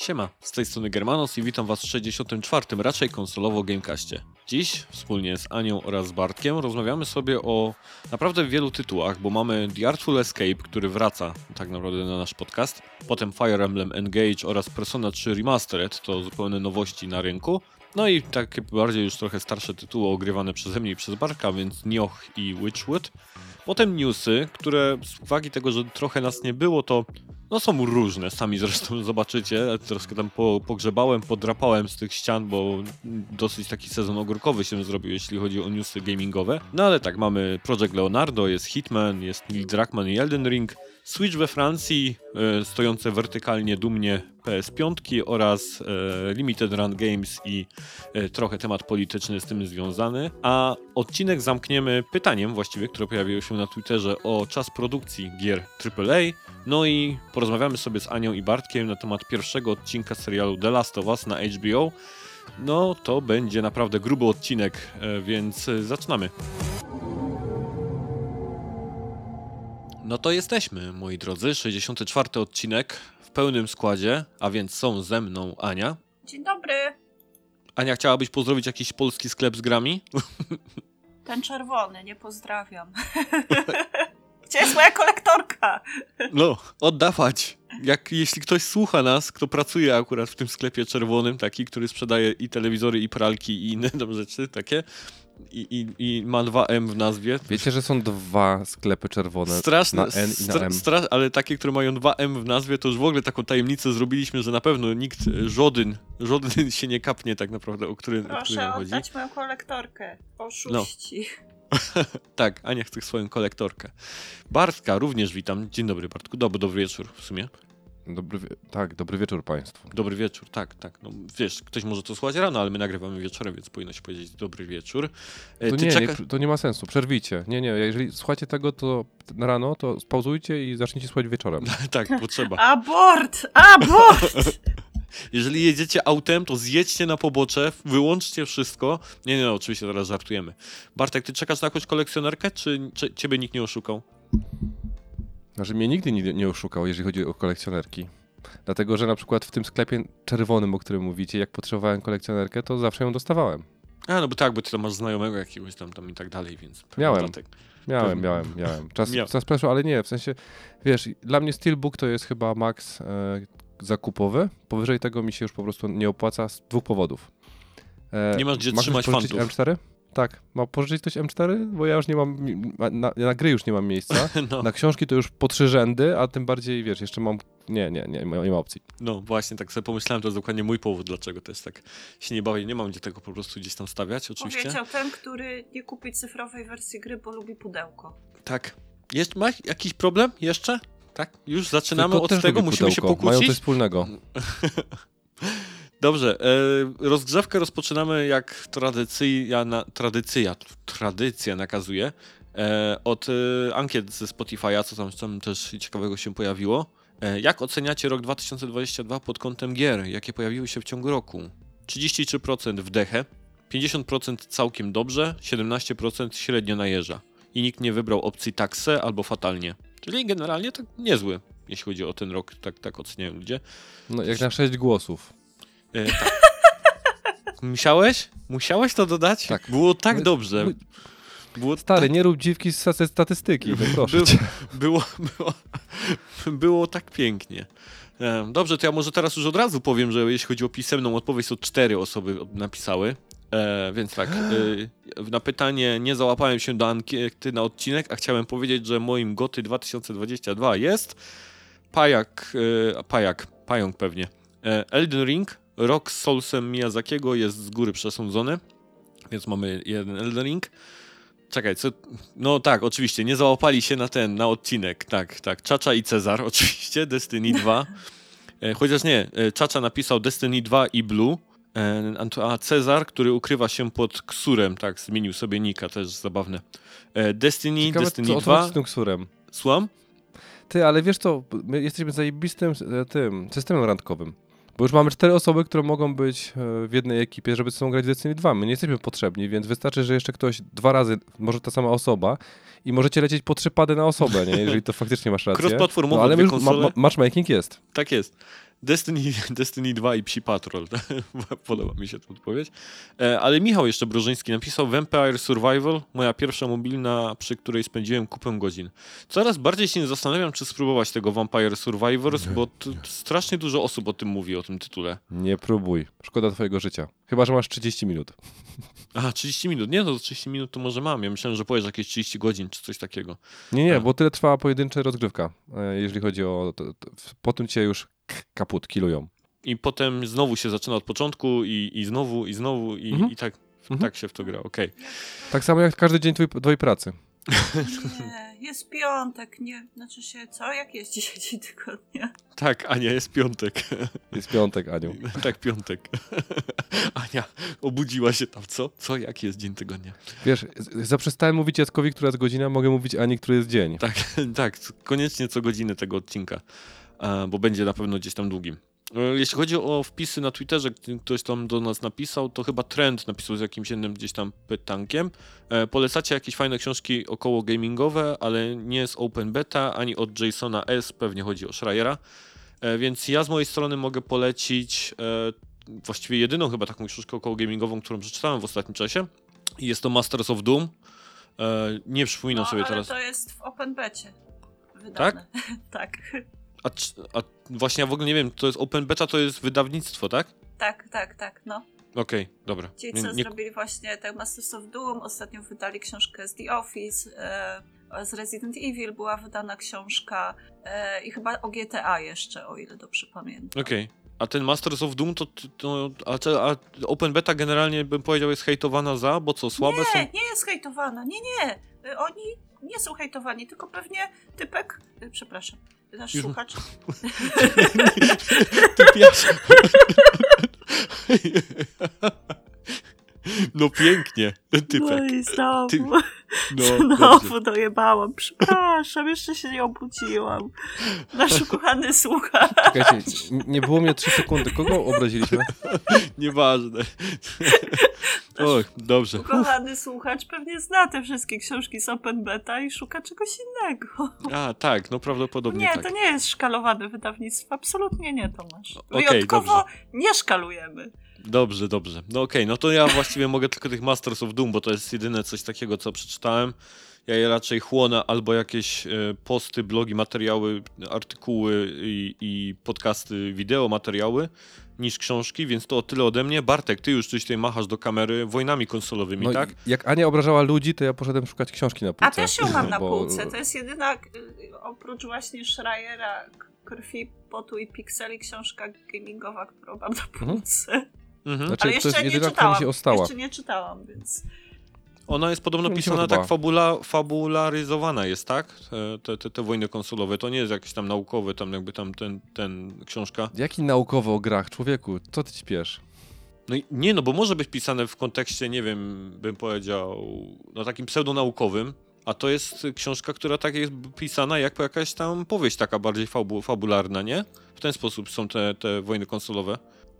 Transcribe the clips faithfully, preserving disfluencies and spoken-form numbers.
Siema, z tej strony Germanos i witam was w sześćdziesiątym czwartym raczej konsolowo Gamecaście. Dziś wspólnie z Anią oraz Bartkiem rozmawiamy sobie o naprawdę wielu tytułach, bo mamy The Artful Escape, który wraca tak naprawdę na nasz podcast, potem Fire Emblem Engage oraz Persona trzy Remastered, to zupełne nowości na rynku. No i takie bardziej już trochę starsze tytuły ogrywane przeze mnie i przez Bartka, więc Nioh i Witchwood. Potem newsy, które z uwagi tego, że trochę nas nie było, to no są różne, sami zresztą zobaczycie. Troszkę tam po, pogrzebałem, podrapałem z tych ścian, bo dosyć taki sezon ogórkowy się zrobił, jeśli chodzi o newsy gamingowe. No ale tak, mamy Project Leonardo, jest Hitman, jest Neil Druckmann i Elden Ring, Switch we Francji, e, stojące wertykalnie dumnie P S pięć oraz e, Limited Run Games i e, trochę temat polityczny z tym związany. A odcinek zamkniemy pytaniem właściwie, które pojawiło się na Twitterze o czas produkcji gier triple A. No i porozmawiamy sobie z Anią i Bartkiem na temat pierwszego odcinka serialu The Last of Us na H B O. No to będzie naprawdę gruby odcinek, e, więc e, zaczynamy. No to jesteśmy, moi drodzy, sześćdziesiąty czwarty odcinek w pełnym składzie, a więc są ze mną Ania. Dzień dobry. Ania, chciałabyś pozdrowić jakiś polski sklep z grami? Ten czerwony, nie pozdrawiam. Gdzie jest moja kolektorka? No, oddawać. Jak, jeśli ktoś słucha nas, kto pracuje akurat w tym sklepie czerwonym, taki, który sprzedaje i telewizory, i pralki, i inne tam rzeczy takie, i, i, i ma dwa M w nazwie. Wiecie, że są dwa sklepy czerwone Straszne, na N i na M. Stra- ale takie, które mają dwa M w nazwie, to już w ogóle taką tajemnicę zrobiliśmy, że na pewno nikt, żaden, żaden się nie kapnie tak naprawdę, o który, o który nam chodzi. Proszę oddać moją kolektorkę, oszuści. No. Tak, Ania chce swoją kolektorkę. Bartka również witam. Dzień dobry, Bartku. Dobry, dobry wieczór w sumie. Dobry wie- tak, dobry wieczór Państwu. Dobry wieczór, tak, tak. No, wiesz, ktoś może to słuchać rano, ale my nagrywamy wieczorem, więc powinno się powiedzieć dobry wieczór. E, To ty nie, czeka... nie, to nie ma sensu, przerwijcie. Nie, nie, jeżeli słuchacie tego to na rano, to spauzujcie i zacznijcie słuchać wieczorem. Tak, potrzeba. Abort! Abort! Jeżeli jedziecie autem, to zjedźcie na pobocze, wyłączcie wszystko. Nie, nie, no, oczywiście teraz żartujemy. Bartek, ty czekasz na jakąś kolekcjonerkę, czy, czy ciebie nikt nie oszukał? Znaczy mnie nigdy nie, nie oszukał, jeżeli chodzi o kolekcjonerki. Dlatego, że na przykład w tym sklepie czerwonym, o którym mówicie, jak potrzebowałem kolekcjonerkę, to zawsze ją dostawałem. A, no bo tak, bo ty tam masz znajomego jakiegoś tam, tam i tak dalej, więc... Miałem. Dlatego. Miałem, Pewnie. miałem, miałem. Czas, Miał. czas przeszło, ale nie, w sensie, wiesz, dla mnie Steelbook to jest chyba maks e, zakupowy. Powyżej tego mi się już po prostu nie opłaca z dwóch powodów. E, Nie masz gdzie masz trzymać pożyczyć fantów. M cztery? Tak. Ma pożyczyć ktoś M cztery? Bo ja już nie mam, na, na, na gry już nie mam miejsca. No. Na książki to już po trzy rzędy, a tym bardziej, wiesz, jeszcze mam, nie, nie, nie, nie ma, nie ma opcji. No właśnie, tak sobie pomyślałem, to jest dokładnie mój powód, dlaczego to jest tak się nie bawię, nie mam gdzie tego po prostu gdzieś tam stawiać, oczywiście. Powiedział ten, który nie kupi cyfrowej wersji gry, bo lubi pudełko. Tak. Jest, ma jakiś problem jeszcze? Tak? Już zaczynamy Tylko od też tego, lubię musimy pudełko. się pokłócić? Mają coś wspólnego. Dobrze, e, rozgrzewkę rozpoczynamy jak tradycja, na, tradycja, tradycja nakazuje, e, od e, ankiet ze Spotify'a, co tam, co tam też ciekawego się pojawiło. E, jak oceniacie rok dwa tysiące dwudziesty drugi pod kątem gier, jakie pojawiły się w ciągu roku? trzydzieści trzy procent wdechę, pięćdziesiąt procent całkiem dobrze, siedemnaście procent średnio najeża. I nikt nie wybrał opcji tak se albo fatalnie. Czyli generalnie tak niezły, jeśli chodzi o ten rok, tak, tak oceniają ludzie. No, jak na sześć głosów. E, tak. Musiałeś? Musiałeś to dodać? Tak. Było tak My- dobrze. my- Było Stary, tak, nie rób dziwki z staty- statystyki, no proszę Był- cię. było, było, było tak pięknie. E, Dobrze, to ja może teraz już od razu powiem, że jeśli chodzi o pisemną odpowiedź, to cztery osoby od- napisały. E, więc tak, e, na pytanie nie załapałem się do ankiety na odcinek, a chciałem powiedzieć, że moim GOTY dwa tysiące dwudziesty drugi jest Pajak, e, Pajak, Pająk pewnie. E, Elden Ring, rok z Soulsem Miyazakiego jest z góry przesądzony, więc mamy jeden Elden Ring. Czekaj, co? No tak, oczywiście, nie załapali się na ten, na odcinek, tak, tak. Czacza i Cezar, oczywiście, Destiny dwa. E, chociaż nie, e, Czacza napisał Destiny dwa i Blue, e, a Cezar, który ukrywa się pod Ksurem, tak, zmienił sobie nika, też zabawne. E, Destiny, Ciekawe, Destiny co, o co dwa, chodzi z tym ksurem. słucham? Ty, ale wiesz co, my jesteśmy zajebistym e, tym systemem randkowym. Bo już mamy cztery osoby, które mogą być e, w jednej ekipie, żeby ze sobą grać w Destiny dwa. My nie jesteśmy potrzebni, więc wystarczy, że jeszcze ktoś dwa razy, może ta sama osoba i możecie lecieć po trzy pady na osobę, nie? Jeżeli to faktycznie masz rację. Cross-platformowo No, ale dwie już ma, konsole. ma, matchmaking jest. Tak jest. Destiny, Destiny dwa i Psi Patrol. Podoba mi się ta odpowiedź. E, ale Michał jeszcze Brożyński napisał Vampire Survival, moja pierwsza mobilna, przy której spędziłem kupę godzin. Coraz bardziej się zastanawiam, czy spróbować tego Vampire Survivors, bo t- strasznie dużo osób o tym mówi, o tym tytule. Nie próbuj. Szkoda twojego życia. Chyba, że masz trzydzieści minut. Aha, trzydzieści minut. Nie, no trzydzieści minut to może mam. Ja myślałem, że powiesz jakieś trzydzieści godzin, czy coś takiego. Nie, nie, A. bo tyle trwa pojedyncza rozgrywka. e, Jeżeli chodzi o... To, to, po tym cię już k- kaput, kilują. I potem znowu się zaczyna od początku i, i znowu, i znowu, i, Mhm. i tak, Mhm. tak się w to gra. Okej. Tak samo jak każdy dzień twój, twojej pracy. Nie, jest piątek, nie, znaczy się, co? Jak jest dzisiaj dzień tygodnia? Tak, Ania, jest piątek. Jest piątek, Aniu. Tak, piątek. Ania obudziła się tam. Co? Co? Jaki jest dzień tygodnia? Wiesz, z- zaprzestałem mówić Jackowi, która jest godzina, mogę mówić Ani, który jest dzień. Tak, tak, koniecznie co godzinę tego odcinka, e, bo będzie na pewno gdzieś tam długim. E, Jeśli chodzi o wpisy na Twitterze, k- ktoś tam do nas napisał, to chyba Trend napisał z jakimś innym gdzieś tam pytankiem. E, Polecacie jakieś fajne książki około gamingowe, ale nie z Open Beta, ani od Jasona S., pewnie chodzi o Schreiera. E, Więc ja z mojej strony mogę polecić e, właściwie jedyną chyba taką książkę około gamingową, którą przeczytałem w ostatnim czasie. I jest to Masters of Doom. E, Nie przypominam No, sobie ale teraz. to jest w Open Becie wydane. Tak? tak. A, c- a właśnie ja w ogóle nie wiem, to jest Open Beta, to jest wydawnictwo, tak? Tak, tak, tak, no. Okej, dobra. Ci, Nie- co nie- zrobili właśnie tak Masters of Doom, ostatnio wydali książkę z The Office, e, z Resident Evil była wydana książka e, i chyba o G T A jeszcze, o ile dobrze pamiętam. Okej. A ten Masters of Doom, to, to a, te- a Open Beta generalnie bym powiedział jest hejtowana za, bo co, słabe nie, są? nie jest hejtowana, nie, nie. E, Oni nie są hejtowani, tylko pewnie typek, e, przepraszam, nasz Już- słuchacz, Ty piasz. No pięknie, typek. No i znowu, Ty- No, dobrze. znowu dojebałam, przepraszam, jeszcze się nie obudziłam. Nasz ukochany słuchacz. Czekajcie, n- nie było mnie trzy sekundy. Kogo obraziliśmy? Nieważne. Och, dobrze. Ukochany słuchacz pewnie zna te wszystkie książki z Open Beta i szuka czegoś innego. A, tak, no prawdopodobnie Nie, tak. to nie jest szkalowane wydawnictwo, absolutnie nie, Tomasz. Okej, Wyjątkowo dobrze. nie szkalujemy. Dobrze, dobrze. No okej, no to ja właściwie mogę tylko tych Masters of Doom, bo to jest jedyne coś takiego, co przeczytałem. Ja je raczej chłonę albo jakieś e, posty, blogi, materiały, artykuły i, i podcasty, wideo, materiały, niż książki, więc to o tyle ode mnie. Bartek, ty już coś tutaj machasz do kamery wojnami konsolowymi, No, tak? i- Jak Ania obrażała ludzi, to ja poszedłem szukać książki na półce. A też ją mam na bo- półce. To jest jedyna, y, oprócz właśnie Schreiera, K- Krwi, Potu i Pikseli, książka gamingowa, którą mam na półce. Mhm. Znaczy, Ale to jeszcze jest nie jedyna, która czytałam. mi się ostała. Jeszcze nie czytałam, więc... Ona jest podobno Mi się pisana podobała. tak fabula, fabularyzowana jest, tak? Te, te, te wojny konsolowe. To nie jest jakieś tam naukowe, tam jakby tam ten, ten książka. Jaki naukowy o grach, człowieku? Co ty śpiesz? No i nie, no bo może być pisane w kontekście, nie wiem, bym powiedział, no takim pseudonaukowym, a to jest książka, która tak jest pisana jak jakaś tam powieść taka bardziej fabu fabularna, nie? W ten sposób są te, te wojny konsolowe.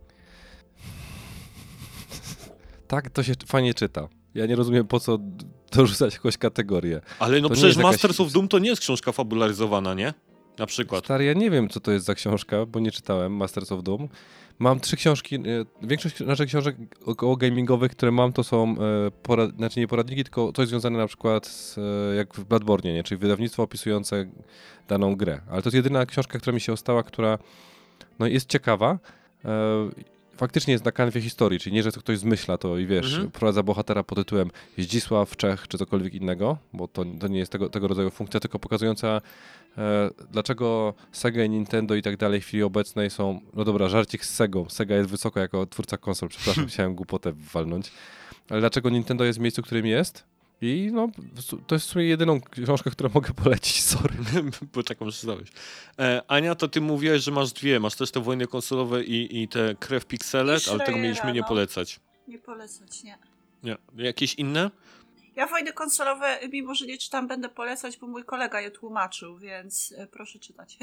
Tak, to się fajnie czyta. Ja nie rozumiem, po co dorzucać jakąś kategorię. Ale no To nie przecież jest jakaś- Masters of Doom to nie jest książka fabularyzowana, nie? Na przykład. Stary, ja nie wiem, co to jest za książka, bo nie czytałem Masters of Doom. Mam trzy książki, e, większość naszych książek około gamingowych, które mam, to są, e, porad, znaczy nie poradniki, tylko coś związane na przykład z, e, jak w Bloodborne, nie? Czyli wydawnictwo opisujące daną grę. Ale to jest jedyna książka, która mi się ostała, która no, jest ciekawa. E, faktycznie jest na kanwie historii, czyli nie, że to ktoś zmyśla to i wiesz, Mhm. prowadza bohatera pod tytułem Zdzisław, Czech, czy cokolwiek innego, bo to, to nie jest tego, tego rodzaju funkcja, tylko pokazująca e, dlaczego Sega i Nintendo i tak dalej w chwili obecnej są, no dobra, żarcik z Segą, Sega jest wysoko jako twórca konsol, przepraszam, chciałem głupotę walnąć, ale dlaczego Nintendo jest w miejscu, w którym jest i no, to jest w sumie jedyną książkę, którą mogę polecić, sorry. Bo taką przeczytałeś. E, Ania, to ty mówiłaś, że masz dwie. Masz też te wojny konsolowe i, i te krew piksele, I ale tego mieliśmy Schreiera, nie no. polecać. Nie polecać, nie. Nie. Jakieś inne? Ja wojny konsolowe, mimo że nie czytam, będę polecać, bo mój kolega je tłumaczył, więc e, proszę czytać.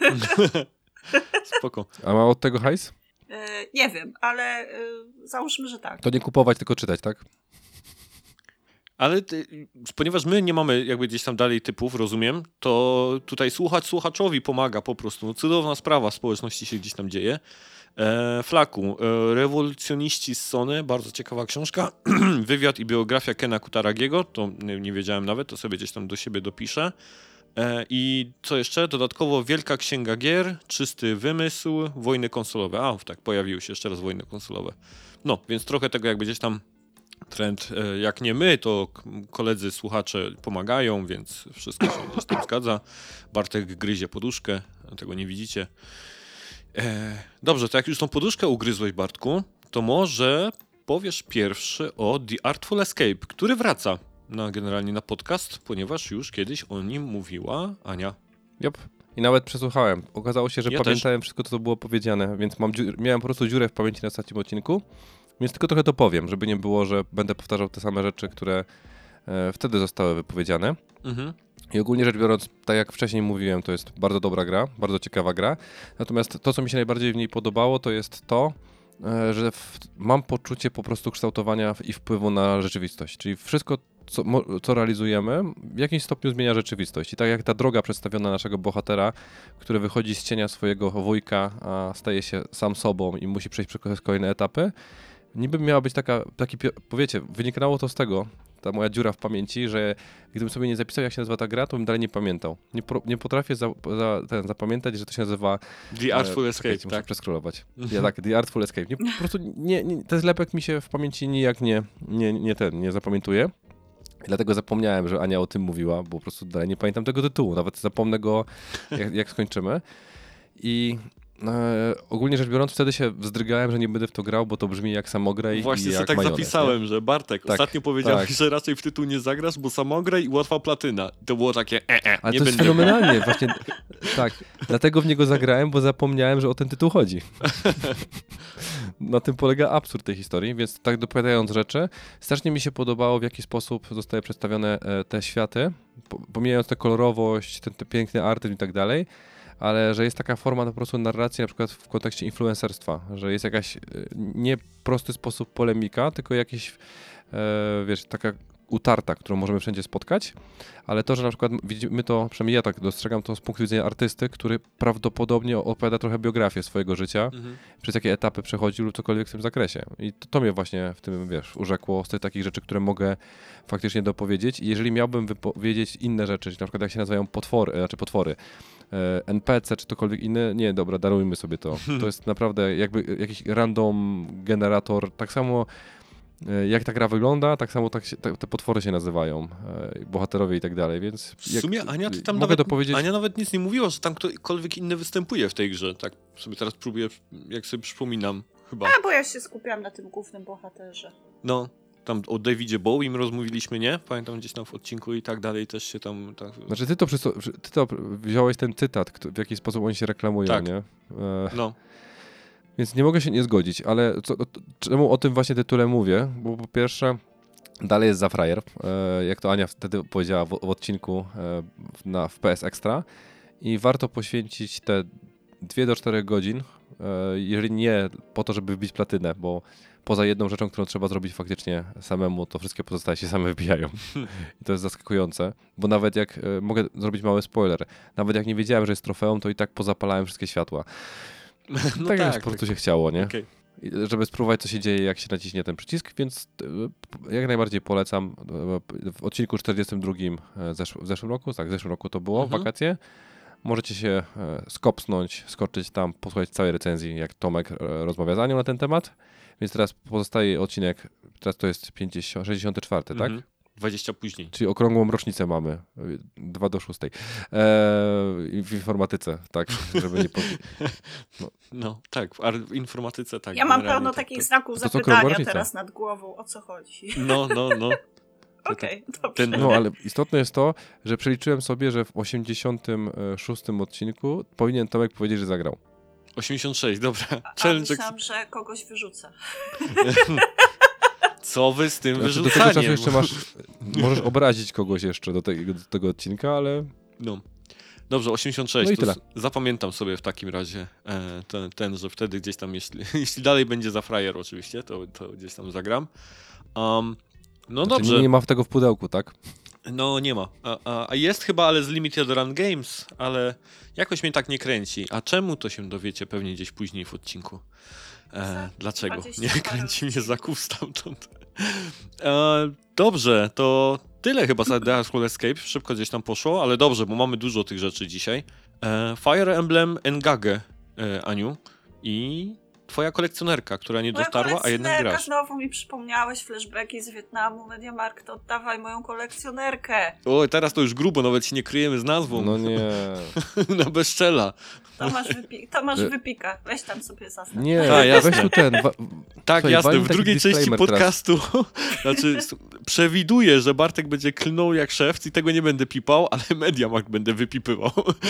Spoko. A ma od tego hajs? E, nie wiem, ale e, załóżmy, że tak. To nie kupować, tylko czytać, tak? Ale ty, ponieważ my nie mamy jakby gdzieś tam dalej typów, rozumiem, to tutaj słuchacz słuchaczowi pomaga po prostu. No, cudowna sprawa w społeczności się gdzieś tam dzieje. E, Flaku, e, rewolucjoniści z Sony, bardzo ciekawa książka. Wywiad i biografia Kena Kutaragiego, to nie, nie wiedziałem nawet, to sobie gdzieś tam do siebie dopiszę. E, I co jeszcze? Dodatkowo Wielka Księga Gier, Czysty Wymysł, Wojny Konsolowe. A, tak, pojawiły się jeszcze raz wojny konsolowe. No, więc trochę tego jakby gdzieś tam trend, e, jak nie my, to k- koledzy słuchacze pomagają, więc wszystko się gdzieś tam zgadza. Bartek gryzie poduszkę, tego nie widzicie. E, dobrze, to jak już tą poduszkę ugryzłeś, Bartku, to może powiesz pierwszy o The Artful Escape, który wraca na, generalnie na podcast, ponieważ już kiedyś o nim mówiła Ania. Yep. I nawet przesłuchałem. Okazało się, że Ja pamiętałem wszystko, co było powiedziane, więc mam dziur- miałem po prostu dziurę w pamięci na ostatnim odcinku, więc tylko trochę to powiem, żeby nie było, że będę powtarzał te same rzeczy, które e, wtedy zostały wypowiedziane. Mhm. I ogólnie rzecz biorąc, tak jak wcześniej mówiłem, to jest bardzo dobra gra, bardzo ciekawa gra. Natomiast to, co mi się najbardziej w niej podobało, to jest to, e, że w, mam poczucie po prostu kształtowania i wpływu na rzeczywistość. Czyli wszystko, co, mo- co realizujemy, w jakimś stopniu zmienia rzeczywistość. I tak jak ta droga przedstawiona naszego bohatera, który wychodzi z cienia swojego wujka, a staje się sam sobą i musi przejść przez kolejne etapy, niby miała być taka, taki, pio- powiecie, wynikało to z tego, ta moja dziura w pamięci, że gdybym sobie nie zapisał, jak się nazywa ta gra, to bym dalej nie pamiętał. Nie, pro, nie potrafię za, za, ten, zapamiętać, że to się nazywa... The Artful e, Escape, czekajcie, muszę tak? przeskrolować. Ja tak, The Artful Escape. Nie, po prostu nie, nie, ten zlepek mi się w pamięci nijak nie, nie, nie ten, nie zapamiętuje. I dlatego zapomniałem, że Ania o tym mówiła, bo po prostu dalej nie pamiętam tego tytułu. Nawet zapomnę go, jak, jak skończymy. I e, ogólnie rzecz biorąc, wtedy się wzdrygałem, że nie będę w to grał, bo to brzmi jak samograj Właśnie i sobie jak tak majonez, zapisałem, że Bartek, Tak, ostatnio powiedziałeś, tak. że raczej w tytuł nie zagrasz, bo samograj i łatwa platyna. I to było takie e, e, Ale nie to jest będę. fenomenalnie, właśnie tak. Dlatego w niego zagrałem, bo zapomniałem, że o ten tytuł chodzi. Na tym polega absurd tej historii, więc tak dopowiadając rzeczy, strasznie mi się podobało, w jaki sposób zostały przedstawione e, te światy, po- pomijając tę kolorowość, ten, ten piękny artyzm i tak dalej, ale że jest taka forma po prostu narracji na przykład w kontekście influencerstwa, że jest jakaś e, nie prosty sposób polemika, tylko jakiś, e, wiesz, taka utarta, którą możemy wszędzie spotkać, ale to, że na przykład widzimy to, przynajmniej ja tak dostrzegam to z punktu widzenia artysty, który prawdopodobnie opowiada trochę biografię swojego życia, Mhm. przez jakie etapy przechodził lub cokolwiek w tym zakresie. I to, to mnie właśnie w tym, wiesz, urzekło z tych takich rzeczy, które mogę faktycznie dopowiedzieć. I jeżeli miałbym wypowiedzieć inne rzeczy, na przykład jak się nazywają potwory, znaczy potwory, e, N P C czy cokolwiek inne, nie, dobra, darujmy sobie to. To jest naprawdę jakby jakiś random generator, tak samo e, jak ta gra wygląda, tak samo tak się, te, te potwory się nazywają, e, bohaterowie i tak dalej, więc... W jak- sumie Ania, ty tam mogę nawet, dopowiedzieć... Ania nawet nic nie mówiła, że tam ktokolwiek inny występuje w tej grze. Tak sobie teraz próbuję, jak sobie przypominam, chyba. A, bo ja się skupiam na tym głównym bohaterze. No, tam o Davidzie Bowiem rozmówiliśmy, nie? Pamiętam gdzieś tam w odcinku i tak dalej też się tam... Tak... Znaczy ty to, przysto- ty to wziąłeś ten cytat, kto- w jaki sposób oni się reklamują, Tak. nie? E, No, Więc nie mogę się nie zgodzić, ale co, to, czemu o tym właśnie tytule mówię? Bo po pierwsze, dalej jest za frajer, e, jak to Ania wtedy powiedziała w, w odcinku e, w- na, w P S Extra i warto poświęcić te dwie do czterech godzin, e, jeżeli nie po to, żeby wbić platynę, bo poza jedną rzeczą, którą trzeba zrobić faktycznie samemu, to wszystkie pozostałe się same wybijają. I to jest zaskakujące, bo nawet jak, e, mogę zrobić mały spoiler, nawet jak nie wiedziałem, że jest trofeum, to i tak pozapalałem wszystkie światła. no tak, jak tak. po prostu się chciało, nie? Okej. I żeby spróbować, co się dzieje, jak się naciśnie ten przycisk, więc e, jak najbardziej polecam. E, W odcinku czterdziestym drugim e, zesz- w zeszłym roku, tak, w zeszłym roku to było, Mhm. wakacje, możecie się e, skopsnąć, skoczyć tam, posłuchać całej recenzji, jak Tomek e, rozmawia z Anią na ten temat. Więc teraz pozostaje odcinek, teraz to jest pięćdziesiąty, sześćdziesiąty czwarty, tak? Mhm. dwadzieścia później. Czyli okrągłą rocznicę mamy, dwa do szóstej. Eee, w informatyce, tak, żeby nie... Po... No, tak, w ar- w informatyce tak. Ja mam generalnie pełno tak, takich to- znaków to co, zapytania krągornica? teraz nad głową, o co chodzi. No, no, no. Okej, dobrze. ten- No, ale istotne jest to, że przeliczyłem sobie, że w osiemdziesiątym szóstym odcinku powinien Tomek powiedzieć, że zagrał. osiemdziesiąt sześć, dobra. A Challenge. myślałam, że kogoś wyrzucę. Co wy z tym Znaczy, do tego wyrzucaniem? czasu jeszcze masz, możesz obrazić kogoś jeszcze do tego, do tego odcinka, ale No. Dobrze, osiemdziesiąt sześć. No i to tyle. s- zapamiętam sobie w takim razie e, ten, ten, że wtedy gdzieś tam, jeśli, jeśli dalej będzie za frajer oczywiście, to, to gdzieś tam zagram. Um, No Znaczy, dobrze. Nie, nie ma tego w pudełku, tak? No nie ma. A, a, a jest chyba, ale z Limited Run Games, ale jakoś mnie tak nie kręci. A czemu, to się dowiecie pewnie gdzieś później w odcinku. E, dlaczego? dwadzieścia Nie parę kręci mnie odcinków. zakup stamtąd. E, dobrze, to tyle chyba za The Artful Escape. Szybko gdzieś tam poszło, ale dobrze, bo mamy dużo tych rzeczy dzisiaj. E, Fire Emblem Engage, e, Aniu. I twoja kolekcjonerka, która nie Moja dotarła, a jednak kolekcjonerka, grasz. znowu mi przypomniałeś flashbacki z Wietnamu, MediaMarkt, oddawaj moją kolekcjonerkę. O, teraz to już grubo, nawet się nie kryjemy z nazwą. No nie. Na bezczela. Tomasz, wypi- Tomasz Y- wypika, weź tam sobie zaznacz. Nie, Tak, jasne. weź tu ten. Wa- Tak, Słuchaj, jasne. walnij W taki drugiej części disclaimer podcastu znaczy s- przewiduję, że Bartek będzie klnął jak szewc i tego nie będę pipał, ale MediaMarkt będę wypipywał.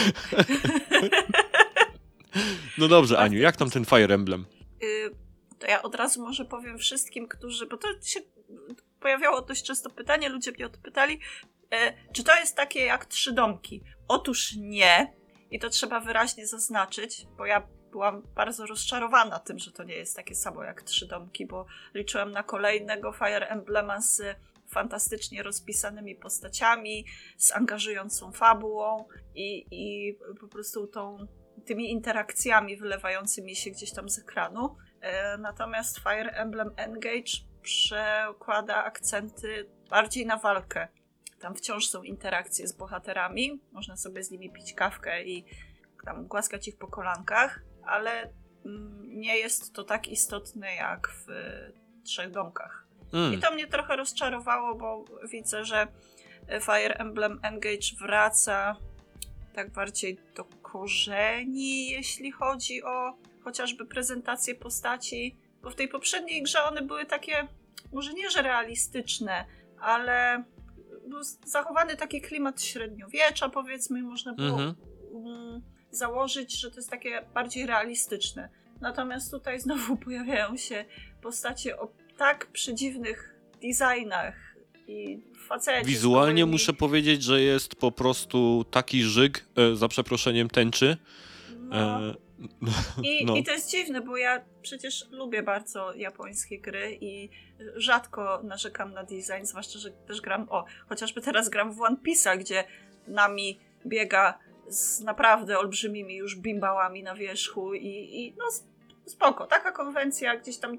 No dobrze, Aniu, jak tam ten Fire Emblem? Y, to ja od razu może powiem wszystkim, którzy, bo to się pojawiało dość często pytanie, ludzie mnie o to pytali, e, czy to jest takie jak Trzy Domki? Otóż nie, i to trzeba wyraźnie zaznaczyć, bo ja byłam bardzo rozczarowana tym, że to nie jest takie samo jak Trzy Domki, bo liczyłam na kolejnego Fire Emblema z fantastycznie rozpisanymi postaciami, z angażującą fabułą i, i po prostu tą tymi interakcjami wylewającymi się gdzieś tam z ekranu. E, natomiast Fire Emblem Engage przekłada akcenty bardziej na walkę. Tam wciąż są interakcje z bohaterami, można sobie z nimi pić kawkę i tam głaskać ich po kolankach, ale mm, nie jest to tak istotne jak w y, Trzech Domkach. Mm. I to mnie trochę rozczarowało, bo widzę, że Fire Emblem Engage wraca tak bardziej do korzeni, jeśli chodzi o chociażby prezentację postaci, bo w tej poprzedniej grze one były takie, może nie, że realistyczne, ale był zachowany taki klimat średniowiecza, powiedzmy, można było Mhm. um, założyć, że to jest takie bardziej realistyczne. Natomiast tutaj znowu pojawiają się postacie o tak przedziwnych designach i faceci. Wizualnie z gołymi- muszę powiedzieć, że jest po prostu taki żyg, e, za przeproszeniem, tęczy. No. E, I, no. I to jest dziwne, bo ja przecież lubię bardzo japońskie gry i rzadko narzekam na design, zwłaszcza, że też gram, o, chociażby teraz gram w One Piece'a, gdzie Nami biega z naprawdę olbrzymimi już bimbałami na wierzchu i, i no spoko, taka konwencja gdzieś tam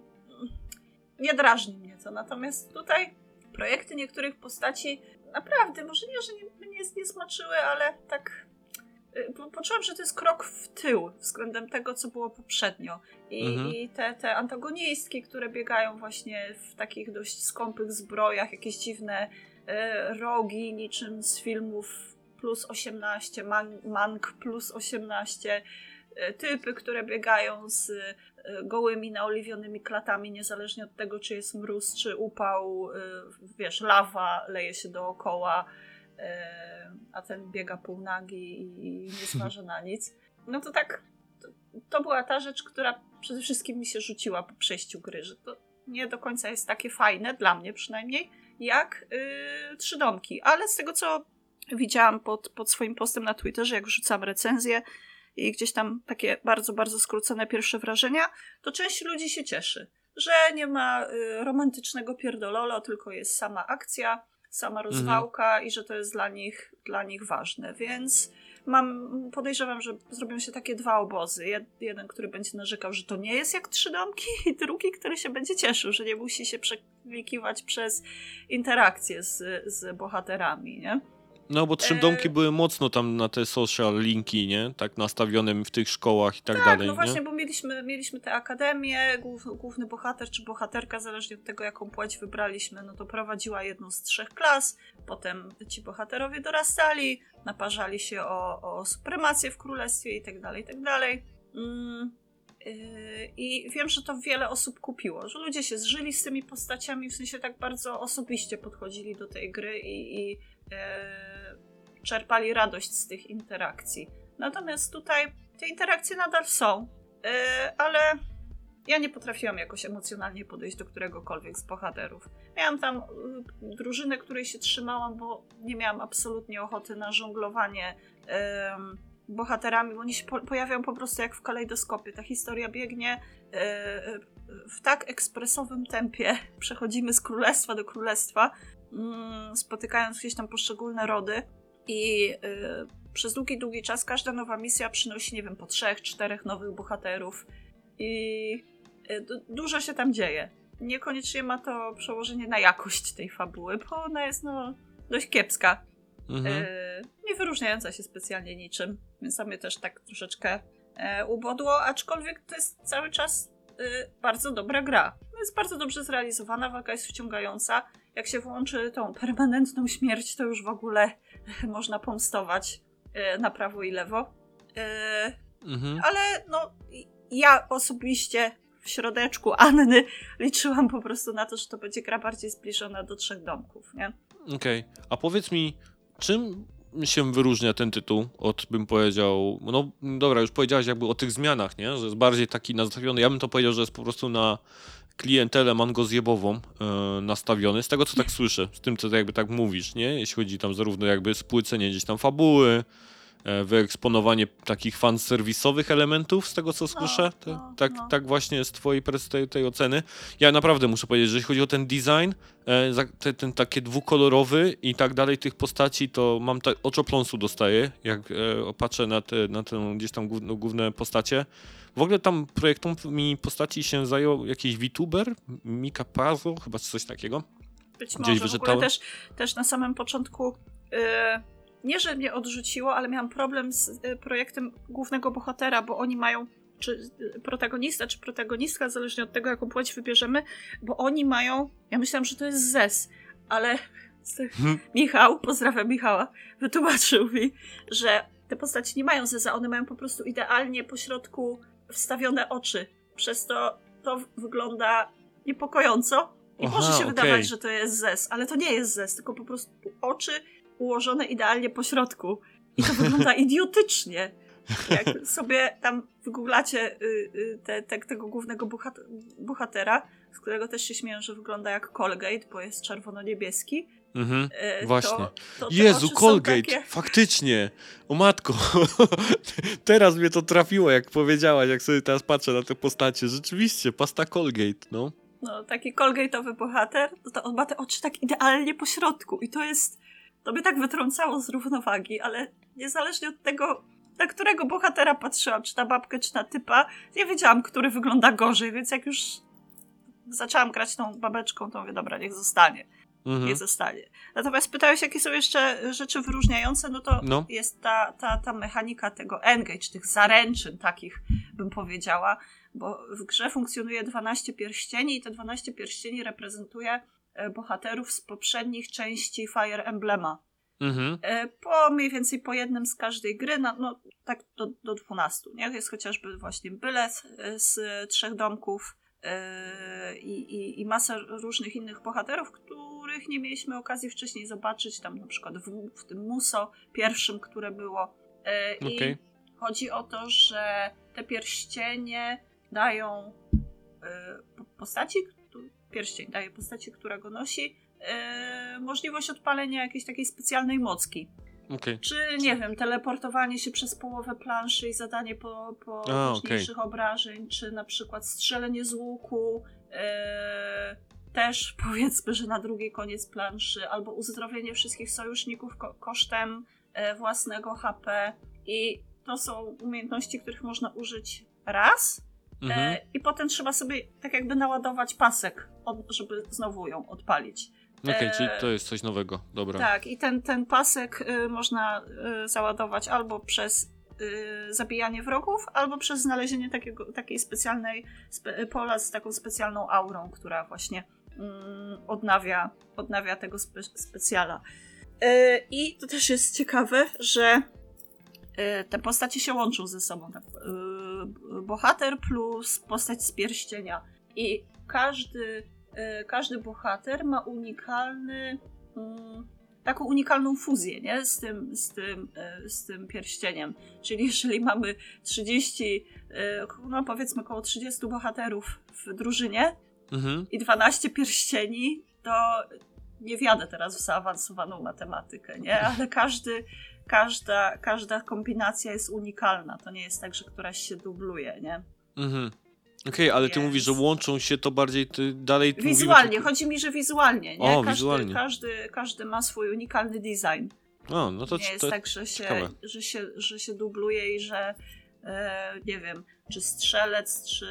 nie drażni mnie to, natomiast tutaj projekty niektórych postaci naprawdę, może nie, że nie, nie, nie smaczyły, ale tak Po- poczułam, że to jest krok w tył względem tego, co było poprzednio. I, Mhm. i te, te antagonistki, które biegają właśnie w takich dość skąpych zbrojach, jakieś dziwne e, rogi, niczym z filmów plus osiemnaście, man, Mank plus osiemnaście, e, typy, które biegają z e, gołymi, naoliwionymi klatami, niezależnie od tego, czy jest mróz, czy upał, e, wiesz, lawa leje się dookoła, a ten biega półnagi i nie zważa na nic. No to tak, to, to była ta rzecz, która przede wszystkim mi się rzuciła po przejściu gry, że to nie do końca jest takie fajne, dla mnie przynajmniej, jak yy, Trzy Domki. Ale z tego, co widziałam pod, pod swoim postem na Twitterze, jak wrzucam recenzję i gdzieś tam takie bardzo, bardzo skrócone pierwsze wrażenia, to część ludzi się cieszy, że nie ma y, romantycznego pierdololo, tylko jest sama akcja, sama rozwałka mhm. i że to jest dla nich, dla nich ważne, więc mam, podejrzewam, że zrobią się takie dwa obozy. Jed, jeden, który będzie narzekał, że to nie jest jak Trzy Domki, i drugi, który się będzie cieszył, że nie musi się przeklikiwać przez interakcje z, z bohaterami, nie? No, bo Trzy Domki były mocno tam na te social linki, nie? Tak nastawione w tych szkołach i tak, tak, dalej, no właśnie, nie? bo mieliśmy, mieliśmy tę akademię, głów, główny bohater czy bohaterka, zależnie od tego, jaką płeć wybraliśmy, no to prowadziła jedną z trzech klas, potem ci bohaterowie dorastali, naparzali się o, o supremację w królestwie i tak dalej, i tak dalej. Mm. I wiem, że to wiele osób kupiło, że ludzie się zżyli z tymi postaciami, w sensie tak bardzo osobiście podchodzili do tej gry i, i e, czerpali radość z tych interakcji. Natomiast tutaj te interakcje nadal są, e, ale ja nie potrafiłam jakoś emocjonalnie podejść do któregokolwiek z bohaterów. Miałam tam y, drużynę, której się trzymałam, bo nie miałam absolutnie ochoty na żonglowanie y, bohaterami, bo oni się po- pojawiają po prostu jak w kalejdoskopie. Ta historia biegnie, yy, w tak ekspresowym tempie przechodzimy z królestwa do królestwa, mm, spotykając gdzieś tam poszczególne rody i y, przez długi, długi czas każda nowa misja przynosi, nie wiem, po trzech, czterech nowych bohaterów i y, du- dużo się tam dzieje. Niekoniecznie ma to przełożenie na jakość tej fabuły, bo ona jest no dość kiepska. Mhm. Y, nie wyróżniająca się specjalnie niczym, więc to mnie też tak troszeczkę e, ubodło, aczkolwiek to jest cały czas y, bardzo dobra gra. Jest bardzo dobrze zrealizowana, walka jest wciągająca. Jak się włączy tą permanentną śmierć, to już w ogóle można pomstować y, na prawo i lewo. Y, Mhm. ale no, ja osobiście w środeczku Anny liczyłam po prostu na to, że to będzie gra bardziej zbliżona do Trzech Domków, nie? Okej, a powiedz mi, czym się wyróżnia ten tytuł od, bym powiedział, no dobra, już powiedziałeś jakby o tych zmianach, nie? Że jest bardziej taki nastawiony, ja bym to powiedział, że jest po prostu na klientelę mangozjebową e, nastawiony, z tego co tak słyszę, z tym co jakby tak mówisz, nie? Jeśli chodzi tam zarówno jakby spłycenie gdzieś tam fabuły, e, wyeksponowanie takich fanserwisowych elementów, z tego co słyszę, no, Te- tak, no. tak właśnie z twojej pers- tej, tej oceny. Ja naprawdę muszę powiedzieć, że jeśli chodzi o ten design, e, za- te, ten takie dwukolorowy i tak dalej tych postaci, to mam ta, oczopląsu dostaję, jak e, patrzę na te, na tę gdzieś tam główne, główne postacie. W ogóle tam projektami postaci się zajął jakiś VTuber, Mika Pazo, chyba coś takiego. Być Gdzieś może. W ogóle wyczytałem? też, też na samym początku yy, nie, że mnie odrzuciło, ale miałam problem z y, projektem głównego bohatera, bo oni mają czy y, protagonista, czy protagonistka, zależnie od tego, jaką płeć wybierzemy, bo oni mają, ja myślałam, że to jest Zes, ale Hmm. Michał, pozdrawiam Michała, wytłumaczył mi, że te postaci nie mają Zeza, one mają po prostu idealnie po środku wstawione oczy. Przez to to wygląda niepokojąco i Aha, może się okej. wydawać, że to jest Zes, ale to nie jest Zes, tylko po prostu oczy ułożone idealnie po środku. I to wygląda idiotycznie. Jak sobie tam wygooglacie y, y, te, te, tego głównego bohat- bohatera, z którego też się śmieją, że wygląda jak Colgate, bo jest czerwono-niebieski. Mhm. y, Właśnie. To, to te Jezu, oczy są Colgate, takie- faktycznie. O matko, teraz mnie to trafiło, jak powiedziałaś, jak sobie teraz patrzę na te postacie. Rzeczywiście, pasta Colgate, no. No, taki Colgate'owy bohater, to, to on ma te oczy tak idealnie po środku i to jest, to mnie tak wytrącało z równowagi, ale niezależnie od tego, na którego bohatera patrzyłam, czy na babkę, czy na typa, nie wiedziałam, który wygląda gorzej, więc jak już zaczęłam grać tą babeczką, to mówię, dobra, niech zostanie, Mhm. niech zostanie. Natomiast pytałeś, jakie są jeszcze rzeczy wyróżniające, no to No. jest ta, ta, ta mechanika tego engage, tych zaręczyn takich, bym powiedziała, bo w grze funkcjonuje dwanaście pierścieni i te dwanaście pierścieni reprezentuje e, bohaterów z poprzednich części Fire Emblema. Mhm. E, Po mniej więcej po jednym z każdej gry, no, no tak do, do dwunastu, nie? Jest chociażby właśnie Byle z, z Trzech Domków e, i, i, i masa różnych innych bohaterów, których nie mieliśmy okazji wcześniej zobaczyć, tam na przykład w, w tym Muso pierwszym, które było. E, I Okej. chodzi o to, że te pierścienie dają y, postaci, któ- pierścień daje postaci, która go nosi, y, możliwość odpalenia jakiejś takiej specjalnej mocki. Okej. Czy, nie wiem, teleportowanie się przez połowę planszy i zadanie po, po A, różniejszych obrażeń, czy na przykład strzelenie z łuku, y, też powiedzmy, że na drugi koniec planszy, albo uzdrowienie wszystkich sojuszników ko- kosztem y, własnego H P. I to są umiejętności, których można użyć raz Mhm. e, i potem trzeba sobie tak jakby naładować pasek, od, żeby znowu ją odpalić. Okej, e, czyli to jest coś nowego, dobra. Tak, i ten, ten pasek y, można y, załadować albo przez y, zabijanie wrogów, albo przez znalezienie takiego, takiej specjalnej spe, pola z taką specjalną aurą, która właśnie mm, odnawia, odnawia tego spe, specjala. Y, I to też jest ciekawe, że y, te postacie się łączą ze sobą. Tak? Y, bohater plus postać z pierścienia. I każdy, y, każdy bohater ma unikalny mm, taką unikalną fuzję, nie? Z tym, z tym, y, z tym pierścieniem. Czyli jeżeli mamy trzydzieści, y, no powiedzmy około trzydziestu bohaterów w drużynie Mhm. i dwanaście pierścieni, to nie wjadę teraz w zaawansowaną matematykę, nie? Ale każdy, każda, każda kombinacja jest unikalna. To nie jest tak, że któraś się dubluje, nie? Mhm. Okej, ale ty Więc- mówisz, że łączą się to bardziej ty dalej... mówimy Wizualnie, tylko- chodzi mi, że wizualnie, nie? O, każdy, wizualnie. Każdy, każdy ma swój unikalny design. O, no to, nie jest to tak, że się, ciekawe. że, się, że się dubluje i że e, nie wiem, czy strzelec, czy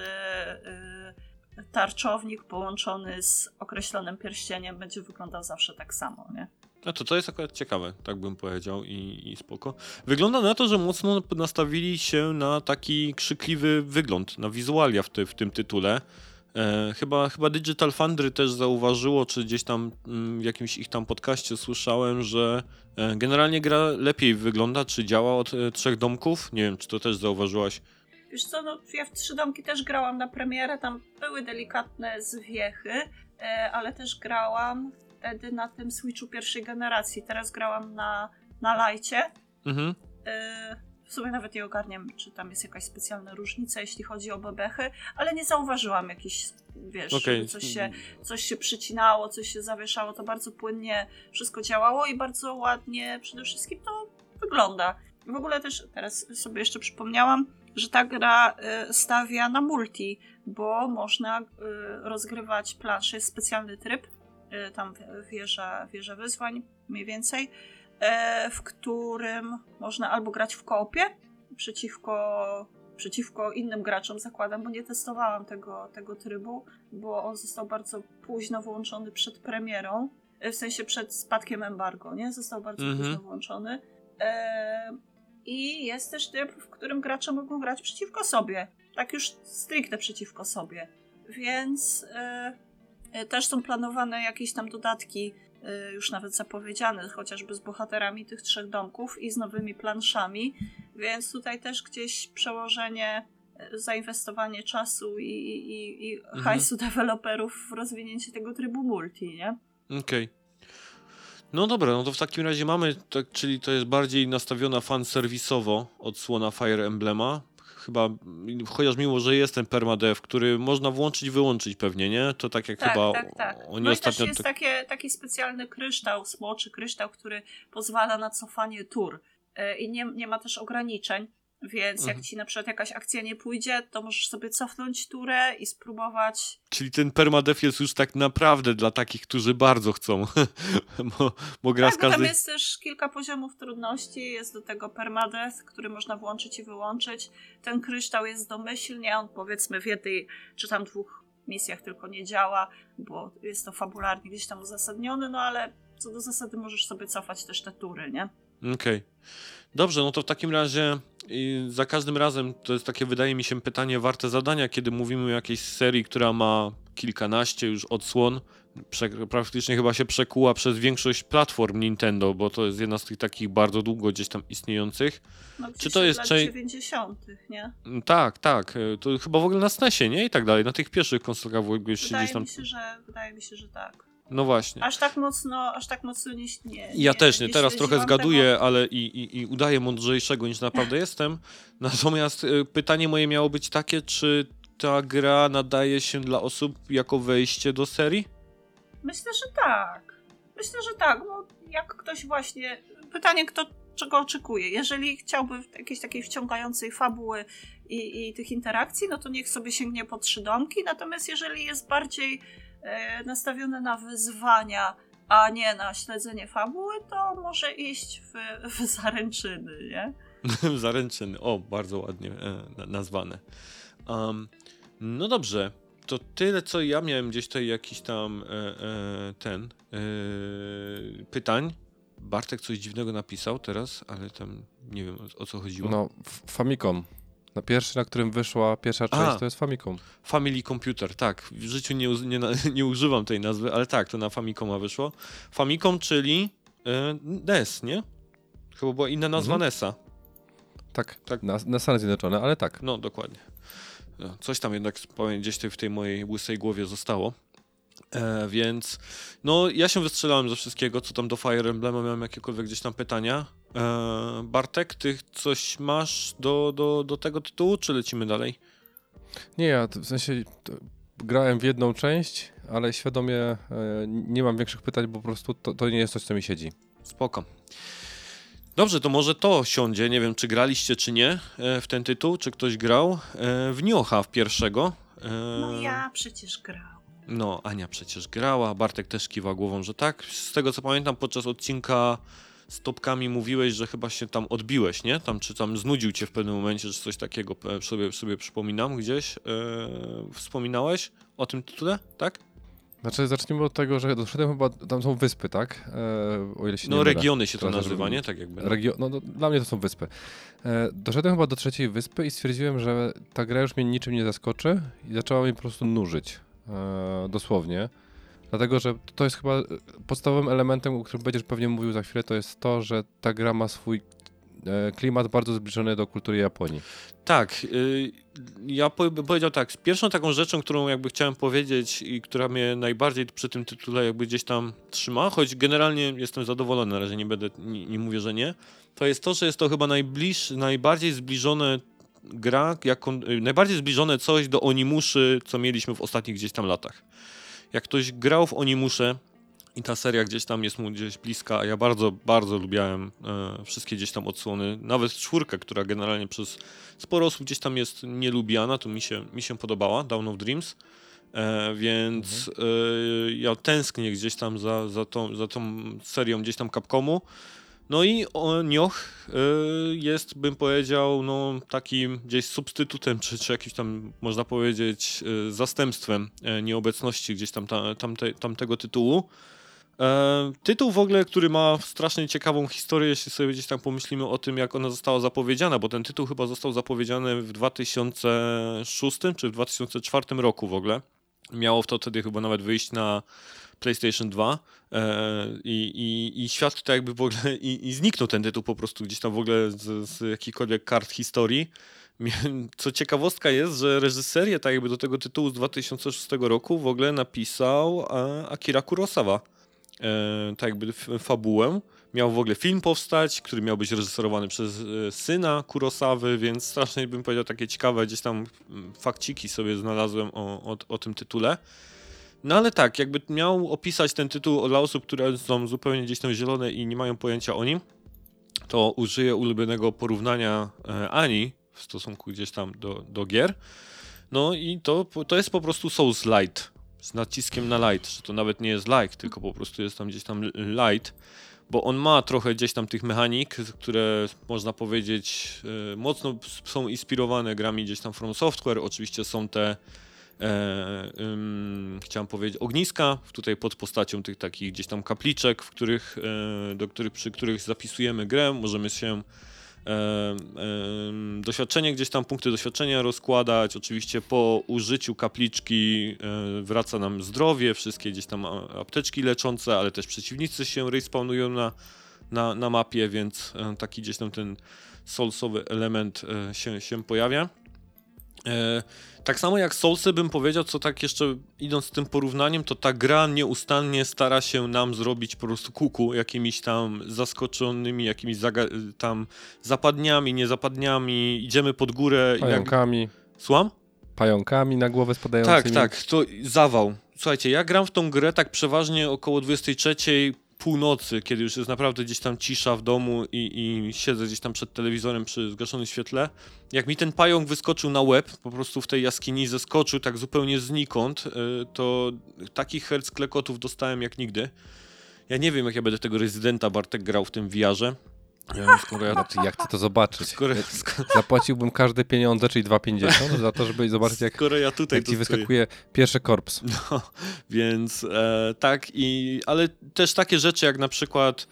e, tarczownik połączony z określonym pierścieniem będzie wyglądał zawsze tak samo, nie? No to to jest akurat ciekawe, tak bym powiedział i, i spoko. Wygląda na to, że mocno nastawili się na taki krzykliwy wygląd, na wizualia w, ty, w tym tytule. E, chyba, chyba Digital Foundry też zauważyło, czy gdzieś tam mm, w jakimś ich tam podcaście słyszałem, że e, generalnie gra lepiej wygląda, czy działa od e, Trzech Domków. Nie wiem, czy to też zauważyłaś. Wiesz co, no ja w Trzy Domki też grałam na premierę, tam były delikatne zwiechy, e, ale też grałam wtedy na tym Switchu pierwszej generacji. Teraz grałam na, na lajcie. Mhm. E, w sumie nawet nie ogarniam, czy tam jest jakaś specjalna różnica, jeśli chodzi o bebechy, ale nie zauważyłam jakichś, wiesz, Okej. żeby coś się, coś się przycinało, coś się zawieszało, to bardzo płynnie wszystko działało i bardzo ładnie przede wszystkim to wygląda. W ogóle też teraz sobie jeszcze przypomniałam, że ta gra y, stawia na multi, bo można y, rozgrywać planszę, jest specjalny tryb, y, tam wieża, wieża wyzwań mniej więcej, y, w którym można albo grać w koopie przeciwko, przeciwko innym graczom, zakładam, bo nie testowałam tego, tego trybu, bo on został bardzo późno włączony przed premierą, y, w sensie przed spadkiem embargo, nie? Został bardzo Mhm. późno włączony. Y, I jest też tryb, w którym gracze mogą grać przeciwko sobie. Tak już stricte przeciwko sobie. Więc y, y, też są planowane jakieś tam dodatki, y, już nawet zapowiedziane, chociażby z bohaterami tych Trzech Domków i z nowymi planszami. Więc tutaj też gdzieś przełożenie, y, zainwestowanie czasu i, i, i Mhm. hajsu deweloperów w rozwinięcie tego trybu multi, nie? Okej. No dobra, no to w takim razie mamy, tak, czyli to jest bardziej nastawiona fanserwisowo odsłona Fire Emblema. Chyba, chociaż mimo, że jest ten permadev, który można włączyć i wyłączyć pewnie, nie? To tak jak Tak, chyba tak, tak. oni No i ostatnio... też jest takie, taki specjalny kryształ, smoczy kryształ, który pozwala na cofanie tur. Yy, I nie, nie ma też ograniczeń, więc Mhm. jak ci na przykład jakaś akcja nie pójdzie, to możesz sobie cofnąć turę i spróbować. Czyli ten permadev jest już tak naprawdę dla takich, którzy bardzo chcą, bo, bo gra Tak, z bo tam każdej... jest też kilka poziomów trudności, jest do tego permadeath, który można włączyć i wyłączyć. Ten kryształ jest domyślnie, on powiedzmy w jednej czy tam dwóch misjach tylko nie działa, bo jest to fabularnie gdzieś tam uzasadnione, no ale co do zasady możesz sobie cofać też te tury, nie? Okej. Dobrze, no to w takim razie i za każdym razem to jest takie, wydaje mi się, pytanie warte zadania, kiedy mówimy o jakiejś serii, która ma kilkanaście już odsłon. Prze- praktycznie chyba się przekuła przez większość platform Nintendo, bo to jest jedna z tych takich bardzo długo gdzieś tam istniejących. No, Czy gdzieś to od jest lat czej- dziewięćdziesiątych, nie? Mm, Tak, tak. e, To chyba w ogóle na SNESie, nie? I tak dalej. Na tych pierwszych konsolach w ogóle się Wydaje gdzieś tam... mi się, że wydaje mi się, że tak. No właśnie. Aż tak mocno, aż tak mocno nie, nie Ja też nie, teraz śledziłam trochę zgaduję, tego. ale i, i, i udaję mądrzejszego niż naprawdę jestem. Natomiast y, pytanie moje miało być takie, czy ta gra nadaje się dla osób jako wejście do serii? Myślę, że tak. Myślę, że tak, bo jak ktoś właśnie... Pytanie, kto czego oczekuje. Jeżeli chciałby jakiejś takiej wciągającej fabuły i, i tych interakcji, no to niech sobie sięgnie po Trzy Domki. Natomiast jeżeli jest bardziej e, nastawiony na wyzwania, a nie na śledzenie fabuły, to może iść w, w Zaręczyny, nie? Zaręczyny. O, bardzo ładnie e, na- nazwane. Um, no dobrze. To tyle, co ja miałem gdzieś tutaj jakiś tam e, e, ten e, pytań. Bartek coś dziwnego napisał teraz, ale tam nie wiem o, o co chodziło. No, F- Famicom. Na pierwszy, na którym wyszła pierwsza część, A. to jest Famicom. Family Computer, tak. W życiu nie, uz- nie, na- nie używam tej nazwy, ale tak, to na Famicoma wyszło. Famicom, czyli e, N E S, nie? Chyba była inna nazwa Mhm. N E S-a. Tak, Tak. Na, na Stany Zjednoczone, ale tak. No, dokładnie. No, coś tam jednak powiem, gdzieś tutaj w tej mojej łysej głowie zostało. E, więc no ja się wystrzelałem ze wszystkiego, co tam do Fire Emblema, miałem jakiekolwiek gdzieś tam pytania. E, Bartek, ty coś masz do, do, do tego tytułu, czy lecimy dalej? Nie, ja t- w sensie t- grałem w jedną część, ale świadomie e, nie mam większych pytań, bo po prostu to, to nie jest coś, co mi siedzi. Spoko. Dobrze, to może to siądzie. Nie wiem, czy graliście, czy nie e, w ten tytuł, czy ktoś grał. E, w Nioha w pierwszego. E... No ja przecież grałam. No, Ania przecież grała, Bartek też kiwa głową, że tak. Z tego co pamiętam, podczas odcinka z topkami mówiłeś, że chyba się tam odbiłeś, nie? Tam, czy tam znudził cię w pewnym momencie, czy coś takiego sobie, sobie przypominam gdzieś. Eee, wspominałeś o tym tytule, tak? Znaczy, zacznijmy od tego, że doszedłem chyba, tam są wyspy, tak? E, o ile się No, nie mylę. regiony się to Teraz, nazywa, żeby- nie? Tak jakby. No. Regio- no, no, dla mnie to są wyspy. E, doszedłem chyba do trzeciej wyspy i stwierdziłem, że ta gra już mnie niczym nie zaskoczy i zaczęła mnie po prostu nużyć. E, dosłownie. Dlatego, że to jest chyba podstawowym elementem, o którym będziesz pewnie mówił za chwilę, to jest to, że ta gra ma swój e, klimat bardzo zbliżony do kultury Japonii. Tak, y, ja po, bym powiedział tak, pierwszą taką rzeczą, którą jakby chciałem powiedzieć i która mnie najbardziej przy tym tytule jakby gdzieś tam trzyma, choć generalnie jestem zadowolony, na razie nie będę, nie, nie mówię, że nie, to jest to, że jest to chyba najbliż, najbardziej zbliżone gra, jaką, y, najbardziej zbliżone coś do Onimuszy, co mieliśmy w ostatnich gdzieś tam latach. Jak ktoś grał w Onimuszę i ta seria gdzieś tam jest mu gdzieś bliska, a ja bardzo, bardzo lubiałem e, wszystkie gdzieś tam odsłony, nawet czwórkę, która generalnie przez sporo osób gdzieś tam jest nielubiana, to mi się, mi się podobała, Dawn of Dreams, e, więc Mhm. e, ja tęsknię gdzieś tam za, za, tą, za tą serią gdzieś tam Capcomu. No i o, Nioh y, jest, bym powiedział, no, takim gdzieś substytutem, czy, czy jakimś tam, można powiedzieć, y, zastępstwem y, nieobecności gdzieś tam ta, tamte, tamtego tytułu. E, tytuł w ogóle, który ma strasznie ciekawą historię, jeśli sobie gdzieś tam pomyślimy o tym, jak ona została zapowiedziana, bo ten tytuł chyba został zapowiedziany w dwa tysiące szóstym czy w dwa tysiące czwartym roku w ogóle. Miało w to wtedy chyba nawet wyjść na PlayStation dwa e, i, i, i świat tak jakby w ogóle i, i zniknął ten tytuł po prostu gdzieś tam w ogóle z, z jakichkolwiek kart historii. Co ciekawostka jest, że reżyserię tak jakby do tego tytułu z dwa tysiące szóstego roku w ogóle napisał e, Akira Kurosawa. E, tak jakby f- fabułę. Miał w ogóle film powstać, który miał być reżyserowany przez e, syna Kurosawy, więc strasznie bym powiedział takie ciekawe gdzieś tam mm, fakciki sobie znalazłem o, o, o tym tytule. No ale tak, jakby miał opisać ten tytuł dla osób, które są zupełnie gdzieś tam zielone i nie mają pojęcia o nim, to użyję ulubionego porównania e, Ani w stosunku gdzieś tam do, do gier. No i to, to jest po prostu Souls Light, z naciskiem na light, że to nawet nie jest like, tylko po prostu jest tam gdzieś tam light, bo on ma trochę gdzieś tam tych mechanik, które można powiedzieć e, mocno są inspirowane grami gdzieś tam From Software. Oczywiście są te E, ym, chciałem powiedzieć ogniska, tutaj pod postacią tych takich gdzieś tam kapliczek, w których, e, do których, przy których zapisujemy grę, możemy się e, e, doświadczenie gdzieś tam, punkty doświadczenia rozkładać, oczywiście po użyciu kapliczki e, wraca nam zdrowie, wszystkie gdzieś tam apteczki leczące, ale też przeciwnicy się respawnują na, na, na mapie, więc e, taki gdzieś tam ten soulsowy element e, się, się pojawia. E, tak samo jak Soulsy bym powiedział, co tak jeszcze idąc z tym porównaniem, to ta gra nieustannie stara się nam zrobić po prostu kuku jakimiś tam zaskoczonymi, jakimiś zaga- tam zapadniami, niezapadniami, idziemy pod górę. Pająkami. Jak... Słucham? Pająkami na głowę spadającymi. Tak, tak, to zawał. Słuchajcie, ja gram w tą grę tak przeważnie około dwudziestej trzeciej północy, kiedy już jest naprawdę gdzieś tam cisza w domu i, i siedzę gdzieś tam przed telewizorem przy zgaszonym świetle. Jak mi ten pająk wyskoczył na łeb, po prostu w tej jaskini zeskoczył tak zupełnie znikąd, to takich herc klekotów dostałem jak nigdy. Ja nie wiem, jak ja będę tego rezydenta Bartek grał w tym V R-ze. Skoro ja... Znaczy, jak chcę to zobaczyć? Skoro, Ja skoro, Zapłaciłbym każde pieniądze, czyli dwa pięćdziesiąt, za to, żeby zobaczyć, jak, skoro ja tutaj jak ci dostaję. wyskakuje pierwszy korps. No, więc e, tak, i, ale też takie rzeczy jak na przykład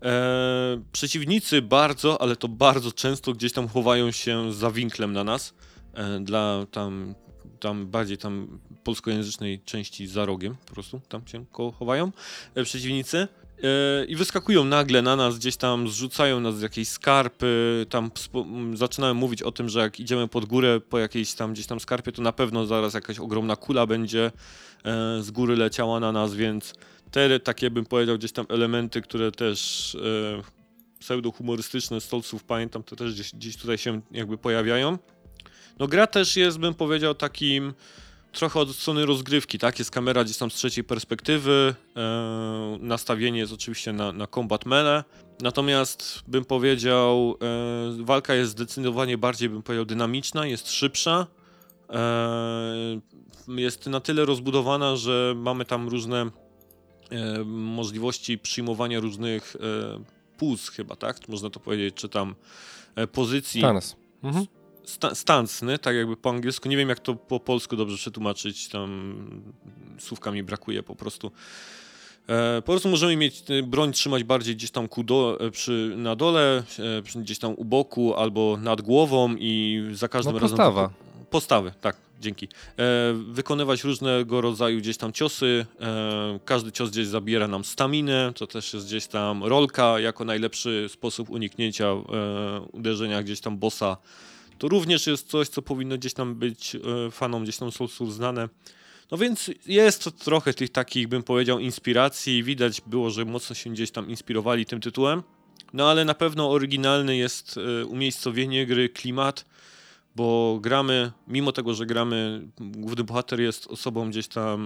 e, przeciwnicy bardzo, ale to bardzo często gdzieś tam chowają się za winklem na nas, e, dla tam, tam bardziej tam polskojęzycznej części za rogiem, po prostu tam się koło chowają e, przeciwnicy. I wyskakują nagle na nas, gdzieś tam zrzucają nas z jakiejś skarpy, tam spo- zaczynają mówić o tym, że jak idziemy pod górę po jakiejś tam gdzieś tam skarpie, to na pewno zaraz jakaś ogromna kula będzie e, z góry leciała na nas, więc te takie bym powiedział gdzieś tam elementy, które też e, pseudo-humorystyczne z Soulsów pamiętam, to też gdzieś, gdzieś tutaj się jakby pojawiają. No gra też jest, bym powiedział, takim trochę od strony rozgrywki, tak? Jest kamera gdzieś tam z trzeciej perspektywy, e, nastawienie jest oczywiście na, na combat melee, natomiast bym powiedział, e, walka jest zdecydowanie bardziej, bym powiedział, dynamiczna, jest szybsza, e, jest na tyle rozbudowana, że mamy tam różne e, możliwości przyjmowania różnych e, puz chyba, tak? Można to powiedzieć, czy tam e, pozycji. Stans. Mhm. Sta- stans, nie? Tak jakby po angielsku. Nie wiem, jak to po polsku dobrze przetłumaczyć. Tam słówka mi brakuje po prostu. E, po prostu możemy mieć e, broń trzymać bardziej gdzieś tam ku do, e, przy, na dole, e, przy, gdzieś tam u boku albo nad głową i za każdym No, razem... postawa. Wyko- postawy, tak, dzięki. E, wykonywać różnego rodzaju gdzieś tam ciosy. E, każdy cios gdzieś zabiera nam staminę, to też jest gdzieś tam rolka jako najlepszy sposób uniknięcia e, uderzenia gdzieś tam bossa. To również jest coś, co powinno gdzieś tam być e, fanom gdzieś tam Soulsów znane. No więc jest to trochę tych takich, bym powiedział, inspiracji. Widać było, że mocno się gdzieś tam inspirowali tym tytułem. No ale na pewno oryginalny jest e, umiejscowienie gry, klimat, bo gramy, mimo tego, że gramy, główny bohater jest osobą gdzieś tam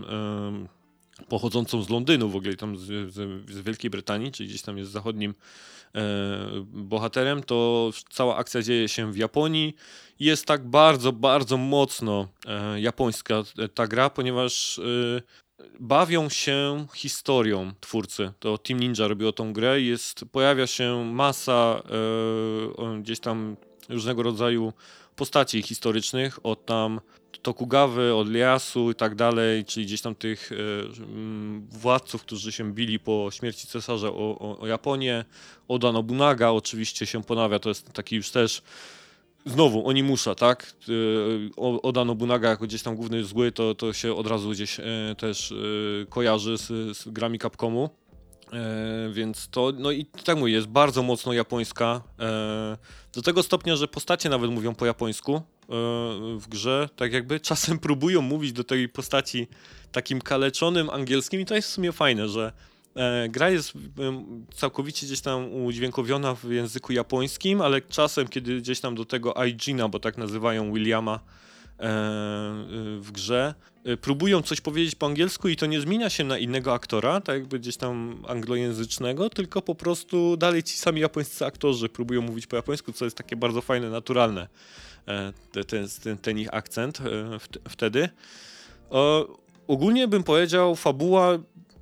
e, pochodzącą z Londynu, w ogóle tam z, z, z Wielkiej Brytanii, czyli gdzieś tam jest zachodnim e, bohaterem, to cała akcja dzieje się w Japonii. Jest tak bardzo, bardzo mocno e, japońska ta gra, ponieważ e, bawią się historią twórcy. To Team Ninja robiło tą grę. Jest, pojawia się masa e, gdzieś tam różnego rodzaju postaci historycznych, od tam Tokugawy, od Ieyasu i tak dalej, czyli gdzieś tam tych e, mm, władców, którzy się bili po śmierci cesarza o, o, o Japonię. Oda Nobunaga oczywiście się ponawia, to jest taki już też znowu Onimusha, tak? Yy, Oda Nobunaga jako gdzieś tam główny zły, to, to się od razu gdzieś e, też e, kojarzy z, z grami Capcomu. E, więc to, no i tak mówię, jest bardzo mocno japońska. E, do tego stopnia, że postacie nawet mówią po japońsku e, w grze, tak jakby czasem próbują mówić do tej postaci takim kaleczonym angielskim i to jest w sumie fajne, że e, gra jest e, całkowicie gdzieś tam udźwiękowiona w języku japońskim, ale czasem, kiedy gdzieś tam do tego Aijina, bo tak nazywają Williama, w grze, próbują coś powiedzieć po angielsku i to nie zmienia się na innego aktora, tak jakby gdzieś tam anglojęzycznego, tylko po prostu dalej ci sami japońscy aktorzy próbują mówić po japońsku, co jest takie bardzo fajne, naturalne, ten, ten, ten ich akcent wtedy. Ogólnie bym powiedział, fabuła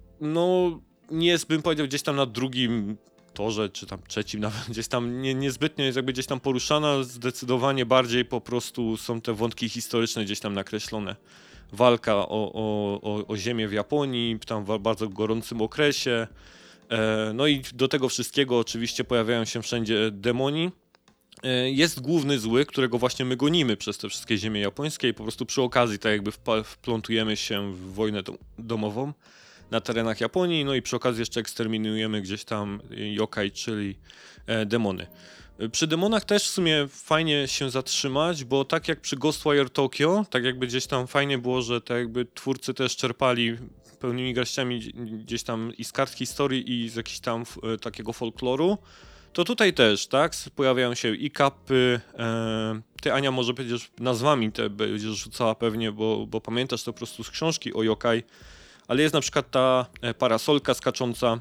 no nie jest, bym powiedział, gdzieś tam na drugim torze, czy tam trzecim nawet, gdzieś tam nie, niezbytnio jest jakby gdzieś tam poruszana, zdecydowanie bardziej po prostu są te wątki historyczne gdzieś tam nakreślone. Walka o, o, o, o ziemię w Japonii, tam w bardzo gorącym okresie, e, no i do tego wszystkiego oczywiście pojawiają się wszędzie demoni. E, jest główny zły, którego właśnie my gonimy przez te wszystkie ziemie japońskie i po prostu przy okazji tak jakby wpa- wplątujemy się w wojnę dom- domową na terenach Japonii, no i przy okazji jeszcze eksterminujemy gdzieś tam yokai, czyli e, demony. Przy demonach też w sumie fajnie się zatrzymać, bo tak jak przy Ghostwire Tokyo, tak jakby gdzieś tam fajnie było, że tak jakby twórcy też czerpali pełnymi garściami gdzieś tam i z kart historii i z jakiegoś tam e, takiego folkloru, to tutaj też, tak, pojawiają się i kapy, e, ty Ania może będziesz nazwami te będziesz rzucała pewnie, bo, bo pamiętasz to po prostu z książki o yokai, ale jest na przykład ta parasolka skacząca.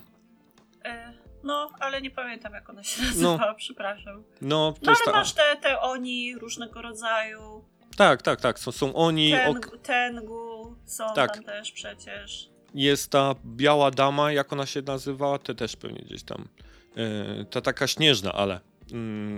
E, no, ale nie pamiętam, jak ona się nazywa, no. Przepraszam. No, to no jest ale ta... masz te, te oni różnego rodzaju. Tak, tak, tak, są, są oni. Ten, ok... Tengu są tak. Tam też przecież. Jest ta biała dama, jak ona się nazywa, te też pewnie gdzieś tam. Yy, ta taka śnieżna, ale yy,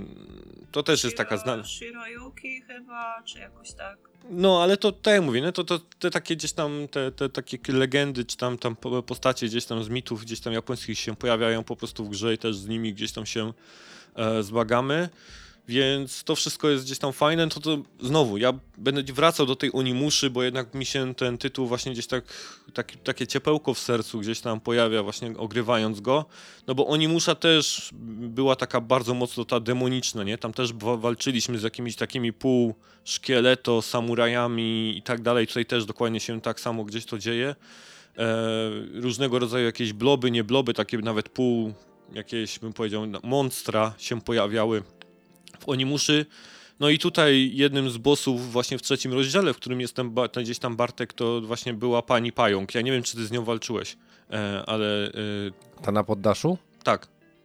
to też Shiro, jest taka znana. Shiroyuki chyba, czy jakoś tak. No, ale to tak jak mówię, no, to, to te takie gdzieś tam, te, te takie legendy, czy tam, tam postacie gdzieś tam z mitów, gdzieś tam japońskich się pojawiają po prostu w grze i też z nimi gdzieś tam się e, zmagamy, więc to wszystko jest gdzieś tam fajne, to, to znowu, ja będę wracał do tej Onimuszy, bo jednak mi się ten tytuł właśnie gdzieś tak, tak takie ciepełko w sercu gdzieś tam pojawia właśnie ogrywając go, no bo Onimusza też była taka bardzo mocno ta demoniczna, nie? Tam też walczyliśmy z jakimiś takimi pół szkieleto, samurajami i tak dalej, tutaj też dokładnie się tak samo gdzieś to dzieje. E, różnego rodzaju jakieś bloby, nie bloby, takie nawet pół jakieś, bym powiedział, monstra się pojawiały w Onimuszy. No i tutaj jednym z bossów właśnie w trzecim rozdziale, w którym jestem ba- gdzieś tam Bartek, to właśnie była pani Pająk. Ja nie wiem, czy ty z nią walczyłeś, e, ale... E, Ta na poddaszu? tak.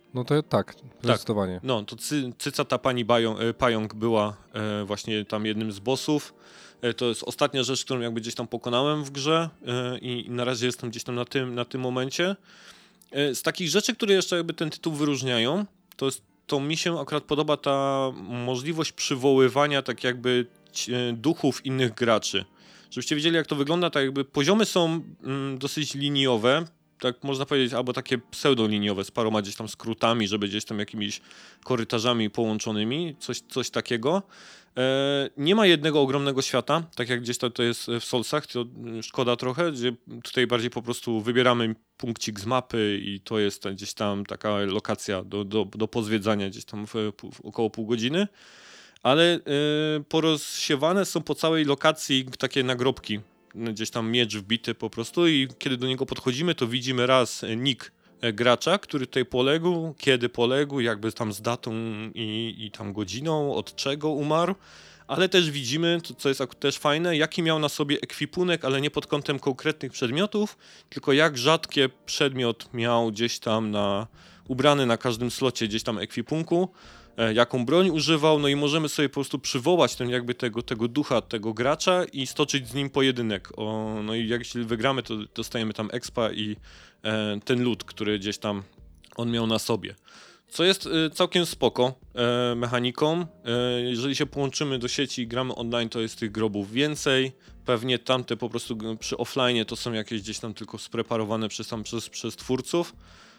No to tak, zdecydowanie. No, to cy, cyca ta pani Bają, e, Pająk była e, właśnie tam jednym z bossów. E, to jest ostatnia rzecz, którą jakby gdzieś tam pokonałem w grze e, i, i na razie jestem gdzieś tam na tym, na tym momencie. E, z takich rzeczy, które jeszcze jakby ten tytuł wyróżniają, to jest, to mi się akurat podoba ta możliwość przywoływania tak jakby e, duchów innych graczy. Żebyście wiedzieli, jak to wygląda, tak jakby poziomy są mm, dosyć liniowe, tak można powiedzieć, albo takie pseudoliniowe z paroma gdzieś tam skrótami, żeby gdzieś tam jakimiś korytarzami połączonymi, coś, coś takiego. E, nie ma jednego ogromnego świata, tak jak gdzieś to, to jest w Soulsach, to szkoda trochę, gdzie tutaj bardziej po prostu wybieramy punkcik z mapy i to jest gdzieś tam taka lokacja do, do, do pozwiedzania gdzieś tam w, w około pół godziny. Ale y, porozsiewane są po całej lokacji takie nagrobki, gdzieś tam miecz wbity po prostu i kiedy do niego podchodzimy, to widzimy raz nick gracza, który tutaj poległ, kiedy poległ, jakby tam z datą i, i tam godziną, od czego umarł, ale też widzimy, co jest też fajne, jaki miał na sobie ekwipunek, ale nie pod kątem konkretnych przedmiotów, tylko jak rzadkie przedmiot miał gdzieś tam na ubrany na każdym slocie gdzieś tam ekwipunku, jaką broń używał, no i możemy sobie po prostu przywołać ten jakby tego, tego ducha, tego gracza i stoczyć z nim pojedynek. O, no i jak jeśli wygramy, to dostajemy tam expa i e, ten loot, który gdzieś tam on miał na sobie. Co jest e, całkiem spoko e, mechaniką. E, jeżeli się połączymy do sieci i gramy online, to jest tych grobów więcej. Pewnie tamte po prostu przy offline to są jakieś gdzieś tam tylko spreparowane przez, tam, przez, przez twórców.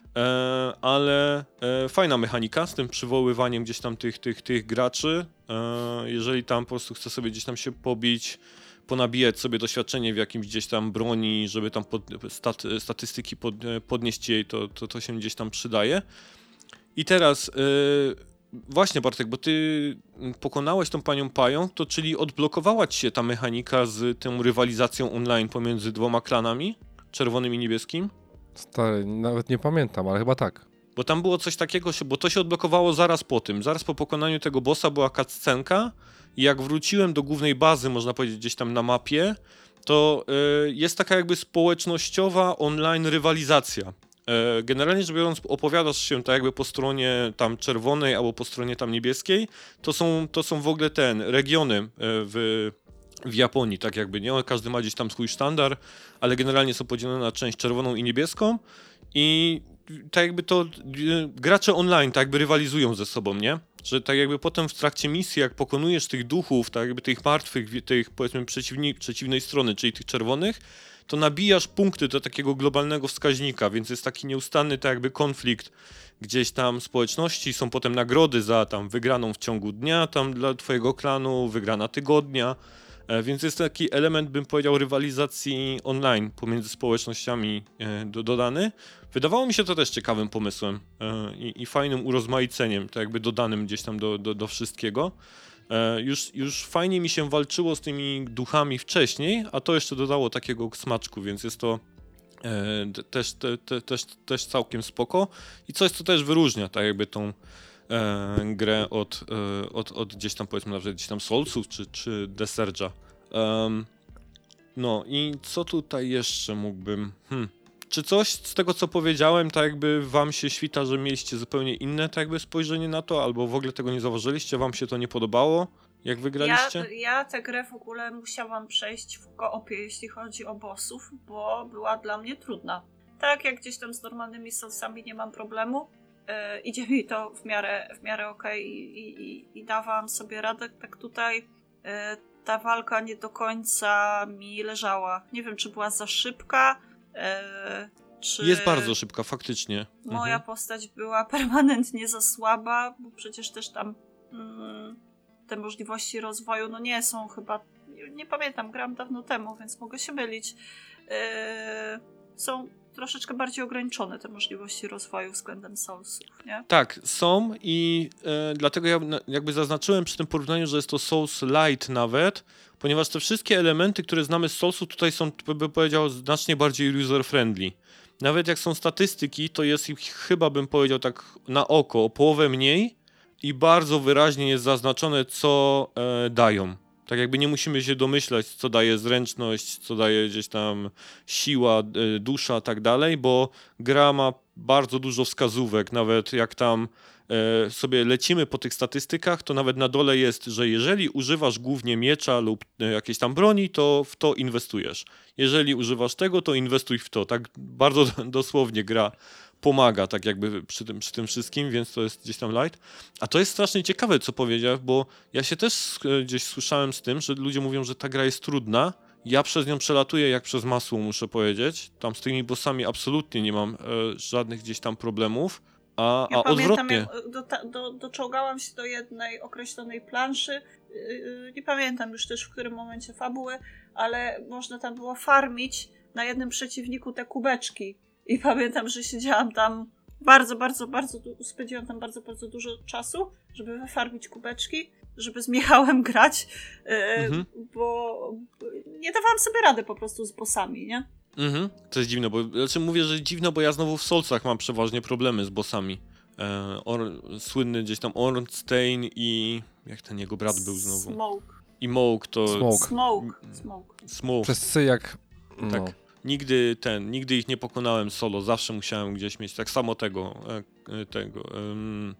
E, ale e, fajna mechanika z tym przywoływaniem gdzieś tam tych, tych, tych graczy. E, jeżeli tam po prostu chce sobie gdzieś tam się pobić, ponabijać sobie doświadczenie w jakimś gdzieś tam broni, żeby tam pod, stat, statystyki pod, podnieść jej, to, to, to się gdzieś tam przydaje. I teraz e, właśnie Bartek, bo ty pokonałeś tą panią Pająk, to czyli odblokowała ci się ta mechanika z tą rywalizacją online pomiędzy dwoma klanami, czerwonym i niebieskim? Stary, nawet nie pamiętam, ale chyba tak. Bo tam było coś takiego, bo to się odblokowało zaraz po tym. Zaraz po pokonaniu tego bossa była cutscenka i jak wróciłem do głównej bazy, można powiedzieć gdzieś tam na mapie, to y, jest taka jakby społecznościowa online rywalizacja. Y, generalnie rzecz biorąc, opowiadasz się tak jakby po stronie tam czerwonej albo po stronie tam niebieskiej. To są, to są w ogóle ten regiony y, w... w Japonii, tak jakby, nie? Każdy ma gdzieś tam swój sztandar, ale generalnie są podzielone na część czerwoną i niebieską i tak jakby to gracze online tak jakby rywalizują ze sobą, nie? Że tak jakby potem w trakcie misji, jak pokonujesz tych duchów, tak jakby tych martwych, tych powiedzmy przeciwni, przeciwnej strony, czyli tych czerwonych, to nabijasz punkty do takiego globalnego wskaźnika, więc jest taki nieustanny tak jakby konflikt gdzieś tam społeczności, są potem nagrody za tam wygraną w ciągu dnia tam dla twojego klanu, wygrana tygodnia. Więc jest taki element, bym powiedział, rywalizacji online pomiędzy społecznościami do, dodany. Wydawało mi się to też ciekawym pomysłem i, i fajnym urozmaiceniem, tak jakby dodanym gdzieś tam do, do, do wszystkiego. Już, już fajnie mi się walczyło z tymi duchami wcześniej, a to jeszcze dodało takiego smaczku, więc jest to też, te, te, też, też całkiem spoko. I coś, co też wyróżnia tak jakby tą E, grę od, e, od, od gdzieś tam powiedzmy nawet gdzieś tam Soulsów czy, czy The Surge'a. Um, no i co tutaj jeszcze mógłbym... Hmm. Czy coś z tego, co powiedziałem, tak jakby wam się świta, że mieliście zupełnie inne tak jakby spojrzenie na to, albo w ogóle tego nie zauważyliście, wam się to nie podobało, jak wygraliście? Ja, ja tę grę w ogóle musiałam przejść w koopie, jeśli chodzi o bossów, bo była dla mnie trudna. Tak jak gdzieś tam z normalnymi Soulsami nie mam problemu, Yy, idzie mi to w miarę, w miarę okej i, i, i dawałam sobie radę, tak tutaj yy, ta walka nie do końca mi leżała. Nie wiem, czy była za szybka, yy, czy... Jest bardzo szybka, faktycznie. Moja mhm. postać była permanentnie za słaba, bo przecież też tam mm, te możliwości rozwoju, no nie są chyba, nie, nie pamiętam, grałam dawno temu, więc mogę się mylić. Yy, są troszeczkę bardziej ograniczone te możliwości rozwoju względem Soulsów, nie? Tak, są i e, dlatego ja jakby zaznaczyłem przy tym porównaniu, że jest to Souls Light nawet, ponieważ te wszystkie elementy, które znamy z Soulsów tutaj są, bym powiedział, znacznie bardziej user-friendly. Nawet jak są statystyki, to jest ich chyba, bym powiedział tak na oko, o połowę mniej i bardzo wyraźnie jest zaznaczone, co e, dają. Tak jakby nie musimy się domyślać, co daje zręczność, co daje gdzieś tam siła, dusza, tak dalej, bo gra ma bardzo dużo wskazówek, nawet jak tam e, sobie lecimy po tych statystykach, to nawet na dole jest, że jeżeli używasz głównie miecza lub e, jakiejś tam broni, to w to inwestujesz. Jeżeli używasz tego, to inwestuj w to. Tak bardzo dosłownie gra pomaga tak jakby przy tym, przy tym wszystkim, więc to jest gdzieś tam light. A to jest strasznie ciekawe, co powiedziałeś, bo ja się też e, gdzieś słyszałem z tym, że ludzie mówią, że ta gra jest trudna. Ja przez nią przelatuję jak przez masło, muszę powiedzieć. Tam z tymi bossami absolutnie nie mam e, żadnych gdzieś tam problemów. A, Ja a pamiętam, odwrotnie. jak do, do, doczołgałam się do jednej określonej planszy. Yy, nie pamiętam już też w którym momencie fabuły, ale można tam było farmić na jednym przeciwniku te kubeczki. I pamiętam, że siedziałam tam bardzo, bardzo, bardzo, du- spędziłam tam bardzo, bardzo dużo czasu, żeby wyfarmić kubeczki, żeby z Michałem grać, yy, Mhm. bo nie dawałam sobie rady po prostu z bossami, nie? Mhm. To jest dziwne, bo znaczy mówię, że dziwne, bo ja znowu w Soulsach mam przeważnie problemy z bossami. E, or, słynny gdzieś tam Ornstein i jak ten jego brat był znowu. Smoke. I Moke to... Smoke. Smoke. Smoke. Smoke. Przez sy jak... No. Tak. Nigdy ten, nigdy ich nie pokonałem solo, zawsze musiałem gdzieś mieć, tak samo tego, e, tego, um,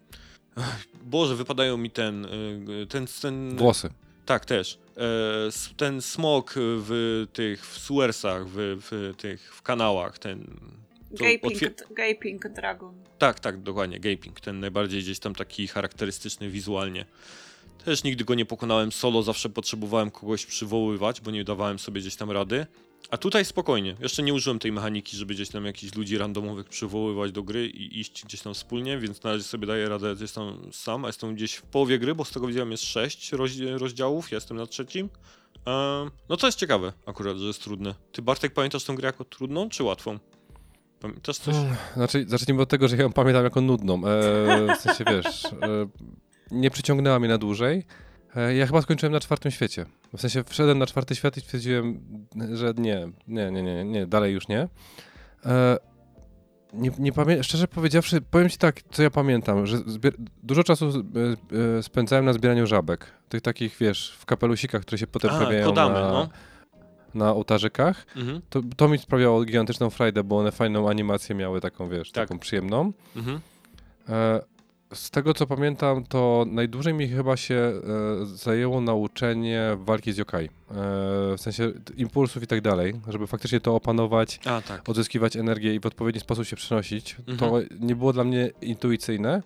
Boże, wypadają mi ten, e, ten, ten... Włosy. Tak, też. E, s- ten smok w tych, w sewersach, w, w tych, w kanałach, ten... co Gaping, otwier- Gaping Dragon. Tak, tak, dokładnie, Gaping, ten najbardziej gdzieś tam taki charakterystyczny wizualnie. Też nigdy go nie pokonałem solo, zawsze potrzebowałem kogoś przywoływać, bo nie dawałem sobie gdzieś tam rady. A tutaj spokojnie, jeszcze nie użyłem tej mechaniki, żeby gdzieś tam jakichś ludzi randomowych przywoływać do gry i iść gdzieś tam wspólnie, więc na razie sobie daję radę gdzieś tam sam, a jestem gdzieś w połowie gry, bo z tego widziałem jest sześć rozdzia- rozdziałów, ja jestem na trzecim. Ehm, no to jest ciekawe akurat, że jest trudne. Ty, Bartek, pamiętasz tę grę jako trudną czy łatwą? Pamiętasz coś? Mm, Znaczy, zacznijmy od tego, że ja ją pamiętam jako nudną. E, w sensie, wiesz, e, nie przyciągnęła mnie na dłużej. E, ja chyba skończyłem na czwartym świecie. W sensie wszedłem na czwarty świat i stwierdziłem, że nie, nie, nie, nie, nie dalej już nie. E, nie, nie pamię- szczerze powiedziawszy, powiem ci tak, co ja pamiętam, że zbier- dużo czasu e, e, spędzałem na zbieraniu żabek. Tych takich, wiesz, w kapelusikach, które się potem A, pojawiają kodamy, na, no. na ołtarzykach. Mhm, To, to mi sprawiało gigantyczną frajdę, bo one fajną animację miały, taką, wiesz, Tak. taką przyjemną. mhm. E, z tego, co pamiętam, to najdłużej mi chyba się e, zajęło nauczenie walki z yokai. E, w sensie t- impulsów i tak dalej, żeby faktycznie to opanować, A, tak. odzyskiwać energię i w odpowiedni sposób się przenosić. Mhm. To nie było dla mnie intuicyjne.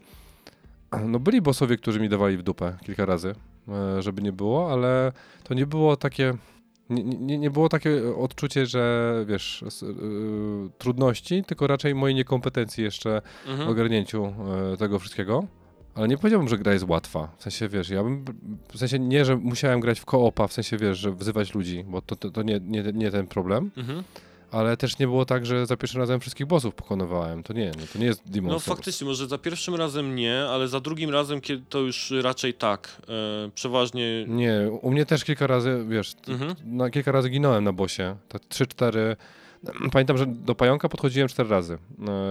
No byli bossowie, którzy mi dawali w dupę kilka razy, e, żeby nie było, ale to nie było takie... Nie, nie, nie było takie odczucie, że wiesz, s- y, trudności, tylko raczej mojej niekompetencji jeszcze w Mhm. ogarnięciu e, tego wszystkiego. Ale nie powiedziałbym, że gra jest łatwa. W sensie, wiesz, ja bym, w sensie nie, że musiałem grać w koopa, w sensie, wiesz, że wzywać ludzi, bo to, to, to nie, nie, nie ten problem, Mhm. ale też nie było tak, że za pierwszym razem wszystkich bossów pokonywałem. To nie, no, to nie jest Demon's No Souls. faktycznie, może za pierwszym razem nie, ale za drugim razem kiedy to już raczej tak. E, przeważnie. Nie, u mnie też kilka razy, wiesz, t- Mhm. na kilka razy ginąłem na bossie. Tak trzy, cztery. Pamiętam, że do pająka podchodziłem cztery razy, e,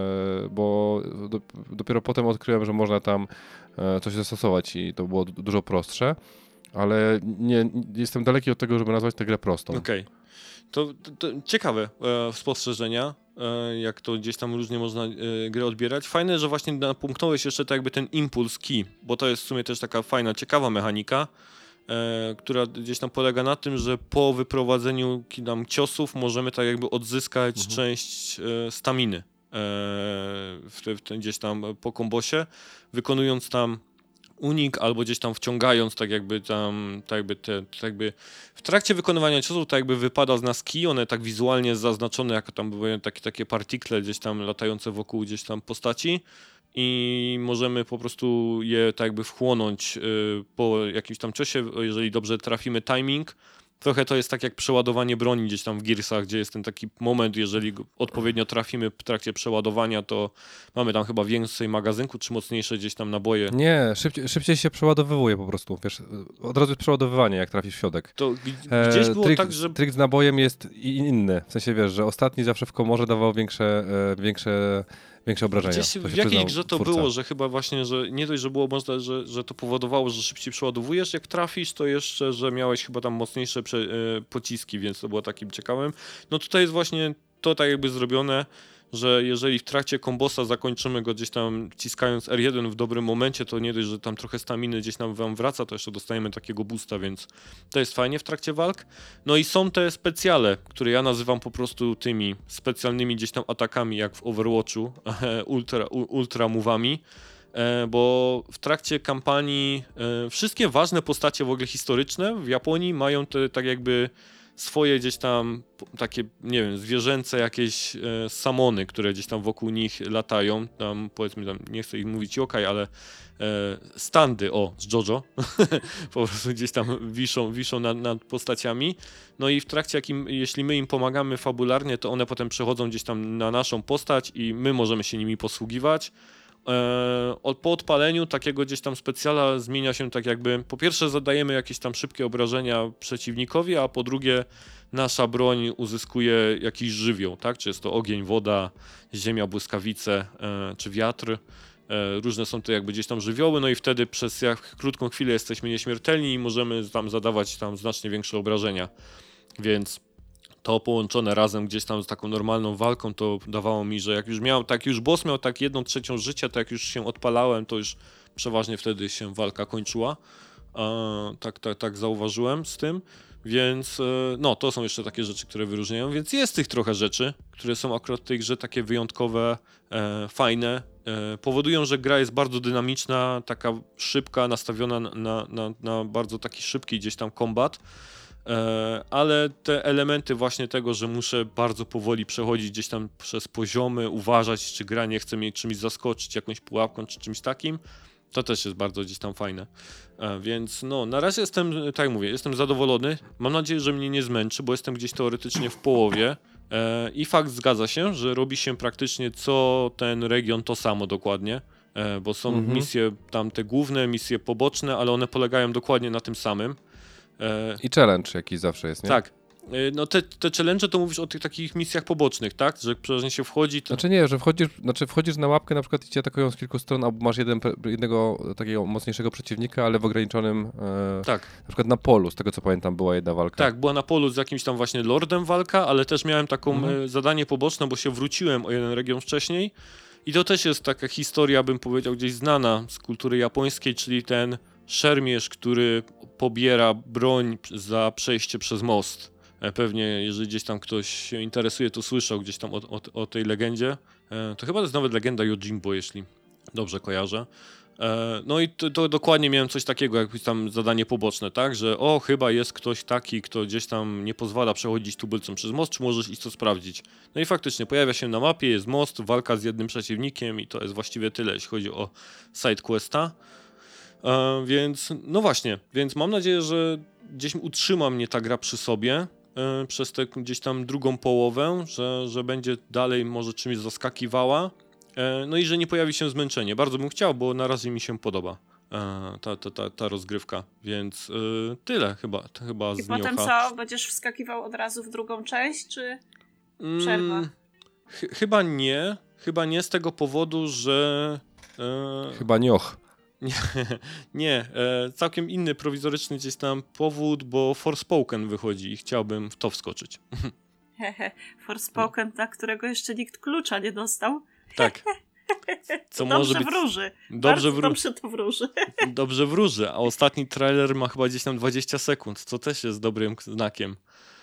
bo do, dopiero potem odkryłem, że można tam e, coś zastosować i to było du- dużo prostsze, ale nie, jestem daleki od tego, żeby nazwać tę grę prostą. Okej. To, to, to ciekawe e, spostrzeżenia, e, jak to gdzieś tam różnie można e, grę odbierać. Fajne, że właśnie napunknąłeś jeszcze tak jakby ten impuls key, bo to jest w sumie też taka fajna, ciekawa mechanika, e, która gdzieś tam polega na tym, że po wyprowadzeniu ki- tam ciosów możemy tak jakby odzyskać Mhm. część e, staminy e, w, te, w te, gdzieś tam po kombosie, wykonując tam unik albo gdzieś tam wciągając tak jakby tam, tak jakby te, tak jakby w trakcie wykonywania ciosu tak jakby wypada z nas kij, one tak wizualnie jest zaznaczone jako tam były takie, takie partikle gdzieś tam latające wokół gdzieś tam postaci i możemy po prostu je tak jakby wchłonąć y, po jakimś tam ciosie, jeżeli dobrze trafimy timing. Trochę to jest tak jak przeładowanie broni gdzieś tam w Gearsach, gdzie jest ten taki moment, jeżeli go odpowiednio trafimy w trakcie przeładowania, to mamy tam chyba więcej magazynku, czy mocniejsze gdzieś tam naboje. Nie, szybciej, szybciej się przeładowywuje po prostu, wiesz, od razu jest przeładowywanie, jak trafisz w środek. To g- E, gdzieś było trik, tak, że... trik z nabojem jest i- inny, w sensie, wiesz, że ostatni zawsze w komorze dawał większe, e, większe, większe obrażenia. Gdzieś To w się jakiej przyznał grze to twórca. było, że chyba właśnie, że nie dość, że było można, że, że to powodowało, że szybciej przeładowujesz, jak trafisz, to jeszcze, że miałeś chyba tam mocniejsze prze, e, pociski, więc to było takim ciekawym. No tutaj jest właśnie to tak jakby zrobione, że jeżeli w trakcie kombosa zakończymy go gdzieś tam wciskając R jeden w dobrym momencie, to nie dość, że tam trochę staminy gdzieś tam wam wraca, to jeszcze dostajemy takiego boosta, więc to jest fajnie w trakcie walk. No i są te specjale, które ja nazywam po prostu tymi specjalnymi gdzieś tam atakami, jak w Overwatchu, ultra, ultra move'ami. Bo w trakcie kampanii wszystkie ważne postacie w ogóle historyczne w Japonii mają te tak jakby swoje gdzieś tam takie, nie wiem, zwierzęce jakieś samony, które gdzieś tam wokół nich latają, tam powiedzmy, tam nie chcę ich mówić yokai, ale standy, o, z JoJo, po prostu gdzieś tam wiszą, wiszą nad, nad postaciami, no i w trakcie, jakim, jeśli my im pomagamy fabularnie, to one potem przechodzą gdzieś tam na naszą postać i my możemy się nimi posługiwać. Po odpaleniu takiego gdzieś tam specjala zmienia się tak jakby, po pierwsze zadajemy jakieś tam szybkie obrażenia przeciwnikowi, a po drugie nasza broń uzyskuje jakiś żywioł, tak? Czy jest to ogień, woda, ziemia, błyskawice, czy wiatr. Różne są to jakby gdzieś tam żywioły, no i wtedy przez jak krótką chwilę jesteśmy nieśmiertelni i możemy tam zadawać tam znacznie większe obrażenia, więc to połączone razem gdzieś tam z taką normalną walką, to dawało mi, że jak już miał, tak już boss miał tak jedną trzecią życia, to jak już się odpalałem, to już przeważnie wtedy się walka kończyła. E, tak, tak, tak zauważyłem z tym, więc e, no to są jeszcze takie rzeczy, które wyróżniają, więc jest tych trochę rzeczy, które są akurat w tej grze takie wyjątkowe, e, fajne, e, powodują, że gra jest bardzo dynamiczna, taka szybka, nastawiona na, na, na bardzo taki szybki gdzieś tam kombat. Ale te elementy właśnie tego, że muszę bardzo powoli przechodzić gdzieś tam przez poziomy, uważać, czy gra nie chce mnie czymś zaskoczyć, jakąś pułapką, czy czymś takim, to też jest bardzo gdzieś tam fajne. Więc no, na razie jestem, tak jak mówię, jestem zadowolony. Mam nadzieję, że mnie nie zmęczy, bo jestem gdzieś teoretycznie w połowie. I fakt zgadza się, że robi się praktycznie co ten region to samo dokładnie, bo są mhm. misje tam te główne, misje poboczne, ale one polegają dokładnie na tym samym. I challenge jakiś zawsze jest, nie? Tak. No te, te challenge to mówisz o tych takich misjach pobocznych, tak? Że przeważnie się wchodzi... To... Znaczy nie, że wchodzisz, znaczy wchodzisz na mapkę na przykład i cię atakują z kilku stron, albo masz jeden, jednego takiego mocniejszego przeciwnika, ale w ograniczonym... E, tak. Na przykład na polu, z tego co pamiętam, była jedna walka. Tak, była na polu z jakimś tam właśnie lordem walka, ale też miałem taką mhm. zadanie poboczne, bo się wróciłem o jeden region wcześniej i to też jest taka historia, bym powiedział, gdzieś znana z kultury japońskiej, czyli ten szermierz, który pobiera broń za przejście przez most. Pewnie, jeżeli gdzieś tam ktoś się interesuje, to słyszał gdzieś tam o, o, o tej legendzie. To chyba to jest nawet legenda Yojimbo, jeśli dobrze kojarzę. No i to, to dokładnie miałem coś takiego, jakieś tam zadanie poboczne, tak? Że o, chyba jest ktoś taki, kto gdzieś tam nie pozwala przechodzić tubylcom przez most, czy możesz iść to sprawdzić? No i faktycznie pojawia się na mapie, jest most, walka z jednym przeciwnikiem i to jest właściwie tyle, jeśli chodzi o side questa. E, więc, no właśnie, więc mam nadzieję, że gdzieś utrzyma mnie ta gra przy sobie e, przez tę gdzieś tam drugą połowę, że, że będzie dalej może czymś zaskakiwała, e, no i że nie pojawi się zmęczenie. Bardzo bym chciał, bo na razie mi się podoba e, ta, ta, ta, ta rozgrywka, więc e, tyle chyba, to chyba I z potem Niocha. co, będziesz wskakiwał od razu w drugą część, czy przerwa? Mm, ch- chyba nie, chyba nie z tego powodu, że... E... Chyba nioch. Nie, nie e, całkiem inny, prowizoryczny gdzieś tam powód, bo Forspoken wychodzi i chciałbym w to wskoczyć. Hehe, Forspoken, na którego jeszcze nikt klucza nie dostał. Tak. Co dobrze może być... wróży. Dobrze, wró... dobrze to wróży. Dobrze wróży, a ostatni trailer ma chyba gdzieś tam dwadzieścia sekund, co też jest dobrym znakiem.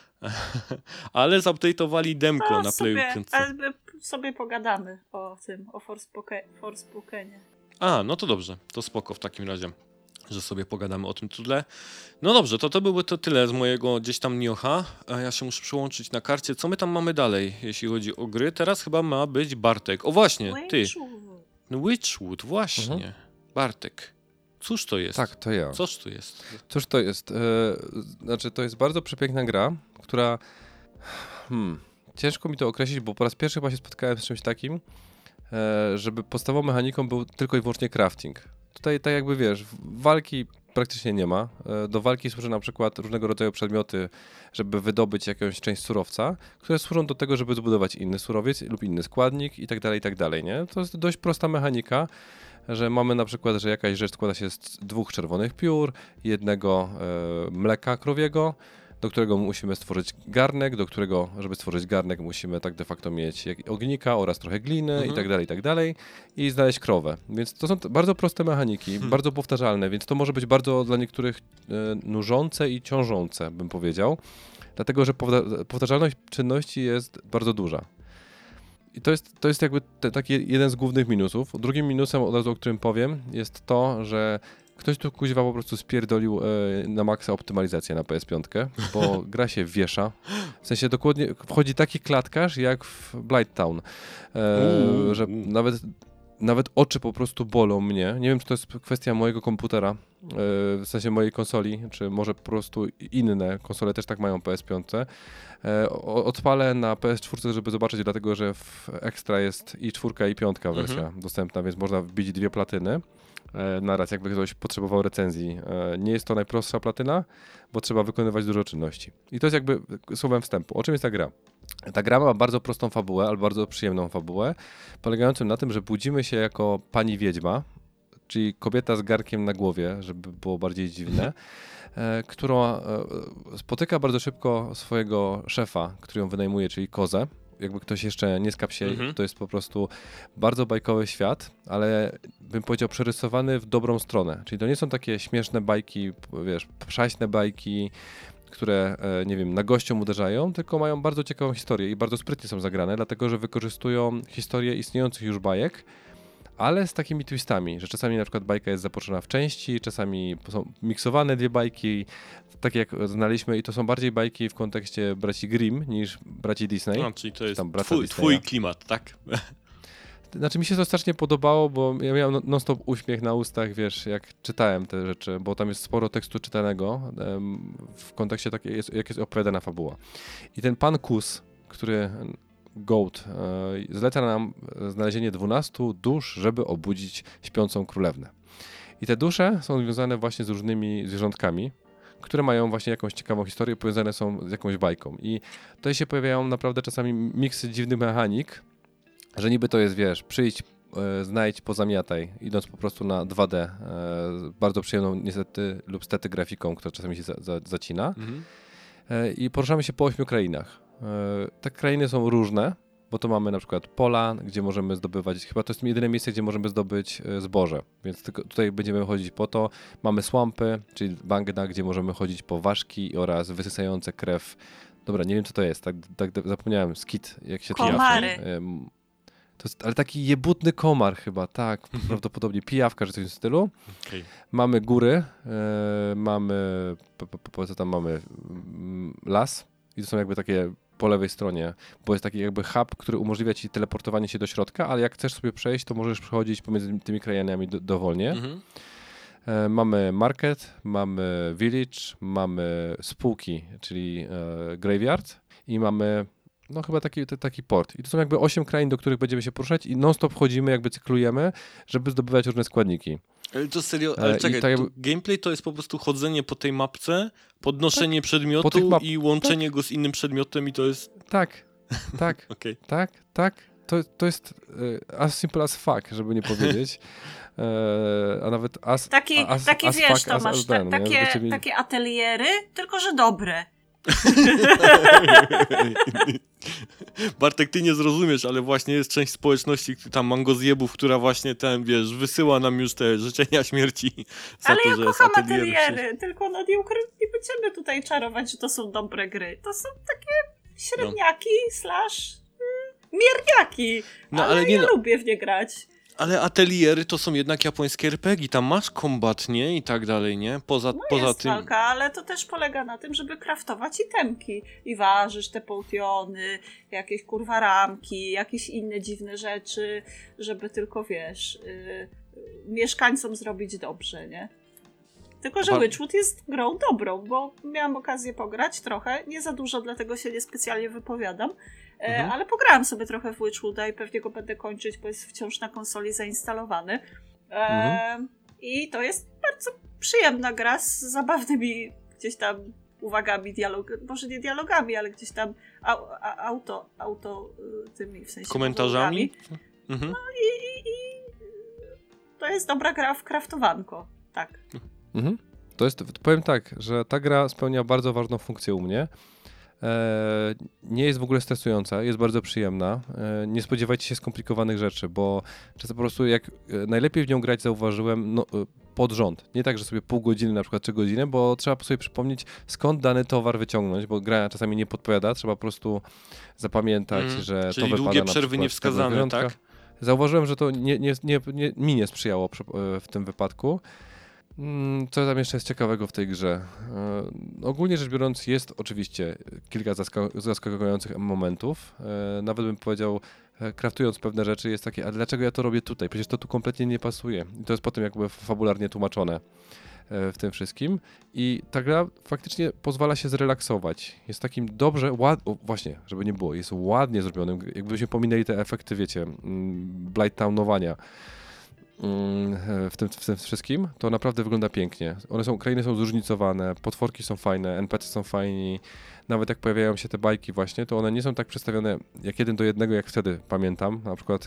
Ale zupdate'owali demko no, na Playu pięć. Ale sobie pogadamy o tym, o Forspoke... Forspokenie. A, no to dobrze, to spoko w takim razie, że sobie pogadamy o tym tle. No dobrze, to to byłoby to tyle z mojego gdzieś tam Niocha. A ja się muszę przyłączyć na karcie. Co my tam mamy dalej, jeśli chodzi o gry? Teraz chyba ma być Bartek. O właśnie, ty. Witchwood, no, Witchwood, właśnie. Mhm. Bartek. Cóż to jest? Tak, to ja. Cóż to jest? Cóż to jest? E, znaczy, to jest bardzo przepiękna gra, która... Hmm, ciężko mi to określić, bo po raz pierwszy chyba się spotkałem z czymś takim, żeby podstawową mechaniką był tylko i wyłącznie crafting. Tutaj tak jakby wiesz, walki praktycznie nie ma. Do walki służy na przykład różnego rodzaju przedmioty, żeby wydobyć jakąś część surowca, które służą do tego, żeby zbudować inny surowiec lub inny składnik i tak dalej, i tak dalej, nie? To jest dość prosta mechanika, że mamy na przykład, że jakaś rzecz składa się z dwóch czerwonych piór, jednego e, mleka krowiego, do którego musimy stworzyć garnek, do którego, żeby stworzyć garnek, musimy tak de facto mieć jak- ognika oraz trochę gliny Mhm. i tak dalej, i tak dalej i znaleźć krowę. Więc to są t- bardzo proste mechaniki, Hmm. bardzo powtarzalne, więc to może być bardzo dla niektórych e, nużące i ciążące, bym powiedział, dlatego, że powta- powtarzalność czynności jest bardzo duża. I to jest, to jest jakby te, taki jeden z głównych minusów. Drugim minusem, od razu o którym powiem, jest to, że ktoś tu kuźwa po prostu spierdolił e, na maksa optymalizację na P S pięć, bo gra się wiesza. W sensie dokładnie wchodzi taki klatkarz jak w Blighttown, e, Uuu. że nawet, nawet oczy po prostu bolą mnie. Nie wiem, czy to jest kwestia mojego komputera, e, w sensie mojej konsoli, czy może po prostu inne konsole też tak mają P S pięć. E, o- odpalę na P S cztery, żeby zobaczyć, dlatego że w Extra jest i czwórka i piątka wersja Mhm. dostępna, więc można wbić dwie platyny. E, naraz, jakby ktoś potrzebował recenzji. E, nie jest to najprostsza platyna, bo trzeba wykonywać dużo czynności. I to jest jakby słowem wstępu. O czym jest ta gra? Ta gra ma bardzo prostą fabułę, ale bardzo przyjemną fabułę, polegającą na tym, że budzimy się jako pani wiedźma, czyli kobieta z garnkiem na głowie, żeby było bardziej dziwne, e, która e, spotyka bardzo szybko swojego szefa, który ją wynajmuje, czyli kozę. Jakby ktoś jeszcze nie skapł się, Mhm. to jest po prostu bardzo bajkowy świat, ale bym powiedział przerysowany w dobrą stronę. Czyli to nie są takie śmieszne bajki, wiesz, przaśne bajki, które, e, nie wiem, na gościom uderzają, tylko mają bardzo ciekawą historię i bardzo sprytnie są zagrane, dlatego że wykorzystują historię istniejących już bajek, ale z takimi twistami, że czasami na przykład bajka jest zapoczęta w części, czasami są miksowane dwie bajki, tak jak znaliśmy, i to są bardziej bajki w kontekście braci Grimm niż braci Disney. No, czyli to jest tam brata twój, Disneya. twój klimat, tak? Znaczy mi się to strasznie podobało, bo ja miałem no- non-stop uśmiech na ustach, wiesz, jak czytałem te rzeczy, bo tam jest sporo tekstu czytanego em, w kontekście takiej, jest, jak jest opowiadana fabuła. I ten pan Kus, który, Goat, e, zleca nam znalezienie dwunastu dusz, żeby obudzić śpiącą królewnę. I te dusze są związane właśnie z różnymi zwierzątkami, które mają właśnie jakąś ciekawą historię, powiązane są z jakąś bajką. I tutaj się pojawiają naprawdę czasami miksy dziwnych mechanik, że niby to jest, wiesz, przyjdź, e, znajdź, pozamiataj, idąc po prostu na dwa D, e, z bardzo przyjemną niestety lub stety grafiką, która czasami się za, za, zacina. Mhm. E, I poruszamy się po ośmiu krainach. E, te krainy są różne, bo to mamy na przykład pola, gdzie możemy zdobywać, chyba to jest jedyne miejsce, gdzie możemy zdobyć e, zboże, więc tylko tutaj będziemy chodzić po to. Mamy swampy, czyli bagna, gdzie możemy chodzić po ważki oraz wysysające krew. Dobra, nie wiem co to jest, tak, tak zapomniałem, skit, jak się to Komary. Em, To jest, ale taki jebutny komar chyba, tak, prawdopodobnie pijawka, czy coś w tym stylu. Okej. Mamy góry, e, mamy, po, po, po, co tam mamy, Mm, las i to są jakby takie po lewej stronie, bo jest taki jakby hub, który umożliwia ci teleportowanie się do środka, ale jak chcesz sobie przejść, to możesz przechodzić pomiędzy tymi krainami do, dowolnie. Mhm. E, mamy market, mamy village, mamy spółki, czyli e, graveyard i mamy no chyba taki, t- taki port. I to są jakby osiem krain, do których będziemy się poruszać i non-stop chodzimy, jakby cyklujemy, żeby zdobywać różne składniki. Ale to serio, E, ale i czekaj, tak to jakby- gameplay to jest po prostu chodzenie po tej mapce, podnoszenie Po przedmiotu tych map- i łączenie go z innym przedmiotem i to jest... Tak, tak, Okej. tak, tak. To, to jest e, as simple as fuck, żeby nie powiedzieć. E, a nawet as, Taki, as, taki as wiesz, fuck, as, Tomasz, as ta, done, nie? takie, Żebyście mieli- takie ateliery, tylko że dobre. Bartek, ty nie zrozumiesz, ale właśnie jest część społeczności, tam mangozjebów, która właśnie ten, wiesz, wysyła nam już te życzenia śmierci za Ale to, ja że jest kocham ateliery. ateliery, tylko no nie, ukry- nie będziemy tutaj czarować, że to są dobre gry. To są takie średniaki slash y, mierniaki. No, ale ale nie ja no. lubię w nie grać. Ale ateliery to są jednak japońskie er pe gie, tam masz kombat, nie? I tak dalej, nie? Poza, No poza jest tym... walka, ale to też polega na tym, żeby kraftować itemki. I ważysz te poutiony, jakieś kurwa ramki, jakieś inne dziwne rzeczy, żeby tylko, wiesz, y, y, mieszkańcom zrobić dobrze, nie? Tylko, że Ba- Witchwood jest grą dobrą, bo miałam okazję pograć trochę, nie za dużo, dlatego się niespecjalnie wypowiadam, e, Mhm. ale pograłam sobie trochę w Witchwooda i pewnie go będę kończyć, bo jest wciąż na konsoli zainstalowany. E, Mhm. I to jest bardzo przyjemna gra z zabawnymi gdzieś tam uwagami, dialog, może nie dialogami, ale gdzieś tam au, a, auto, auto y, tymi, w sensie Komentarzami? monologami. Mhm. I, i, I to jest dobra gra w kraftowanko, tak. Mhm. To jest, powiem tak, że ta gra spełnia bardzo ważną funkcję u mnie. E, nie jest w ogóle stresująca, jest bardzo przyjemna. E, nie spodziewajcie się skomplikowanych rzeczy, bo często po prostu jak e, najlepiej w nią grać zauważyłem no, e, pod rząd. Nie tak, że sobie pół godziny na przykład czy godzinę, bo trzeba sobie przypomnieć skąd dany towar wyciągnąć, bo gra czasami nie podpowiada, trzeba po prostu zapamiętać, Mm, że czyli to wypada długie na przerwy przykład z tego niewskazane, zwierzątka. tak? Zauważyłem, że to nie, nie, nie, nie, mi nie sprzyjało przy- e, w tym wypadku. Mm, Co tam jeszcze jest ciekawego w tej grze? E, ogólnie rzecz biorąc jest oczywiście kilka zaska- zaskakujących momentów. E, nawet bym powiedział, e, kraftując pewne rzeczy jest takie, a dlaczego ja to robię tutaj? Przecież to tu kompletnie nie pasuje. I to jest potem jakby fabularnie tłumaczone e, w tym wszystkim. I ta gra faktycznie pozwala się zrelaksować. Jest takim dobrze, ład... o, właśnie, żeby nie było, jest ładnie zrobionym. Jakbyśmy pominęli te efekty, wiecie, mm, Blightownowania w tym, w tym wszystkim, to naprawdę wygląda pięknie. One są, krainy są zróżnicowane, potworki są fajne, en pe ce są fajni, nawet jak pojawiają się te bajki właśnie, to one nie są tak przedstawione jak jeden do jednego, jak wtedy pamiętam, na przykład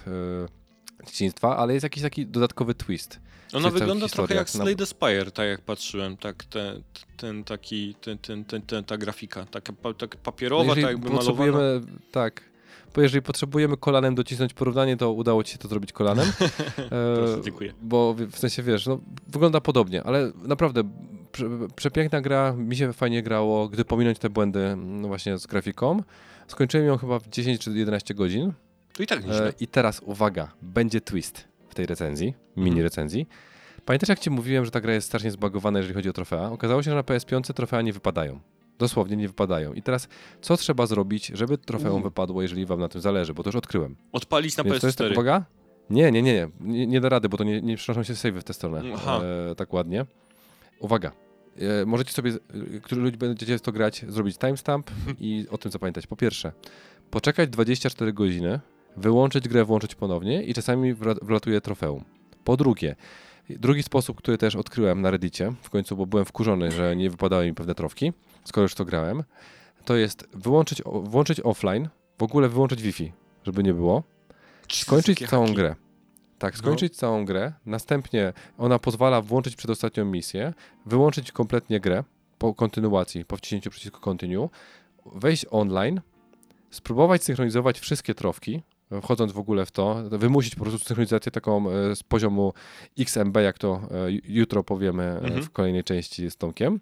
e, dzieciństwa, ale jest jakiś taki dodatkowy twist. Ona tych wygląda całych trochę jak historiach. Slay the Spire, tak jak patrzyłem, tak te, ten taki, ten, ten, ten, ten, ta grafika, taka pa, tak papierowa, Jeżeli tak jakby potrzebujemy, malowana. tak, bo jeżeli potrzebujemy kolanem docisnąć porównanie, to udało ci się to zrobić kolanem. Proszę, E, dziękuję. Bo w w sensie, wiesz, no, wygląda podobnie, ale naprawdę prze, przepiękna gra, mi się fajnie grało, gdy pominąć te błędy no właśnie z grafiką. Skończyłem ją chyba w dziesięć czy jedenaście godzin. To i tak nieźle. E, I teraz uwaga, będzie twist w tej recenzji, mini Mhm. recenzji. Pamiętasz, jak ci mówiłem, że ta gra jest strasznie zbagowana, jeżeli chodzi o trofea? Okazało się, że na P S pięć trofea nie wypadają. Dosłownie nie wypadają. I teraz co trzeba zrobić, żeby trofeum U. wypadło, jeżeli wam na tym zależy? Bo to już odkryłem. Odpalić na Więc P S to jest tak, cztery. uwaga? Nie, nie, nie, nie, nie, nie da rady, bo to nie, nie przenoszą się savey w tę stronę Aha. e, tak ładnie. Uwaga, e, możecie sobie, e, którzy ludzie będziecie to grać, zrobić timestamp i o tym zapamiętać. Po pierwsze, poczekać dwadzieścia cztery godziny, wyłączyć grę, włączyć ponownie i czasami wra- wlatuje trofeum. Po drugie, drugi sposób, który też odkryłem na Reddicie, w końcu, bo byłem wkurzony, że nie wypadały mi pewne trofki, skoro już to grałem, to jest wyłączyć, o- włączyć offline, w ogóle wyłączyć Wi-Fi, żeby nie było. Skończyć Takie całą haki. grę. Tak, skończyć No. całą grę. Następnie ona pozwala włączyć przedostatnią misję, wyłączyć kompletnie grę po kontynuacji, po wciśnięciu przycisku continue, wejść online, spróbować synchronizować wszystkie trofki, wchodząc w ogóle w to, wymusić po prostu synchronizację taką e, z poziomu X M B, jak to e, jutro powiemy e, Mhm. w kolejnej części z Tomkiem.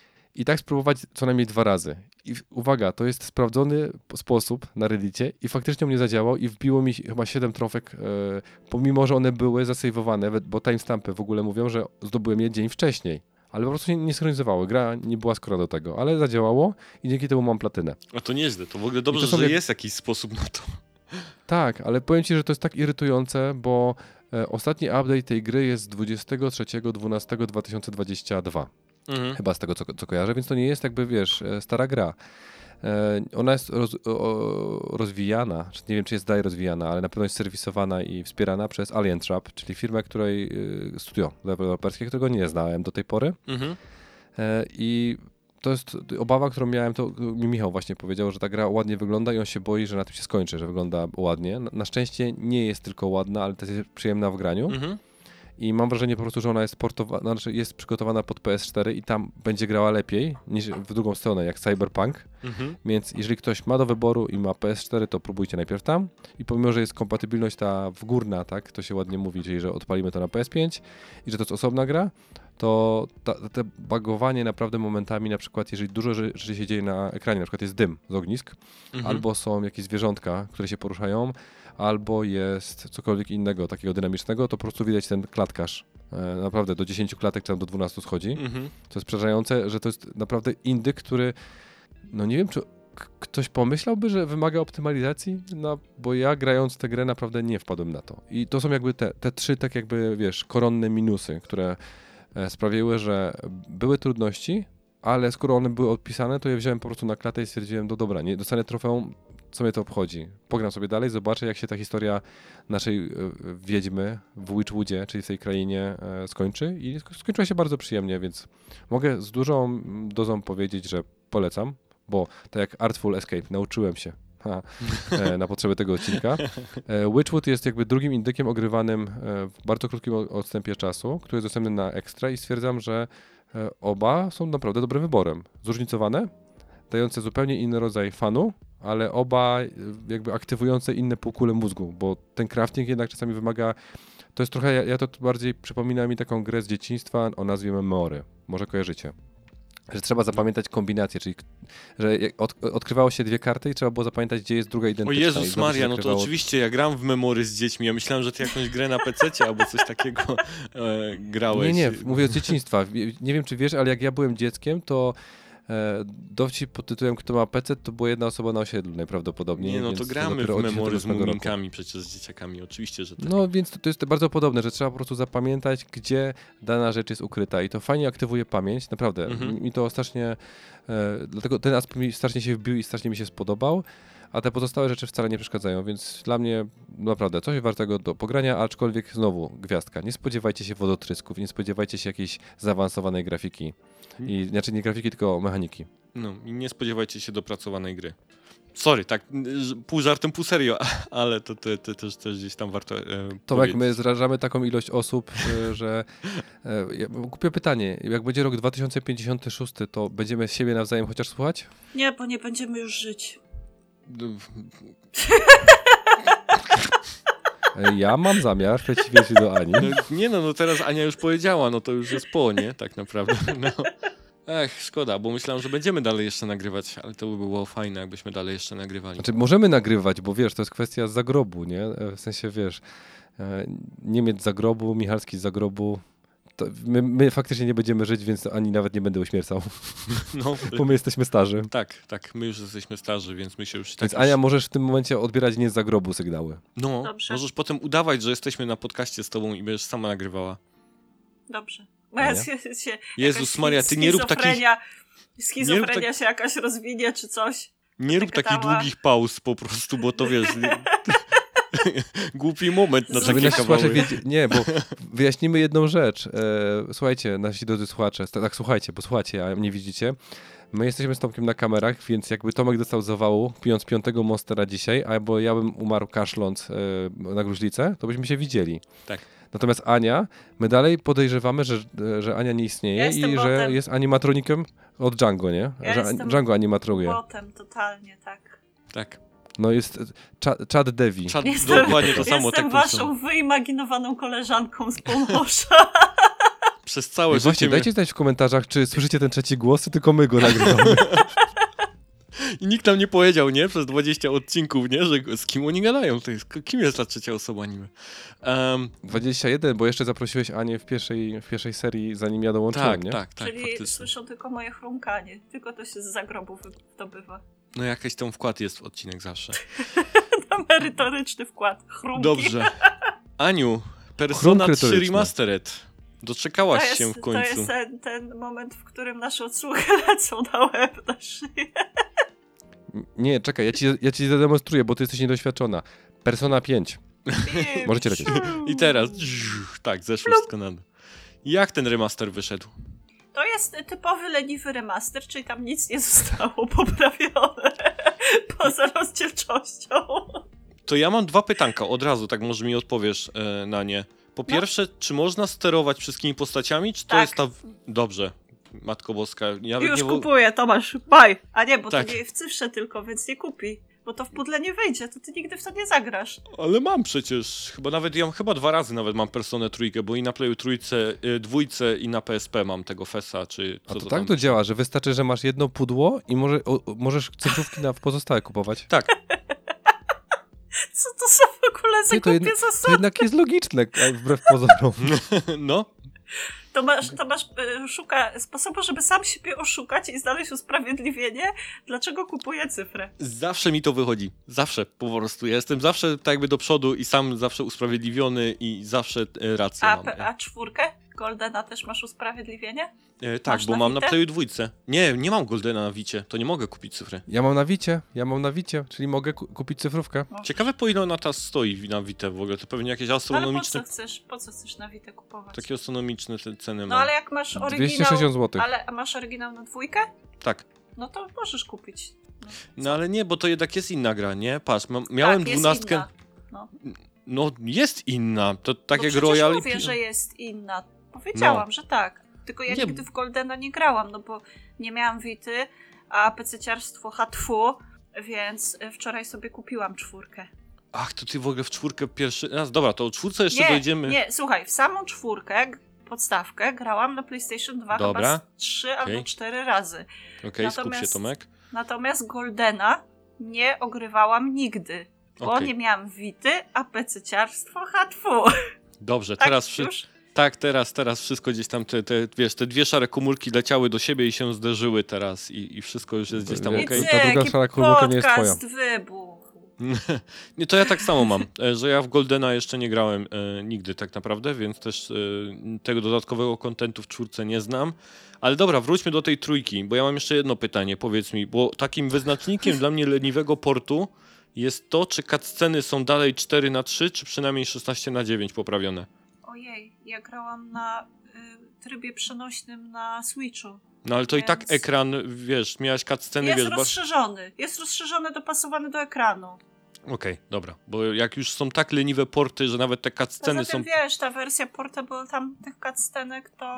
I tak spróbować co najmniej dwa razy. I w- uwaga, to jest sprawdzony p- sposób na Reddicie i faktycznie mnie zadziałał i wbiło mi chyba siedem trofek, e, pomimo że one były zasejwowane, we- bo timestampy w ogóle mówią, że zdobyłem je dzień wcześniej. Ale po prostu nie, nie synchronizowały. Gra nie była skora do tego, ale zadziałało i dzięki temu mam platynę. A to nieźle, to w ogóle dobrze, są że jak- jest jakiś sposób na to. Tak, ale powiem ci, że to jest tak irytujące, bo e, ostatni update tej gry jest z dwudziestego trzeciego dwunastego dwa tysiące dwudziestego drugiego. Mhm. Chyba z tego, co, co kojarzę, więc to nie jest jakby, wiesz, e, stara gra. E, Ona jest roz, o, rozwijana, czy nie wiem, czy jest dalej rozwijana, ale na pewno jest serwisowana i wspierana przez Alien Trap, czyli firmę, której e, studio deweloperskie, którego nie znałem do tej pory. Mhm. E, I to jest obawa, którą miałem, to mi Michał właśnie powiedział, że ta gra ładnie wygląda i on się boi, że na tym się skończy, że wygląda ładnie. Na, na szczęście nie jest tylko ładna, ale też jest przyjemna w graniu. Mhm. I mam wrażenie po prostu, że ona jest, portowa- znaczy jest przygotowana pod P S cztery i tam będzie grała lepiej niż w drugą stronę, jak Cyberpunk. Mhm. Więc jeżeli ktoś ma do wyboru i ma P S cztery, to próbujcie najpierw tam. I pomimo, że jest kompatybilność ta wgórna, tak, to się ładnie mówi, czyli że odpalimy to na P S pięć i że to jest osobna gra, to ta, te bagowanie naprawdę momentami, na przykład jeżeli dużo rzeczy się dzieje na ekranie, na przykład jest dym z ognisk, Mhm. albo są jakieś zwierzątka, które się poruszają, albo jest cokolwiek innego, takiego dynamicznego, to po prostu widać ten klatkarz. E, Naprawdę do dziesięciu klatek, czy tam do dwunastu schodzi. Mhm. To jest przerażające, że to jest naprawdę indyk, który, no nie wiem, czy k- ktoś pomyślałby, że wymaga optymalizacji, no bo ja grając tę grę naprawdę nie wpadłem na to. I to są jakby te, te trzy, tak jakby, wiesz, koronne minusy, które e, sprawiły, że były trudności, ale skoro one były odpisane, to je wziąłem po prostu na klatę i stwierdziłem, no dobra, nie dostanę trofeum, co mnie to obchodzi. Pogram sobie dalej, zobaczę, jak się ta historia naszej e, wiedźmy w Witchwoodzie, czyli w tej krainie, e, skończy. I sk- skończyła się bardzo przyjemnie, więc mogę z dużą mm, dozą powiedzieć, że polecam, bo tak jak Artful Escape nauczyłem się ha, e, na potrzeby tego odcinka. E, Witchwood jest jakby drugim indykiem ogrywanym e, w bardzo krótkim o- odstępie czasu, który jest dostępny na Extra i stwierdzam, że e, oba są naprawdę dobrym wyborem. Zróżnicowane, dające zupełnie inny rodzaj fanu, ale oba e, jakby aktywujące inne półkule mózgu, bo ten crafting jednak czasami wymaga. To jest trochę, ja, ja to bardziej przypomina mi taką grę z dzieciństwa o nazwie Memory. Może kojarzycie. Że trzeba zapamiętać kombinację, czyli k- że jak od, odkrywało się dwie karty i trzeba było zapamiętać, gdzie jest druga O identyczna. i Jezus znowu się Maria, no to zakrywało- oczywiście ja gram w memory z dziećmi. Ja myślałem, że ty jakąś grę na pececie albo coś takiego e, grałeś. Nie, nie, mówię z dzieciństwa. Wie- Nie wiem, czy wiesz, ale jak ja byłem dzieckiem, to e, dowcip pod tytułem Kto ma P C, to była jedna osoba na osiedlu najprawdopodobniej. Nie, no to więc gramy dopiero w od memory z dziewięćdziesiątego roku. muminkami przecież z dzieciakami, oczywiście, że tak. No więc to, to jest bardzo podobne, że trzeba po prostu zapamiętać, gdzie dana rzecz jest ukryta i to fajnie aktywuje pamięć, naprawdę. Mhm. Mi to strasznie, e, dlatego ten aspekt mi strasznie się wbił i strasznie mi się spodobał, a te pozostałe rzeczy wcale nie przeszkadzają, więc dla mnie naprawdę coś wartego do pogrania, aczkolwiek znowu gwiazdka. Nie spodziewajcie się wodotrysków, nie spodziewajcie się jakiejś zaawansowanej grafiki. I, znaczy nie grafiki, tylko mechaniki. No i nie spodziewajcie się dopracowanej gry. Sorry, tak że pół żartem, pół serio, ale to, to, to też, też gdzieś tam warto e, Tomek, powiedzieć. my zrażamy taką ilość osób, e, że e, ja- głupie pytanie, jak będzie rok dwa tysiące pięćdziesiąty szósty, to będziemy siebie nawzajem chociaż słuchać? Nie, bo nie będziemy już żyć. E, Ja mam zamiar, w przeciwieństwie do Ani. No, nie no, no teraz Ania już powiedziała, no to już jest po, nie? Tak naprawdę. No. Ech, szkoda, bo myślałem, że będziemy dalej jeszcze nagrywać, ale to by było fajne, jakbyśmy dalej jeszcze nagrywali. Znaczy możemy nagrywać, bo wiesz, to jest kwestia zagrobu, nie? E, W sensie, wiesz, e, Niemiec z zagrobu, Michalski z zagrobu. To my, my faktycznie nie będziemy żyć, więc ani nawet nie będę uśmiercał, No, bo my jesteśmy starzy. tak, tak, my już jesteśmy starzy, więc my się już tak Więc już... Ania, możesz w tym momencie odbierać nie z zagrobu sygnały. No, Dobrze. możesz potem udawać, że jesteśmy na podcaście z tobą i będziesz sama nagrywała. Dobrze. Moja Nie? się, się Jezus jakaś Maria, ty nie rób takich... schizofrenia- nie Schizofrenia rób się jakaś rozwinie czy coś. Nie rób takich Gadała. długich pauz po prostu, bo to wiesz... nie- Głupi moment na Żeby Żeby takie nasi słuchacze kawały. wiedzieli, nie, bo wyjaśnimy jedną rzecz. E, słuchajcie, nasi drodzy słuchacze, tak, tak słuchajcie, bo słuchacie, a nie widzicie. My jesteśmy z Tomkiem na kamerach, więc jakby Tomek dostał zawału, pijąc piątego Monstera dzisiaj, albo ja bym umarł kaszląc e, na gruźlicę, to byśmy się widzieli. Tak. Natomiast Ania, my dalej podejrzewamy, że, że Ania nie istnieje Ja jestem i że botem. jest animatronikiem od Django, nie? Ja że jestem Django animatruje. Botem, totalnie, tak. Tak. No jest Cha- Chad Devi. Czad, Jestem, dokładnie to samo. jestem tak waszą wyimaginowaną koleżanką z Pomorza. Przez całe I życie... właśnie, my- dajcie znać w komentarzach, czy słyszycie ten trzeci głos, czy tylko my go nagrywamy. I nikt nam nie powiedział, nie? Przez dwadzieścia odcinków, nie? Że z kim oni gadają? To jest, kim jest ta trzecia osoba anime? Um, dwadzieścia jeden, bo jeszcze zaprosiłeś Anię w pierwszej, w pierwszej serii, zanim ja dołączyłem, tak, nie? tak, tak, Czyli faktycznie. słyszą tylko moje chrumkanie. Tylko to się z zagrobu wydobywa. No jakiś tam wkład jest w odcinek zawsze. Na merytoryczny wkład. Chrumki. Dobrze. Aniu, Persona trzy krytoryczne. Remastered. Doczekałaś To jest, się w to końcu. jest ten, ten moment, w którym nasze odsłuchy lecą na łeb, na szyję. Nie, czekaj, ja ci, ja ci zademonstruję, bo ty jesteś niedoświadczona. Persona pięć. Możecie lecieć. I teraz, tak, zeszło wszystko na dół. Jak ten remaster wyszedł? To jest typowy leniwy remaster, czyli tam nic nie zostało poprawione. Poza rozdzielczością. To ja mam dwa pytanka, od razu, tak może mi odpowiesz e, na nie. Po No. pierwsze, czy można sterować wszystkimi postaciami, czy to Tak. jest ta... Dobrze, Matko Boska. Ja nawet Już nie wo- kupuję, Tomasz, baj. A nie, bo Tak. to nie w cyfrze tylko, więc nie kupi. Bo to w pudle nie wyjdzie, to ty nigdy w to nie zagrasz. Ale mam przecież, chyba nawet, ja chyba dwa razy nawet mam Personę trójkę, bo i na Playu trójce, y, dwójce i na P S P mam tego Fesa, czy co A to, to tak tam... to działa, że wystarczy, że masz jedno pudło i może, o, o- możesz cyfrówki na pozostałe kupować. Tak, Co to są w ogóle za Nie, to, głupie jed, to zasady? jednak jest logiczne, a wbrew pozorom. no. To masz, to masz y, szuka sposobu, żeby sam siebie oszukać i znaleźć usprawiedliwienie, dlaczego kupuje cyfrę. Zawsze mi to wychodzi. Zawsze po prostu. Ja jestem zawsze tak jakby do przodu i sam zawsze usprawiedliwiony i zawsze e, rację A, mam. pe- a czwórkę? Goldena też masz usprawiedliwienie? E, tak, masz bo na mam na Vita? Playu dwójce. Nie, nie mam Goldena na Wicie, to nie mogę kupić cyfry. Ja mam na Wicie, ja mam na Wicie, czyli mogę ku- kupić cyfrówkę. No. Ciekawe po ile ona ta stoi na Witę w ogóle, to pewnie jakieś No ale po astronomiczne, co chcesz, po co chcesz na Witę kupować? takie astronomiczne te ceny No mam. ale jak masz dwieście oryginał, sześćdziesiąt złotych. ale a masz oryginał na dwójkę? Tak. No to możesz kupić. No ale nie, bo to jednak jest inna gra, nie? Patrz, ma- miałem tak, jest dwunastkę... inna. No. No jest inna, to tak no jak przecież Royal... mówię, że jest inna. Powiedziałam, No. że tak. Tylko ja Nie. nigdy w Goldena nie grałam, no bo nie miałam Wity, a pececiarstwo hatfu, więc wczoraj sobie kupiłam czwórkę. Ach, to ty w ogóle w czwórkę pierwszy raz. Dobra, to o czwórce jeszcze nie, dojdziemy. Nie, słuchaj, w samą czwórkę, g- podstawkę, grałam na PlayStation dwa Dobra. chyba z trzy Okej. albo cztery razy. Okej, skup się, natomiast- Tomek. Natomiast Goldena nie ogrywałam nigdy, bo Okej. nie miałam Wity, a pececiarstwo hatfu. Dobrze, Tak teraz... Wszy... już? Tak, teraz, teraz wszystko gdzieś tam, te, te, wiesz, te dwie szare komórki leciały do siebie i się zderzyły teraz i, i wszystko już jest gdzieś tam I okej. ta druga jaki szara komórka nie jest podcast wybuchł. Nie, to ja tak samo mam, e, że ja w Goldena jeszcze nie grałem e, nigdy tak naprawdę, więc też e, tego dodatkowego kontentu w czwórce nie znam. Ale dobra, wróćmy do tej trójki, bo ja mam jeszcze jedno pytanie, powiedz mi, bo takim wyznacznikiem dla mnie leniwego portu jest to, czy cutsceny są dalej cztery na trzy, czy przynajmniej szesnaście na dziewięć poprawione. Ojej, ja grałam na y, trybie przenośnym na Switchu. No ale to i tak Więc- ekran, wiesz, miałaś cutsceny, Jest wiesz, bardzo... rozszerzony, jest rozszerzony, dopasowany do ekranu. Okej, dobra, bo jak już są tak leniwe porty, że nawet te cutsceny Poza tym są... wiesz, ta wersja portable tam tych cutscenek to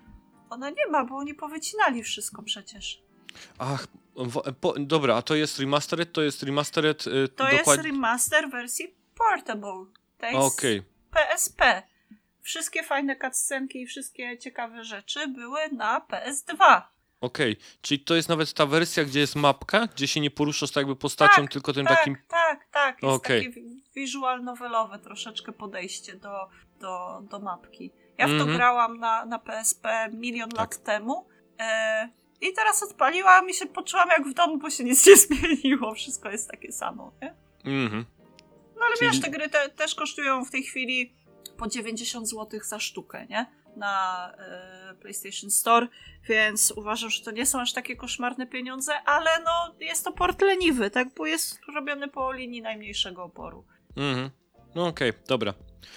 ona nie ma, bo oni powycinali wszystko przecież. Ach, w, po, dobra, a to jest remastered? To jest remastered y, To jest dokładnie... remaster wersji portable. To jest Okej, P S P. Wszystkie fajne cutscenki i wszystkie ciekawe rzeczy były na P S dwa. okej. Czyli to jest nawet ta wersja, gdzie jest mapka, gdzie się nie poruszasz tak jakby postacią, Tak, tylko tym tak, takim... tak, tak. Jest Okej. takie wi- visual novelowe troszeczkę podejście do, do, do mapki. Ja w to Mhm. grałam na, na P S P milion Tak. lat temu e, i teraz odpaliłam i się poczułam jak w domu, bo się nic nie zmieniło. Wszystko jest takie samo, nie? Mhm. No ale Czyli- wiesz, te gry te, też kosztują w tej chwili po dziewięćdziesiąt złotych za sztukę, nie? Na e, PlayStation Store, więc uważam, że to nie są aż takie koszmarne pieniądze, ale no jest to port leniwy, tak? Bo jest robiony po linii najmniejszego oporu. Mhm. No okej, dobra.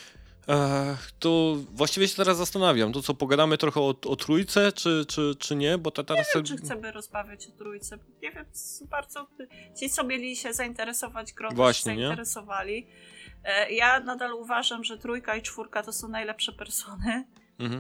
Ech, to właściwie się teraz zastanawiam, to co, pogadamy trochę o, o trójce, czy, czy, czy nie? Bo ta teraz... Nie wiem, czy chcemy rozmawiać o trójce. Nie wiem, c- bardzo ci, co mieli się zainteresować grą, też Właśnie, się nie? zainteresowali. E, ja nadal uważam, że trójka i czwórka to są najlepsze persony. Mhm.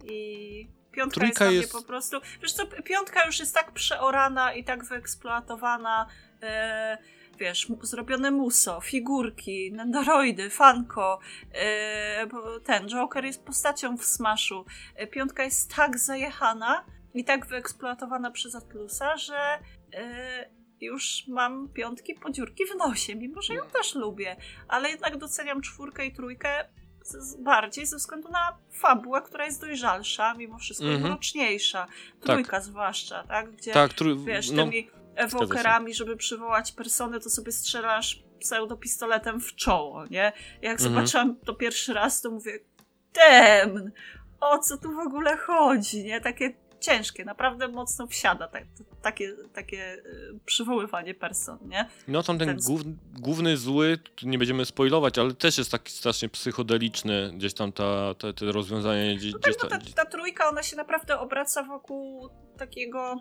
I piątka Trójka jest, jest- dla mnie po prostu... Wiesz co, piątka już jest tak przeorana i tak wyeksploatowana. E, wiesz, m- zrobione muso, figurki, nendoroidy, fanko. E, bo ten Joker jest postacią w Smashu. E, piątka jest tak zajechana i tak wyeksploatowana przez Atlusa, że e, już mam piątki po dziurki w nosie, mimo że ją też lubię. Ale jednak doceniam czwórkę i trójkę z- z- bardziej ze względu na fabułę, która jest dojrzalsza, mimo wszystko Mhm. mroczniejsza. Trójka zwłaszcza, tak? Gdzie, Tak, trój... wiesz, no, tymi ewokerami, żeby przywołać personę, to sobie strzelasz pseudopistoletem w czoło, nie? Jak Mhm. zobaczyłam to pierwszy raz, to mówię, demn, o co tu w ogóle chodzi, nie? Takie ciężkie, naprawdę mocno wsiada tak, takie, takie y, przywoływanie person, nie? no tam ten ten- głów, główny zły, tu nie będziemy spoilować, ale też jest taki strasznie psychodeliczny, gdzieś tam ta, te, te rozwiązanie gdzieś, No tak, gdzieś bo ta, ta, ta trójka, ona się naprawdę obraca wokół takiego,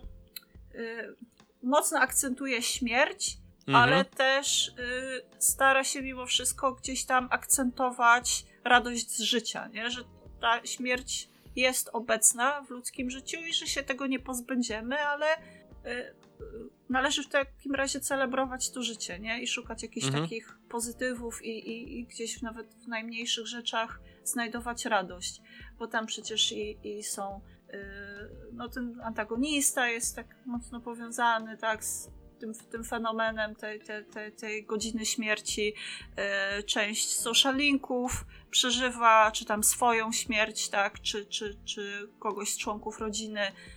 y, mocno akcentuje śmierć, Mhm. ale też y, stara się mimo wszystko gdzieś tam akcentować radość z życia, nie? Że ta śmierć jest obecna w ludzkim życiu i że się tego nie pozbędziemy, ale y, y, należy w takim razie celebrować to życie, nie? I szukać jakichś Mhm. takich pozytywów i, i, i gdzieś nawet w najmniejszych rzeczach znajdować radość, bo tam przecież i, i są y, no ten antagonista jest tak mocno powiązany, tak, z tym, tym fenomenem tej, tej, tej, tej godziny śmierci. E, część social linków przeżywa, czy tam swoją śmierć, tak, czy, czy, czy kogoś z członków rodziny.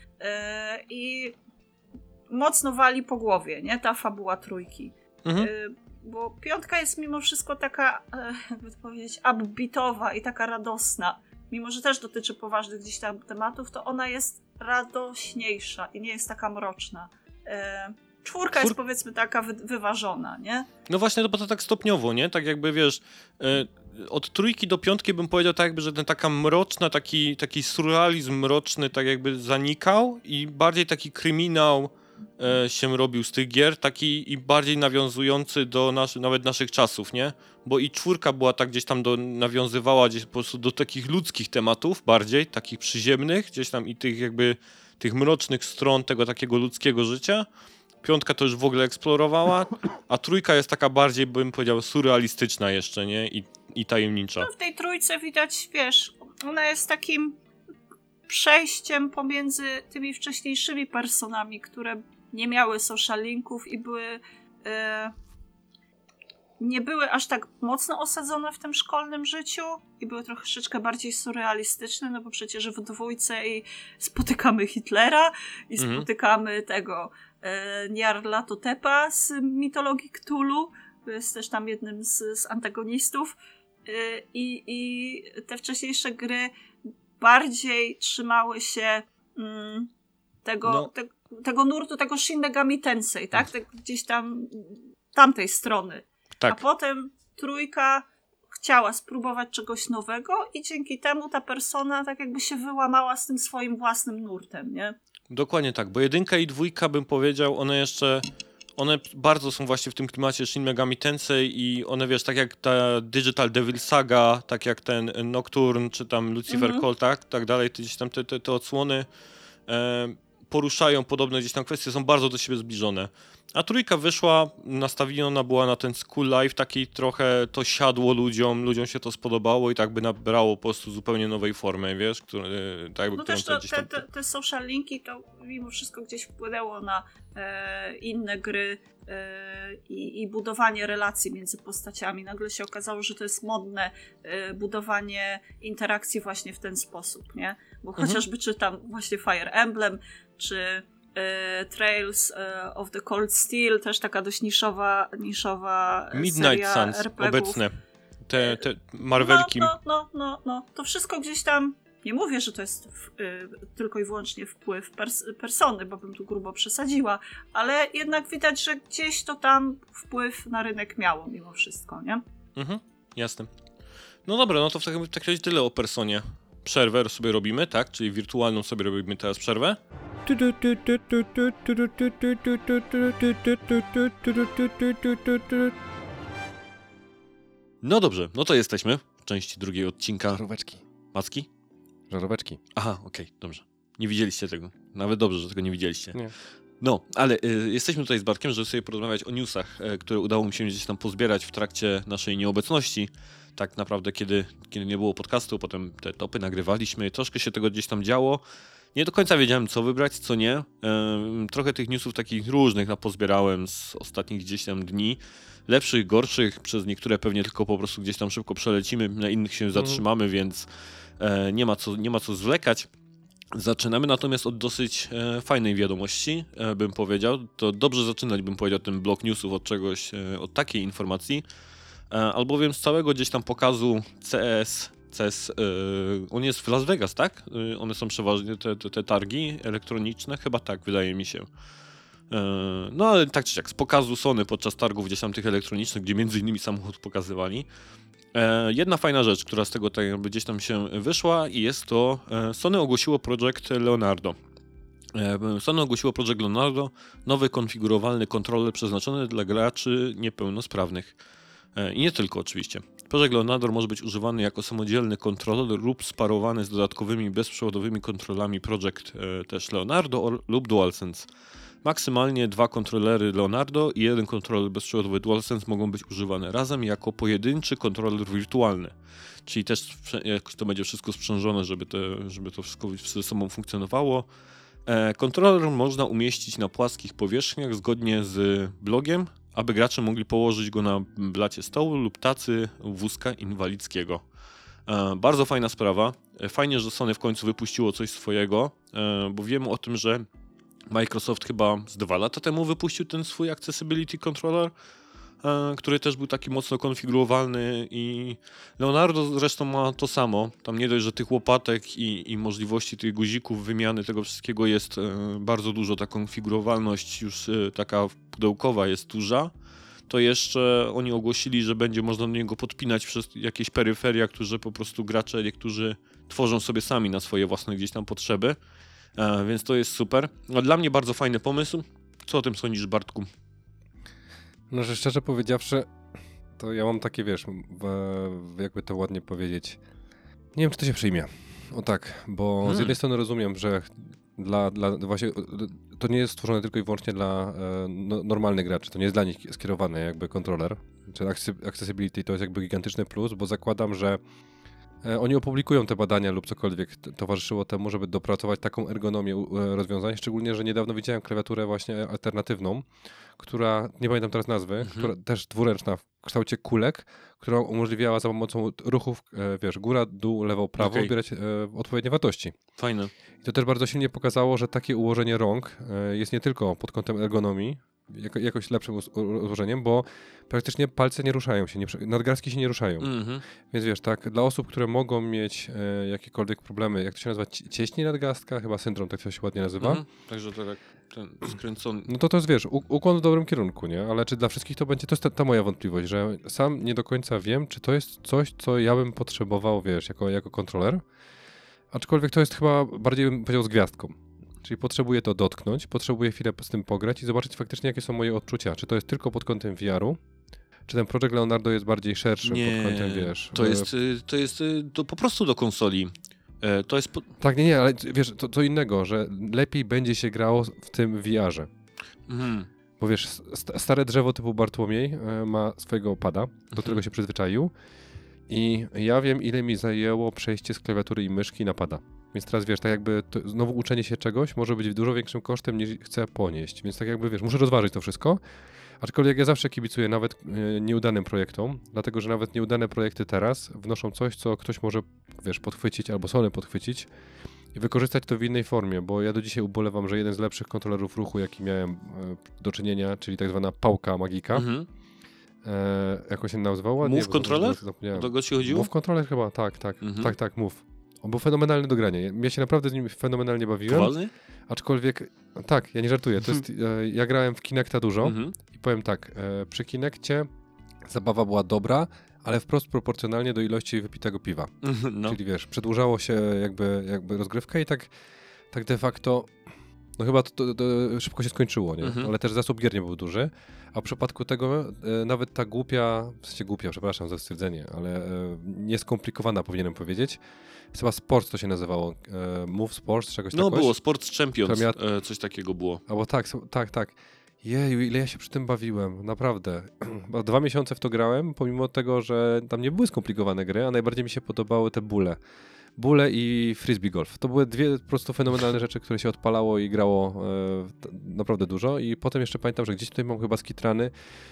E, I mocno wali po głowie, nie? Ta fabuła trójki. Mhm. E, bo piątka jest mimo wszystko taka, e, jakby to powiedzieć, upbeatowa i taka radosna. Mimo że też dotyczy poważnych gdzieś tam tematów, to ona jest radośniejsza i nie jest taka mroczna. E, Czwórka Czwór- jest powiedzmy taka wy- wyważona, nie? No właśnie, no bo to tak stopniowo, nie? Tak jakby, wiesz, e, od trójki do piątki bym powiedział tak jakby, że ten taka mroczna, taki, taki surrealizm mroczny tak jakby zanikał i bardziej taki kryminał e, się robił z tych gier, taki i bardziej nawiązujący do nas, nawet naszych czasów, nie? Bo i czwórka była tak gdzieś tam do, nawiązywała gdzieś po prostu do takich ludzkich tematów bardziej, takich przyziemnych, gdzieś tam i tych jakby tych mrocznych stron tego takiego ludzkiego życia. Piątka to już w ogóle eksplorowała, a trójka jest taka bardziej, bym powiedział, surrealistyczna jeszcze, nie? I, i tajemnicza. No w tej trójce widać, wiesz, ona jest takim przejściem pomiędzy tymi wcześniejszymi personami, które nie miały social linków i były e, nie były aż tak mocno osadzone w tym szkolnym życiu i były troszeczkę bardziej surrealistyczne, no bo przecież w dwójce i spotykamy Hitlera i Mhm. spotykamy tego e, Nyarlathotepa z mitologii Cthulhu, jest też tam jednym z, z antagonistów e, i, i te wcześniejsze gry bardziej trzymały się mm, tego, No. te, tego nurtu, tego Shin Megami Tensei, tak? Tak gdzieś tam tamtej strony. Tak. A potem trójka chciała spróbować czegoś nowego i dzięki temu ta persona tak jakby się wyłamała z tym swoim własnym nurtem, nie? Dokładnie tak, bo jedynka i dwójka bym powiedział, one jeszcze, one bardzo są właśnie w tym klimacie Shin Megami Tensei i one, wiesz, tak jak ta Digital Devil Saga, tak jak ten Nocturne, czy tam Lucifer Mhm. Call, tak, tak dalej, te, gdzieś tam te, te, te odsłony e, poruszają podobne gdzieś tam kwestie, są bardzo do siebie zbliżone. A trójka wyszła, nastawiona była na ten school life, taki trochę to siadło ludziom, ludziom się to spodobało i tak by nabrało po prostu zupełnie nowej formy, wiesz, które, tak jakby No którą też to to, gdzieś te, tam... te, te social linki to mimo wszystko gdzieś wpłynęło na e, inne gry e, i, i budowanie relacji między postaciami. Nagle się okazało, że to jest modne e, budowanie interakcji właśnie w ten sposób, nie? Bo Mhm. chociażby czytam właśnie Fire Emblem, czy e, Trails e, of the Cold Steel, też taka dość niszowa, niszowa Midnight seria Suns er pe gie ów. obecne, te, te Marvelki. No, no, no, no, no. To wszystko gdzieś tam, nie mówię, że to jest w, y, tylko i wyłącznie wpływ pers- persony, bo bym tu grubo przesadziła, ale jednak widać, że gdzieś to tam wpływ na rynek miało mimo wszystko, nie? Mhm, jasne. No dobra, no to w takim w takim razie tyle o personie. Przerwę sobie robimy, tak? Czyli wirtualną sobie robimy teraz przerwę. No dobrze, no to jesteśmy w części drugiej odcinka. Żaróweczki. Macki? Żaróweczki. Aha, okej, dobrze. Nie widzieliście tego. Nawet dobrze, że tego nie widzieliście. Nie. No, ale y, jesteśmy tutaj z Bartkiem, żeby sobie porozmawiać o newsach, y, które udało mi się gdzieś tam pozbierać w trakcie naszej nieobecności. Tak naprawdę, kiedy, kiedy nie było podcastu, potem te topy nagrywaliśmy, troszkę się tego gdzieś tam działo. Nie do końca wiedziałem, co wybrać, co nie. Ym, trochę tych newsów takich różnych napozbierałem z ostatnich gdzieś tam dni. Lepszych, gorszych, przez niektóre pewnie tylko po prostu gdzieś tam szybko przelecimy, na innych się zatrzymamy, mm. więc e, nie ma co, nie ma co zwlekać. Zaczynamy natomiast od dosyć e, fajnej wiadomości, e, bym powiedział. To dobrze zaczynać, bym powiedział, ten blok newsów od czegoś, e, od takiej informacji. E, albowiem z całego gdzieś tam pokazu C E S, C E S, e, on jest w Las Vegas, tak? E, one są przeważnie te, te, te targi elektroniczne, chyba tak, wydaje mi się. E, no ale tak czy siak, z pokazu Sony podczas targów gdzieś tam tych elektronicznych, gdzie między innymi samochód pokazywali. E, jedna fajna rzecz, która z tego tak jakby gdzieś tam się wyszła i jest to, e, Sony ogłosiło Project Leonardo. E, Sony ogłosiło Project Leonardo, nowy konfigurowalny kontroler przeznaczony dla graczy niepełnosprawnych. E, I nie tylko oczywiście. Project Leonardo może być używany jako samodzielny kontroler lub sparowany z dodatkowymi bezprzewodowymi kontrolami Project e, też Leonardo or, lub DualSense. Maksymalnie dwa kontrolery Leonardo i jeden kontroler bezprzewodowy DualSense mogą być używane razem jako pojedynczy kontroler wirtualny. Czyli też jak to będzie wszystko sprzężone, żeby, te, żeby to wszystko ze sobą funkcjonowało. E, kontroler można umieścić na płaskich powierzchniach zgodnie z blogiem, aby gracze mogli położyć go na blacie stołu lub tacy wózka inwalidzkiego. E, bardzo fajna sprawa. E, fajnie, że Sony w końcu wypuściło coś swojego, e, bo wiemy o tym, że Microsoft chyba z dwa lata temu wypuścił ten swój Accessibility Controller, e, który też był taki mocno konfigurowalny i Leonardo zresztą ma to samo. Tam nie dość, że tych łopatek i, i możliwości tych guzików, wymiany tego wszystkiego jest e, bardzo dużo, ta konfigurowalność już e, taka pudełkowa jest duża, to jeszcze oni ogłosili, że będzie można do niego podpinać przez jakieś peryferia, które po prostu gracze niektórzy tworzą sobie sami na swoje własne gdzieś tam potrzeby. E, więc to jest super. No, dla mnie bardzo fajny pomysł. Co o tym sądzisz, Bartku? No, że szczerze powiedziawszy, to ja mam takie, wiesz, w, jakby to ładnie powiedzieć, nie wiem, czy to się przyjmie. O tak, bo Hmm. z jednej strony rozumiem, że dla, dla właśnie to nie jest stworzone tylko i wyłącznie dla e, no, normalnych graczy, to nie jest dla nich skierowany jakby kontroler, czy accessibility to jest jakby gigantyczny plus, bo zakładam, że e, oni opublikują te badania lub cokolwiek t- towarzyszyło temu, żeby dopracować taką ergonomię e, rozwiązań, szczególnie, że niedawno widziałem klawiaturę właśnie alternatywną, która, nie pamiętam teraz nazwy, Mhm. która też dwuręczna w kształcie kulek, która umożliwiała za pomocą ruchów, e, wiesz, góra, dół, lewo, prawo, Okej. wybierać e, odpowiednie wartości. Fajne. I to też bardzo silnie pokazało, że takie ułożenie rąk e, jest nie tylko pod kątem ergonomii, jako, jakoś lepszym us- u- ułożeniem, bo praktycznie palce nie ruszają się, nie, prze- nadgarstki się nie ruszają. Mhm. Więc wiesz, tak, dla osób, które mogą mieć e, jakiekolwiek problemy, jak to się nazywa, ci- cieśniej nadgarstka, chyba syndrom, tak to się ładnie nazywa, Mhm. Także to tak ten skręcony. no to to jest, wiesz, u- ukłon w dobrym kierunku, nie? Ale czy dla wszystkich to będzie, to jest ta, ta moja wątpliwość, że sam nie do końca wiem, czy to jest coś, co ja bym potrzebował, wiesz, jako, jako kontroler, aczkolwiek to jest chyba bardziej, bym powiedział, z gwiazdką. Czyli potrzebuję to dotknąć, potrzebuję chwilę z tym pograć i zobaczyć faktycznie, jakie są moje odczucia. Czy to jest tylko pod kątem V R-u, czy ten Project Leonardo jest bardziej szerszy Nie, pod kątem, wiesz... to e, jest, y, to jest y, to po prostu do konsoli. E, To jest... Po... Tak, nie, nie, ale wiesz, to co innego, że lepiej będzie się grało w tym V R-ze. Mhm. Bo wiesz, st- stare drzewo typu Bartłomiej e, ma swojego pada, do którego się przyzwyczaił i ja wiem, ile mi zajęło przejście z klawiatury i myszki na pada. Więc teraz wiesz, tak jakby to, znowu uczenie się czegoś może być dużo większym kosztem niż chcę ponieść. Więc tak jakby wiesz, muszę rozważyć to wszystko. Aczkolwiek ja zawsze kibicuję nawet e, nieudanym projektom, dlatego że nawet nieudane projekty teraz wnoszą coś, co ktoś może, wiesz, podchwycić albo Sony podchwycić i wykorzystać to w innej formie, bo ja do dzisiaj ubolewam, że jeden z lepszych kontrolerów ruchu, jaki miałem e, do czynienia, czyli tak zwana pałka magika, Mhm. e, jak on się nazywał ładnie? Move bo controller? zaraz zapomniałem. Do go ci chodziło? Move controller chyba, tak, tak, Mhm. tak, tak, Move. On był fenomenalny do grania. Ja się naprawdę z nim fenomenalnie bawiłem, Poważny? aczkolwiek, tak, ja nie żartuję, to jest, e, ja grałem w Kinecta dużo Mhm. i powiem tak, e, przy Kinectie zabawa była dobra, ale wprost proporcjonalnie do ilości wypitego piwa. No. Czyli wiesz, przedłużało się jakby, jakby rozgrywkę i tak, tak de facto, no chyba to, to, to szybko się skończyło, nie? Mhm. Ale też zasób gier nie był duży, a w przypadku tego e, nawet ta głupia, w sensie głupia, przepraszam za stwierdzenie, ale e, nieskomplikowana powinienem powiedzieć, chyba Sports to się nazywało, e, Move Sports, czegoś No takoś. było, Sports Champions, Która e, coś takiego było. Albo tak, so- tak, tak. Jeju, ile ja się przy tym bawiłem, naprawdę. Bo Dwa miesiące w to grałem, pomimo tego, że tam nie były skomplikowane gry, a najbardziej mi się podobały te bóle. Bóle i frisbee golf. To były dwie po prostu fenomenalne rzeczy, które się odpalało i grało e, t- naprawdę dużo. I potem jeszcze pamiętam, że gdzieś tutaj mam chyba skitrany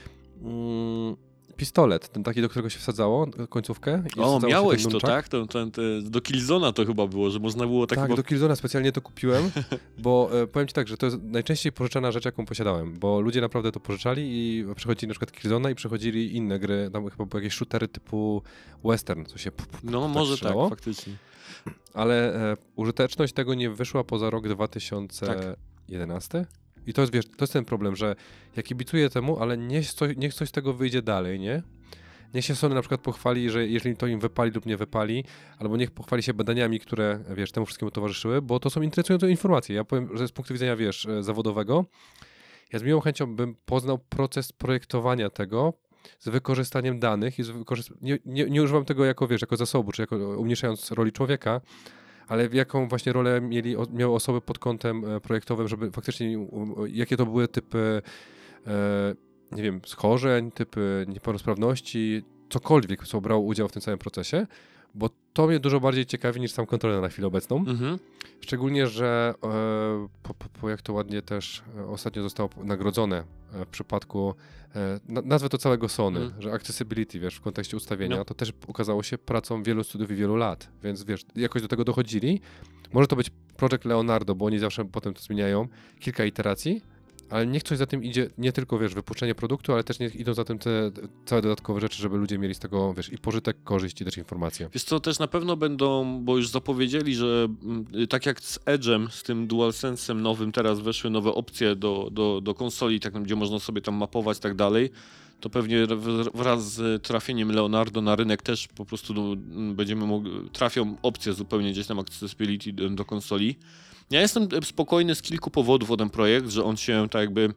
mm, pistolet, ten taki, do którego się wsadzało końcówkę. I O, wsadzało się miałeś ten to, nunchak. tak? To, to, to, do Killzona to chyba było, że można było tak, Tak, chyba... do Killzona specjalnie to kupiłem, bo e, powiem ci tak, że to jest najczęściej pożyczana rzecz, jaką posiadałem, bo ludzie naprawdę to pożyczali i przechodzili na przykład Killzona i przechodzili inne gry, tam chyba były jakieś shootery typu western, co się p- p- No tak może tak, strzelało, faktycznie. ale e, użyteczność tego nie wyszła poza rok dwa tysiące jedenasty. I to jest, wiesz, to jest ten problem, że ja kibicuję temu, ale niech coś, niech coś z tego wyjdzie dalej, nie? Niech się Sony na przykład pochwali, że jeżeli to im wypali lub nie wypali, albo niech pochwali się badaniami, które, wiesz, temu wszystkiemu towarzyszyły, bo to są interesujące informacje. Ja powiem, że z punktu widzenia, wiesz, e, zawodowego, ja z miłą chęcią bym poznał proces projektowania tego z wykorzystaniem danych i z wykorzyst... nie, nie, nie używam tego jako, wiesz, jako zasobu, czy jako umniejszając roli człowieka, ale w jaką właśnie rolę mieli, o- miały osoby pod kątem e, projektowym, żeby faktycznie, um, jakie to były typy, e, nie wiem, schorzeń, typy niepełnosprawności, cokolwiek, co brało udział w tym całym procesie, bo to mnie dużo bardziej ciekawi niż sam kontroler na chwilę obecną. Mhm. Szczególnie, że e, po, po, po jak to ładnie też e, ostatnio zostało nagrodzone e, w przypadku, e, na, nazwę to całego Sony, Mhm. że accessibility, wiesz, w kontekście ustawienia, No. to też okazało się pracą wielu studiów i wielu lat, więc wiesz, jakoś do tego dochodzili. Może to być Project Leonardo, bo oni zawsze potem to zmieniają, kilka iteracji, ale niech coś za tym idzie, nie tylko, wiesz, wypuszczenie produktu, ale też niech idą za tym te całe dodatkowe rzeczy, żeby ludzie mieli z tego, wiesz, i pożytek, korzyść, i też informacje. Wiesz co, też na pewno będą, bo już zapowiedzieli, że mm, tak jak z Edge'em, z tym DualSense'em nowym, teraz weszły nowe opcje do, do, do konsoli, tak, gdzie można sobie tam mapować i tak dalej, to pewnie w- wraz z trafieniem Leonardo na rynek też po prostu no, m, będziemy mogli, trafią opcje zupełnie gdzieś tam accessibility do, do konsoli. Ja jestem spokojny z kilku powodów o ten projekt, że on się tak jakby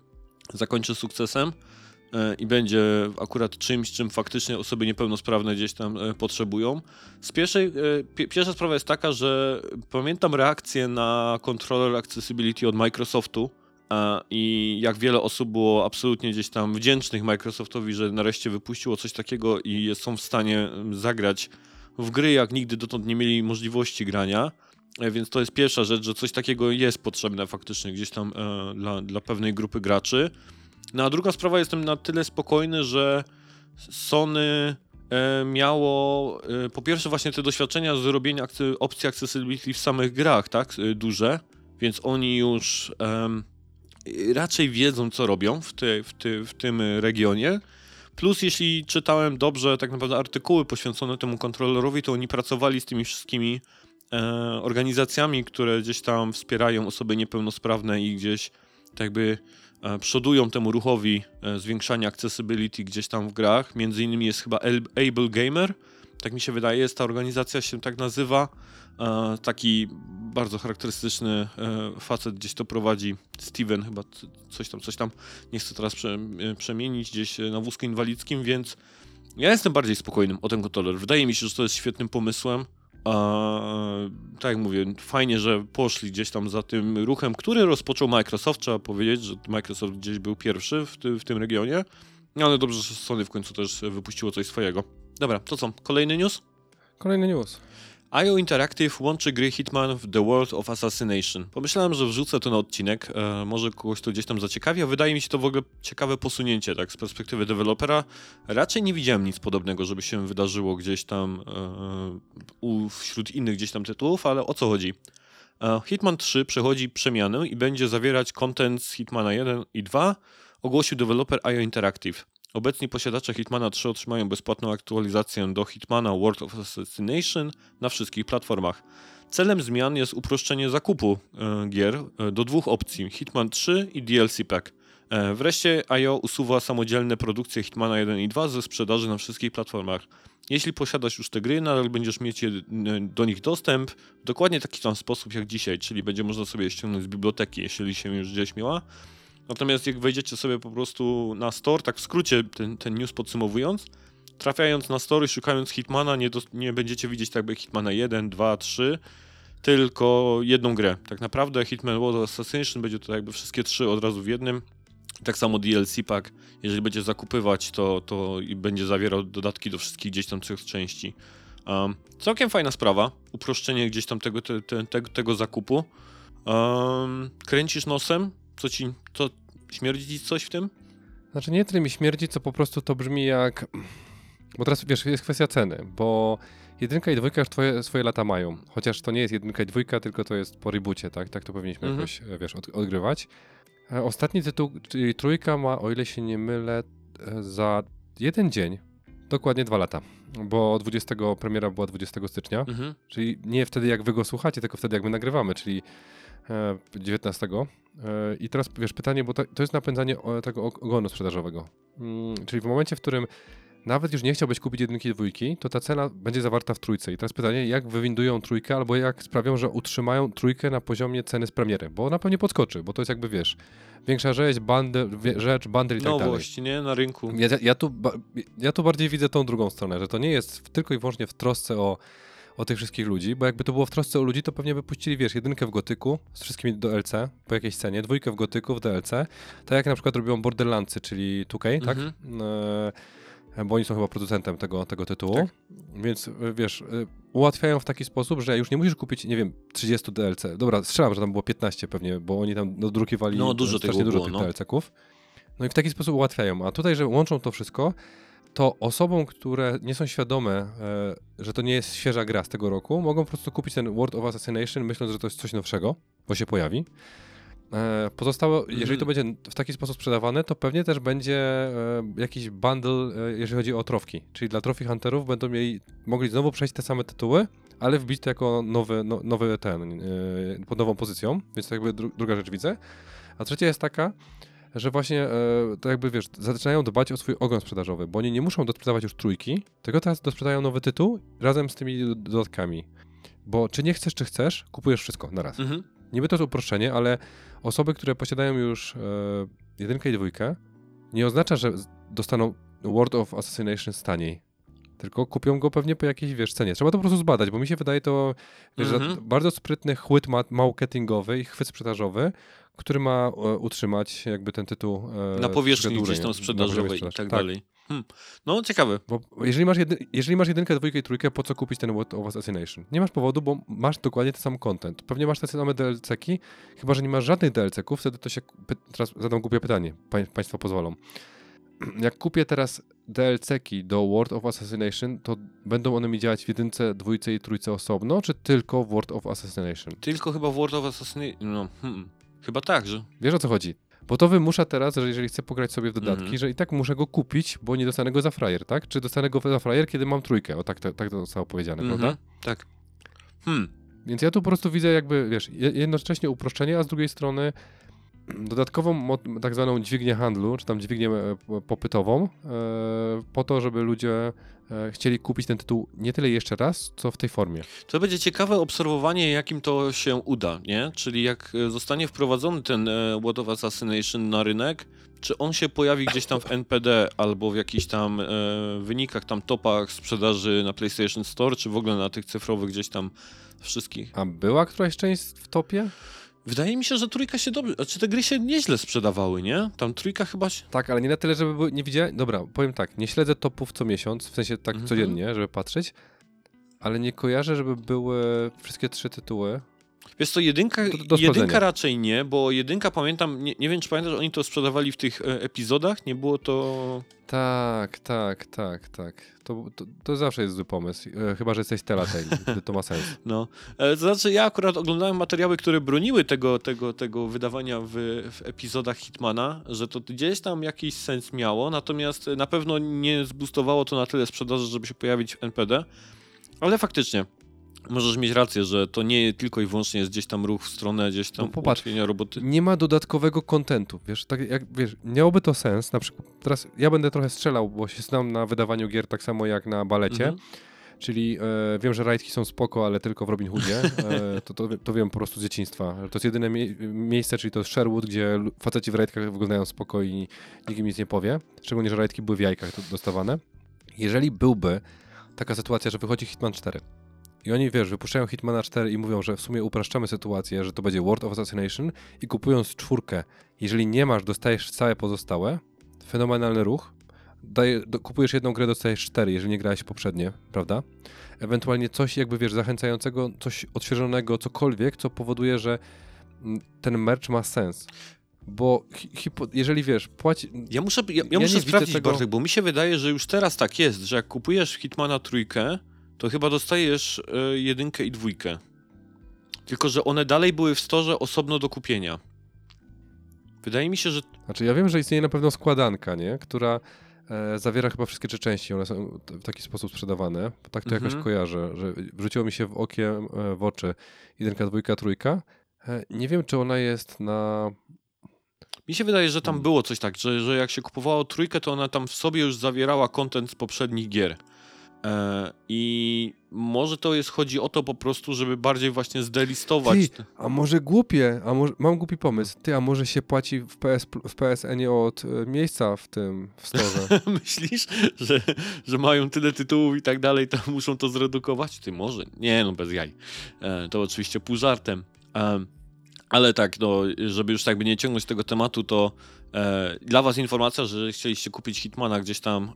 zakończy sukcesem e, i będzie akurat czymś, czym faktycznie osoby niepełnosprawne gdzieś tam e, potrzebują. Z pierwszej, e, pi- pierwsza sprawa jest taka, że pamiętam reakcję na controller accessibility od Microsoftu a, i jak wiele osób było absolutnie gdzieś tam wdzięcznych Microsoftowi, że nareszcie wypuściło coś takiego i są w stanie zagrać w gry, jak nigdy dotąd nie mieli możliwości grania. Więc to jest pierwsza rzecz, że coś takiego jest potrzebne faktycznie gdzieś tam e, dla, dla pewnej grupy graczy. No a druga sprawa, jestem na tyle spokojny, że Sony e, miało e, po pierwsze właśnie te doświadczenia z robienia akcy- opcji accessibility w samych grach, tak, e, duże, więc oni już e, raczej wiedzą, co robią w, ty, w, ty, w tym regionie. Plus, jeśli czytałem dobrze tak naprawdę artykuły poświęcone temu kontrolerowi, to oni pracowali z tymi wszystkimi e, organizacjami, które gdzieś tam wspierają osoby niepełnosprawne i gdzieś tak jakby e, przodują temu ruchowi e, zwiększania accessibility gdzieś tam w grach. Między innymi jest chyba Able Gamer, tak mi się wydaje, jest ta organizacja, się tak nazywa. E, taki bardzo charakterystyczny e, facet gdzieś to prowadzi, Steven chyba, c- coś tam, coś tam. Nie chcę teraz prze, e, przemienić gdzieś na wózku inwalidzkim, więc ja jestem bardziej spokojnym o ten kontroler. Wydaje mi się, że to jest świetnym pomysłem. A, tak jak mówię, fajnie, że poszli gdzieś tam za tym ruchem, który rozpoczął Microsoft. Trzeba powiedzieć, że Microsoft gdzieś był pierwszy w, ty, w tym regionie. No ale dobrze, że Sony w końcu też wypuściło coś swojego. Dobra, to co? Kolejny news? Kolejny news. I O Interactive łączy gry Hitman w The World of Assassination. Pomyślałem, że wrzucę ten odcinek, e, może kogoś to gdzieś tam zaciekawi, a wydaje mi się to w ogóle ciekawe posunięcie, tak, z perspektywy dewelopera. Raczej nie widziałem nic podobnego, żeby się wydarzyło gdzieś tam e, u, wśród innych gdzieś tam tytułów, ale o co chodzi? E, Hitman trzy przechodzi przemianę i będzie zawierać content z Hitmana jeden i dwa, ogłosił deweloper I O Interactive. Obecni posiadacze Hitmana trzy otrzymają bezpłatną aktualizację do Hitmana World of Assassination na wszystkich platformach. Celem zmian jest uproszczenie zakupu e, gier e, do dwóch opcji, Hitman trzy i D L C Pack. E, wreszcie I O usuwa samodzielne produkcje Hitmana jeden i dwa ze sprzedaży na wszystkich platformach. Jeśli posiadasz już te gry, nadal będziesz mieć je, do nich dostęp w dokładnie taki sam sposób jak dzisiaj, czyli będzie można sobie je ściągnąć z biblioteki, jeśli się już gdzieś miała. Natomiast jak wejdziecie sobie po prostu na store, tak w skrócie ten, ten news podsumowując, trafiając na store i szukając Hitmana, nie, do, nie będziecie widzieć tak jakby Hitmana jeden, dwa, trzy, tylko jedną grę. Tak naprawdę Hitman World of Assassination będzie to jakby wszystkie trzy od razu w jednym. Tak samo D L C Pack, jeżeli będzie zakupywać, to, to i będzie zawierał dodatki do wszystkich gdzieś tam trzech części. Um, całkiem fajna sprawa, uproszczenie gdzieś tam tego, te, te, te, tego zakupu. Um, kręcisz nosem? Co ci, co, śmierdzi ci coś w tym? Znaczy nie tyle mi śmierdzi, co po prostu to brzmi jak... Bo teraz, wiesz, jest kwestia ceny, bo jedynka i dwójka już twoje, swoje lata mają. Chociaż to nie jest jedynka i dwójka, tylko to jest po reboocie, tak? Tak to powinniśmy Mhm. jakoś, wiesz, od, odgrywać. E, Ostatni tytuł, czyli trójka ma, o ile się nie mylę, e, za jeden dzień, dokładnie dwa lata. Bo dwudziestego premiera była dwudziestego stycznia, Mhm. czyli nie wtedy jak wy go słuchacie, tylko wtedy jak my nagrywamy, czyli e, dziewiętnastego. E, I teraz wiesz, pytanie, bo to, to jest napędzanie o, tego ogonu sprzedażowego. Mm, czyli w momencie, w którym nawet już nie chciałbyś kupić jedynki i dwójki, to ta cena będzie zawarta w trójce. I teraz pytanie, jak wywindują trójkę, albo jak sprawią, że utrzymają trójkę na poziomie ceny z premiery, bo ona pewnie podskoczy, bo to jest jakby, wiesz, większa rzecz, bundle, wie- rzecz, bundle i tak dalej. Nowość, nie? Na rynku. Ja, ja, tu, ba- ja tu bardziej widzę tą drugą stronę, że to nie jest w- tylko i wyłącznie w trosce o, o tych wszystkich ludzi, bo jakby to było w trosce o ludzi, to pewnie by puścili, wiesz, jedynkę w gotyku z wszystkimi do D L C po jakiejś cenie, dwójkę w gotyku w D L C, tak jak na przykład robią Borderlandsy, czyli two K, tak? Mhm. E, bo oni są chyba producentem tego, tego tytułu, Tak. więc y, wiesz, y, ułatwiają w taki sposób, że już nie musisz kupić, nie wiem, trzydzieści D L C. Dobra, strzelam, że tam było piętnaście pewnie, bo oni tam dodrukiwali No, dużo strasznie tego dużo było, tych no. D L C-ków. No i w taki sposób ułatwiają. A tutaj, że łączą to wszystko, to osobom, które nie są świadome, e, że to nie jest świeża gra z tego roku, mogą po prostu kupić ten World of Assassination, myśląc, że to jest coś nowszego, bo się pojawi. E, Pozostałe, jeżeli to będzie w taki sposób sprzedawane, to pewnie też będzie e, jakiś bundle, e, jeżeli chodzi o trofki. Czyli dla trophy hunterów będą mieli, mogli znowu przejść te same tytuły, ale wbić to jako nowy, no, nowy ten, e, pod nową pozycją, więc to jakby dru- druga rzecz widzę. A trzecia jest taka, że właśnie e, to jakby wiesz, zaczynają dbać o swój ogon sprzedażowy, bo oni nie muszą dosprzedawać już trójki, tylko teraz dosprzedają nowy tytuł razem z tymi dodatkami. Bo czy nie chcesz, czy chcesz, kupujesz wszystko na raz. Mhm. Niby to jest uproszczenie, ale osoby, które posiadają już e, jedynkę i dwójkę, nie oznacza, że dostaną World of Assassination taniej. Tylko kupią go pewnie po jakiejś, wiesz, cenie. Trzeba to po prostu zbadać, bo mi się wydaje to, wiesz, Mhm. że bardzo sprytny chwyt ma- marketingowy i chwyt sprzedażowy, który ma e, utrzymać jakby ten tytuł e, Na powierzchni troszkę dłużej, gdzieś nie? tam Na sprzedażowej i sprzedaż. tak dalej. Hmm. No, ciekawe. Bo jeżeli masz, jedy, jeżeli masz jedynkę, dwójkę i trójkę, po co kupić ten World of Assassination? Nie masz powodu, bo masz dokładnie ten sam content. Pewnie masz te same D L C-ki, chyba że nie masz żadnych D L C-ków, wtedy to się... Py- teraz zadam głupie pytanie, pań, państwo pozwolą. Jak kupię teraz D L C-ki do World of Assassination, to będą one mi działać w jedynce, dwójce i trójce osobno, czy tylko w World of Assassination? Tylko chyba World of Assassination, no, hmm. chyba tak, że... Wiesz, o co chodzi? Bo to wymusza teraz, że jeżeli chcę pograć sobie w dodatki, Mhm. że i tak muszę go kupić, bo nie dostanę go za frajer, tak? Czy dostanę go za frajer, kiedy mam trójkę? O, tak to, tak to zostało powiedziane, Mhm. prawda? Tak. Hmm. Więc ja tu po prostu widzę jakby, wiesz, je- jednocześnie uproszczenie, a z drugiej strony dodatkową mo- tak zwaną dźwignię handlu, czy tam dźwignię e, popytową, e, po to, żeby ludzie e, chcieli kupić ten tytuł nie tyle jeszcze raz, co w tej formie. To będzie ciekawe obserwowanie, jakim to się uda, nie? Czyli jak e, zostanie wprowadzony ten e, World of Assassination na rynek, czy on się pojawi gdzieś tam w N P D albo w jakichś tam e, wynikach, tam topach sprzedaży na PlayStation Store, czy w ogóle na tych cyfrowych gdzieś tam wszystkich. A była któraś część w topie? Wydaje mi się, że trójka się dobrze, czy te gry się nieźle sprzedawały, nie? Tam trójka chyba się... Tak, ale nie na tyle, żeby były, nie widziałem. Dobra, powiem tak, nie śledzę topów co miesiąc, w sensie tak Mhm. codziennie, żeby patrzeć, ale nie kojarzę, żeby były wszystkie trzy tytuły. Wiesz co, jedynka, Do- do sprawdzenia. jedynka raczej nie, bo jedynka pamiętam, nie, nie wiem czy pamiętasz, oni to sprzedawali w tych e, epizodach, nie było to... Tak, tak, tak, tak. To, to, to zawsze jest zły pomysł, e, chyba że jesteś Telltale, wtedy to ma sens. No, e, to znaczy ja akurat oglądałem materiały, które broniły tego, tego, tego wydawania w, w epizodach Hitmana, że to gdzieś tam jakiś sens miało, natomiast na pewno nie zboostowało to na tyle sprzedaży, żeby się pojawić w N P D, ale faktycznie możesz mieć rację, że to nie tylko i wyłącznie jest gdzieś tam ruch w stronę gdzieś tam No popatrz, ułatwienia roboty. Nie ma dodatkowego kontentu, wiesz, tak jak, wiesz, miałoby to sens, na przykład, teraz ja będę trochę strzelał, bo się znam na wydawaniu gier tak samo jak na balecie, Mhm. czyli e, wiem, że rajdki są spoko, ale tylko w Robin Hoodzie, e, to, to, to wiem po prostu z dzieciństwa. To jest jedyne mie- miejsce, czyli to jest Sherwood, gdzie lu- faceci w rajdkach wyglądają spoko i nikt im nic nie powie, szczególnie, że rajdki były w jajkach to dostawane. Jeżeli byłby taka sytuacja, że wychodzi Hitman cztery i oni, wiesz, wypuszczają Hitmana cztery i mówią, że w sumie upraszczamy sytuację, że to będzie World of Assassination i kupując czwórkę, jeżeli nie masz, dostajesz całe pozostałe, fenomenalny ruch, daje, do, kupujesz jedną grę, dostajesz cztery, jeżeli nie grałeś poprzednie, prawda? Ewentualnie coś jakby, wiesz, zachęcającego, coś odświeżonego, cokolwiek, co powoduje, że mm, ten merch ma sens. Bo hi, hipo, jeżeli, wiesz, płaci... Ja muszę, ja, ja Ja muszę nie widzę sprawdzić, tego- Bartek, bo mi się wydaje, że już teraz tak jest, że jak kupujesz Hitmana trójkę, to chyba dostajesz y, jedynkę i dwójkę. Tylko, że one dalej były w storze osobno do kupienia. Wydaje mi się, że... Znaczy, ja wiem, że istnieje na pewno składanka, nie? Która e, zawiera chyba wszystkie trzy części, one są w taki sposób sprzedawane. Tak to Mhm. jakoś kojarzę, że wrzuciło mi się w okiem, e, w oczy jedynka, dwójka, trójka. E, nie wiem, czy ona jest na... Mi się wydaje, że tam Hmm. było coś tak, że, że jak się kupowało trójkę, to ona tam w sobie już zawierała content z poprzednich gier. E, I może to jest, chodzi o to po prostu, żeby bardziej właśnie zdelistować. Ty, a może głupie, a może, mam głupi pomysł. Ty, a może się płaci w, P S, pl- w P S N od e, miejsca w tym, w storze. Myślisz, że, że mają tyle tytułów i tak dalej, to muszą to zredukować? Ty może? Nie, no bez jaj. E, to oczywiście pół żartem. E, ale tak, no, żeby już tak by nie ciągnąć tego tematu, to e, dla was informacja, że jeżeli chcieliście kupić Hitmana gdzieś tam,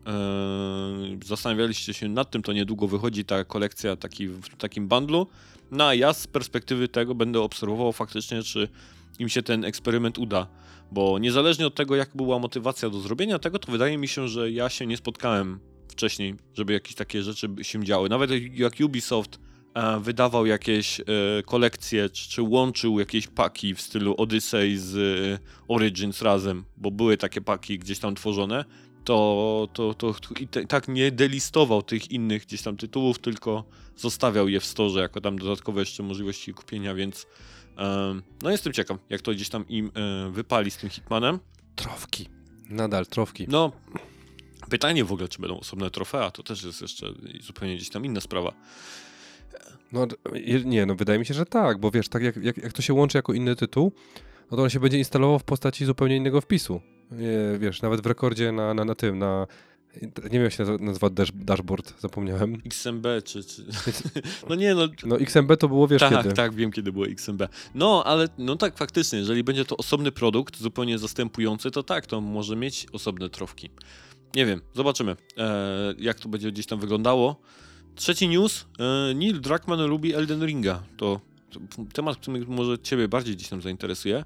e, zastanawialiście się nad tym, to niedługo wychodzi ta kolekcja taki, w takim bundlu. No a ja z perspektywy tego będę obserwował faktycznie, czy im się ten eksperyment uda. Bo niezależnie od tego, jak była motywacja do zrobienia tego, to wydaje mi się, że ja się nie spotkałem wcześniej, żeby jakieś takie rzeczy by się działy. Nawet jak Ubisoft e, wydawał jakieś e, kolekcje, czy, czy łączył jakieś paki w stylu Odyssey z e, Origins razem, bo były takie paki gdzieś tam tworzone, to, to, to, to i te, tak nie delistował tych innych gdzieś tam tytułów, tylko zostawiał je w storze jako tam dodatkowe jeszcze możliwości kupienia, więc um, no jestem ciekaw, jak to gdzieś tam im e, wypali z tym Hitmanem. Trofki. Nadal trofki. No, pytanie w ogóle, czy będą osobne trofea, to też jest jeszcze zupełnie gdzieś tam inna sprawa. No je- nie, no wydaje mi się, że tak, bo wiesz, tak jak, jak, jak to się łączy jako inny tytuł, no to on się będzie instalował w postaci zupełnie innego wpisu. Nie, wiesz, nawet w rekordzie na, na, na tym, na... Nie wiem, jak się nazywa, nazywa dash, dashboard, zapomniałem. X M B czy... czy... No nie, no... No X M B to było, wiesz, tak, kiedy. Tak, tak, wiem, kiedy było X M B. No, ale no tak, faktycznie, jeżeli będzie to osobny produkt, zupełnie zastępujący, to tak, to może mieć osobne trofki. Nie wiem, zobaczymy, e, jak to będzie gdzieś tam wyglądało. Trzeci news. E, Neil Druckmann lubi Elden Ringa. To, to temat, który może ciebie bardziej gdzieś tam zainteresuje.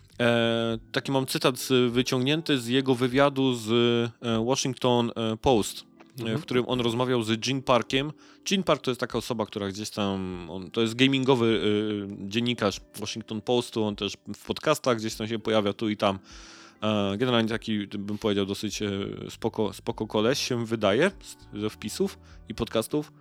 E, taki mam cytat z, wyciągnięty z jego wywiadu z e, Washington Post, mhm. e, w którym on rozmawiał z Gene Parkiem. Gene Park to jest taka osoba, która gdzieś tam, on, to jest gamingowy e, dziennikarz Washington Postu, on też w podcastach gdzieś tam się pojawia tu i tam. E, generalnie taki, bym powiedział, dosyć e, spoko, spoko koleś się wydaje z, ze wpisów i podcastów.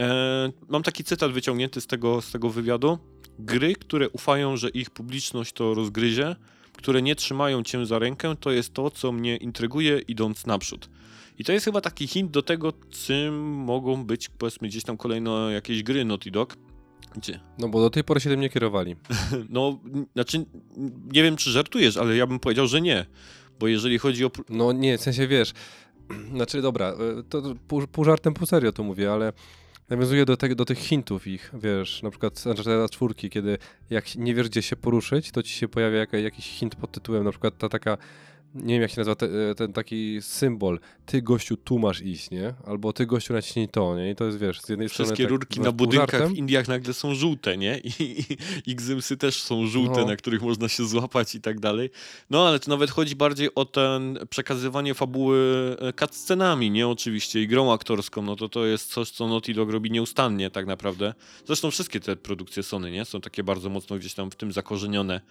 E, mam taki cytat wyciągnięty z tego, z tego wywiadu. Gry, które ufają, że ich publiczność to rozgryzie, które nie trzymają cię za rękę, to jest to, co mnie intryguje, idąc naprzód. I to jest chyba taki hint do tego, czym mogą być, powiedzmy, gdzieś tam kolejno jakieś gry Naughty Dog. Gdzie? No bo do tej pory się tym nie kierowali. No, znaczy, nie wiem, czy żartujesz, ale ja bym powiedział, że nie. Bo jeżeli chodzi o... No nie, w sensie, wiesz, znaczy, dobra, to pół, pół żartem, pół serio to mówię, ale nawiązuję do, te, do tych hintów ich, wiesz, na przykład z Uncharted czwórki, kiedy jak nie wiesz, gdzie się poruszyć, to ci się pojawia jaka, jakiś hint pod tytułem, na przykład ta taka, nie wiem, jak się nazywa, te, ten taki symbol, ty, gościu, tu masz iść, nie? Albo ty, gościu, naciśnij to, nie? I to jest, wiesz, z jednej Wszystkie strony... Wszystkie rurki tak, na budynkach żartem. w Indiach nagle są żółte, nie? I, i, i gzymsy też są żółte, No. na których można się złapać i tak dalej. No, ale to nawet chodzi bardziej o ten przekazywanie fabuły cutscenami, nie? Oczywiście, i grą aktorską, no to to jest coś, co Naughty Dog robi nieustannie tak naprawdę. Zresztą wszystkie te produkcje Sony, nie? Są takie bardzo mocno gdzieś tam w tym zakorzenione,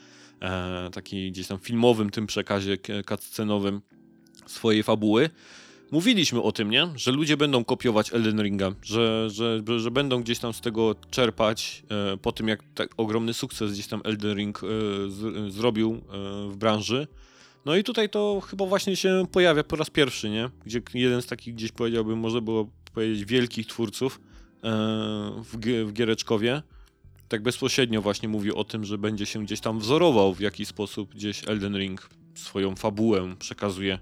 e, taki gdzieś tam filmowym tym przekazie cutscenowym swojej fabuły. Mówiliśmy o tym, nie? Że ludzie będą kopiować Elden Ringa, że, że, że będą gdzieś tam z tego czerpać e, po tym, jak tak ogromny sukces gdzieś tam Elden Ring e, z, zrobił e, w branży. No i tutaj to chyba właśnie się pojawia po raz pierwszy, nie? Gdzie jeden z takich gdzieś powiedziałbym, może było powiedzieć wielkich twórców e, w, w Giereczkowie tak bezpośrednio właśnie mówi o tym, że będzie się gdzieś tam wzorował, w jaki sposób gdzieś Elden Ring swoją fabułę przekazuje.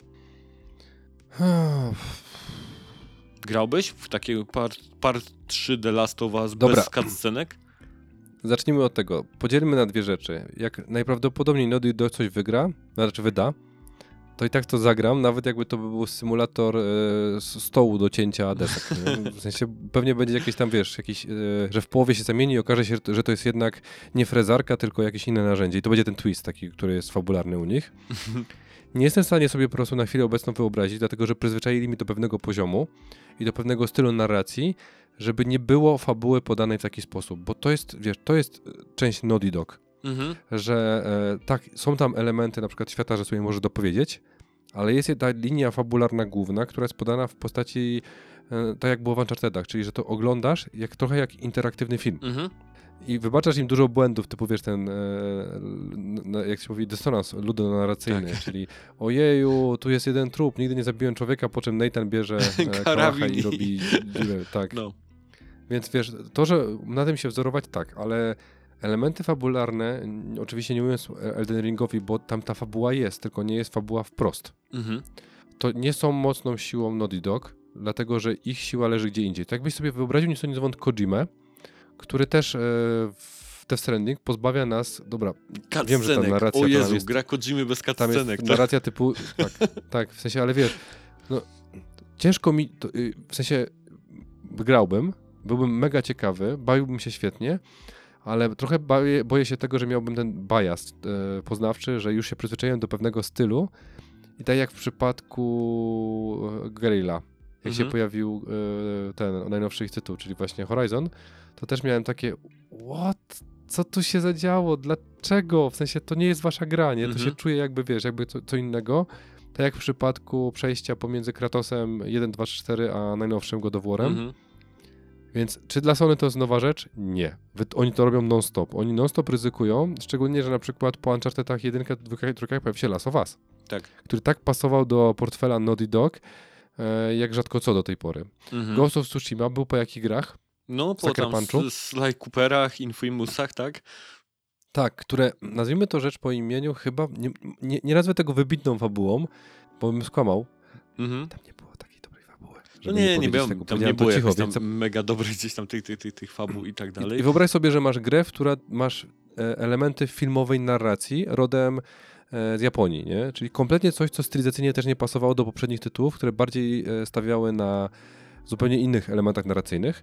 Grałbyś w takie part, part trzy The Last of Us Dobra. bez cutscenek? Zacznijmy od tego. Podzielmy na dwie rzeczy. Jak najprawdopodobniej Naughty Dog coś wygra, znaczy wyda, to i tak to zagram, nawet jakby to by był symulator e, stołu do cięcia desek. Nie? W sensie pewnie będzie jakieś tam, wiesz, jakiś, e, że w połowie się zamieni i okaże się, że to jest jednak nie frezarka, tylko jakieś inne narzędzie. I to będzie ten twist taki, który jest fabularny u nich. Nie jestem w stanie sobie po prostu na chwilę obecną wyobrazić, dlatego że przyzwyczaili mi do pewnego poziomu i do pewnego stylu narracji, żeby nie było fabuły podanej w taki sposób, bo to jest, wiesz, to jest część Naughty Dog, Mhm. że e, tak, są tam elementy na przykład świata, że sobie możesz dopowiedzieć, ale jest ta linia fabularna główna, która jest podana w postaci e, tak jak było w Unchartedach, czyli że to oglądasz jak, trochę jak interaktywny film. Mhm. I wybaczasz im dużo błędów, typu wiesz ten, e, no, jak się mówi, dysonans ludonarracyjny, Tak. czyli ojeju, tu jest jeden trup, nigdy nie zabiłem człowieka, po czym Nathan bierze e, kałacha i robi dziurę, tak. No. Więc wiesz, to, że na tym się wzorować, tak, ale elementy fabularne, n- oczywiście nie mówiąc Elden Ringowi, bo tam ta fabuła jest, tylko nie jest fabuła wprost. Mhm. To nie są mocną siłą Naughty Dog, dlatego że ich siła leży gdzie indziej. Tak jakbyś sobie wyobraził nieco niezwąt Kojimę, który też e, w Death Stranding pozbawia nas, dobra, wiem, że ta Cutscenek. narracja O to tam Jezu, jest, gra Kojimy bez tam cutscenek. jest tak? narracja typu, tak, tak, w sensie, ale wiesz, no, ciężko mi, to, y, w sensie grałbym, byłbym mega ciekawy, bawiłbym się świetnie, ale trochę bawię, boję się tego, że miałbym ten bias e, poznawczy, że już się przyzwyczaiłem do pewnego stylu i tak jak w przypadku e, Guerrilla, jak Mhm. się pojawił e, ten najnowszy ich tytuł, czyli właśnie Horizon, to też miałem takie what? Co tu się zadziało? Dlaczego? W sensie to nie jest wasza gra, nie? To Mhm. się czuje jakby, wiesz, jakby co, co innego. Tak jak w przypadku przejścia pomiędzy Kratosem jeden, dwa, trzy, cztery a najnowszym God of War'em. Mhm. Więc czy dla Sony to jest nowa rzecz? Nie. Wy, oni to robią non-stop. Oni non-stop ryzykują, szczególnie, że na przykład po Unchartedach jedynka, dwójka i trójka pojawił się Last of Us, Tak. który tak pasował do portfela Naughty Dog, e, jak rzadko co do tej pory. Mhm. Ghost of Tsushima był po jakich grach? No, po Sucker tam Punchu? s- Sly Cooperach, Infamousach, tak? Tak, które, nazwijmy to rzecz po imieniu, chyba, nie, nie, nie nazwę tego wybitną fabułą, bo bym skłamał. Mhm. Tam nie było takiej dobrej fabuły. No nie, nie, nie było, tego. tam nie było cicho, jakoś więc... tam mega dobrych gdzieś tam tych, tych, tych, tych fabuł i tak dalej. I, I wyobraź sobie, że masz grę, w która masz e, elementy filmowej narracji rodem e, z Japonii, nie? Czyli kompletnie coś, co stylizacyjnie też nie pasowało do poprzednich tytułów, które bardziej e, stawiały na zupełnie innych elementach narracyjnych.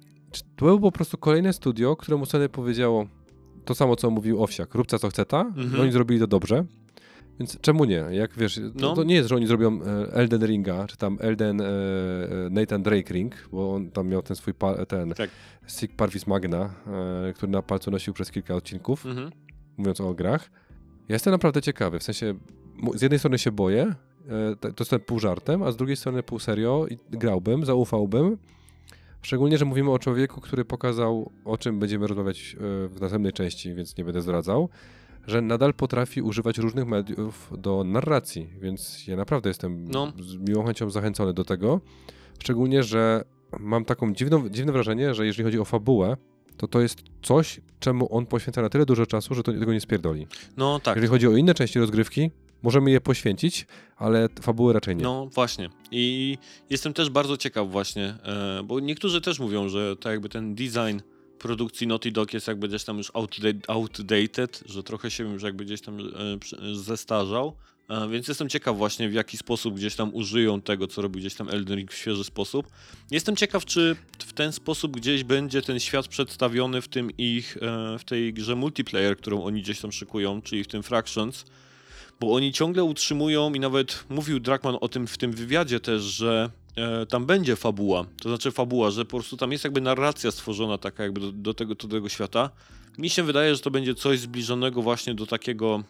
To było po prostu kolejne studio, któremu Sony powiedziało to samo, co mówił Owsiak. Róbca co chce ta, Mhm. oni zrobili to dobrze. Więc czemu nie? Jak wiesz, to, No. to nie jest, że oni zrobią e, Elden Ringa, czy tam Elden e, e, Nathan Drake Ring, bo on tam miał ten swój pa, ten Tak. Sic Parvis Magna, e, który na palcu nosił przez kilka odcinków, Mhm. mówiąc o grach. Ja jestem naprawdę ciekawy, w sensie z jednej strony się boję, e, to jest ten pół żartem, a z drugiej strony pół serio i grałbym, zaufałbym. Szczególnie, że mówimy o człowieku, który pokazał, o czym będziemy rozmawiać w następnej części, więc nie będę zdradzał, że nadal potrafi używać różnych mediów do narracji, więc ja naprawdę jestem No. z miłą chęcią zachęcony do tego. Szczególnie, że mam taką dziwną, dziwne wrażenie, że jeżeli chodzi o fabułę, to to jest coś, czemu on poświęca na tyle dużo czasu, że to tego nie spierdoli. No tak. Jeżeli chodzi o inne części rozgrywki, możemy je poświęcić, ale fabuły raczej nie. No właśnie. I jestem też bardzo ciekaw właśnie, e, bo niektórzy też mówią, że tak jakby ten design produkcji Naughty Dog jest jakby gdzieś tam już outdated, outdated że trochę się już jakby gdzieś tam e, zestarzał. E, więc jestem ciekaw właśnie, w jaki sposób gdzieś tam użyją tego, co robił gdzieś tam Elden Ring w świeży sposób. Jestem ciekaw, czy w ten sposób gdzieś będzie ten świat przedstawiony w tym ich, e, w tej grze multiplayer, którą oni gdzieś tam szykują, czyli w tym Fractions. Bo oni ciągle utrzymują i nawet mówił Druckmann o tym w tym wywiadzie też, że e, tam będzie fabuła, to znaczy fabuła, że po prostu tam jest jakby narracja stworzona taka jakby do, do, tego, do tego świata. Mi się wydaje, że to będzie coś zbliżonego właśnie do takiego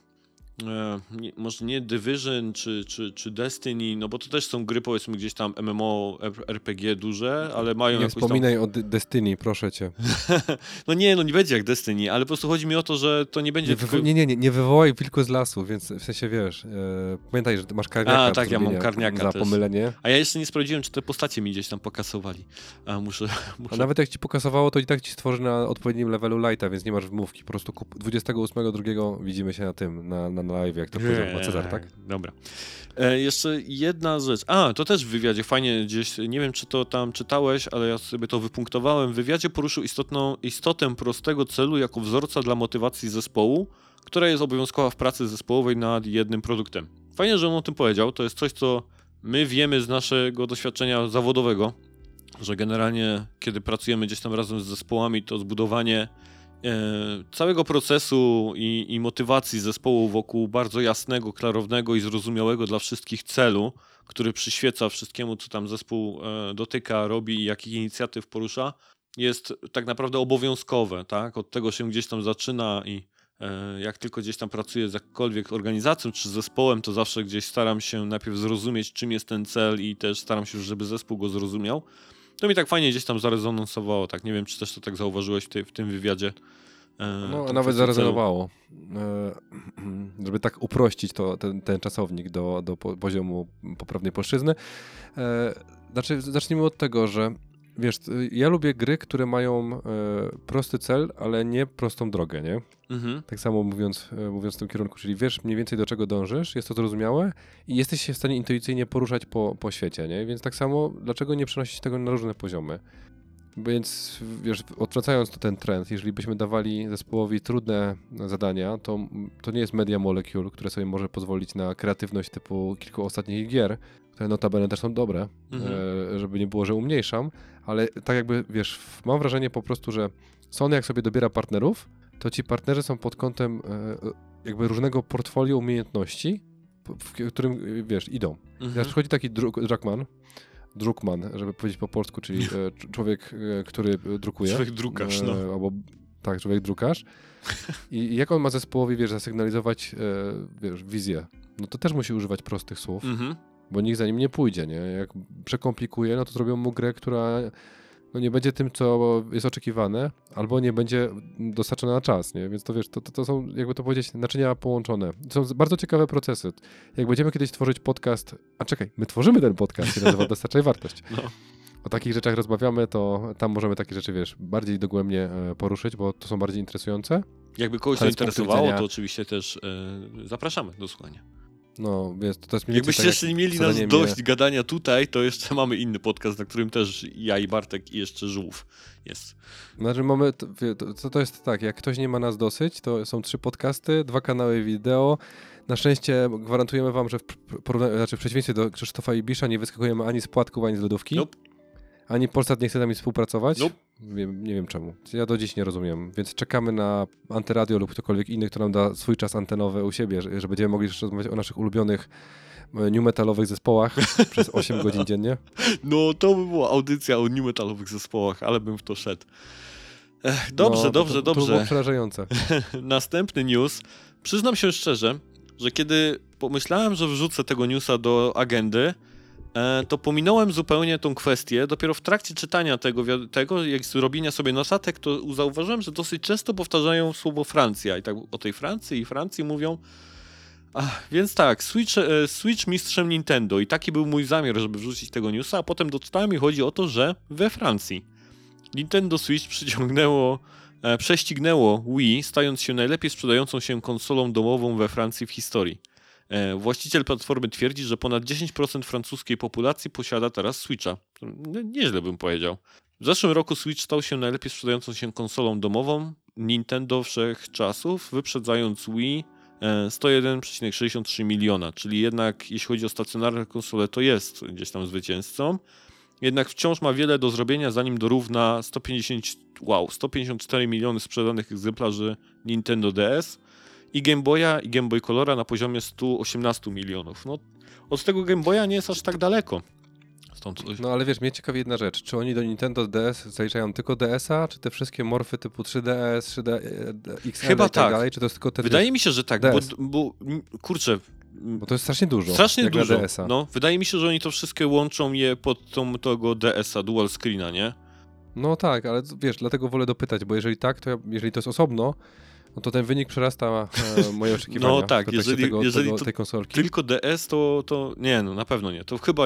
e, nie, może nie Division czy, czy, czy Destiny, no bo to też są gry powiedzmy gdzieś tam M M O, R P G duże, ale mają Nie jakąś tam... wspominaj o D- Destiny, proszę cię. No nie, no nie będzie jak Destiny, ale po prostu chodzi mi o to, że to nie będzie Nie, tylko... wywo- nie, nie, nie, nie wywołaj wilku z lasu, więc w sensie wiesz, e, pamiętaj, że ty masz karniaka. A, do tak, ja mam zrobienia karniaka za też. pomylenie. A ja jeszcze nie sprawdziłem, czy te postacie mi gdzieś tam pokasowali. A muszę... muszę... A nawet jak ci pokasowało, to i tak ci stworzy na odpowiednim levelu lighta, więc nie masz wymówki. Po prostu kup- dwudziestego ósmego drugiego widzimy się na tym, na, na, na live, jak to powiedział chyba Cezar, tak? Dobra. E, jeszcze jedna rzecz. A, to też w wywiadzie fajnie gdzieś, nie wiem czy to tam czytałeś, ale ja sobie to wypunktowałem. W wywiadzie poruszył istotną, istotę prostego celu jako wzorca dla motywacji zespołu, która jest obowiązkowa w pracy zespołowej nad jednym produktem. Fajnie, że on o tym powiedział. To jest coś, co my wiemy z naszego doświadczenia zawodowego, że generalnie kiedy pracujemy gdzieś tam razem z zespołami, to zbudowanie e, całego procesu i, i motywacji zespołu wokół bardzo jasnego, klarownego i zrozumiałego dla wszystkich celu, który przyświeca wszystkiemu, co tam zespół e, dotyka, robi i jakich inicjatyw porusza, jest tak naprawdę obowiązkowe, tak? Od tego się gdzieś tam zaczyna i e, jak tylko gdzieś tam pracuję z jakąkolwiek organizacją czy zespołem, to zawsze gdzieś staram się najpierw zrozumieć, czym jest ten cel i też staram się, żeby zespół go zrozumiał. To mi tak fajnie gdzieś tam zarezonansowało, tak? Nie wiem, czy też to tak zauważyłeś w, tej, w tym wywiadzie. E, No, tą a nawet kwestię zarezonowało. E, żeby tak uprościć to, ten, ten czasownik do, do po- poziomu poprawnej polszczyzny. E, znaczy, zacznijmy od tego, że wiesz, ja lubię gry, które mają e, prosty cel, ale nie prostą drogę, nie? Mhm. Tak samo mówiąc, e, mówiąc w tym kierunku, czyli wiesz mniej więcej do czego dążysz, jest to zrozumiałe i jesteś się w stanie intuicyjnie poruszać po, po świecie, nie? Więc tak samo, dlaczego nie przenosić tego na różne poziomy? Więc wiesz, odwracając to ten trend, jeżeli byśmy dawali zespołowi trudne zadania, to, to nie jest Media Molecule, które sobie może pozwolić na kreatywność typu kilku ostatnich gier, które notabene też są dobre, Mhm. e, żeby nie było, że umniejszam, ale tak jakby, wiesz, mam wrażenie po prostu, że Sony jak sobie dobiera partnerów, to ci partnerzy są pod kątem e, jakby różnego portfolio umiejętności, w którym, wiesz, idą. Mhm. Teraz przychodzi taki Dru- Druckmann, Druckmann, żeby powiedzieć po polsku, czyli e, cz- człowiek, e, który e, drukuje. Człowiek drukarz, no. E, albo, tak, człowiek drukarz. I jak on ma zespołowi, wiesz, zasygnalizować, e, wiesz, wizję, no to też musi używać prostych słów, Mhm. bo nikt za nim nie pójdzie, nie? Jak przekomplikuje, no to zrobią mu grę, która no nie będzie tym, co jest oczekiwane, albo nie będzie dostarczona na czas, nie? Więc to wiesz, to, to, to są, jakby to powiedzieć, naczynia połączone. To są bardzo ciekawe procesy. Jak będziemy kiedyś tworzyć podcast, a czekaj, my tworzymy ten podcast, się nazywa Dostarczaj Wartość. No. O takich rzeczach rozmawiamy, to tam możemy takie rzeczy, wiesz, bardziej dogłębnie e, poruszyć, bo to są bardziej interesujące. Jakby kogoś to Ale z punktu interesowało, widzenia- to oczywiście też e, zapraszamy do słuchania. No, wiesz, to, to jest mniej więcej Jakbyście tak, jeszcze nie mieli nas zadanie dość mnie- gadania tutaj, to jeszcze mamy inny podcast, na którym też ja i Bartek i jeszcze Żółw jest. Znaczy mamy, to, wie, to, to jest tak, jak ktoś nie ma nas dosyć, to są trzy podcasty, dwa kanały wideo. Na szczęście gwarantujemy wam, że w, porówna- znaczy w przeciwieństwie do Krzysztofa Ibisza nie wyskakujemy ani z płatków, ani z lodówki. Nope. Ani Polsat nie chce z nami współpracować. Nope. Wiem, nie wiem czemu. Ja do dziś nie rozumiem. Więc czekamy na Antyradio lub ktokolwiek inny, kto nam da swój czas antenowy u siebie, że, że będziemy mogli jeszcze rozmawiać o naszych ulubionych e, new metalowych zespołach przez osiem godzin dziennie. No to by była audycja o new metalowych zespołach, ale bym w to szedł. Ech, dobrze, no, dobrze, to, to, dobrze. To było przerażające. Następny news. Przyznam się szczerze, że kiedy pomyślałem, że wrzucę tego newsa do agendy, e, to pominąłem zupełnie tą kwestię. Dopiero w trakcie czytania tego, wi- tego jak z robienia sobie notatek, to zauważyłem, że dosyć często powtarzają słowo Francja. I tak o tej Francji i Francji mówią. Ach, więc tak, Switch, e, Switch mistrzem Nintendo. I taki był mój zamiar, żeby wrzucić tego newsa, a potem doczytałem i chodzi o to, że we Francji Nintendo Switch przyciągnęło E, prześcignęło Wii, stając się najlepiej sprzedającą się konsolą domową we Francji w historii. E, właściciel platformy twierdzi, że ponad dziesięć procent francuskiej populacji posiada teraz Switcha. No, nieźle bym powiedział. W zeszłym roku Switch stał się najlepiej sprzedającą się konsolą domową Nintendo wszechczasów, wyprzedzając Wii e, sto jeden przecinek sześćdziesiąt trzy miliona, czyli jednak jeśli chodzi o stacjonarne konsole, to jest gdzieś tam zwycięzcą. Jednak wciąż ma wiele do zrobienia, zanim dorówna sto pięćdziesiąt, wow, sto pięćdziesiąt cztery miliony sprzedanych egzemplarzy Nintendo D S i Game Boya i Game Boy Colora na poziomie sto osiemnaście milionów. No, od tego Game Boya nie jest aż tak daleko. Stąd coś... No ale wiesz, mnie ciekawi jedna rzecz. Czy oni do Nintendo D S zaliczają tylko D S a, czy te wszystkie morfy typu trzy D S, trzy D X L Chyba i tak tak. dalej, czy to jest tylko te Wydaje mi się, że tak, bo, D S. bo kurczę, Bo to jest strasznie dużo. strasznie jak dużo. Na D S a. No, wydaje mi się, że oni to wszystkie łączą je pod tą, tego D S a, dual screena, nie? No tak, ale wiesz, dlatego wolę dopytać, bo jeżeli tak, to ja, jeżeli to jest osobno, no to ten wynik przerasta e, moje oczekiwania. No tak, w kontekście jeżeli- tego, jeżeli tego, to tej konsolki. Tylko D S to, to nie, no na pewno nie. To chyba...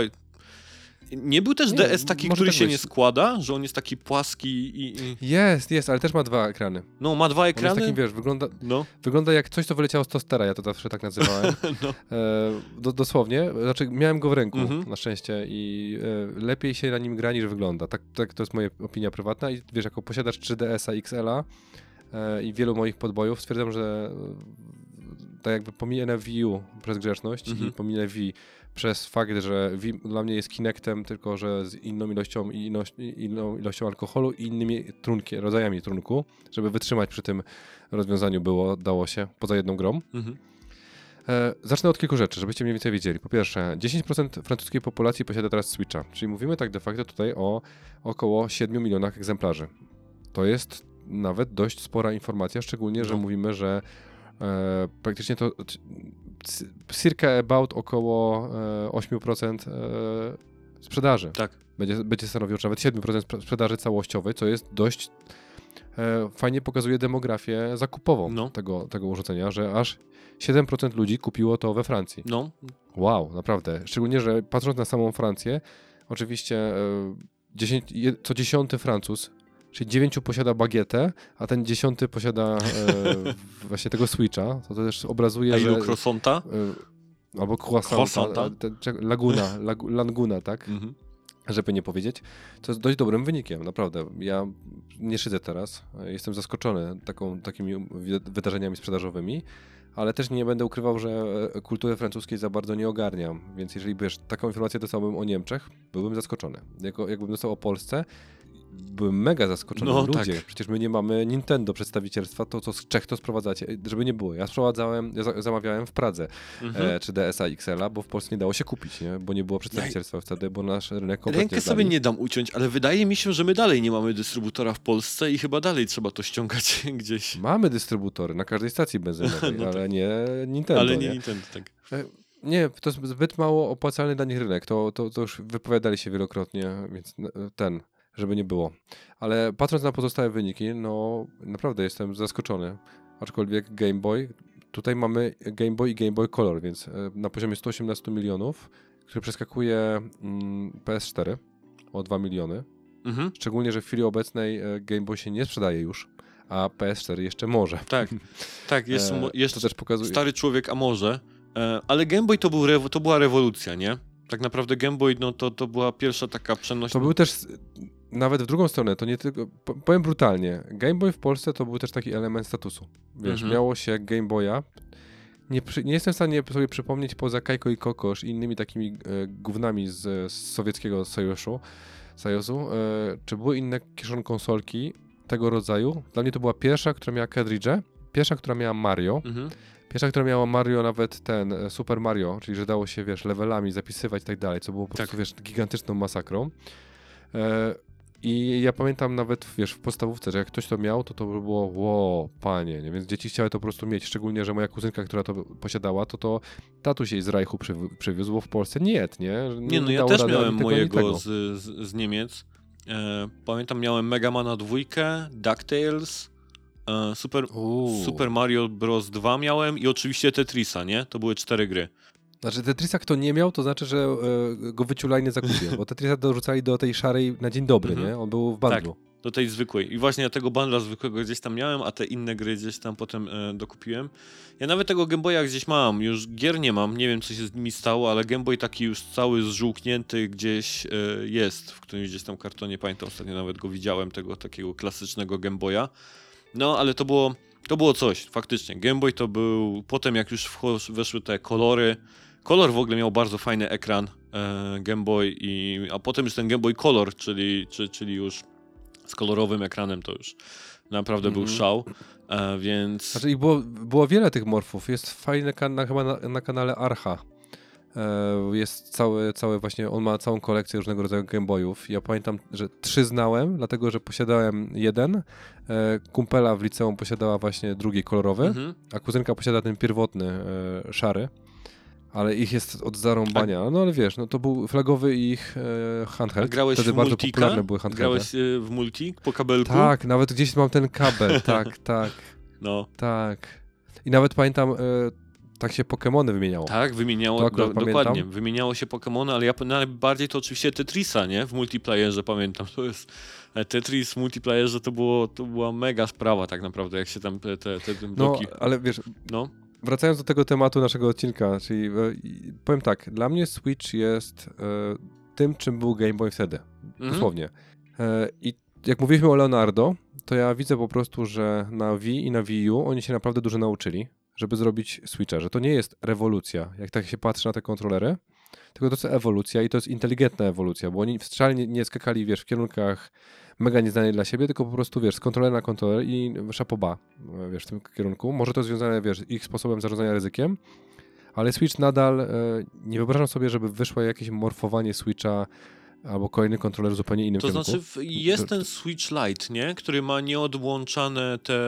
Nie był też Nie, D S taki, może który tak się być. nie składa, że on jest taki płaski i... i... Jest, jest, ale też ma dwa ekrany. No, ma dwa On jest ekrany. takim, wiesz, wygląda, No, wygląda jak coś, co wyleciało z tostera, ja to zawsze tak nazywałem. no. E, do, dosłownie, znaczy miałem go w ręku, Mhm. na szczęście, i e, lepiej się na nim gra niż wygląda. Tak, tak to jest moja opinia prywatna i wiesz, jako posiadacz trzy D S a X L a e, i wielu moich podbojów stwierdzam, że e, tak jakby pominę Wii U przez grzeczność Mhm. i pominę Wii przez fakt, że Wii dla mnie jest Kinectem, tylko że z inną ilością i ilość, inną ilością alkoholu i innymi trunki, rodzajami trunku, żeby wytrzymać przy tym rozwiązaniu było, dało się, poza jedną grą. Mhm. E, zacznę od kilku rzeczy, żebyście mniej więcej wiedzieli. Po pierwsze, dziesięć procent francuskiej populacji posiada teraz Switcha, czyli mówimy tak de facto tutaj o około siedmiu milionach egzemplarzy. To jest nawet dość spora informacja, szczególnie, że No. mówimy, że e, praktycznie to c- c- circa about około e, osiem procent e, sprzedaży. Tak. Będzie, będzie stanowił czy nawet siedem procent spre- sprzedaży całościowej, co jest dość e, fajnie pokazuje demografię zakupową No. tego, tego urządzenia, że aż siedem procent ludzi kupiło to we Francji. No, Wow, naprawdę. Szczególnie, że patrząc na samą Francję, oczywiście e, dziesięć, je, co dziesiąty Francuz, czyli dziewięciu posiada bagietę, a ten dziesiąty posiada e, właśnie tego Switcha, to, to też obrazuje, a że... ilu croissanta? e, albo croissanta, Croissanta? e, te- cze- laguna, lagu, languna, tak? Mhm. Żeby nie powiedzieć, co jest dość dobrym wynikiem, naprawdę. Ja nie szydzę teraz, jestem zaskoczony taką, takimi wi- wydarzeniami sprzedażowymi, ale też nie będę ukrywał, że e, kultury francuskiej za bardzo nie ogarniam, więc jeżeli wiesz, taką informację dostałbym o Niemczech, byłbym zaskoczony. Jako, jakbym dostał o Polsce, byłem mega zaskoczony. No, Ludzie, tak. przecież my nie mamy Nintendo przedstawicielstwa, to co z Czech to sprowadzacie, żeby nie było. Ja sprowadzałem, ja za, zamawiałem w Pradze Mhm. e, czy D S a X L a, bo w Polsce nie dało się kupić, nie? Bo nie było przedstawicielstwa wtedy, bo nasz rynek kompletnie Rękę sobie zdali. nie dam uciąć, ale wydaje mi się, że my dalej nie mamy dystrybutora w Polsce i chyba dalej trzeba to ściągać gdzieś. Mamy dystrybutory na każdej stacji benzynowej, No tak. ale nie Nintendo, Ale nie? nie Nintendo, tak. E, Nie, to jest zbyt mało opłacalny dla nich rynek, to, to, to już wypowiadali się wielokrotnie, więc n- ten, żeby nie było. Ale patrząc na pozostałe wyniki, no naprawdę jestem zaskoczony. Aczkolwiek Game Boy, tutaj mamy Game Boy i Game Boy Color, więc e, na poziomie sto osiemnaście milionów, który przeskakuje mm, P S cztery o dwa miliony. Mhm. Szczególnie, że w chwili obecnej e, Game Boy się nie sprzedaje już, a P S cztery jeszcze może. Tak, tak, jest, E, jest to też pokazuje. stary człowiek, a może, e, ale Game Boy to, był rewo- to była rewolucja, nie? Tak naprawdę Game Boy no, to, to była pierwsza taka przenośna... To był też, nawet w drugą stronę, to nie tylko, po- powiem brutalnie, Game Boy w Polsce to był też taki element statusu. Wiesz, Mhm. miało się Game Boya, nie, przy, nie jestem w stanie sobie przypomnieć poza Kajko i Kokosz i innymi takimi e, gównami z, z sowieckiego sojuszu, Sojuzu, e, czy były inne kieszon konsolki tego rodzaju. Dla mnie to była pierwsza, która miała cartridge, pierwsza, która miała Mario, Mhm. pierwsza, która miała Mario, nawet ten e, Super Mario, czyli że dało się, wiesz, levelami zapisywać i tak dalej, co było po Tak. prostu, wiesz, gigantyczną masakrą. E, I ja pamiętam nawet, wiesz, w podstawówce, że jak ktoś to miał, to to by było, ło, panie, nie? Więc dzieci chciały to po prostu mieć, szczególnie, że moja kuzynka, która to posiadała, to to tatuś jej z Reichu przywi- przywiózł, bo w Polsce nie, nie? Nie, no ja dało też rady ani miałem tego, ani mojego tego. z, z, z Niemiec. E, pamiętam, miałem Megamana dwójkę, DuckTales, e, Super, Uuu. Super Mario Bros. dwa miałem i oczywiście Tetrisa, nie? To były cztery gry. Znaczy Tetrisa kto nie miał, to znaczy, że e, go wyciulali nie zakupię, bo Tetrisa dorzucali do tej szarej na dzień dobry, Mhm. nie? On był w bundlu. Do tej zwykłej. I właśnie ja tego bundla zwykłego gdzieś tam miałem, a te inne gry gdzieś tam potem e, dokupiłem. Ja nawet tego Game Boya gdzieś mam, już gier nie mam, nie wiem co się z nimi stało, ale Game Boy taki już cały zżółknięty gdzieś e, jest, w którymś gdzieś tam kartonie, pamiętam, ostatnio nawet go widziałem, tego takiego klasycznego Game Boya. No, ale to było, to było coś, faktycznie. Game Boy to był, potem jak już wcho- weszły te kolory, kolor w ogóle miał bardzo fajny ekran, e, Game Boy, i, a potem już ten Game Boy Color, czyli, czy, czyli już z kolorowym ekranem, to już naprawdę Mhm. był szał, e, więc... Znaczy ich było, było wiele tych morfów. Jest fajny kanał chyba na, na kanale Archa. E, jest cały, cały właśnie, on ma całą kolekcję różnego rodzaju Gameboyów. Ja pamiętam, że trzy znałem, dlatego że posiadałem jeden. E, kumpela w liceum posiadała właśnie drugi kolorowy, Mhm. a kuzynka posiada ten pierwotny e, szary. Ale ich jest od zarąbania. No ale wiesz, no to był flagowy ich e, handheld. A grałeś Wtedy w bardzo multika? popularne były handheldy. Grałeś e, w multi po kabelku? Tak, nawet gdzieś mam ten kabel, tak, tak, No. tak. I nawet pamiętam, e, tak się Pokemony wymieniało. Tak, wymieniało, To do, akurat dokładnie, pamiętam. wymieniało się Pokemony, ale ja najbardziej to oczywiście Tetrisa, nie? W multiplayerze pamiętam, to jest e, Tetris w multiplayerze to, było, to była mega sprawa tak naprawdę, jak się tam te, te, te No, bloki... ale wiesz, No. wracając do tego tematu naszego odcinka, czyli e, i- powiem tak, dla mnie Switch jest e, tym, czym był Game Boy wtedy. Mhm. Dosłownie. E, I jak mówiliśmy o Leonardo, to ja widzę po prostu, że na Wii i na Wii U oni się naprawdę dużo nauczyli, żeby zrobić Switcha, że to nie jest rewolucja, jak tak się patrzy na te kontrolery, tylko to jest ewolucja i to jest inteligentna ewolucja, bo oni wcale nie, nie skakali, wiesz, w kierunkach mega nieznanych dla siebie, tylko po prostu, wiesz, z kontrolera na kontroler i szapoba, wiesz, w tym kierunku. Może to związane, wiesz, ich sposobem zarządzania ryzykiem, ale Switch nadal, e, nie wyobrażam sobie, żeby wyszło jakieś morfowanie Switcha albo kolejny kontroler w zupełnie innym To kierunku. znaczy w, jest To- ten Switch Lite, nie? Który ma nieodłączane te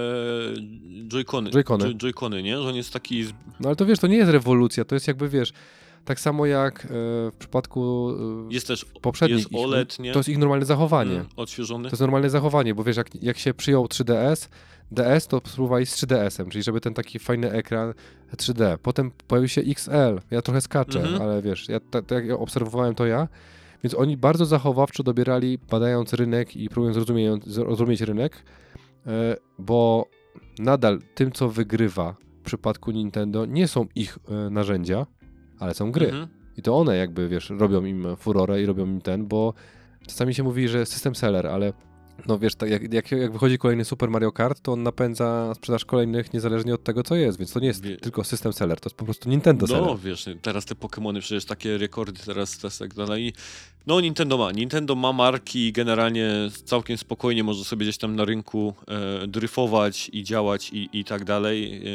joycony, Joy-Cony. joy- joycony, nie? Że on jest taki... z- No ale to wiesz, to nie jest rewolucja, to jest jakby, wiesz, tak samo jak e, w przypadku e, Jest też poprzednich jest ich, O L E D, nie? to jest ich normalne zachowanie. Mm, odświeżony. To jest normalne zachowanie, bo wiesz, jak, jak się przyjął trzy D S, D S to spróbowali z trzy D S-em, czyli żeby ten taki fajny ekran trzy D. Potem pojawił się X L, ja trochę skaczę, Mhm. ale wiesz, ja tak tak jak obserwowałem to ja, więc oni bardzo zachowawczo dobierali, badając rynek i próbując zrozumieć, zrozumieć rynek, e, bo nadal tym, co wygrywa w przypadku Nintendo, nie są ich e, narzędzia, ale są gry. Mhm. I to one jakby, wiesz, robią im furorę i robią im ten, bo czasami się mówi, że system seller, ale no wiesz, tak jak, jak, jak wychodzi kolejny Super Mario Kart, to on napędza sprzedaż kolejnych niezależnie od tego, co jest, więc to nie jest Wie- tylko system seller, to jest po prostu Nintendo No seller. wiesz, teraz te Pokemony, przecież takie rekordy teraz, teraz tak dalej. No Nintendo ma, Nintendo ma marki i generalnie całkiem spokojnie może sobie gdzieś tam na rynku e, dryfować i działać i, i tak dalej. E,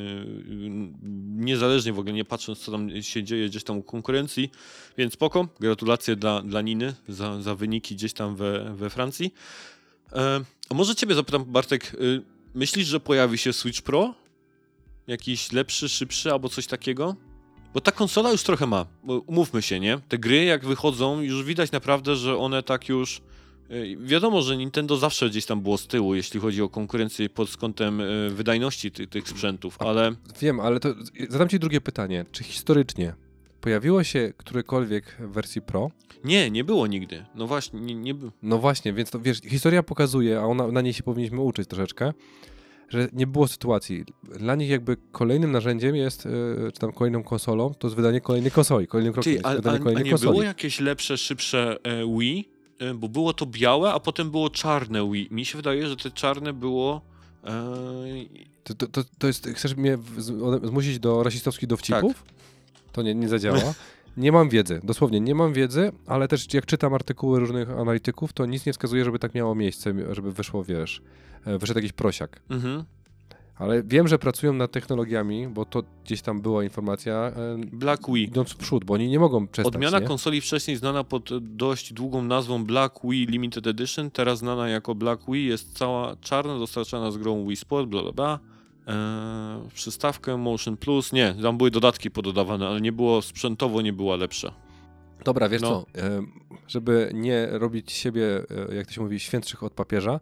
niezależnie w ogóle, nie patrząc co tam się dzieje gdzieś tam u konkurencji, więc spoko, gratulacje dla, dla Niny za, za wyniki gdzieś tam we, we Francji. E, a może ciebie zapytam, Bartek, y, myślisz, że pojawi się Switch Pro? Jakiś lepszy, szybszy albo coś takiego? Bo ta konsola już trochę ma, bo umówmy się, nie? Te gry jak wychodzą, już widać naprawdę, że one tak już... y, Wiadomo, że Nintendo zawsze gdzieś tam było z tyłu, jeśli chodzi o konkurencję pod kątem y, wydajności ty, tych sprzętów, ale... Wiem, ale to zadam ci drugie pytanie. Czy historycznie pojawiło się którekolwiek w wersji Pro, Nie, nie było nigdy. No właśnie, nie, nie było. no właśnie, więc to wiesz, historia pokazuje, a ona, na niej się powinniśmy uczyć troszeczkę, że nie było sytuacji. Dla nich jakby kolejnym narzędziem jest, yy, czy tam kolejną konsolą, to jest wydanie kolejnej konsoli. Kolejnym krokiem Ty, jest a, wydanie a, a kolejnej nie konsoli. było jakieś lepsze, szybsze e, Wii? E, bo było to białe, a potem było czarne Wii. Mi się wydaje, że te czarne było... E, To, to, to, to jest, chcesz mnie w- z- zmusić do rasistowskich dowcipów? Tak. To nie, nie zadziała. Nie mam wiedzy, dosłownie nie mam wiedzy, ale też jak czytam artykuły różnych analityków, to nic nie wskazuje, żeby tak miało miejsce, żeby wyszło, wiesz, e, wyszedł jakiś prosiak. mhm. Ale wiem, że pracują nad technologiami, bo to gdzieś tam była informacja, e, Black Wii. idąc w przód, bo oni nie mogą przestać, Odmiana nie? konsoli wcześniej znana pod dość długą nazwą Black Wii Limited Edition, teraz znana jako Black Wii, jest cała czarna, dostarczana z grą Wii Sport, bla bla bla. Eee, przystawkę Motion Plus, nie, tam były dodatki pododawane, ale nie było sprzętowo, nie była lepsza. Dobra, wiesz No. co, e, żeby nie robić siebie, e, jak to się mówi, świętszych od papieża,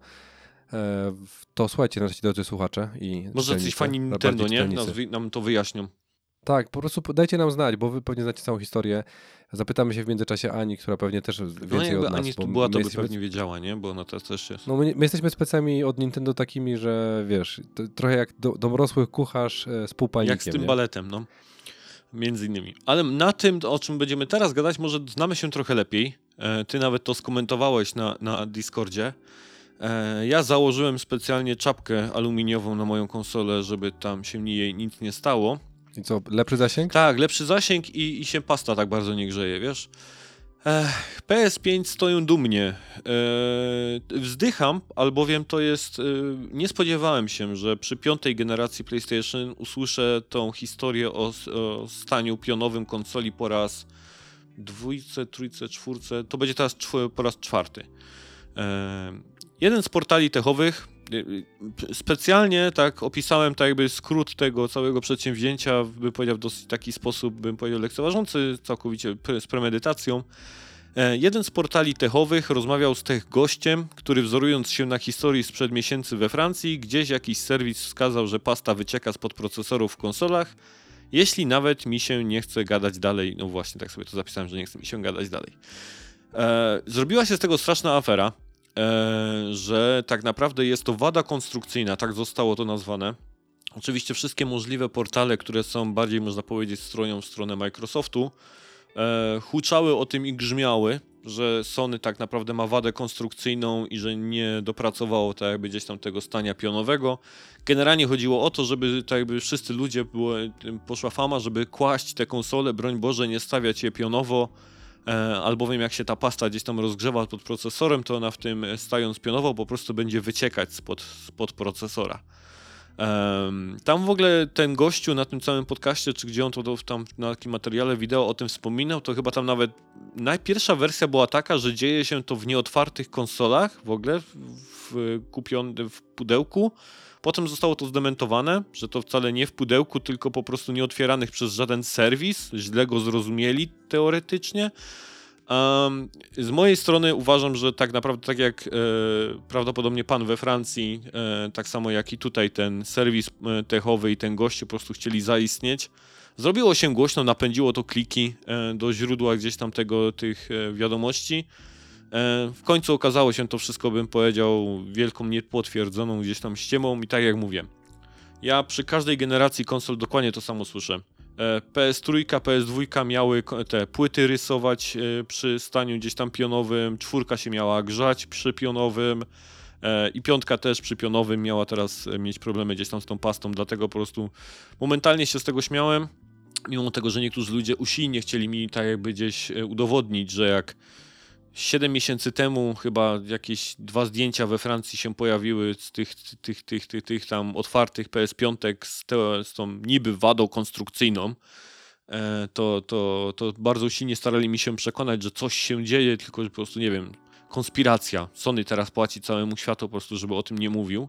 e, to słuchajcie, nasi drodzy słuchacze i Może czytelnicy, coś fani a Nintendo, bardziej nie? czytelnicy. Nas, wy- nam to wyjaśnią. Tak, po prostu dajcie nam znać, bo wy pewnie znacie całą historię. Zapytamy się w międzyczasie Ani, która pewnie też No więcej jakby od nas. Ani bo tu była, to my by jesteśmy, pewnie wiedziała, nie? Bo ona też, też jest... no my, nie- my jesteśmy specami od Nintendo takimi, że wiesz, to, trochę jak do, domorosły kucharz e, z półpalnikiem. Jak z tym nie? baletem, no. Między innymi. Ale na tym, o czym będziemy teraz gadać, może znamy się trochę lepiej. E, Ty nawet to skomentowałeś na, na Discordzie. E, Ja założyłem specjalnie czapkę aluminiową na moją konsolę, żeby tam się jej nic nie stało. I co, lepszy zasięg? Tak, lepszy zasięg i, i się pasta tak bardzo nie grzeje, wiesz? Ech, P S pięć stoją dumnie. Eee, wzdycham, albowiem to jest... E, nie spodziewałem się, że przy piątej generacji PlayStation usłyszę tą historię o, s- o staniu pionowym konsoli po raz dwójce, trójce, czwórce. To będzie teraz czw- po raz czwarty. Eee, jeden z portali techowych, e, specjalnie tak opisałem tak jakby skrót tego całego przedsięwzięcia, bym powiedział w dosyć taki sposób, bym powiedział lekceważący, całkowicie pre- z premedytacją. E, Jeden z portali techowych rozmawiał z tech gościem, który wzorując się na historii sprzed miesięcy we Francji, gdzieś jakiś serwis wskazał, że pasta wycieka spod procesorów w konsolach, jeśli nawet mi się nie chce gadać dalej. No właśnie, tak sobie to zapisałem, że nie chce mi się gadać dalej. E, zrobiła się z tego straszna afera, e, że tak naprawdę jest to wada konstrukcyjna, tak zostało to nazwane. Oczywiście wszystkie możliwe portale, które są bardziej, można powiedzieć, stroną w stronę Microsoftu, e, huczały o tym i grzmiały, że Sony tak naprawdę ma wadę konstrukcyjną i że nie dopracowało tak jakby gdzieś tam tego stania pionowego. Generalnie chodziło o to, żeby tak jakby wszyscy ludzie, było, poszła fama, żeby kłaść te konsole, broń Boże, nie stawiać je pionowo, e, albowiem jak się ta pasta gdzieś tam rozgrzewa pod procesorem, to ona w tym e, stając pionowo po prostu będzie wyciekać spod, spod procesora. Um, tam w ogóle ten gościu na tym całym podcaście, czy gdzie on to do- tam na takim materiale wideo o tym wspominał, to chyba tam nawet najpierwsza wersja była taka, że dzieje się to w nieotwartych konsolach w ogóle, w, w, kupione w pudełku. Potem zostało to zdementowane, że to wcale nie w pudełku, tylko po prostu nieotwieranych przez żaden serwis. Źle go zrozumieli teoretycznie. Um, z mojej strony uważam, że tak naprawdę, tak jak e, prawdopodobnie pan we Francji, e, tak samo jak i tutaj ten serwis e, techowy i ten gościu po prostu chcieli zaistnieć. Zrobiło się głośno, napędziło to kliki e, do źródła gdzieś tam tego, tych e, wiadomości. E, w końcu okazało się to wszystko, bym powiedział, wielką niepotwierdzoną gdzieś tam ściemą i tak jak mówię. Ja przy każdej generacji konsol dokładnie to samo słyszę. P S trzy, P S dwa miały te płyty rysować przy staniu gdzieś tam pionowym, czwórka się miała grzać przy pionowym i piątka też przy pionowym miała teraz mieć problemy gdzieś tam z tą pastą, dlatego po prostu momentalnie się z tego śmiałem, mimo tego, że niektórzy ludzie usilnie chcieli mi tak jakby gdzieś udowodnić, że jak siedem miesięcy temu chyba jakieś dwa zdjęcia we Francji się pojawiły z tych, tych, tych, tych, tych tam otwartych P S pięć z, te, z tą niby wadą konstrukcyjną, e, to, to, to bardzo silnie starali mi się przekonać, że coś się dzieje, tylko że po prostu, nie wiem, konspiracja. Sony teraz płaci całemu światu po prostu, żeby o tym nie mówił.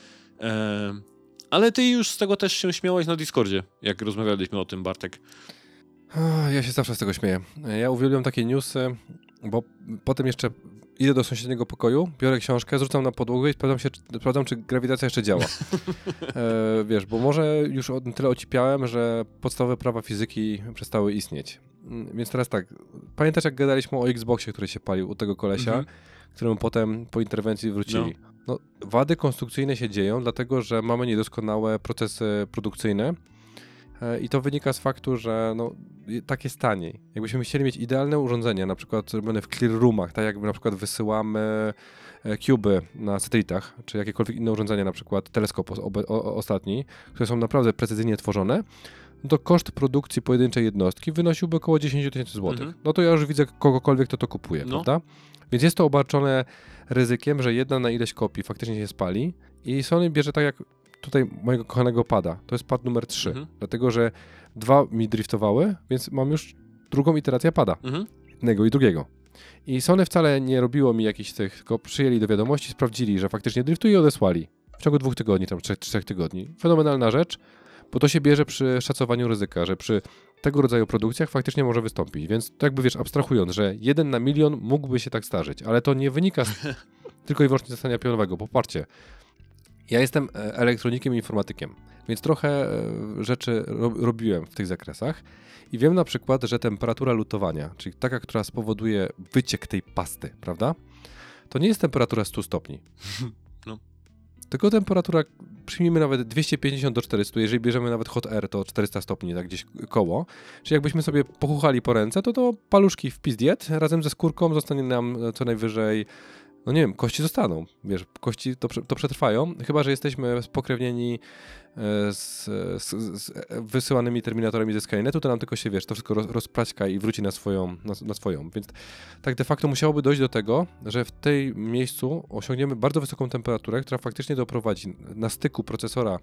E, ale ty już z tego też się śmiałeś na Discordzie, jak rozmawialiśmy o tym, Bartek. Ja się zawsze z tego śmieję. Ja uwielbiam takie newsy, bo potem jeszcze idę do sąsiedniego pokoju, biorę książkę, zrzucam na podłogę i sprawdzam, się, sprawdzam czy grawitacja jeszcze działa. E, wiesz, bo może już o, tyle ocipiałem, że podstawowe prawa fizyki przestały istnieć. Więc teraz tak, pamiętasz jak gadaliśmy o Xboxie, który się palił u tego kolesia, mhm. któremu potem po interwencji wrócili. No. No, wady konstrukcyjne się dzieją, dlatego że mamy niedoskonałe procesy produkcyjne e, i to wynika z faktu, że no, tak jest taniej. Jakbyśmy chcieli mieć idealne urządzenia, na przykład zrobione w clear roomach, tak jak na przykład wysyłamy cuby na satelitach, czy jakiekolwiek inne urządzenia, na przykład teleskop o, o, ostatni, które są naprawdę precyzyjnie tworzone, no to koszt produkcji pojedynczej jednostki wynosiłby około dziesięć tysięcy złotych. Mhm. No to ja już widzę kogokolwiek, kto to kupuje, no. prawda? Więc jest to obarczone ryzykiem, że jedna na ileś kopii faktycznie się spali i Sony bierze tak jak tutaj mojego kochanego pada. To jest pad numer trzy, mhm. dlatego że dwa mi driftowały, więc mam już drugą iterację pada. Mhm. Jednego i drugiego. I Sony wcale nie robiło mi jakichś tych, tylko przyjęli do wiadomości, sprawdzili, że faktycznie driftuje i odesłali. W ciągu dwóch tygodni, tam trzech, trzech tygodni. Fenomenalna rzecz, bo to się bierze przy szacowaniu ryzyka, że przy tego rodzaju produkcjach faktycznie może wystąpić. Więc to jakby wiesz, abstrahując, że jeden na milion mógłby się tak zdarzyć, ale to nie wynika z, tylko i wyłącznie ze stania pionowego. Popatrzcie, ja jestem elektronikiem i informatykiem, więc trochę rzeczy ro- robiłem w tych zakresach i wiem na przykład, że temperatura lutowania, czyli taka, która spowoduje wyciek tej pasty, prawda? To nie jest temperatura sto stopni. No. Tylko temperatura, przyjmijmy nawet dwieście pięćdziesiąt do czterystu, jeżeli bierzemy nawet hot air, to czterysta stopni, tak gdzieś koło. Czyli jakbyśmy sobie pochuchali po ręce, to to paluszki w pizdiet, razem ze skórką zostanie nam co najwyżej, no nie wiem, kości zostaną, wiesz, kości to, to przetrwają, chyba że jesteśmy spokrewnieni z, z, z wysyłanymi terminatorami ze Skynetu, to nam tylko się, wiesz, to wszystko roz, rozpraćka i wróci na swoją, na, na swoją. Więc tak de facto musiałoby dojść do tego, że w tej miejscu osiągniemy bardzo wysoką temperaturę, która faktycznie doprowadzi na styku procesora,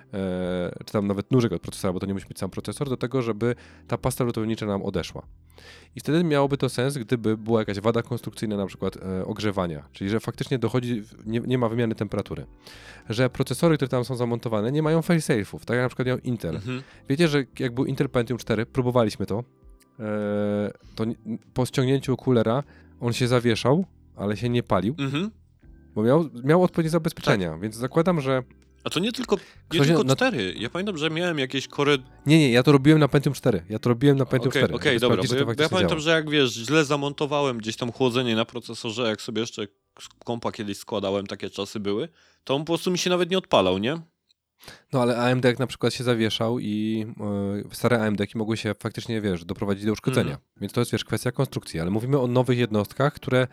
e, czy tam nawet nóżek od procesora, bo to nie musi być sam procesor, do tego, żeby ta pasta lutownicza nam odeszła. I wtedy miałoby to sens, gdyby była jakaś wada konstrukcyjna, na przykład e, ogrzewania, czyli że faktycznie dochodzi, nie, nie ma wymiany temperatury. Że procesory, które tam są zamontowane, nie mają fail-safe'ów, tak jak na przykład miał Intel. Mhm. Wiecie, że jak był Intel Pentium cztery, próbowaliśmy to, e, to po ściągnięciu coolera on się zawieszał, ale się nie palił, mhm. bo miał, miał odpowiednie zabezpieczenia, tak. Więc zakładam, że a to nie tylko, nie tylko na... cztery. Ja pamiętam, że miałem jakieś kory... Nie, nie, ja to robiłem na Pentium cztery. Ja to robiłem na Pentium okay, cztery. Okej, okay, dobra, bo ja, ja pamiętam, działa. Że jak wiesz, źle zamontowałem gdzieś tam chłodzenie na procesorze, jak sobie jeszcze kompa kiedyś składałem, takie czasy były, to on po prostu mi się nawet nie odpalał, nie? No ale A M D jak na przykład się zawieszał i yy, stare A M D ki mogły się faktycznie, wiesz, doprowadzić do uszkodzenia. Mm. Więc to jest, wiesz, kwestia konstrukcji, ale mówimy o nowych jednostkach, które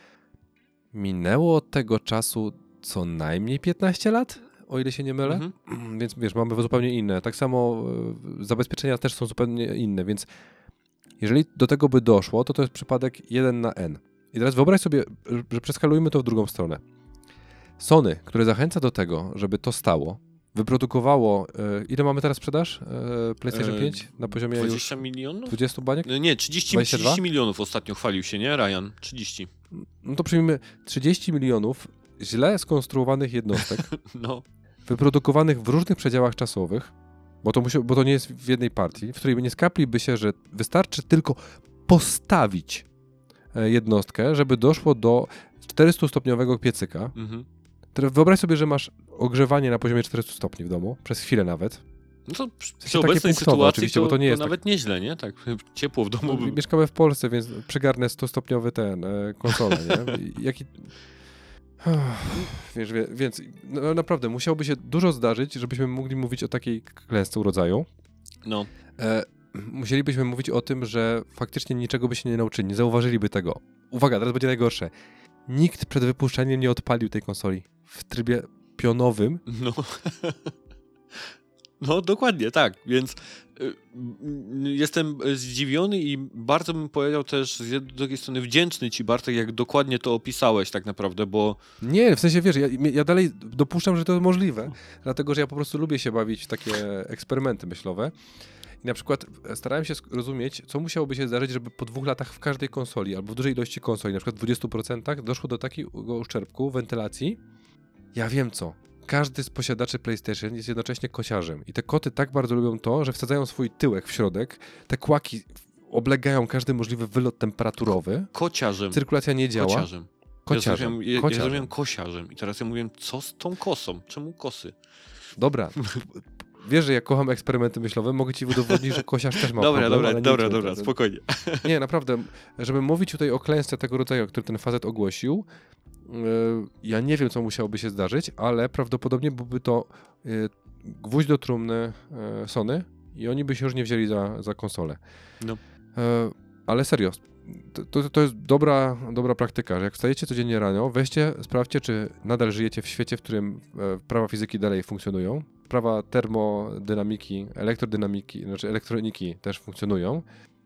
minęło od tego czasu co najmniej piętnaście lat? O ile się nie mylę, mhm. Więc wiesz, mamy zupełnie inne. Tak samo y, zabezpieczenia też są zupełnie inne, więc jeżeli do tego by doszło, to to jest przypadek jeden na N. I teraz wyobraź sobie, że przeskalujmy to w drugą stronę. Sony, które zachęca do tego, żeby to stało, wyprodukowało, y, ile mamy teraz sprzedaż? Y, PlayStation pięć na poziomie dwadzieścia milionów? dwadzieścia baniek? Nie, trzydzieści, trzydzieści milionów ostatnio chwalił się, nie, Ryan? trzydzieści. No to przyjmijmy trzydzieści milionów źle skonstruowanych jednostek. No. Wyprodukowanych w różnych przedziałach czasowych, bo to, musi, bo to nie jest w jednej partii, w której nie skapliby się, że wystarczy tylko postawić jednostkę, żeby doszło do czterystustopniowego piecyka. Mhm. Teraz wyobraź sobie, że masz ogrzewanie na poziomie czterystu stopni w domu, przez chwilę nawet. No to przy, przy obecnej sytuacji oczywiście, to, bo to, nie to jest nawet tak... nieźle, nie? Tak ciepło w domu. No, mieszkamy w Polsce, więc przygarnę stostopniowy ten, e, konsolę, nie? Jaki... Wiesz, wie, więc no, naprawdę musiałoby się dużo zdarzyć, żebyśmy mogli mówić o takiej klęsce urodzaju. No. E, musielibyśmy mówić o tym, że faktycznie niczego by się nie nauczyli, nie zauważyliby tego. Uwaga, teraz będzie najgorsze. Nikt przed wypuszczeniem nie odpalił tej konsoli w trybie pionowym. No. No dokładnie, tak, więc y, jestem zdziwiony i bardzo bym powiedział też z drugiej strony wdzięczny ci, Bartek, jak dokładnie to opisałeś tak naprawdę, bo... Nie, w sensie wiesz, ja, ja dalej dopuszczam, że to jest możliwe, dlatego że ja po prostu lubię się bawić w takie eksperymenty myślowe i na przykład starałem się zrozumieć, co musiałoby się zdarzyć, żeby po dwóch latach w każdej konsoli albo w dużej ilości konsoli, na przykład w dwudziestu procentach doszło do takiego uszczerbku wentylacji. Ja wiem co. Każdy z posiadaczy PlayStation jest jednocześnie kociarzem i te koty tak bardzo lubią to, że wsadzają swój tyłek w środek, te kłaki oblegają każdy możliwy wylot temperaturowy. Kociarzem. Cyrkulacja nie działa. Kociarzem. Kociarzem. Ja zrobiłem, ja, ja Kociarzem. zrobiłem kosiarzem i teraz ja mówię, co z tą kosą? Czemu kosy? Dobra. Wiesz, że ja kocham eksperymenty myślowe, mogę ci udowodnić, że kosiarz też ma Dobra, problem. dobra, ale nie dobra, idźmy dobra, w to. spokojnie. Nie, naprawdę, żeby mówić tutaj o klęsce tego rodzaju, który ten facet ogłosił, yy, ja nie wiem, co musiałoby się zdarzyć, ale prawdopodobnie byłby to yy, gwóźdź do trumny yy, Sony i oni by się już nie wzięli za, za konsolę. No. Yy, ale serio, to, to, to jest dobra, dobra praktyka, że jak wstajecie codziennie rano, weźcie, sprawdźcie, czy nadal żyjecie w świecie, w którym yy, prawa fizyki dalej funkcjonują, prawa termodynamiki, elektrodynamiki, znaczy elektroniki też funkcjonują,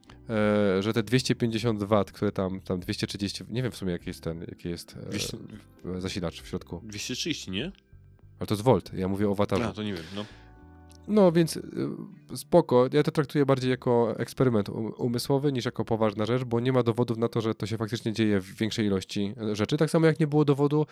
e, że te dwieście pięćdziesiąt watów, które tam, tam dwieście trzydzieści, nie wiem w sumie jaki jest ten, jaki jest dwieście e, zasilacz w środku, dwieście trzydzieści, nie? ale to jest volt, ja mówię o wattażu. A, to nie wiem, no. No więc y, spoko, ja to traktuję bardziej jako eksperyment um- umysłowy niż jako poważna rzecz, bo nie ma dowodów na to, że to się faktycznie dzieje w większej ilości e, rzeczy, tak samo jak nie było dowodu,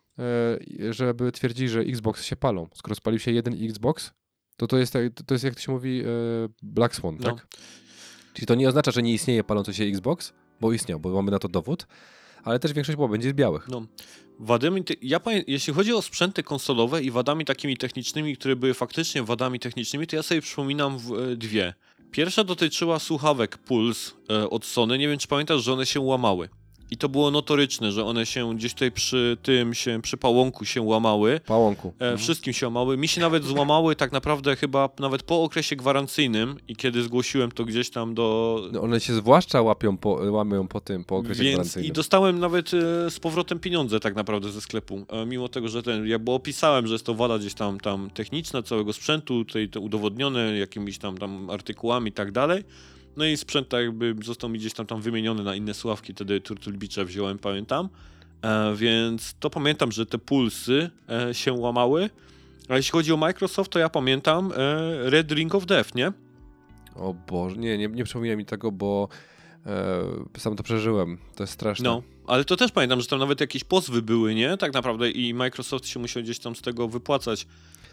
e, żeby twierdzić, że Xbox się palą. Skoro spalił się jeden Xbox, to to jest, tak- to jest jak to się mówi e, Black Swan, No. tak? Czyli to nie oznacza, że nie istnieje palący się Xbox, bo istniał, bo mamy na to dowód, ale też większość było będzie z białych. No, wadami, ty- ja pamię- jeśli chodzi o sprzęty konsolowe i wadami takimi technicznymi, które były faktycznie wadami technicznymi, to ja sobie przypominam w, e, dwie. Pierwsza dotyczyła słuchawek Pulse e, od Sony. Nie wiem, czy pamiętasz, że one się łamały. I to było notoryczne, że one się gdzieś tutaj przy tym, się, przy pałąku się łamały. Pałąku. E, wszystkim się łamały. Mi się nawet złamały tak naprawdę chyba nawet po okresie gwarancyjnym i kiedy zgłosiłem to gdzieś tam do... No one się zwłaszcza łapią po, łamią po tym, po okresie Więc gwarancyjnym. i dostałem nawet e, z powrotem pieniądze tak naprawdę ze sklepu, e, mimo tego, że ten, ja bo opisałem, że jest to wada gdzieś tam, tam techniczna całego sprzętu, tutaj to udowodnione jakimiś tam, tam artykułami i tak dalej. No i sprzęt tak jakby został mi gdzieś tam, tam wymieniony na inne słuchawki, wtedy Turtle Beacha wziąłem, pamiętam. E, więc to pamiętam, że te pulsy e, się łamały. A jeśli chodzi o Microsoft, to ja pamiętam e, Red Ring of Death, nie? O Boże, nie, nie, nie przypomina mi tego, bo e, sam to przeżyłem. To jest straszne. No, ale to też pamiętam, że tam nawet jakieś pozwy były, nie? Tak naprawdę i Microsoft się musiał gdzieś tam z tego wypłacać.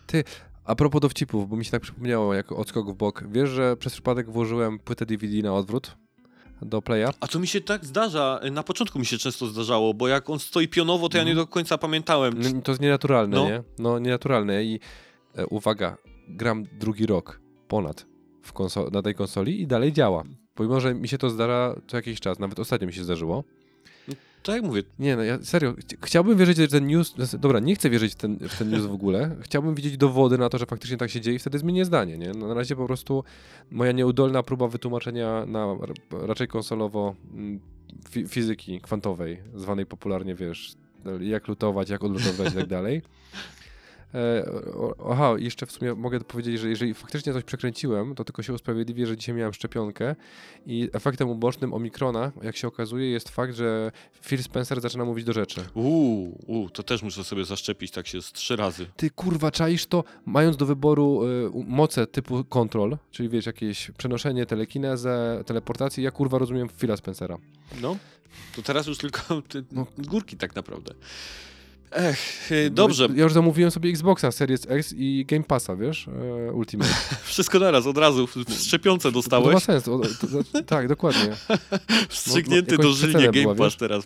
A propos dowcipów, bo mi się tak przypomniało, jako odskok w bok. Wiesz, że przez przypadek włożyłem płytę D V D na odwrót do playa? A to mi się tak zdarza, na początku mi się często zdarzało, bo jak on stoi pionowo, to ja nie do końca pamiętałem. N- To jest nienaturalne, No. nie? No, nienaturalne i e, uwaga, gram drugi rok ponad w konso- na tej konsoli i dalej działa. Pomimo, że mi się to zdarza co jakiś czas, nawet ostatnio mi się zdarzyło. Tak jak mówię, Nie, no ja serio, chci- chciałbym wierzyć, że ten news, dobra, nie chcę wierzyć w ten, w ten news w ogóle, chciałbym widzieć dowody na to, że faktycznie tak się dzieje i wtedy zmienię zdanie, nie? No, na razie po prostu moja nieudolna próba wytłumaczenia na r- raczej konsolowo mm, fi- fizyki kwantowej, zwanej popularnie, wiesz, jak lutować, jak odlutować i tak dalej. E, o- aha, jeszcze w sumie mogę powiedzieć, że jeżeli faktycznie coś przekręciłem, to tylko się usprawiedliwię, że dzisiaj miałem szczepionkę i efektem ubocznym Omikrona, jak się okazuje, jest fakt, że Phil Spencer zaczyna mówić do rzeczy. uuu, uu, to też muszę sobie zaszczepić tak się z trzy razy. Ty kurwa, czaisz to, mając do wyboru y, u- moce typu control, czyli wiesz, jakieś przenoszenie, telekinezę, teleportację, ja kurwa rozumiem Phila Spencera. No, to teraz już tylko te No. górki tak naprawdę. Ech, y, dobrze, Ja już zamówiłem sobie Xboxa Series X i Game Passa, wiesz, e, Ultimate. wszystko naraz, od razu w w szczepionce To ma dostałeś, sens, o, to, to, tak, dokładnie. wstrzyknięty no, do jakąś żyli przecenę Game była, Pass wiesz? teraz.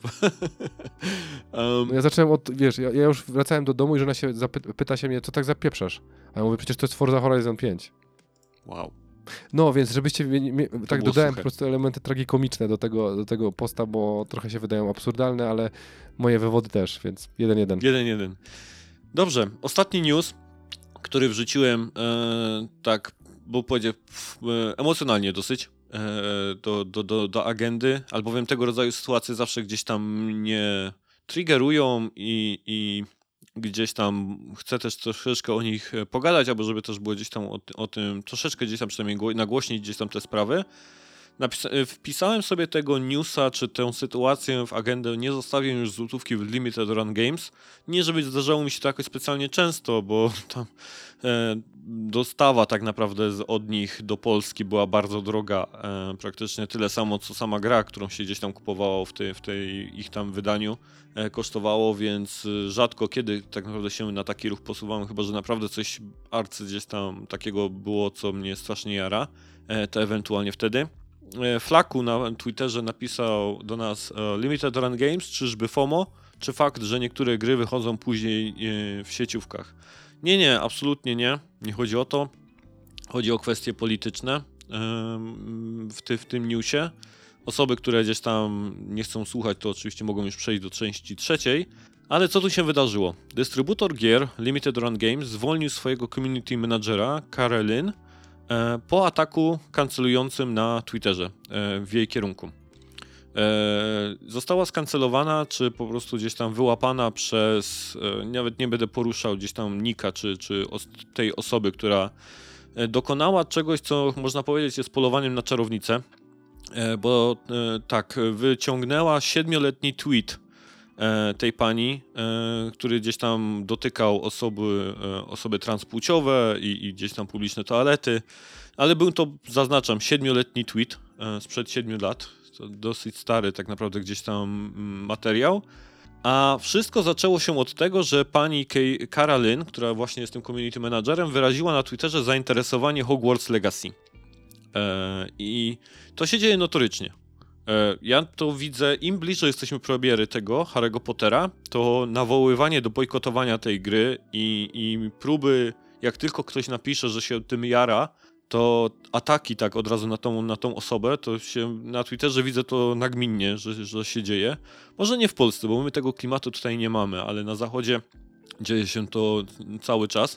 um, No ja zacząłem od, wiesz, ja, ja już wracałem do domu i żona się zapy- pyta się mnie, co tak zapieprzasz? A ja mówię, przecież to jest Forza Horizon pięć. wow. No, więc żebyście, mie- mie- tak było dodałem suche. po prostu elementy tragikomiczne do tego, do tego posta, bo trochę się wydają absurdalne, ale moje wywody też, więc jeden jeden. Jeden, jeden. Dobrze, ostatni news, który wrzuciłem e, tak, bo powiedział e, emocjonalnie dosyć e, do, do, do, do agendy, albowiem tego rodzaju sytuacje zawsze gdzieś tam mnie triggerują i, i gdzieś tam chcę też troszeczkę o nich e, pogadać, albo żeby też było gdzieś tam o, o tym troszeczkę gdzieś tam przynajmniej gło- nagłośnić gdzieś tam te sprawy. Napisa- e, wpisałem sobie tego newsa, czy tę sytuację w agendę, nie zostawię już złotówki w Limited Run Games. Nie, żeby zdarzało mi się to jakoś specjalnie często, bo tam e, dostawa tak naprawdę z, od nich do Polski była bardzo droga. E, praktycznie tyle samo, co sama gra, którą się gdzieś tam kupowało w tej, w tej ich tam wydaniu e, kosztowało, więc e, rzadko kiedy tak naprawdę się na taki ruch posuwałem, chyba że naprawdę coś arcy gdzieś tam takiego było, co mnie strasznie jara, e, to ewentualnie wtedy. Flaku na Twitterze napisał do nas Limited Run Games, czyżby FOMO? czy fakt, że niektóre gry wychodzą później e, w sieciówkach. Nie, nie, absolutnie nie. Nie chodzi o to. Chodzi o kwestie polityczne e, w, ty, w tym newsie. Osoby, które gdzieś tam nie chcą słuchać, to oczywiście mogą już przejść do części trzeciej. Ale co tu się wydarzyło? Dystrybutor gier Limited Run Games zwolnił swojego community managera, Karolyn, e, po ataku kancelującym na Twitterze e, w jej kierunku. E, została skancelowana, czy po prostu gdzieś tam wyłapana przez, e, nawet nie będę poruszał gdzieś tam nika, czy, czy os- tej osoby, która e, dokonała czegoś, co można powiedzieć jest polowaniem na czarownicę, e, bo e, tak, wyciągnęła siedmioletni tweet e, tej pani, e, który gdzieś tam dotykał osoby, e, osoby transpłciowe i, i gdzieś tam publiczne toalety, ale był to, zaznaczam, siedmioletni tweet e, sprzed siedmiu lat. To dosyć stary tak naprawdę gdzieś tam materiał. A wszystko zaczęło się od tego, że pani Karolyn, która właśnie jest tym community managerem, wyraziła na Twitterze zainteresowanie Hogwarts Legacy. E, I to się dzieje notorycznie. E, ja to widzę, im bliżej jesteśmy premiery tego Harry'ego Pottera, to nawoływanie do bojkotowania tej gry i, i próby, jak tylko ktoś napisze, że się tym jara, to ataki tak od razu na tą, na tą osobę, to się na Twitterze widzę to nagminnie, że, że się dzieje. Może nie w Polsce, bo my tego klimatu tutaj nie mamy, ale na zachodzie dzieje się to cały czas.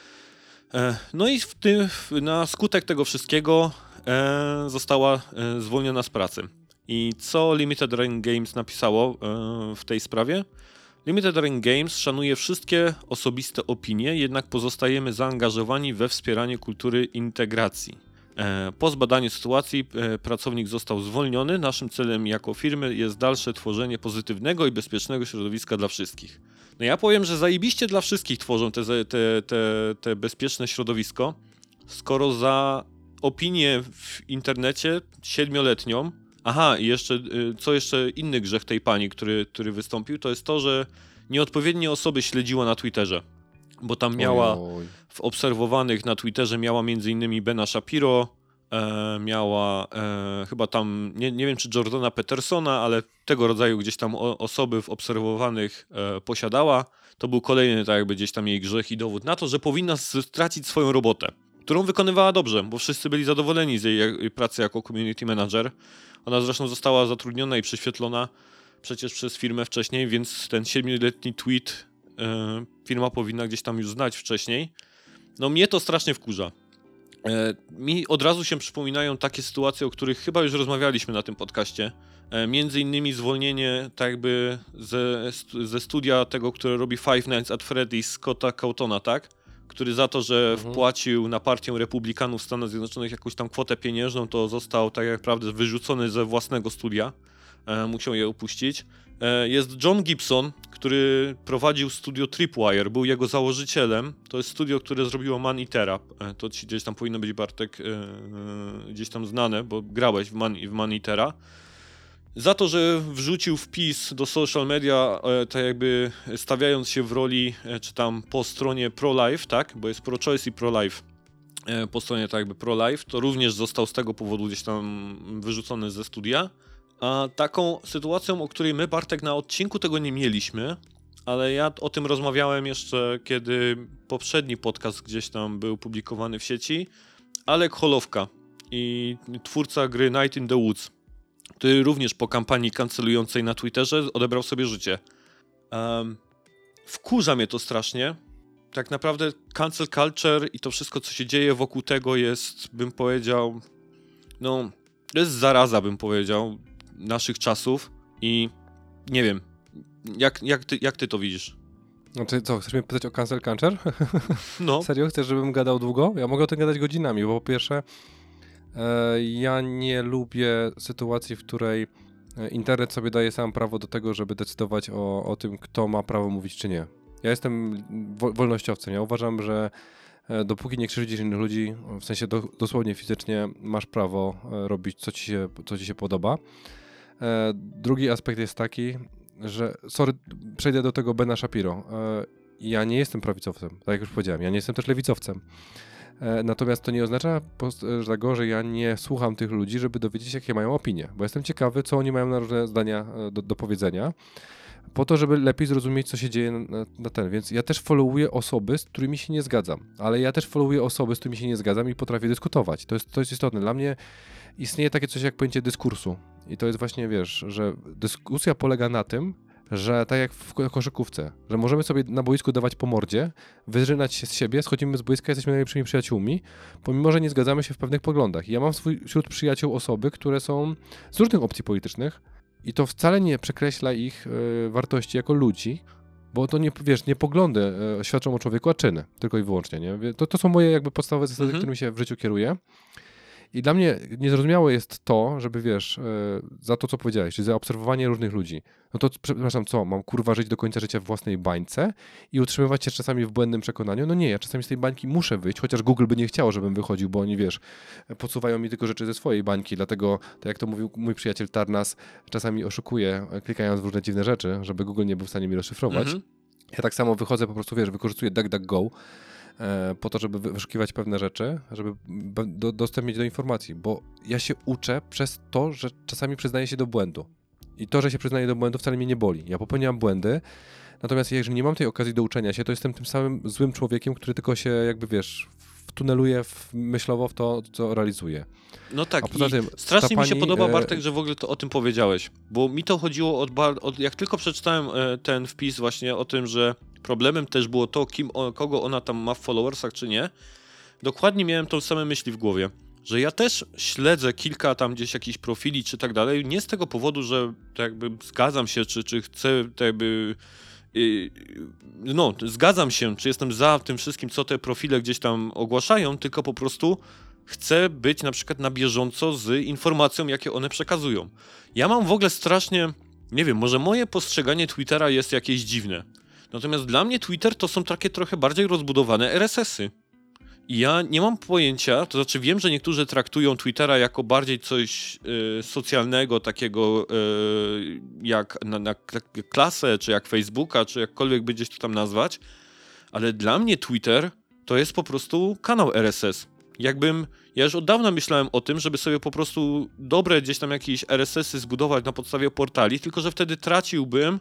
E, no i w tym, na skutek tego wszystkiego e, została e, zwolniona z pracy. I co Limited Run Games napisało e, w tej sprawie? Limited Run Games szanuje wszystkie osobiste opinie, jednak pozostajemy zaangażowani we wspieranie kultury integracji. E, po zbadaniu sytuacji e, pracownik został zwolniony. Naszym celem jako firmy jest dalsze tworzenie pozytywnego i bezpiecznego środowiska dla wszystkich. No ja powiem, że zajebiście dla wszystkich tworzą te, te, te, te bezpieczne środowisko, skoro za opinię w internecie siedmioletnią. Aha, i jeszcze, co jeszcze inny grzech tej pani, który, który wystąpił, to jest to, że nieodpowiednie osoby śledziła na Twitterze, bo tam miała, Oj. w obserwowanych na Twitterze miała między innymi Bena Shapiro, e, miała e, chyba tam, nie, nie wiem czy Jordana Petersona, ale tego rodzaju gdzieś tam o, osoby w obserwowanych e, posiadała. To był kolejny tak jakby gdzieś tam jej grzech i dowód na to, że powinna stracić swoją robotę, którą wykonywała dobrze, bo wszyscy byli zadowoleni z jej pracy jako community manager. Ona zresztą została zatrudniona i prześwietlona przecież przez firmę wcześniej, więc ten siedmioletni tweet yy, firma powinna gdzieś tam już znać wcześniej. No mnie to strasznie wkurza. Yy, mi od razu się przypominają takie sytuacje, o których chyba już rozmawialiśmy na tym podcaście. Yy, między innymi zwolnienie tak jakby ze, ze studia tego, które robi Five Nights at Freddy's, Scotta Cawthona, tak? Który za to, że mhm. wpłacił na partię Republikanów Stanów Zjednoczonych jakąś tam kwotę pieniężną, to został tak naprawdę wyrzucony ze własnego studia. E, musiał je opuścić. E, jest John Gibson, który prowadził studio Tripwire, był jego założycielem. To jest studio, które zrobiło Man Eatera. E, to ci gdzieś tam powinno być, Bartek, e, e, gdzieś tam znane, bo grałeś w Man, w Man Eatera. Za to, że wrzucił wpis do social media, e, tak jakby stawiając się w roli, e, czy tam po stronie pro-life, tak, bo jest pro-choice i pro-life, e, po stronie tak jakby pro-life, to również został z tego powodu gdzieś tam wyrzucony ze studia. A taką sytuacją, o której my, Bartek, na odcinku tego nie mieliśmy, ale ja o tym rozmawiałem jeszcze, kiedy poprzedni podcast gdzieś tam był publikowany w sieci, Alek Holowka i twórca gry Night in the Woods, który również po kampanii kancelującej na Twitterze odebrał sobie życie. Um, wkurza mnie to strasznie. Tak naprawdę cancel culture i to wszystko, co się dzieje wokół tego jest, bym powiedział, no, to jest zaraza, bym powiedział, naszych czasów i nie wiem, jak, jak, ty, jak ty to widzisz? Znaczy co, chcesz mnie pytać o cancel culture? No. Serio? Chcesz, żebym gadał długo? Ja mogę o tym gadać godzinami, bo po pierwsze ja nie lubię sytuacji, w której internet sobie daje sam prawo do tego, żeby decydować o, o tym, kto ma prawo mówić, czy nie. Ja jestem wolnościowcem. Ja uważam, że dopóki nie krzywdzisz innych ludzi, w sensie do, dosłownie fizycznie, masz prawo robić, co ci się, co ci się podoba. Drugi aspekt jest taki, że, sorry, przejdę do tego Bena Shapiro. Ja nie jestem prawicowcem, tak jak już powiedziałem. Ja nie jestem też lewicowcem. Natomiast to nie oznacza tego, że ja nie słucham tych ludzi, żeby dowiedzieć się, jakie mają opinie, bo jestem ciekawy, co oni mają na różne zdania do, do powiedzenia. po to, żeby lepiej zrozumieć, co się dzieje na, na, na ten. Więc ja też followuję osoby, z którymi się nie zgadzam, ale ja też followuję osoby, z którymi się nie zgadzam i potrafię dyskutować. To jest, to jest istotne. Dla mnie istnieje takie coś jak pojęcie dyskursu i to jest właśnie, wiesz, że dyskusja polega na tym, że tak jak w koszykówce, że możemy sobie na boisku dawać po mordzie, wyżynać się z siebie, schodzimy z boiska, jesteśmy najlepszymi przyjaciółmi, pomimo, że nie zgadzamy się w pewnych poglądach. Ja mam swój, wśród przyjaciół osoby, które są z różnych opcji politycznych i to wcale nie przekreśla ich y, wartości jako ludzi, bo to nie, wiesz, nie poglądy y, świadczą o człowieku, a czyny, tylko i wyłącznie. Nie? To, to są moje jakby podstawowe zasady, Mhm. którymi się w życiu kieruję. I dla mnie niezrozumiałe jest to, żeby wiesz, yy, za to, co powiedziałeś, czyli za obserwowanie różnych ludzi. No to, przepraszam, co, mam kurwa żyć do końca życia w własnej bańce i utrzymywać się czasami w błędnym przekonaniu? No nie, ja czasami z tej bańki muszę wyjść, chociaż Google by nie chciało, żebym wychodził, bo oni, wiesz, podsuwają mi tylko rzeczy ze swojej bańki, dlatego, tak jak to mówił mój przyjaciel Tarnas, czasami oszukuje, klikając w różne dziwne rzeczy, żeby Google nie był w stanie mi rozszyfrować. Mhm. Ja tak samo wychodzę, po prostu, wiesz, wykorzystuję DuckDuckGo, po to, żeby wyszukiwać pewne rzeczy, żeby do, dostęp mieć do informacji, bo ja się uczę przez to, że czasami przyznaję się do błędu. I to, że się przyznaję do błędu, wcale mnie nie boli. Ja popełniam błędy, natomiast jeżeli nie mam tej okazji do uczenia się, to jestem tym samym złym człowiekiem, który tylko się jakby, wiesz, wtuneluje w, myślowo w to, co realizuje. No tak, A poza i tym, strasznie ta mi się pani, podoba, e, Bartek, że w ogóle to o tym powiedziałeś, bo mi to chodziło od, bar- od jak tylko przeczytałem e, ten wpis właśnie o tym, że problemem też było to, kim o, kogo ona tam ma w followersach czy nie, dokładnie miałem tą same myśli w głowie, że ja też śledzę kilka tam gdzieś jakichś profili czy tak dalej, nie z tego powodu, że tak jakby zgadzam się, czy, czy chcę tak jakby Yy, no, zgadzam się, czy jestem za tym wszystkim, co te profile gdzieś tam ogłaszają, tylko po prostu chcę być na przykład na bieżąco z informacją, jakie one przekazują. Ja mam w ogóle strasznie, nie wiem, może moje postrzeganie Twittera jest jakieś dziwne, natomiast dla mnie Twitter to są takie trochę bardziej rozbudowane R S S-y. I ja nie mam pojęcia, to znaczy wiem, że niektórzy traktują Twittera jako bardziej coś y, socjalnego, takiego y, jak na, na klasę, czy jak Facebooka, czy jakkolwiek by gdzieś to tam nazwać, ale dla mnie Twitter to jest po prostu kanał R S S. Jakbym, ja już od dawna myślałem o tym, żeby sobie po prostu dobre gdzieś tam jakieś R S S-y zbudować na podstawie portali, tylko że wtedy traciłbym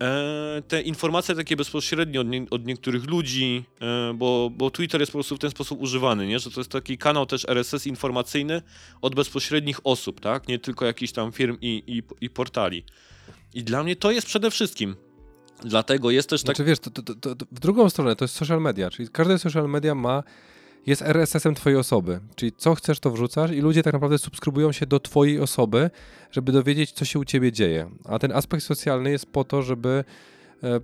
E, te informacje takie bezpośrednio od, nie, od niektórych ludzi, e, bo, bo Twitter jest po prostu w ten sposób używany, nie? Że to jest taki kanał też R S S informacyjny od bezpośrednich osób, tak? Nie tylko jakichś tam firm i, i, i portali. I dla mnie to jest przede wszystkim. Dlatego jest też tak... Znaczy wiesz, to, to, to, to w drugą stronę to jest social media, czyli każde social media ma jest R S S-em twojej osoby, czyli co chcesz, to wrzucasz i ludzie tak naprawdę subskrybują się do twojej osoby, żeby dowiedzieć, co się u ciebie dzieje. A ten aspekt socjalny jest po to, żeby... E,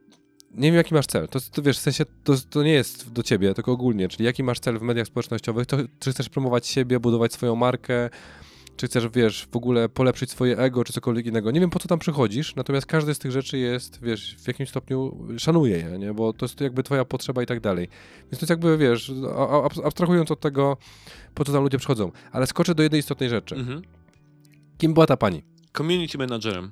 nie wiem, jaki masz cel. To, to wiesz, w sensie to, to nie jest do ciebie, tylko ogólnie, czyli jaki masz cel w mediach społecznościowych, to, czy chcesz promować siebie, budować swoją markę, czy chcesz, wiesz, w ogóle polepszyć swoje ego, czy cokolwiek innego. Nie wiem, po co tam przychodzisz, natomiast każdy z tych rzeczy jest, wiesz, w jakimś stopniu szanuje je, nie? Bo to jest jakby twoja potrzeba i tak dalej. Więc to jest jakby, wiesz, abstrahując od tego, po co tam ludzie przychodzą. Ale skoczę do jednej istotnej rzeczy. Mhm. Kim była ta pani? Community managerem.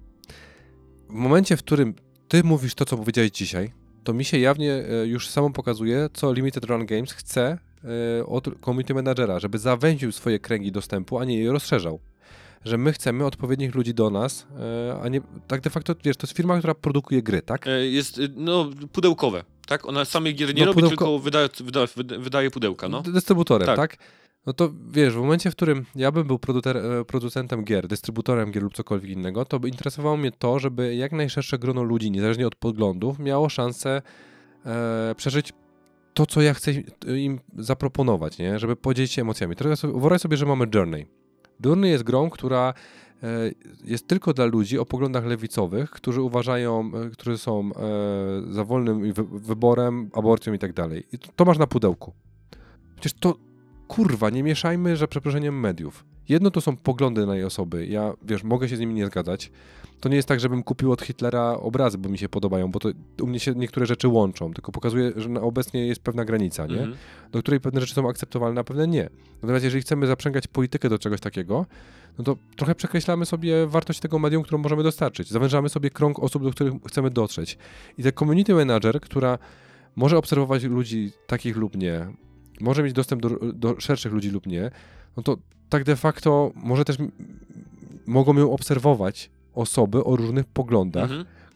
W momencie, w którym ty mówisz to, co powiedziałeś dzisiaj, to mi się jawnie już samo pokazuje, co Limited Run Games chce od community managera, żeby zawęził swoje kręgi dostępu, a nie je rozszerzał. Że my chcemy odpowiednich ludzi do nas, a nie, tak de facto, wiesz, to jest firma, która produkuje gry, tak? E, jest, no, pudełkowe, tak? Ona samych gier nie No, robi, pudełko- tylko wydaje, wyda, wyda, wydaje pudełka, no. Dystrybutorem, Tak. tak? No to wiesz, w momencie, w którym ja bym był producer, producentem gier, dystrybutorem gier lub cokolwiek innego, to by interesowało mnie to, żeby jak najszersze grono ludzi, niezależnie od poglądów, miało szansę e, przeżyć to, co ja chcę im zaproponować, nie? Żeby podzielić się emocjami. Teraz wyobraź sobie, że mamy Journey. Journey jest grą, która e, jest tylko dla ludzi o poglądach lewicowych, którzy uważają, e, którzy są e, za wolnym wy- wyborem, aborcją i tak dalej. I to, to masz na pudełku. Przecież to, kurwa, nie mieszajmy, że przeproszeniem mediów. Jedno to są poglądy na jej osoby. Ja, wiesz, mogę się z nimi nie zgadzać. To nie jest tak, żebym kupił od Hitlera obrazy, bo mi się podobają, bo to u mnie się niektóre rzeczy łączą, tylko pokazuje, że na obecnie jest pewna granica, nie? Mhm. Do której pewne rzeczy są akceptowalne, a pewne nie. Natomiast jeżeli chcemy zaprzęgać politykę do czegoś takiego, no to trochę przekreślamy sobie wartość tego medium, którą możemy dostarczyć. Zawężamy sobie krąg osób, do których chcemy dotrzeć. I ten community manager, która może obserwować ludzi takich lub nie, może mieć dostęp do, do szerszych ludzi lub nie, no to tak de facto może też m- mogą ją obserwować osoby o różnych poglądach, Mhm.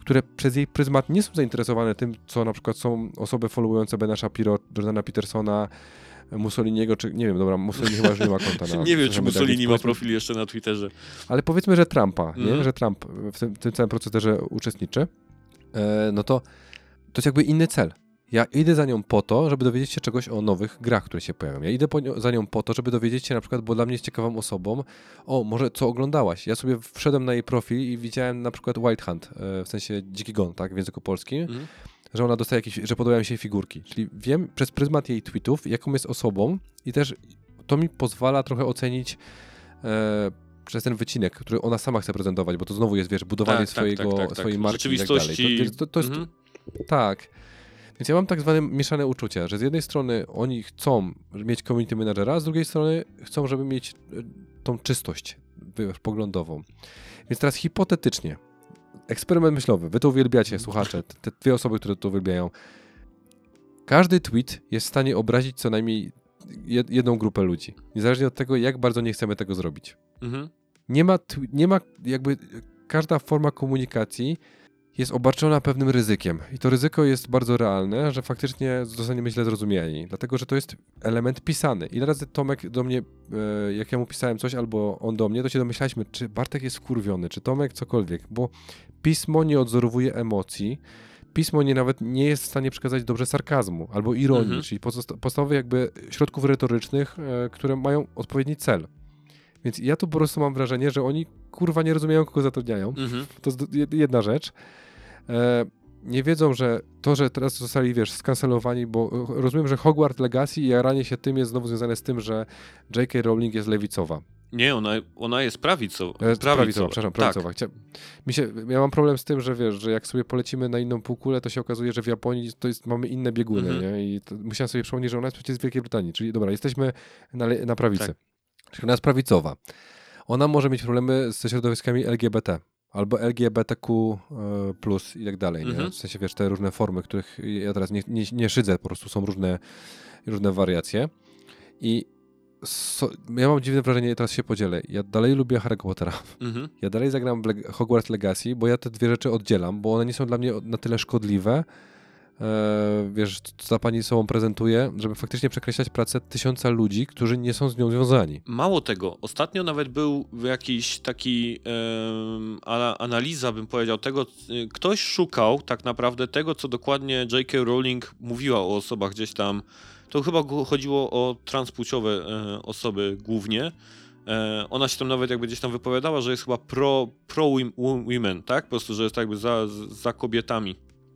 które przez jej pryzmat nie są zainteresowane tym, co na przykład są osoby followujące Bena Shapiro, Jordana Petersona, Mussoliniego, czy nie wiem, dobra, Mussolini chyba już nie ma konta na... nie wiem, czy Mussolini ma powiedzmy, profil jeszcze na Twitterze. ale powiedzmy, że Trumpa, nie? Mhm. Że Trump w tym, tym całym procederze uczestniczy, e, no to to jest jakby inny cel. Ja idę za nią po to, żeby dowiedzieć się czegoś o nowych grach, które się pojawią. Ja idę po nią, za nią po to, żeby dowiedzieć się na przykład, bo dla mnie jest ciekawą osobą, o, może co oglądałaś? Ja sobie wszedłem na jej profil i widziałem na przykład Wild Hunt, e, w sensie Dziki Gon, tak, w języku polskim, Mhm. że ona dostaje jakieś, że podobają mi się jej figurki. Czyli wiem przez pryzmat jej tweetów, jaką jest osobą i też to mi pozwala trochę ocenić e, przez ten wycinek, który ona sama chce prezentować, bo to znowu jest, wiesz, budowanie Tak, tak, swojego, tak, tak, tak. swojej marki i tak Rzeczywistości. dalej. To, to, to jest, Mhm. tak. Więc ja mam tak zwane mieszane uczucia, że z jednej strony oni chcą mieć community managera, a z drugiej strony chcą, żeby mieć e, tą czystość wiesz, poglądową. Więc teraz hipotetycznie, eksperyment myślowy, wy to uwielbiacie, słuchacze, te, te dwie osoby, które to uwielbiają. Każdy tweet jest w stanie obrazić co najmniej jed, jedną grupę ludzi, niezależnie od tego, jak bardzo nie chcemy tego zrobić. Mhm. Nie ma, tw- nie ma jakby, każda forma komunikacji jest obarczona pewnym ryzykiem. I to ryzyko jest bardzo realne, że faktycznie zostaniemy źle zrozumiani, dlatego, że to jest element pisany. Ile razy Tomek do mnie, e, jak ja mu pisałem coś, albo on do mnie, to się domyślaliśmy, czy Bartek jest wkurwiony, czy Tomek cokolwiek, bo pismo nie odzorowuje emocji, pismo nie nawet nie jest w stanie przekazać dobrze sarkazmu albo ironii, Mhm. czyli podsta- podstawowych jakby środków retorycznych, e, które mają odpowiedni cel. Więc ja tu po prostu mam wrażenie, że oni kurwa nie rozumieją, kogo zatrudniają. Mhm. To jest jed- jedna rzecz. E, nie wiedzą, że to, że teraz zostali, wiesz, skancelowani, bo e, rozumiem, że Hogwarts Legacy i jaranie się tym jest znowu związane z tym, że J K. Rowling jest lewicowa. Nie, ona, ona jest prawicą. E, prawicowa, Prawicowa, przepraszam, tak. prawicowa. Chcia... Mi się, ja mam problem z tym, że wiesz, że jak sobie polecimy na inną półkulę, to się okazuje, że w Japonii to jest, mamy inne bieguny, Mhm. nie? I to, musiałem sobie przypomnieć, że ona jest przecież z Wielkiej Brytanii, czyli dobra, jesteśmy na, le- na prawicy. Tak. Czyli ona jest prawicowa. Ona może mieć problemy ze środowiskami L G B T albo L G B T Q e, plus i tak dalej, nie? Mhm. W sensie, wiesz, te różne formy, których ja teraz nie, nie, nie szydzę, po prostu są różne, różne wariacje. I so, ja mam dziwne wrażenie, teraz się podzielę. Ja dalej lubię Harry Pottera. Mhm. Ja dalej zagram w Leg- Hogwarts Legacy, bo ja te dwie rzeczy oddzielam, bo one nie są dla mnie na tyle szkodliwe, e, wiesz, co ta pani sobą prezentuje, żeby faktycznie przekreślać pracę tysiąca ludzi, którzy nie są z nią związani. Mało tego, ostatnio nawet był jakiś taki em, ana- analiza, bym powiedział, tego, y, ktoś szukał tak naprawdę tego, co dokładnie J K. Rowling mówiła o osobach gdzieś tam, to chyba go- chodziło o transpłciowe e, osoby głównie. E, ona się tam nawet jakby gdzieś tam wypowiadała, że jest chyba pro, pro wim- women, tak? Po prostu, że jest jakby za, za kobietami.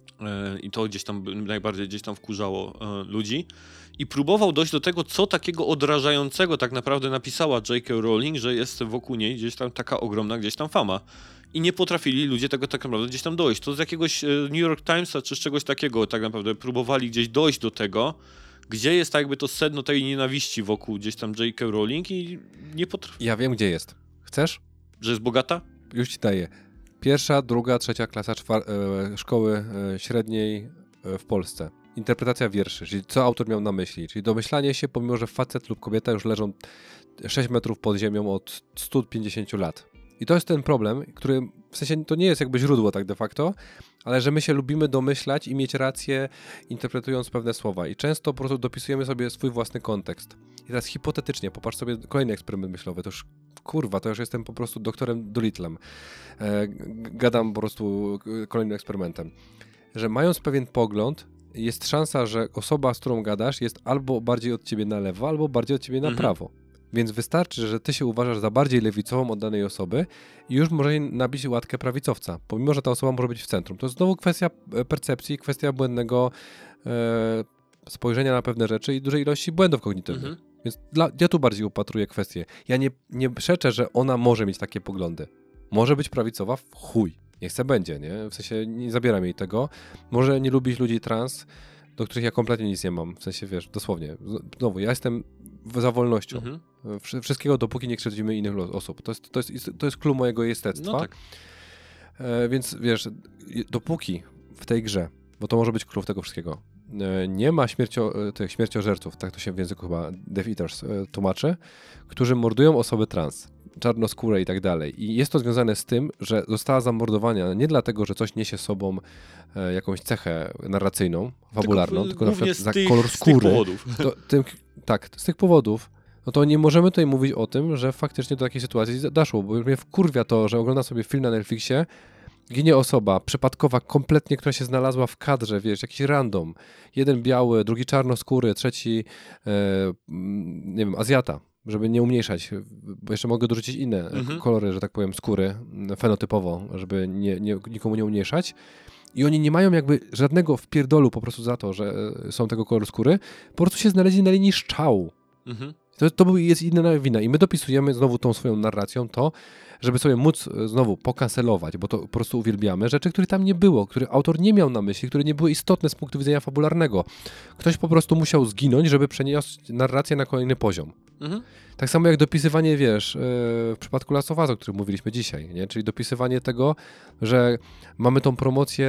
E, I to gdzieś tam by- najbardziej gdzieś tam wkurzało e, ludzi. I próbował dojść do tego, co takiego odrażającego tak naprawdę napisała J K. Rowling, że jest wokół niej gdzieś tam taka ogromna gdzieś tam fama. I nie potrafili ludzie tego tak naprawdę gdzieś tam dojść. To z jakiegoś e, New York Timesa czy z czegoś takiego tak naprawdę próbowali gdzieś dojść do tego, gdzie jest tak jakby to sedno tej nienawiści wokół gdzieś tam J K. Rowling i nie potrafi. Ja wiem, gdzie jest. Chcesz? Że jest bogata? Już ci daję. Pierwsza, druga, trzecia klasa czwar- e, szkoły e, średniej e, w Polsce. Interpretacja wierszy, czyli co autor miał na myśli. Czyli domyślanie się, pomimo że facet lub kobieta już leżą sześć metrów pod ziemią od stu pięćdziesięciu lat. I to jest ten problem, który w sensie to nie jest jakby źródło tak de facto, ale że my się lubimy domyślać i mieć rację, interpretując pewne słowa. I często po prostu dopisujemy sobie swój własny kontekst. I teraz hipotetycznie, popatrz sobie kolejny eksperyment myślowy, to już kurwa, to już jestem po prostu doktorem Dolittlem. E, g- gadam po prostu e, kolejnym eksperymentem. Że mając pewien pogląd, jest szansa, że osoba, z którą gadasz, jest albo bardziej od ciebie na lewo, albo bardziej od ciebie na Mhm. prawo. Więc wystarczy, że ty się uważasz za bardziej lewicową od danej osoby i już może jej nabić łatkę prawicowca, pomimo że ta osoba może być w centrum. To jest znowu kwestia e, percepcji, kwestia błędnego e, spojrzenia na pewne rzeczy i dużej ilości błędów kognitywnych. Mhm. Więc dla, ja tu bardziej upatruję kwestię. Ja nie, nie przeczę, że ona może mieć takie poglądy. Może być prawicowa w chuj. Niech se będzie, nie? W sensie nie zabieram jej tego. Może nie lubić ludzi trans, do których ja kompletnie nic nie mam. W sensie, wiesz, dosłownie. Znowu, ja jestem w- za wolnością. Mhm. Wsz- Wszystkiego, dopóki nie krzywdzimy innych lo- osób. To jest, to jest, to jest clue mojego jestestwa. No tak. E, więc wiesz, i- dopóki w tej grze, bo to może być klucz tego wszystkiego, e, nie ma śmiercio, e, tych śmierciożerców, tak to się w języku chyba Death Eaters e, tłumaczy, którzy mordują osoby trans. czarnoskóre i tak dalej. I jest to związane z tym, że została zamordowana nie dlatego, że coś niesie sobą e, jakąś cechę narracyjną, fabularną, tylko, tylko na przykład za tych, kolor skóry. Z tych powodów. To, tym, tak, z tych powodów. No to nie możemy tutaj mówić o tym, że faktycznie do takiej sytuacji doszło, bo mnie wkurwia to, że oglądam sobie film na Netflixie, ginie osoba przypadkowa kompletnie, która się znalazła w kadrze, wiesz, jakiś random. Jeden biały, drugi czarnoskóry, trzeci, e, nie wiem, Azjata, żeby nie umniejszać, bo jeszcze mogę dorzucić inne Mhm. kolory, że tak powiem, skóry, fenotypowo, żeby nie, nie, nikomu nie umniejszać. I oni nie mają jakby żadnego wpierdolu po prostu za to, że są tego koloru skóry, po prostu się znaleźli na linii strzału. Mhm. To, to był- jest inna wina i my dopisujemy znowu tą swoją narracją to, żeby sobie móc e, znowu pokancelować, bo to po prostu uwielbiamy, rzeczy, których tam nie było, które autor nie miał na myśli, które nie były istotne z punktu widzenia fabularnego. Ktoś po prostu musiał zginąć, żeby przenieść narrację na kolejny poziom. Mhm. Tak samo jak dopisywanie, wiesz, e, w przypadku Last of Us, o którym mówiliśmy dzisiaj, nie? Czyli dopisywanie tego, że mamy tą promocję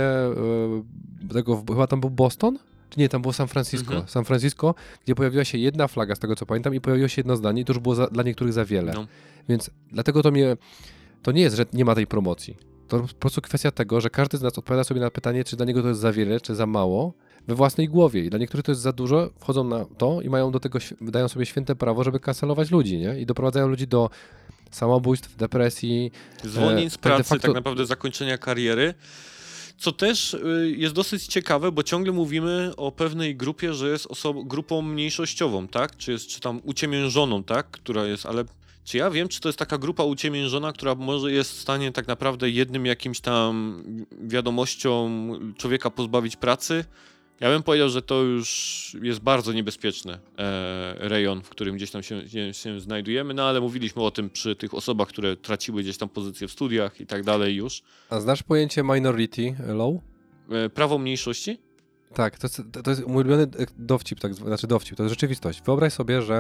e, tego, chyba tam był Boston? Czy nie, tam było San Francisco. Mhm. San Francisco, gdzie pojawiła się jedna flaga, z tego co pamiętam, i pojawiło się jedno zdanie i to już było za, dla niektórych za wiele. No. Więc dlatego to mnie, to nie jest, że nie ma tej promocji. To po prostu kwestia tego, że każdy z nas odpowiada sobie na pytanie, czy dla niego to jest za wiele, czy za mało, we własnej głowie. I dla niektórych to jest za dużo, wchodzą na to i mają do tego, św- dają sobie święte prawo, żeby kancelować ludzi, nie? I doprowadzają ludzi do samobójstw, depresji. Zwolnień E, z tak pracy, de facto- tak naprawdę zakończenia kariery. Co też y, jest dosyć ciekawe, bo ciągle mówimy o pewnej grupie, że jest oso- grupą mniejszościową, tak? Czy jest czy tam uciemiężoną, tak? Która jest, ale czy ja wiem, czy to jest taka grupa uciemiężona, która może jest w stanie tak naprawdę jednym jakimś tam wiadomością człowieka pozbawić pracy? Ja bym powiedział, że to już jest bardzo niebezpieczny e, rejon, w którym gdzieś tam się, się, się znajdujemy, no ale mówiliśmy o tym przy tych osobach, które traciły gdzieś tam pozycję w studiach i tak dalej już. A znasz pojęcie minority law? E, prawo mniejszości? Tak, to, jest- to jest mój ulubiony dowcip, tak, zwa- znaczy dowcip, to jest rzeczywistość. Wyobraź sobie, że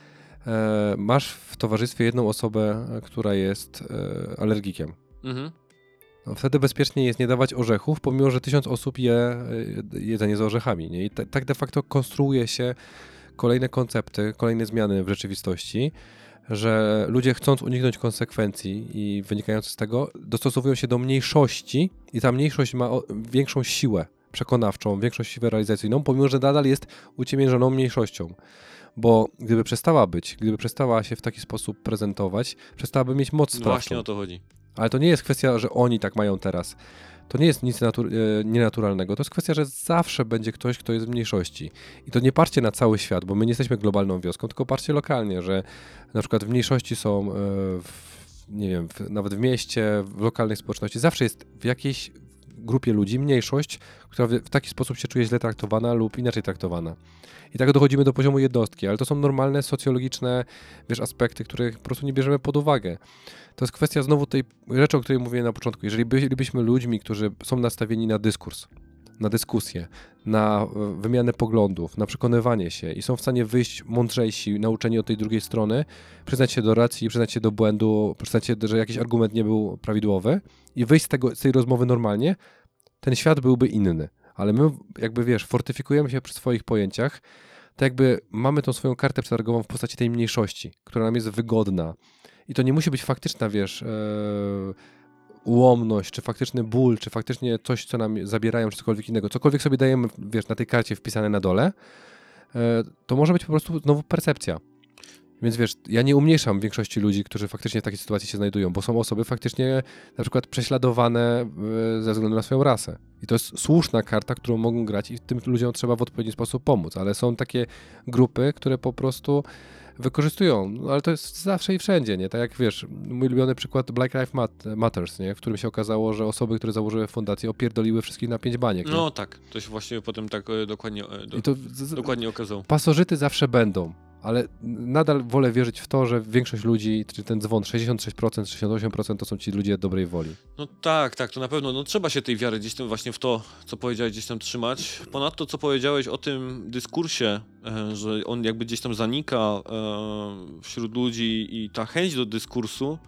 e, masz w towarzystwie jedną osobę, e, która jest e, alergikiem. Mhm. No, wtedy bezpiecznie jest nie dawać orzechów, pomimo że tysiąc osób je e, jedzenie z orzechami. Nie? I ta, tak de facto konstruuje się kolejne koncepty, kolejne zmiany w rzeczywistości, że ludzie chcąc uniknąć konsekwencji i wynikających z tego, dostosowują się do mniejszości i ta mniejszość ma o, większą siłę przekonawczą, większą siłę realizacyjną, pomimo że nadal jest uciemiężoną mniejszością. Bo gdyby przestała być, gdyby przestała się w taki sposób prezentować, przestałaby mieć moc No sprawczą. właśnie o to chodzi. Ale to nie jest kwestia, że oni tak mają teraz. To nie jest nic natu- e, nienaturalnego. To jest kwestia, że zawsze będzie ktoś, kto jest w mniejszości. I to nie patrzcie na cały świat, bo my nie jesteśmy globalną wioską, tylko patrzcie lokalnie, że na przykład w mniejszości są, e, w, nie wiem, w, nawet w mieście, w lokalnej społeczności. Zawsze jest w jakiejś grupie ludzi mniejszość, która w, w taki sposób się czuje źle traktowana lub inaczej traktowana. I tak dochodzimy do poziomu jednostki, ale to są normalne, socjologiczne, wiesz, aspekty, których po prostu nie bierzemy pod uwagę. To jest kwestia znowu tej rzeczy, o której mówiłem na początku. Jeżeli bylibyśmy ludźmi, którzy są nastawieni na dyskurs, na dyskusję, na e, wymianę poglądów, na przekonywanie się i są w stanie wyjść mądrzejsi, nauczeni od tej drugiej strony, przyznać się do racji, przyznać się do błędu, przyznać się, że jakiś argument nie był prawidłowy i wyjść z, tego, z tej rozmowy normalnie, ten świat byłby inny. Ale my, jakby wiesz, fortyfikujemy się przy swoich pojęciach, tak jakby mamy tą swoją kartę przetargową w postaci tej mniejszości, która nam jest wygodna. I to nie musi być faktyczna, wiesz, e, ułomność, czy faktyczny ból, czy faktycznie coś, co nam zabierają, czy cokolwiek innego. Cokolwiek sobie dajemy, wiesz, na tej karcie wpisane na dole, e, to może być po prostu znowu percepcja. Więc wiesz, ja nie umniejszam większości ludzi, którzy faktycznie w takiej sytuacji się znajdują, bo są osoby faktycznie na przykład prześladowane e, ze względu na swoją rasę. I to jest słuszna karta, którą mogą grać i tym ludziom trzeba w odpowiedni sposób pomóc. Ale są takie grupy, które po prostu wykorzystują, no, ale to jest zawsze i wszędzie, nie? Tak jak wiesz, mój ulubiony przykład Black Lives Mat- Matters, nie? W którym się okazało, że osoby, które założyły fundację, opierdoliły wszystkich na pięć baniek. Nie? No tak, to się właśnie potem tak e, dokładnie, e, do, I to z- z- dokładnie okazało. pasożyty zawsze będą, ale nadal wolę wierzyć w to, że większość ludzi, czy ten dzwon sześćdziesiąt sześć procent, sześćdziesiąt osiem procent to są ci ludzie dobrej woli. No tak, tak, to na pewno, no trzeba się tej wiary gdzieś tam właśnie w to, co powiedziałeś, gdzieś tam trzymać. Ponadto, co powiedziałeś o tym dyskursie, e, że on jakby gdzieś tam zanika e, wśród ludzi i ta chęć do dyskursu,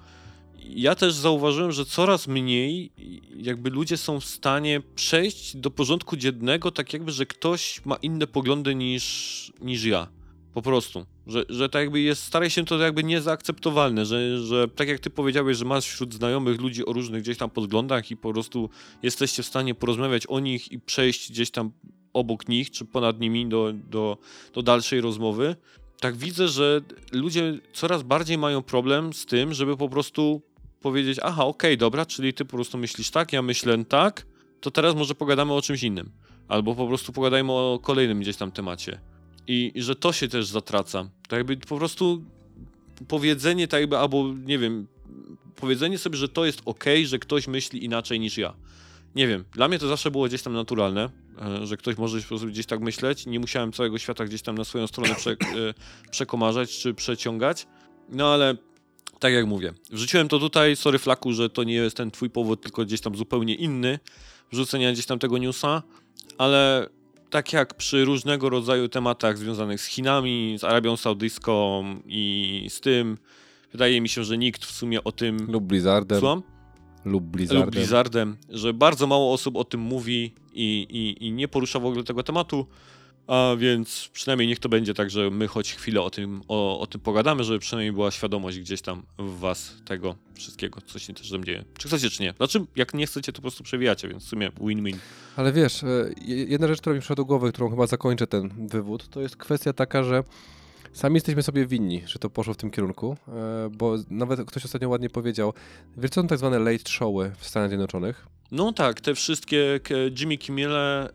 ja też zauważyłem, że coraz mniej jakby ludzie są w stanie przejść do porządku dziennego, tak jakby, że ktoś ma inne poglądy niż, niż ja. Po prostu. Że, że tak jakby jest, staraj się to jakby niezaakceptowalne, że, że tak jak ty powiedziałeś, że masz wśród znajomych ludzi o różnych gdzieś tam podglądach i po prostu jesteście w stanie porozmawiać o nich i przejść gdzieś tam obok nich, czy ponad nimi do, do, do dalszej rozmowy. Tak widzę, że ludzie coraz bardziej mają problem z tym, żeby po prostu powiedzieć, aha, okej, okay, dobra, czyli ty po prostu myślisz tak, ja myślę tak, to teraz może pogadamy o czymś innym. Albo po prostu pogadajmy o kolejnym gdzieś tam temacie. I, I że to się też zatraca. Tak jakby po prostu powiedzenie tak jakby, albo nie wiem, powiedzenie sobie, że to jest okej, że ktoś myśli inaczej niż ja. Nie wiem, dla mnie to zawsze było gdzieś tam naturalne, że ktoś może po prostu gdzieś tak myśleć. Nie musiałem całego świata gdzieś tam na swoją stronę prze, przekomarzać czy przeciągać. No ale tak jak mówię, wrzuciłem to tutaj, sorry Flaku, że to nie jest ten twój powód, tylko gdzieś tam zupełnie inny wrzucenia gdzieś tam tego newsa, ale tak jak przy różnego rodzaju tematach związanych z Chinami, z Arabią Saudyjską i z tym, wydaje mi się, że nikt w sumie o tym... Lub Blizzardem. Słucham? Lub Blizzardem. Lub Blizzardem, że bardzo mało osób o tym mówi i, i, i nie porusza w ogóle tego tematu, a więc przynajmniej niech to będzie tak, że my choć chwilę o tym, o, o tym pogadamy, żeby przynajmniej była świadomość gdzieś tam w was tego wszystkiego, co się też tam dzieje. Czy chcecie, czy nie? Znaczy, jak nie chcecie, to po prostu przewijacie, więc w sumie win-win. Ale wiesz, jedna rzecz, która mi przyszła do głowy, którą chyba zakończę ten wywód, to jest kwestia taka, że sami jesteśmy sobie winni, że to poszło w tym kierunku, bo nawet ktoś ostatnio ładnie powiedział, wiesz co są tak zwane late showy w Stanach Zjednoczonych? No tak, te wszystkie Jimmy Kimmele,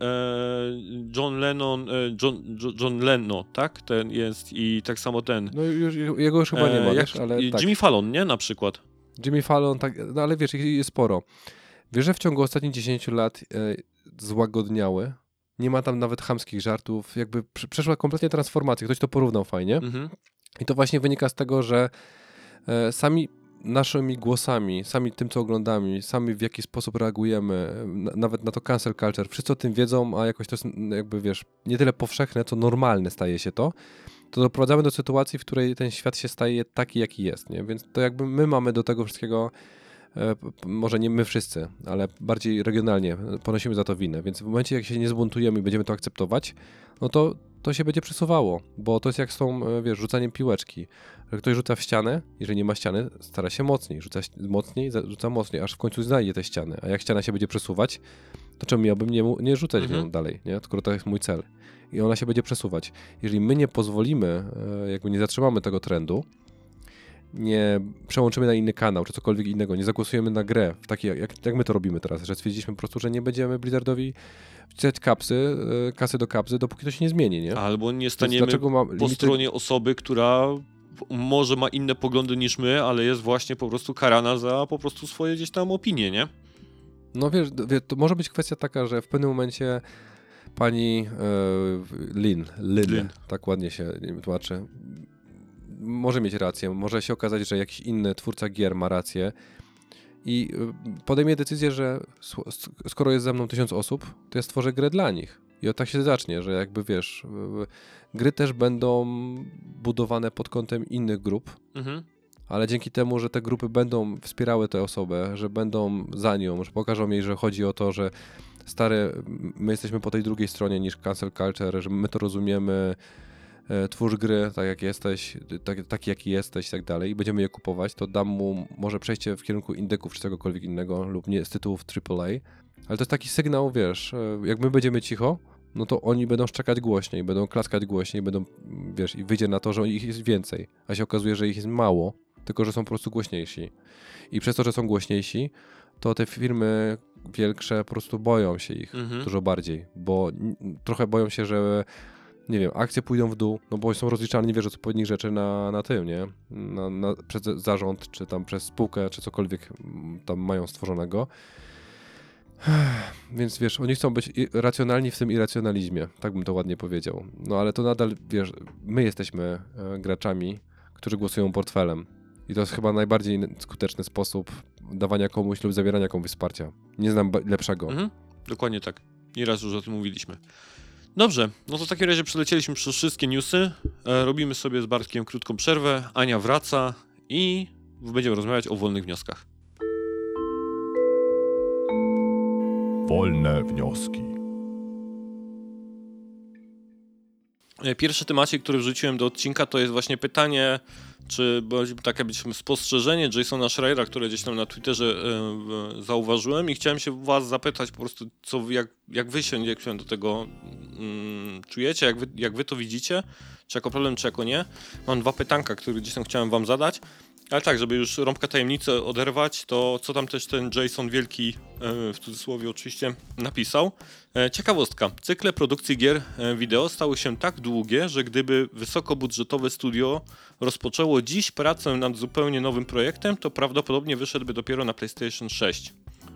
John Lennon, John, John Leno, tak? Ten jest i tak samo ten. No już, jego już chyba nie ma, jak, wiesz, ale Jimmy tak. Fallon, nie? Na przykład. Jimmy Fallon, tak, no ale wiesz, ich jest sporo. Wiesz, że w ciągu ostatnich dziesięciu lat e, złagodniały, nie ma tam nawet chamskich żartów, jakby przeszła kompletnie transformację, ktoś to porównał fajnie. Mhm. I to właśnie wynika z tego, że e, sami naszymi głosami, sami tym, co oglądamy, sami w jaki sposób reagujemy, na, nawet na to cancel culture, wszyscy o tym wiedzą, a jakoś to jest jakby, wiesz, nie tyle powszechne, co normalne staje się to, to doprowadzamy do sytuacji, w której ten świat się staje taki, jaki jest, nie? Więc to jakby my mamy do tego wszystkiego, e, może nie my wszyscy, ale bardziej regionalnie ponosimy za to winę, więc w momencie, jak się nie zbuntujemy i będziemy to akceptować, no to to się będzie przesuwało, bo to jest jak z tą, wiesz, rzucaniem piłeczki, że ktoś rzuca w ścianę, jeżeli nie ma ściany, stara się mocniej, rzuca mocniej, rzuca mocniej, aż w końcu znajdzie te ściany, a jak ściana się będzie przesuwać, to czemu miałbym nie, nie rzucać mhm. w nią dalej, nie? Skoro to jest mój cel. I ona się będzie przesuwać. Jeżeli my nie pozwolimy, jakby nie zatrzymamy tego trendu, nie przełączymy na inny kanał, czy cokolwiek innego, nie zagłosujemy na grę, w taki, jak, jak my to robimy teraz, że stwierdziliśmy po prostu, że nie będziemy Blizzardowi wcisać kapsy, kasy do kapsy, dopóki to się nie zmieni, nie? Albo nie staniemy po limity... stronie osoby, która może ma inne poglądy niż my, ale jest właśnie po prostu karana za po prostu swoje gdzieś tam opinie, nie? No wiesz, wiesz to może być kwestia taka, że w pewnym momencie pani e, Lin, Lin, Lin, tak ładnie się tłumaczy, może mieć rację, może się okazać, że jakiś inny twórca gier ma rację i podejmie decyzję, że skoro jest ze mną tysiąc osób, to ja stworzę grę dla nich. I od tak się zacznie, że jakby wiesz, gry też będą budowane pod kątem innych grup, mhm. ale dzięki temu, że te grupy będą wspierały tę osobę, że będą za nią, że pokażą jej, że chodzi o to, że stary, my jesteśmy po tej drugiej stronie niż cancel culture, że my to rozumiemy, twórz gry tak jak jesteś, tak, taki jaki jesteś i tak dalej i będziemy je kupować, to dam mu może przejście w kierunku indyków czy czegokolwiek innego lub nie z tytułów triple A, ale to jest taki sygnał, wiesz, jak my będziemy cicho, no to oni będą szczekać głośniej, będą klaskać głośniej, będą, wiesz, i wyjdzie na to, że ich jest więcej, a się okazuje, że ich jest mało, tylko że są po prostu głośniejsi. I przez to, że są głośniejsi, to te firmy większe po prostu boją się ich mhm. dużo bardziej, bo trochę boją się, że nie wiem, akcje pójdą w dół, no bo są rozliczani, wiesz, odpowiednich rzeczy na, na tym, nie? Na, na, przez zarząd, czy tam przez spółkę, czy cokolwiek tam mają stworzonego. Więc wiesz, oni chcą być racjonalni w tym irracjonalizmie, tak bym to ładnie powiedział. No ale to nadal, wiesz, my jesteśmy graczami, którzy głosują portfelem. I to jest chyba najbardziej skuteczny sposób dawania komuś lub zabierania komuś wsparcia. Nie znam lepszego. Mhm, dokładnie tak. Nieraz już o tym mówiliśmy. Dobrze, no to w takim razie przelecieliśmy przez wszystkie newsy. E, robimy sobie z Bartkiem krótką przerwę. Ania wraca i będziemy rozmawiać o wolnych wnioskach. Wolne wnioski. Pierwszy temacik, który wrzuciłem do odcinka, to jest właśnie pytanie, czy takie byśmy spostrzeżenie Jasona Schreiera, które gdzieś tam na Twitterze e, zauważyłem i chciałem się was zapytać po prostu, co, jak, jak wy się, jak się do tego mm, czujecie, jak wy, jak wy to widzicie, czy jako problem, czy jako nie. Mam dwa pytanka, które gdzieś tam chciałem wam zadać. Ale tak, żeby już rąbka tajemnicy oderwać, to co tam też ten Jason Wielki, w cudzysłowie oczywiście, napisał. Ciekawostka. Cykle produkcji gier wideo stały się tak długie, że gdyby wysokobudżetowe studio rozpoczęło dziś pracę nad zupełnie nowym projektem, to prawdopodobnie wyszedłby dopiero na PlayStation sześć.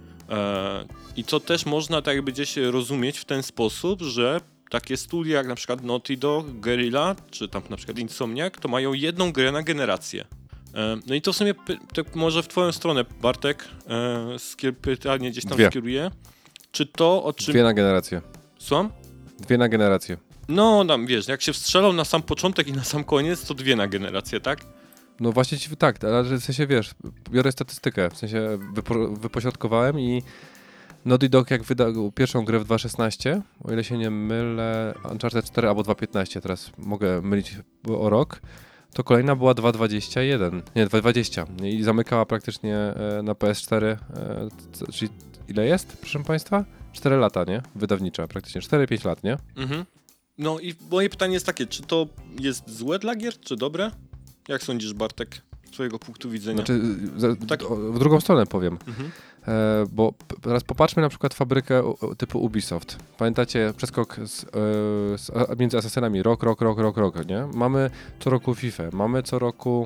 I co też można tak jakby gdzieś rozumieć w ten sposób, że takie studia jak na przykład Naughty Dog, Guerrilla, czy tam na przykład Insomniac, to mają jedną grę na generację. No i to w sumie to może w twoją stronę, Bartek, e, pytanie gdzieś tam Dwie. skieruję. Czy to, o czym... Dwie na generację. Słucham? Dwie na generację. No, tam wiesz, jak się wstrzelał na sam początek i na sam koniec, to dwie na generację, tak? No właśnie ci, tak, ale w sensie wiesz, biorę statystykę, w sensie wypo, wypośrodkowałem i Naughty Dog jak wydał pierwszą grę w dwa tysiące szesnaście, o ile się nie mylę, Uncharted cztery albo dwa tysiące piętnaście, teraz mogę mylić o rok, to kolejna była dwa tysiące dwadzieścia jeden, nie, dwa tysiące dwadzieścia i zamykała praktycznie e, na P S cztery, e, c- czyli ile jest, proszę Państwa? cztery lata, nie? Wydawnicza, praktycznie cztery pięć lat, nie? Mhm. No i moje pytanie jest takie, czy to jest złe dla gier, czy dobre? Jak sądzisz, Bartek, z twojego punktu widzenia? Znaczy, za, Tak. o, w drugą stronę powiem. Mhm. E, bo p- teraz popatrzmy na przykład fabrykę u- typu Ubisoft. Pamiętacie przeskok z, e, z, a, między Assassinami? Rok, rok, rok, rok, rok, nie? Mamy co roku FIFA, mamy co roku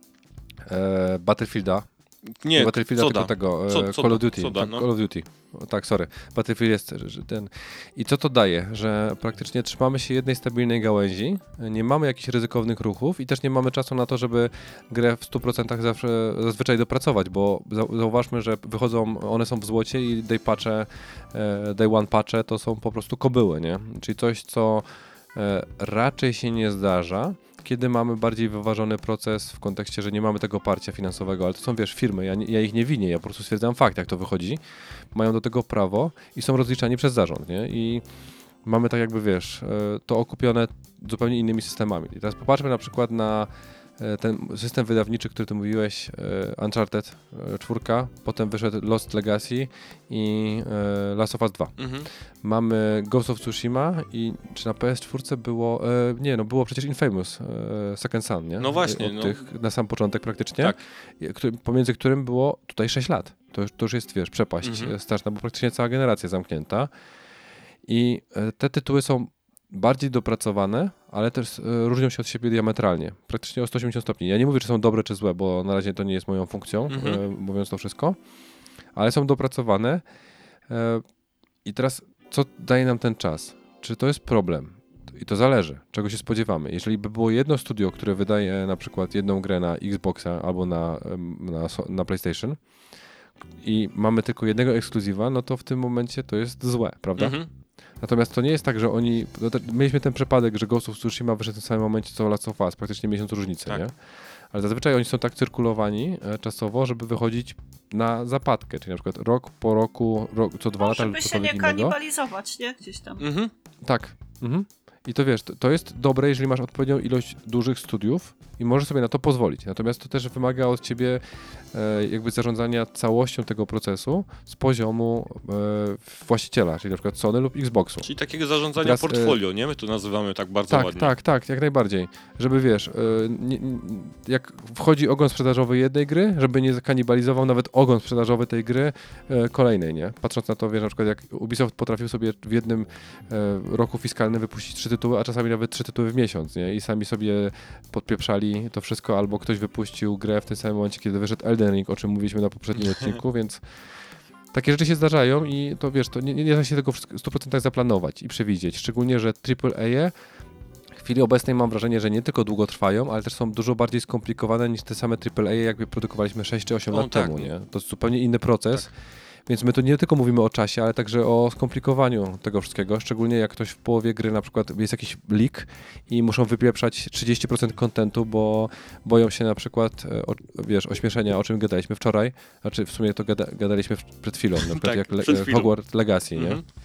e, Battlefielda. Nie, Battlefielda, co tylko da? tego, e, Co- co Call da? of Duty. Co da, tak, no. Call of Duty. O, tak, sorry. Battlefield jest że ten. I co to daje? Że praktycznie trzymamy się jednej stabilnej gałęzi, nie mamy jakichś ryzykownych ruchów i też nie mamy czasu na to, żeby grę w stu procentach zawsze, zazwyczaj dopracować, bo zau- zauważmy, że wychodzą, one są w złocie i day patche, e, day one patche to są po prostu kobyły, nie? Czyli coś, co e, raczej się nie zdarza, kiedy mamy bardziej wyważony proces w kontekście, że nie mamy tego oparcia finansowego, ale to są, wiesz, firmy, ja, nie, ja ich nie winię, ja po prostu stwierdzam fakt, jak to wychodzi, mają do tego prawo i są rozliczani przez zarząd, nie? I mamy tak jakby, wiesz, e, to okupione zupełnie innymi systemami. I teraz popatrzmy na przykład na e, ten system wydawniczy, który ty mówiłeś, e, Uncharted cztery, potem wyszedł Lost Legacy i e, Last of Us dwa. Mhm. Mamy Ghost of Tsushima i czy na P S cztery było, e, nie no, było przecież Infamous, e, Second Son, nie? No właśnie, Od no. tych, na sam początek praktycznie, Tak. i- który, pomiędzy którym było tutaj sześć lat. To, już- to już jest, wiesz, przepaść Mhm. e, straszna, bo praktycznie cała generacja zamknięta. I e, te tytuły są bardziej dopracowane, ale też e, różnią się od siebie diametralnie. Praktycznie o sto osiemdziesiąt stopni. Ja nie mówię, czy są dobre, czy złe, bo na razie to nie jest moją funkcją, Mhm. e, mówiąc to wszystko, ale są dopracowane. E, I teraz, co daje nam ten czas? Czy to jest problem? I to zależy, czego się spodziewamy. Jeżeli by było jedno studio, które wydaje na przykład jedną grę na Xboxa albo na, em, na, so- na PlayStation i mamy tylko jednego ekskluzywa, no to w tym momencie to jest złe, prawda? Mhm. Natomiast to nie jest tak, że oni... No to, mieliśmy ten przypadek, że Ghost of Tsushima wyszedł w tym samym momencie co Last of Us, praktycznie miesiąc różnicy, Tak. nie? Ale zazwyczaj oni są tak cyrkulowani e, czasowo, żeby wychodzić na zapadkę, czyli na przykład rok po roku, rok, co dwa No, lata lub żeby się cokolwiek nie innego. kanibalizować, nie? Gdzieś tam. Mhm. Tak. Mhm. I to wiesz, to, to jest dobre, jeżeli masz odpowiednią ilość dużych studiów i możesz sobie na to pozwolić. Natomiast to też wymaga od ciebie e, jakby zarządzania całością tego procesu z poziomu e, właściciela, czyli na przykład Sony lub Xboxu. Czyli takiego zarządzania Teraz, e, portfolio, nie? My to nazywamy tak bardzo Tak, ładnie. tak, tak, jak najbardziej. Żeby wiesz, e, nie, nie, jak wchodzi ogon sprzedażowy jednej gry, żeby nie zakanibalizował nawet ogon sprzedażowy tej gry e, kolejnej, nie? Patrząc na to, wiesz, na przykład jak Ubisoft potrafił sobie w jednym e, roku fiskalnym wypuścić trzy tytuły, a czasami nawet trzy tytuły w miesiąc, nie? I sami sobie podpieprzali to wszystko, albo ktoś wypuścił grę w tym samym momencie, kiedy wyszedł Elden Ring, o czym mówiliśmy na poprzednim odcinku, więc takie rzeczy się zdarzają i to wiesz, to nie, nie da się tego w stu procentach zaplanować i przewidzieć, szczególnie, że triple A w chwili obecnej mam wrażenie, że nie tylko długo trwają, ale też są dużo bardziej skomplikowane niż te same triple A, jakby produkowaliśmy sześć czy osiem O, lat tak. temu, nie? To jest zupełnie inny proces. Więc my tu nie tylko mówimy o czasie, ale także o skomplikowaniu tego wszystkiego, szczególnie jak ktoś w połowie gry na przykład jest jakiś leak i muszą wypieprzać trzydzieści procent kontentu, bo boją się na przykład, e, o, wiesz, ośmieszenia, o czym gadaliśmy wczoraj, znaczy w sumie to gada, gadaliśmy w- przed chwilą, na przykład Tak, jak le, przed e, chwilą. Hogwarts Legacy, nie? Mhm.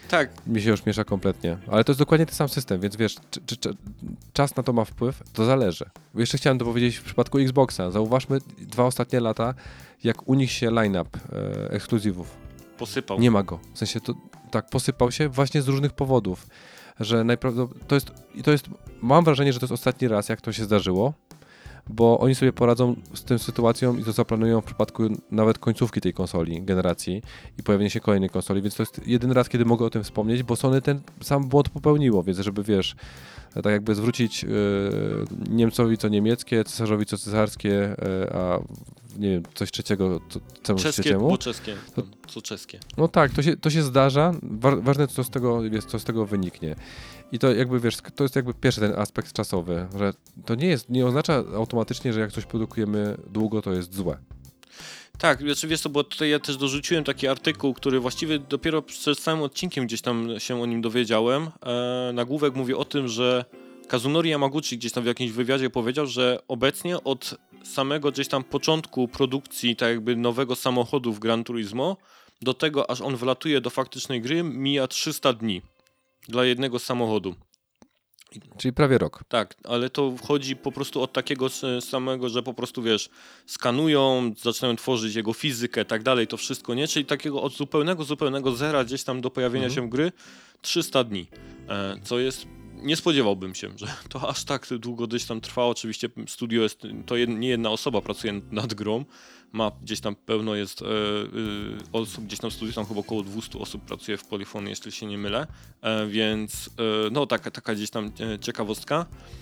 Tak. Mi się już miesza kompletnie. Ale to jest dokładnie ten sam system, więc wiesz, czy, czy, czy czas na to ma wpływ? To zależy. Jeszcze chciałem to powiedzieć w przypadku Xboxa. Zauważmy dwa ostatnie lata, jak u nich się line-up e, ekskluzywów. Posypał. Nie ma go. W sensie to tak posypał się właśnie z różnych powodów. Że najprawdopodobniej to jest, i to jest, mam wrażenie, że to jest ostatni raz, jak to się zdarzyło, bo oni sobie poradzą z tą sytuacją i to zaplanują w przypadku nawet końcówki tej konsoli, generacji i pojawienia się kolejnej konsoli, więc to jest jedyny raz, kiedy mogę o tym wspomnieć, bo Sony ten sam błąd popełniło, więc żeby wiesz, tak jakby zwrócić yy, Niemcowi co niemieckie, cesarzowi co cesarskie, yy, a nie wiem, coś trzeciego co, całemu Czeskie, trzeciemu. bo czeskie, to, co czeskie. No tak, to się, to się zdarza, Wa- ważne co z tego jest, co z tego wyniknie. I to jakby wiesz, to jest jakby pierwszy ten aspekt czasowy, że to nie jest, nie oznacza automatycznie, że jak coś produkujemy długo, to jest złe. Tak, znaczy wiesz co, bo tutaj ja też dorzuciłem taki artykuł, który właściwie dopiero przed całym odcinkiem gdzieś tam się o nim dowiedziałem. E, nagłówek mówi o tym, że Kazunori Yamaguchi gdzieś tam w jakimś wywiadzie powiedział, że obecnie od samego gdzieś tam początku produkcji tak jakby nowego samochodu w Gran Turismo do tego, aż on wlatuje do faktycznej gry, mija trzysta dni dla jednego samochodu. Czyli prawie rok. Tak, ale to wchodzi po prostu od takiego s- samego, że po prostu wiesz, skanują, zaczynają tworzyć jego fizykę, tak dalej, to wszystko, nie? Czyli takiego od zupełnego, zupełnego zera gdzieś tam do pojawienia Mhm. się gry trzysta dni, e, co jest, nie spodziewałbym się, że to aż tak długo gdzieś tam trwa. Oczywiście studio jest, to jed, nie jedna osoba pracuje nad grą, ma gdzieś tam pełno jest e, e, osób, gdzieś tam w studiu, tam chyba około dwieście osób pracuje w Polyphony, jeśli się nie mylę, e, więc e, no taka, taka gdzieś tam e, ciekawostka.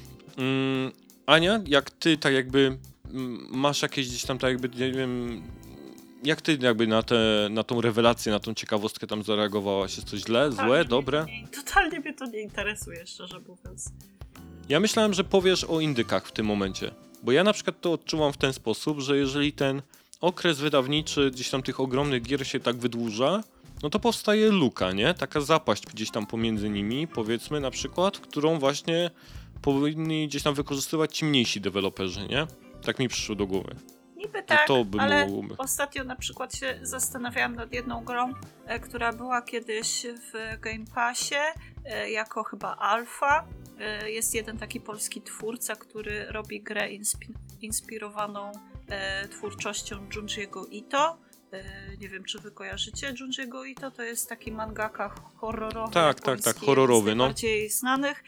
Mm, Ania, jak ty tak jakby mm, masz jakieś gdzieś tam tak jakby, nie wiem, jak ty jakby na, te, na tą rewelację, na tą ciekawostkę tam zareagowałaś? Jest to źle, złe, Totalnie dobre? mnie to nie- Totalnie mnie to nie interesuje, szczerze mówiąc. Ja myślałem, że powiesz o indykach w tym momencie, bo ja na przykład to odczuwam w ten sposób, że jeżeli ten okres wydawniczy gdzieś tam tych ogromnych gier się tak wydłuża, no to powstaje luka, nie? Taka zapaść gdzieś tam pomiędzy nimi, powiedzmy na przykład, którą właśnie powinni gdzieś tam wykorzystywać ci mniejsi deweloperzy, nie? Tak mi przyszło do głowy. Niby I tak, to by ale mogłoby. ostatnio na przykład się zastanawiałam nad jedną grą, e, która była kiedyś w Game Passie e, jako chyba alfa. E, jest jeden taki polski twórca, który robi grę inspi- inspirowaną e, twórczością Junji'ego Ito. E, nie wiem, czy wy kojarzycie Junji'ego Ito, to jest taki mangaka horrorowy. Tak, tak, japoński, tak, horrorowy, jeden z no. najbardziej znanych.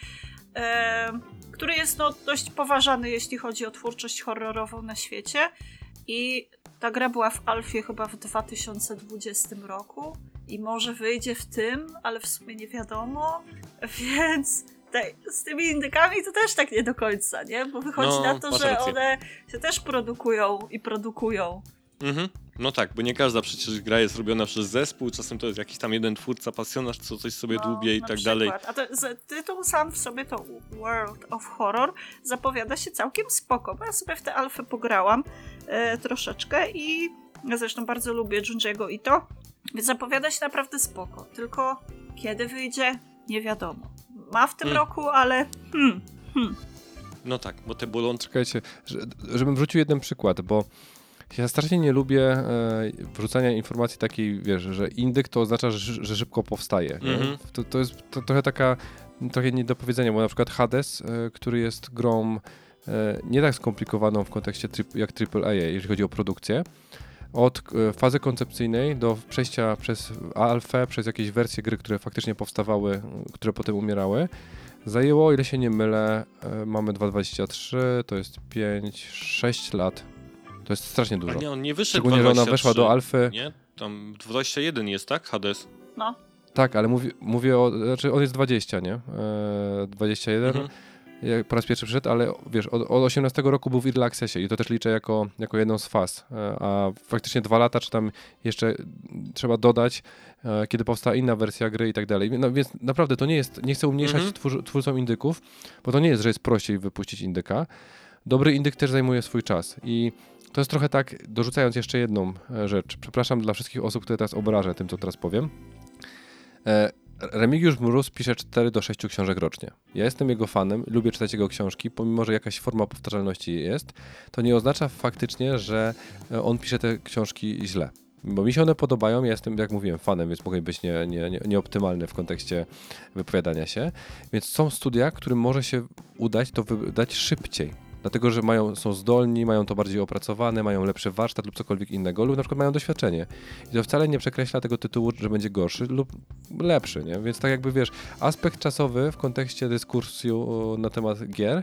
E, który jest no, dość poważany, jeśli chodzi o twórczość horrorową na świecie. I ta gra była w alfie chyba w dwa tysiące dwudziestym roku i może wyjdzie w tym, ale w sumie nie wiadomo, więc te, z tymi indykami to też tak nie do końca, nie? Bo wychodzi No, na to, masz że rację. one się też produkują i produkują. Mhm. No tak, bo nie każda przecież gra jest robiona przez zespół, czasem to jest jakiś tam jeden twórca, pasjonat, co coś sobie No, dłubie i na tak przykład. dalej. A to, z, tytuł sam w sobie to World of Horror zapowiada się całkiem spoko, bo ja sobie w tę alfę pograłam e, troszeczkę i ja zresztą bardzo lubię Junji'ego Ito, więc zapowiada się naprawdę spoko, tylko kiedy wyjdzie, nie wiadomo. Ma w tym Hmm. roku, ale hmm, hmm. No tak, bo te bolączki. Czekajcie, że, żebym wrzucił jeden przykład, bo ja strasznie nie lubię e, wrzucania informacji takiej, wiesz, że indyk to oznacza, że, że szybko powstaje. nie? Mhm. To, to jest to, trochę taka, trochę niedopowiedzenia, bo na przykład Hades, e, który jest grą e, nie tak skomplikowaną w kontekście tri- jak triple A, jeżeli chodzi o produkcję, od e, fazy koncepcyjnej do przejścia przez alfę, przez jakieś wersje gry, które faktycznie powstawały, które potem umierały, zajęło, o ile się nie mylę, e, mamy dwa tysiące dwudziesty trzeci, to jest pięć sześć lat. To jest strasznie A dużo. nie, on nie wyszedł Szczególnie, że ona dwadzieścia weszła trzy, do alfy. Nie? Tam dwadzieścia jeden jest, tak? Hades. No. Tak, ale mówię, mówię o, znaczy on jest dwadzieścia, nie? E, dwadzieścia jeden. Mhm. Jak po raz pierwszy przyszedł, ale wiesz, od, od osiemnastego roku był w Early Accessie i to też liczę jako, jako jedną z faz. E, a faktycznie dwa lata, czy tam jeszcze trzeba dodać, e, kiedy powstała inna wersja gry i tak dalej. No więc naprawdę to nie jest, nie chcę umniejszać Mhm. twór, twórcom indyków, bo to nie jest, że jest prościej wypuścić indyka. Dobry indyk też zajmuje swój czas i to jest trochę tak, dorzucając jeszcze jedną e, rzecz. Przepraszam dla wszystkich osób, które teraz obrażę tym, co teraz powiem. E, Remigiusz Mróz pisze cztery do sześciu książek rocznie. Ja jestem jego fanem, lubię czytać jego książki, pomimo że jakaś forma powtarzalności jest, to nie oznacza faktycznie, że on pisze te książki źle. Bo mi się one podobają, ja jestem, jak mówiłem, fanem, więc mogę być nie, nie, nie, nieoptymalny w kontekście wypowiadania się. Więc są studia, którym może się udać to wydać szybciej. Dlatego, że mają, są zdolni, mają to bardziej opracowane, mają lepszy warsztat lub cokolwiek innego, lub na przykład mają doświadczenie. I to wcale nie przekreśla tego tytułu, że będzie gorszy lub lepszy, nie? Więc tak jakby wiesz, aspekt czasowy w kontekście dyskursu na temat gier,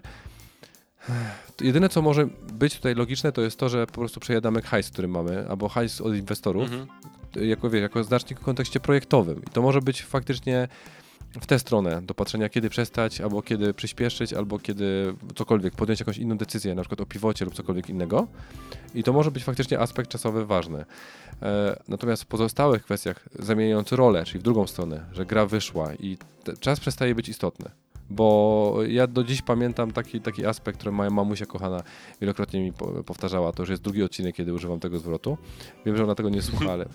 jedyne co może być tutaj logiczne, to jest to, że po prostu przejadamy hajs, który mamy, albo hajs od inwestorów, mhm. jako, wiesz, jako znacznik w kontekście projektowym. I to może być faktycznie w tę stronę do patrzenia, kiedy przestać, albo kiedy przyspieszyć, albo kiedy cokolwiek, podjąć jakąś inną decyzję, na przykład o pivocie lub cokolwiek innego. I to może być faktycznie aspekt czasowy ważny. E, natomiast w pozostałych kwestiach, zamieniając rolę, czyli w drugą stronę, że gra wyszła i czas przestaje być istotny. Bo ja do dziś pamiętam taki, taki aspekt, który moja mamusia kochana wielokrotnie mi powtarzała, to już jest drugi odcinek, kiedy używam tego zwrotu. Wiem, że ona tego nie słucha, ale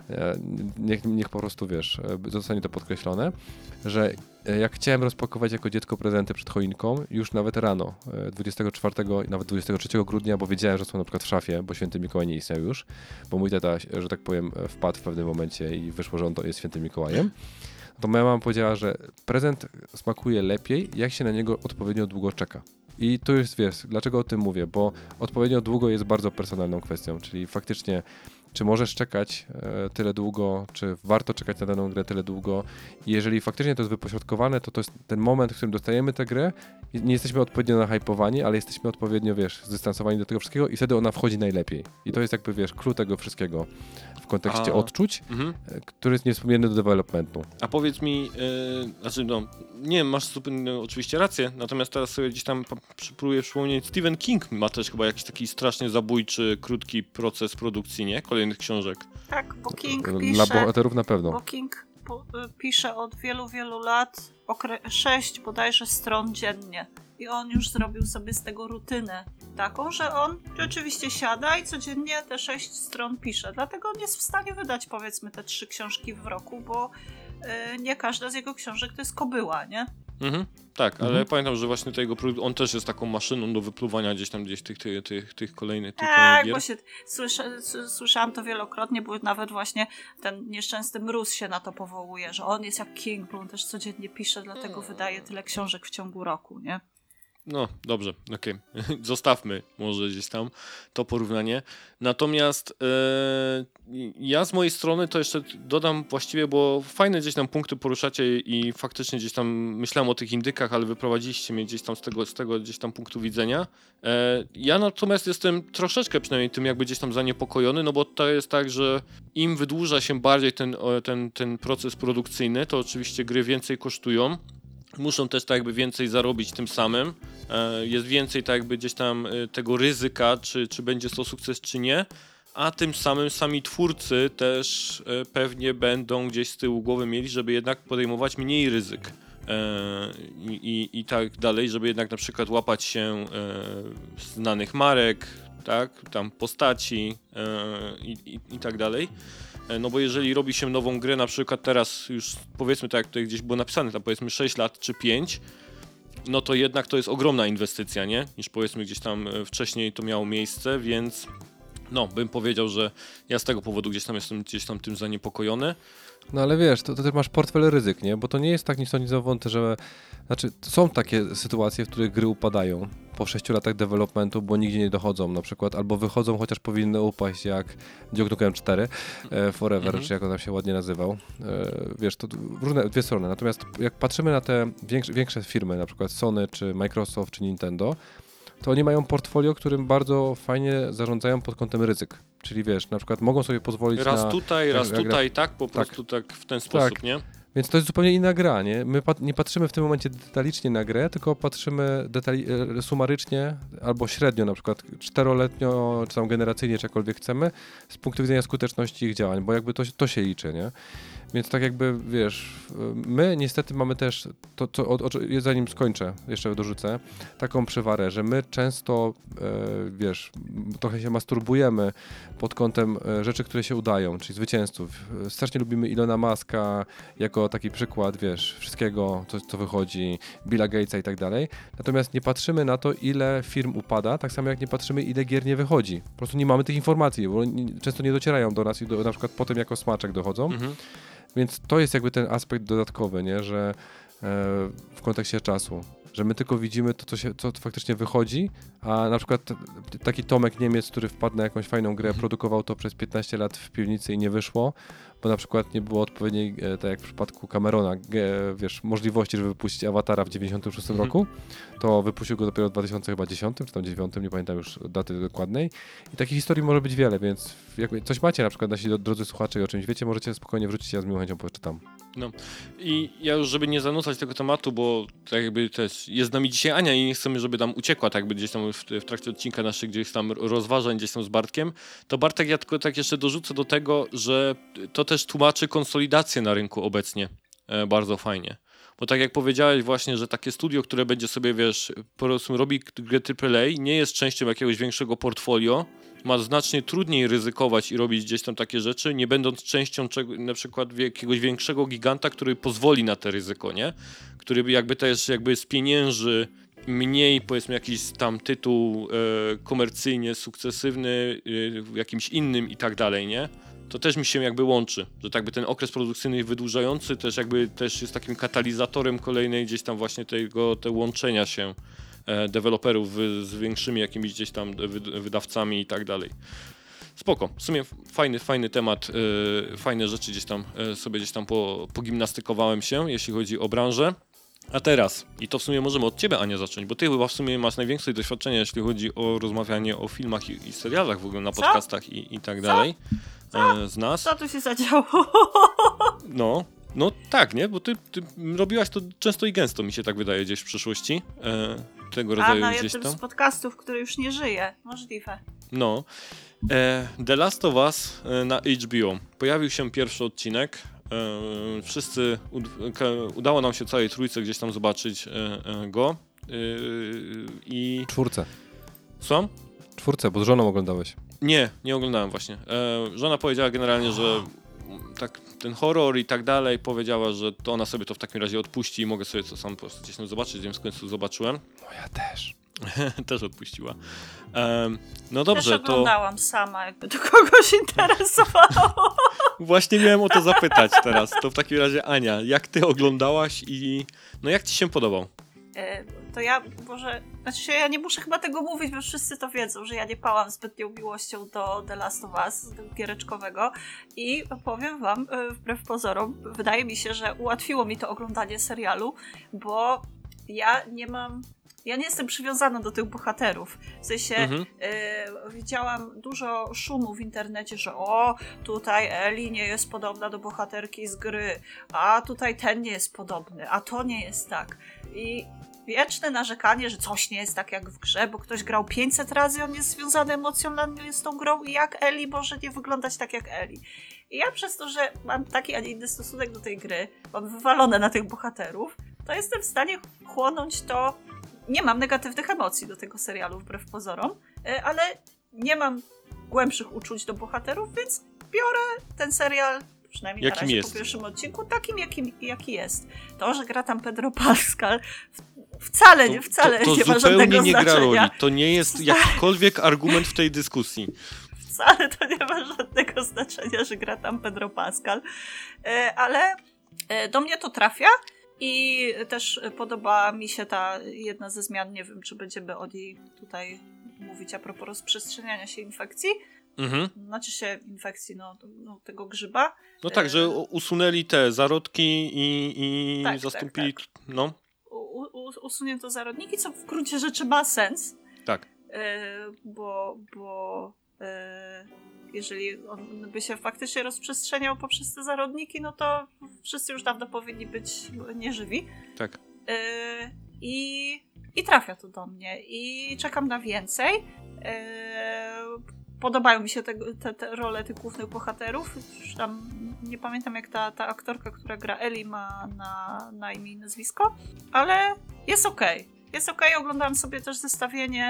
niech, niech po prostu, wiesz, zostanie to podkreślone, że jak chciałem rozpakować jako dziecko prezenty przed choinką, już nawet rano, dwudziestego czwartego, nawet dwudziestego trzeciego grudnia, bo wiedziałem, że są na przykład w szafie, bo Święty Mikołaj nie istniał już, bo mój tata, że tak powiem, wpadł w pewnym momencie i wyszło, że on to jest Świętym Mikołajem. To moja mama powiedziała, że prezent smakuje lepiej, jak się na niego odpowiednio długo czeka. I tu jest, wiesz, dlaczego o tym mówię, bo odpowiednio długo jest bardzo personalną kwestią, czyli faktycznie czy możesz czekać e, tyle długo, czy warto czekać na daną grę tyle długo. I jeżeli faktycznie to jest wypośrodkowane, to to jest ten moment, w którym dostajemy tę grę i nie jesteśmy odpowiednio nahypowani, ale jesteśmy odpowiednio, wiesz, zdystansowani do tego wszystkiego i wtedy ona wchodzi najlepiej. I to jest jakby, wiesz, clue tego wszystkiego w kontekście A, odczuć, mhm. który jest niewspółmierny do developmentu. A powiedz mi, yy, znaczy no, nie, masz zupełnie oczywiście rację, natomiast teraz sobie gdzieś tam próbuję przypomnieć, Stephen King ma też chyba jakiś taki strasznie zabójczy, krótki proces produkcji, nie? Kolejnych książek. Tak, bo King pisze... Dla bohaterów na pewno. Bo King po, pisze od wielu, wielu lat okre- sześć bodajże stron dziennie. I on już zrobił sobie z tego rutynę taką, że on rzeczywiście siada i codziennie te sześć stron pisze. Dlatego on jest w stanie wydać, powiedzmy, te trzy książki w roku, bo yy, nie każda z jego książek to jest kobyła, nie? Mhm. Tak, ale mhm. pamiętam, że właśnie tego produkt, on też jest taką maszyną do wypluwania gdzieś tam gdzieś tych, tych, tych, tych kolejnych tych Tak, gier. bo się słysza, słyszałam to wielokrotnie, bo nawet właśnie ten nieszczęsny Mróz się na to powołuje, że on jest jak King, bo on też codziennie pisze, dlatego wydaje tyle książek w ciągu roku, nie? No, dobrze, okej. Okay. Zostawmy może gdzieś tam to porównanie. Natomiast e, ja z mojej strony to jeszcze dodam właściwie, bo fajne gdzieś tam punkty poruszacie i faktycznie gdzieś tam myślałem o tych indykach, ale wyprowadziliście mnie gdzieś tam z tego, z tego gdzieś tam punktu widzenia. E, ja natomiast jestem troszeczkę przynajmniej tym jakby gdzieś tam zaniepokojony, no bo to jest tak, że im wydłuża się bardziej ten, ten, ten proces produkcyjny, to oczywiście gry więcej kosztują. Muszą też tak jakby więcej zarobić tym samym. Jest więcej tak jakby gdzieś tam tego ryzyka, czy, czy będzie to sukces, czy nie. A tym samym sami twórcy też pewnie będą gdzieś z tyłu głowy mieli, żeby jednak podejmować mniej ryzyk. I, i, i tak dalej, żeby jednak na przykład łapać się znanych marek, tak, tam postaci i, i, i tak dalej. No bo jeżeli robi się nową grę, na przykład teraz już powiedzmy tak jak tutaj gdzieś było napisane, tam powiedzmy sześć lat czy pięć, no to jednak to jest ogromna inwestycja, nie? Niż powiedzmy gdzieś tam wcześniej to miało miejsce, więc no bym powiedział, że ja z tego powodu gdzieś tam jestem gdzieś tam tym zaniepokojony. No ale wiesz, to, to też masz portfel ryzyk, nie? Bo to nie jest tak nic nic wąte, że... Znaczy, są takie sytuacje, w których gry upadają po sześciu latach developmentu, bo nigdzie nie dochodzą na przykład, albo wychodzą, chociaż powinny upaść, jak Duke Nukem cztery e, Forever, mhm. czy jak on tam się ładnie nazywał. E, wiesz, to różne, dwie strony. Natomiast jak patrzymy na te większe, większe firmy, na przykład Sony, czy Microsoft, czy Nintendo, to oni mają portfolio, którym bardzo fajnie zarządzają pod kątem ryzyk. Czyli wiesz, na przykład mogą sobie pozwolić raz na... Raz tutaj, raz jak, tutaj, jak, tak? Po tak. prostu tak w ten sposób, tak. nie? Więc to jest zupełnie inna gra, nie? My pat- nie patrzymy w tym momencie detalicznie na grę, tylko patrzymy detali- sumarycznie albo średnio, na przykład czteroletnio, czy tam generacyjnie, czy jakkolwiek chcemy, z punktu widzenia skuteczności ich działań, bo jakby to, to się liczy, nie? Więc tak jakby, wiesz, my niestety mamy też, to, to, o, o, zanim skończę, jeszcze dorzucę, taką przewarę, że my często, e, wiesz, trochę się masturbujemy pod kątem e, rzeczy, które się udają, czyli zwycięzców. Strasznie lubimy Ilona Muska jako taki przykład, wiesz, wszystkiego, co, co wychodzi, Billa Gatesa i tak dalej. Natomiast nie patrzymy na to, ile firm upada, tak samo jak nie patrzymy, ile gier nie wychodzi. Po prostu nie mamy tych informacji, bo nie, często nie docierają do nas i do, na przykład potem jako smaczek dochodzą. Mhm. Więc to jest jakby ten aspekt dodatkowy, nie? Że e, w kontekście czasu, że my tylko widzimy to, co, się, co faktycznie wychodzi, a na przykład t- taki Tomek Niemiec, który wpadł na jakąś fajną grę, mhm. produkował to przez piętnaście lat w piwnicy i nie wyszło, bo na przykład nie było odpowiedniej, e, tak jak w przypadku Camerona, e, wiesz, możliwości, żeby wypuścić Awatara w dziewięćdziesiątym szóstym mhm. roku, to wypuścił go dopiero w dwa tysiące dziesiątym czy tam dziewiątym, nie pamiętam już daty dokładnej. I takich historii może być wiele, więc jak coś macie na przykład nasi drodzy słuchacze i o czymś wiecie, możecie spokojnie wrócić, ja z miłą chęcią poczytam. No i ja już, żeby nie zanucać tego tematu, bo tak jakby też jest z nami dzisiaj Ania i nie chcemy, żeby tam uciekła, tak jakby gdzieś tam w, w trakcie odcinka naszych gdzieś tam rozważań, gdzieś tam z Bartkiem, to Bartek, ja tylko tak jeszcze dorzucę do tego, że to też tłumaczy konsolidację na rynku obecnie e, bardzo fajnie. Bo tak jak powiedziałeś właśnie, że takie studio, które będzie sobie, wiesz, po prostu robi grę triple A, nie jest częścią jakiegoś większego portfolio, ma znacznie trudniej ryzykować i robić gdzieś tam takie rzeczy, nie będąc częścią czego, na przykład jakiegoś większego giganta, który pozwoli na te ryzyko, nie? Który jakby też jakby spienięży mniej, powiedzmy, jakiś tam tytuł e, komercyjnie sukcesywny, e, jakimś innym i tak dalej, nie? To też mi się jakby łączy, że tak by ten okres produkcyjny wydłużający też jakby też jest takim katalizatorem kolejnej gdzieś tam właśnie tego te łączenia się e, deweloperów z większymi jakimiś gdzieś tam wy, wydawcami i tak dalej. Spoko, w sumie fajny, fajny temat, e, fajne rzeczy gdzieś tam e, sobie gdzieś tam po, pogimnastykowałem się, jeśli chodzi o branżę. A teraz, i to w sumie możemy od ciebie, Ania, zacząć, bo ty chyba w sumie masz największe doświadczenie, jeśli chodzi o rozmawianie o filmach i, i serialach w ogóle na Co? podcastach i, i tak dalej. Co? Z nas. Co tu się zadziało? No, no tak, nie? Bo ty, ty robiłaś to często i gęsto, mi się tak wydaje, gdzieś w przyszłości. E, tego rodzaju A na gdzieś jednym tam. z podcastów, który już nie żyje. Możliwe. No. E, The Last of Us e, na H B O. Pojawił się pierwszy odcinek. E, wszyscy, ud- ka, udało nam się całej trójce gdzieś tam zobaczyć e, e, go. E, I... Czwórce. Co? Czwórce, bo z żoną oglądałeś. Nie, nie oglądałem właśnie. E, żona powiedziała generalnie, że tak ten horror i tak dalej, powiedziała, że to ona sobie to w takim razie odpuści i mogę sobie to sam po prostu gdzieś tam zobaczyć, więc w końcu zobaczyłem. Moja też. Też odpuściła. Um, no dobrze, też to... oglądałam sama, jakby to kogoś interesowało. Właśnie miałem o to zapytać teraz. To w takim razie Ania, jak ty oglądałaś i no jak ci się podobał? To ja może, znaczy się, ja nie muszę chyba tego mówić, bo wszyscy to wiedzą, że ja nie pałam zbytnią miłością do The Last of Us, do giereczkowego i powiem wam, wbrew pozorom, wydaje mi się, że ułatwiło mi to oglądanie serialu, bo ja nie mam, ja nie jestem przywiązana do tych bohaterów. W sensie mhm. y, widziałam dużo szumu w internecie, że o, tutaj Ellie nie jest podobna do bohaterki z gry, a tutaj ten nie jest podobny, a to nie jest tak. I wieczne narzekanie, że coś nie jest tak jak w grze, bo ktoś grał pięćset razy, on jest związany emocjonalnie z tą grą i jak Ellie może nie wyglądać tak jak Ellie. I ja przez to, że mam taki, a nie inny stosunek do tej gry, mam wywalone na tych bohaterów, to jestem w stanie chłonąć to. Nie mam negatywnych emocji do tego serialu, wbrew pozorom, ale nie mam głębszych uczuć do bohaterów, więc biorę ten serial, przynajmniej jakim na razie jest? Po pierwszym odcinku, takim jakim, jaki jest. To, że gra tam Pedro Pascal, wcale, to, wcale to, to nie ma żadnego nie znaczenia. Gra roli. To nie jest jakikolwiek argument w tej dyskusji. Wcale to nie ma żadnego znaczenia, że gra tam Pedro Pascal, ale do mnie to trafia. I też podoba mi się ta jedna ze zmian, nie wiem, czy będziemy o niej tutaj mówić a propos rozprzestrzeniania się infekcji. Mhm. Znaczy się infekcji, no, no tego grzyba. No tak, że usunęli te zarodki i, i tak, zastąpili, tak, tak. no. U, u, usunięto zarodniki, co w gruncie rzeczy ma sens. Tak. E, bo, bo e, jeżeli on by się faktycznie rozprzestrzeniał poprzez te zarodniki, no to wszyscy już dawno powinni być nieżywi. Tak. Yy, i, I trafia to do mnie. I czekam na więcej. Yy, podobają mi się te, te, te role tych głównych bohaterów. Już tam nie pamiętam, jak ta, ta aktorka, która gra Ellie, ma na, na imię i nazwisko, ale jest okej. Okay. Jest okej, okay. Oglądałam sobie też zestawienie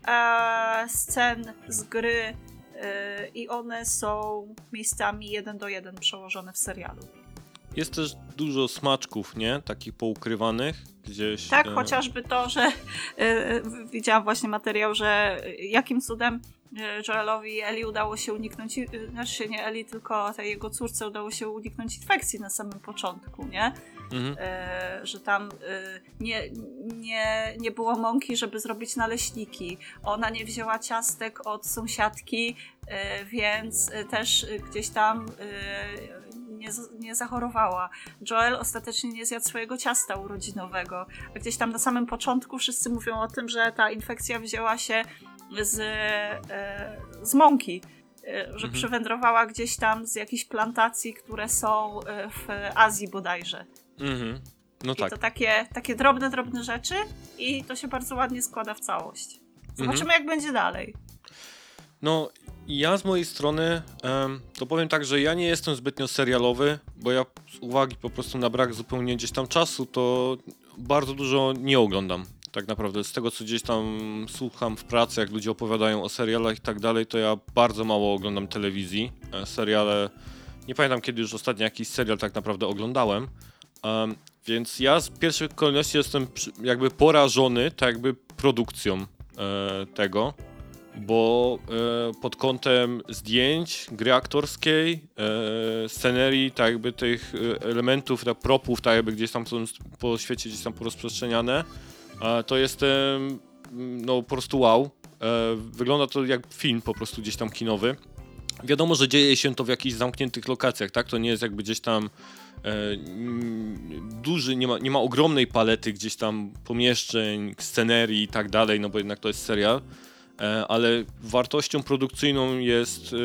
e, scen z gry e, i one są miejscami jeden do jeden przełożone w serialu. Jest też dużo smaczków, nie? Takich poukrywanych gdzieś. Tak, e... chociażby to, że e, widziałam właśnie materiał, że jakim cudem Joelowi i Ellie udało się uniknąć, znaczy nie Ellie, tylko tej jego córce udało się uniknąć infekcji na samym początku, nie? Mhm. E, że tam e, nie, nie, nie było mąki, żeby zrobić naleśniki. Ona nie wzięła ciastek od sąsiadki, e, więc też gdzieś tam e, nie, nie zachorowała. Joel ostatecznie nie zjadł swojego ciasta urodzinowego. A gdzieś tam na samym początku wszyscy mówią o tym, że ta infekcja wzięła się z, e, z mąki, e, że mhm. przywędrowała gdzieś tam z jakichś plantacji, które są w Azji bodajże. Mhm. No I tak. to takie, takie drobne, drobne rzeczy i to się bardzo ładnie składa w całość. Zobaczymy, mhm. jak będzie dalej. No, ja z mojej strony um, to powiem tak, że ja nie jestem zbytnio serialowy, bo ja z uwagi po prostu na brak zupełnie gdzieś tam czasu, to bardzo dużo nie oglądam. Tak naprawdę z tego, co gdzieś tam słucham w pracy, jak ludzie opowiadają o serialach i tak dalej, to ja bardzo mało oglądam telewizji. Seriale, nie pamiętam kiedy już ostatnio jakiś serial tak naprawdę oglądałem, um, więc ja z pierwszej kolejności jestem jakby porażony tak jakby produkcją e, tego, bo e, pod kątem zdjęć, gry aktorskiej, e, scenerii, tak jakby tych elementów, tak, propów, tak jakby gdzieś tam są po świecie gdzieś tam porozprzestrzeniane, to jestem no po prostu wow. Wygląda to jak film po prostu gdzieś tam kinowy. Wiadomo, że dzieje się to w jakichś zamkniętych lokacjach, tak? To nie jest jakby gdzieś tam e, duży, nie ma, nie ma ogromnej palety gdzieś tam pomieszczeń, scenerii i tak dalej, no bo jednak to jest serial, e, ale wartością produkcyjną jest, e,